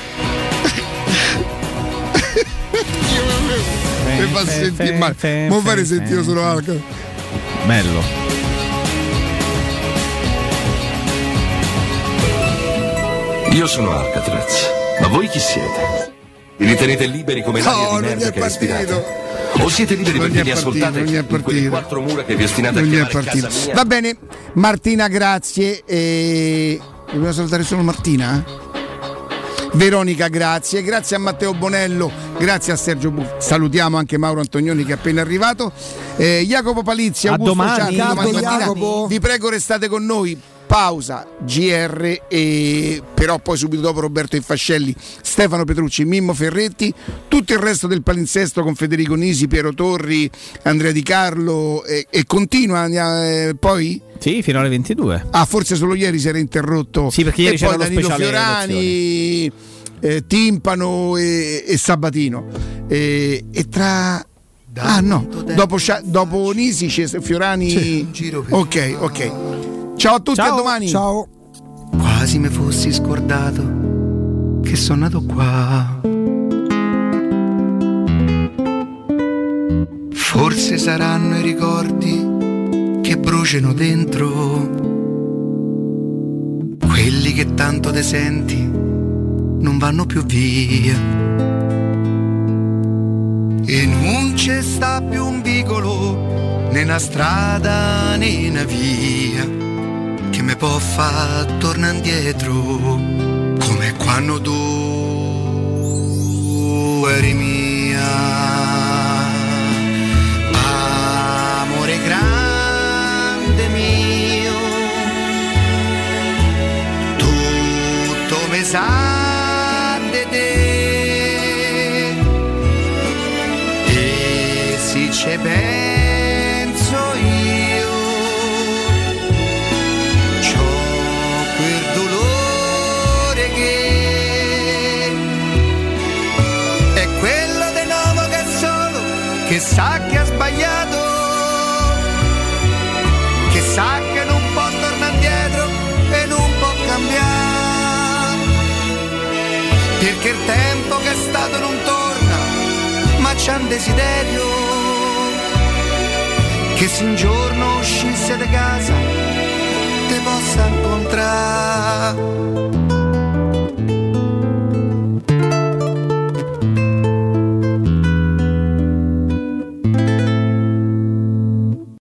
Mi fa sentire male. Non fare sentire solo Alca. Bello. Io sono Alcatraz, ma voi chi siete? Vi ritenete liberi come l'aria di merda che respirate? O siete liberi perché mi ascoltate in quelle 4 mura che vi ostinate a chiamare casa mia? Va bene, Martina, grazie. Dobbiamo salutare solo Martina? Veronica, grazie a Matteo Bonello, grazie a Sergio Buffi, salutiamo anche Mauro Antonioni che è appena arrivato, Jacopo Palizzi, Augusto Ciani, domani mattina. Vi prego restate con noi, pausa, GR, e però poi subito dopo Roberto Infascelli, Stefano Petrucci, Mimmo Ferretti, tutto il resto del palinsesto con Federico Nisi, Piero Torri, Andrea Di Carlo, e continua poi? Sì, fino alle 22. Forse solo ieri si era interrotto. Sì, perché ieri e c'era poi lo Danilo speciale Fiorani, Timpano e Sabatino. E tra... dopo Nisi c'è Fiorani. Sì. Ok. Ciao a tutti, a domani. Ciao. Quasi mi fossi scordato che sono nato qua. Forse saranno i ricordi che bruciano dentro, quelli che tanto te senti non vanno più via, e non c'è sta più un vicolo né una strada né una via che me può far tornare indietro come quando tu eri mia. Amore grande mio, tutto me sa di te, e se ci penso io c'ho quel dolore che è quello di nuovo che solo che sa che ha sbagliato, che sa che non può tornare indietro e non può cambiare, perché il tempo che è stato non torna, ma c'è un desiderio che se un giorno uscisse da casa te possa incontrare.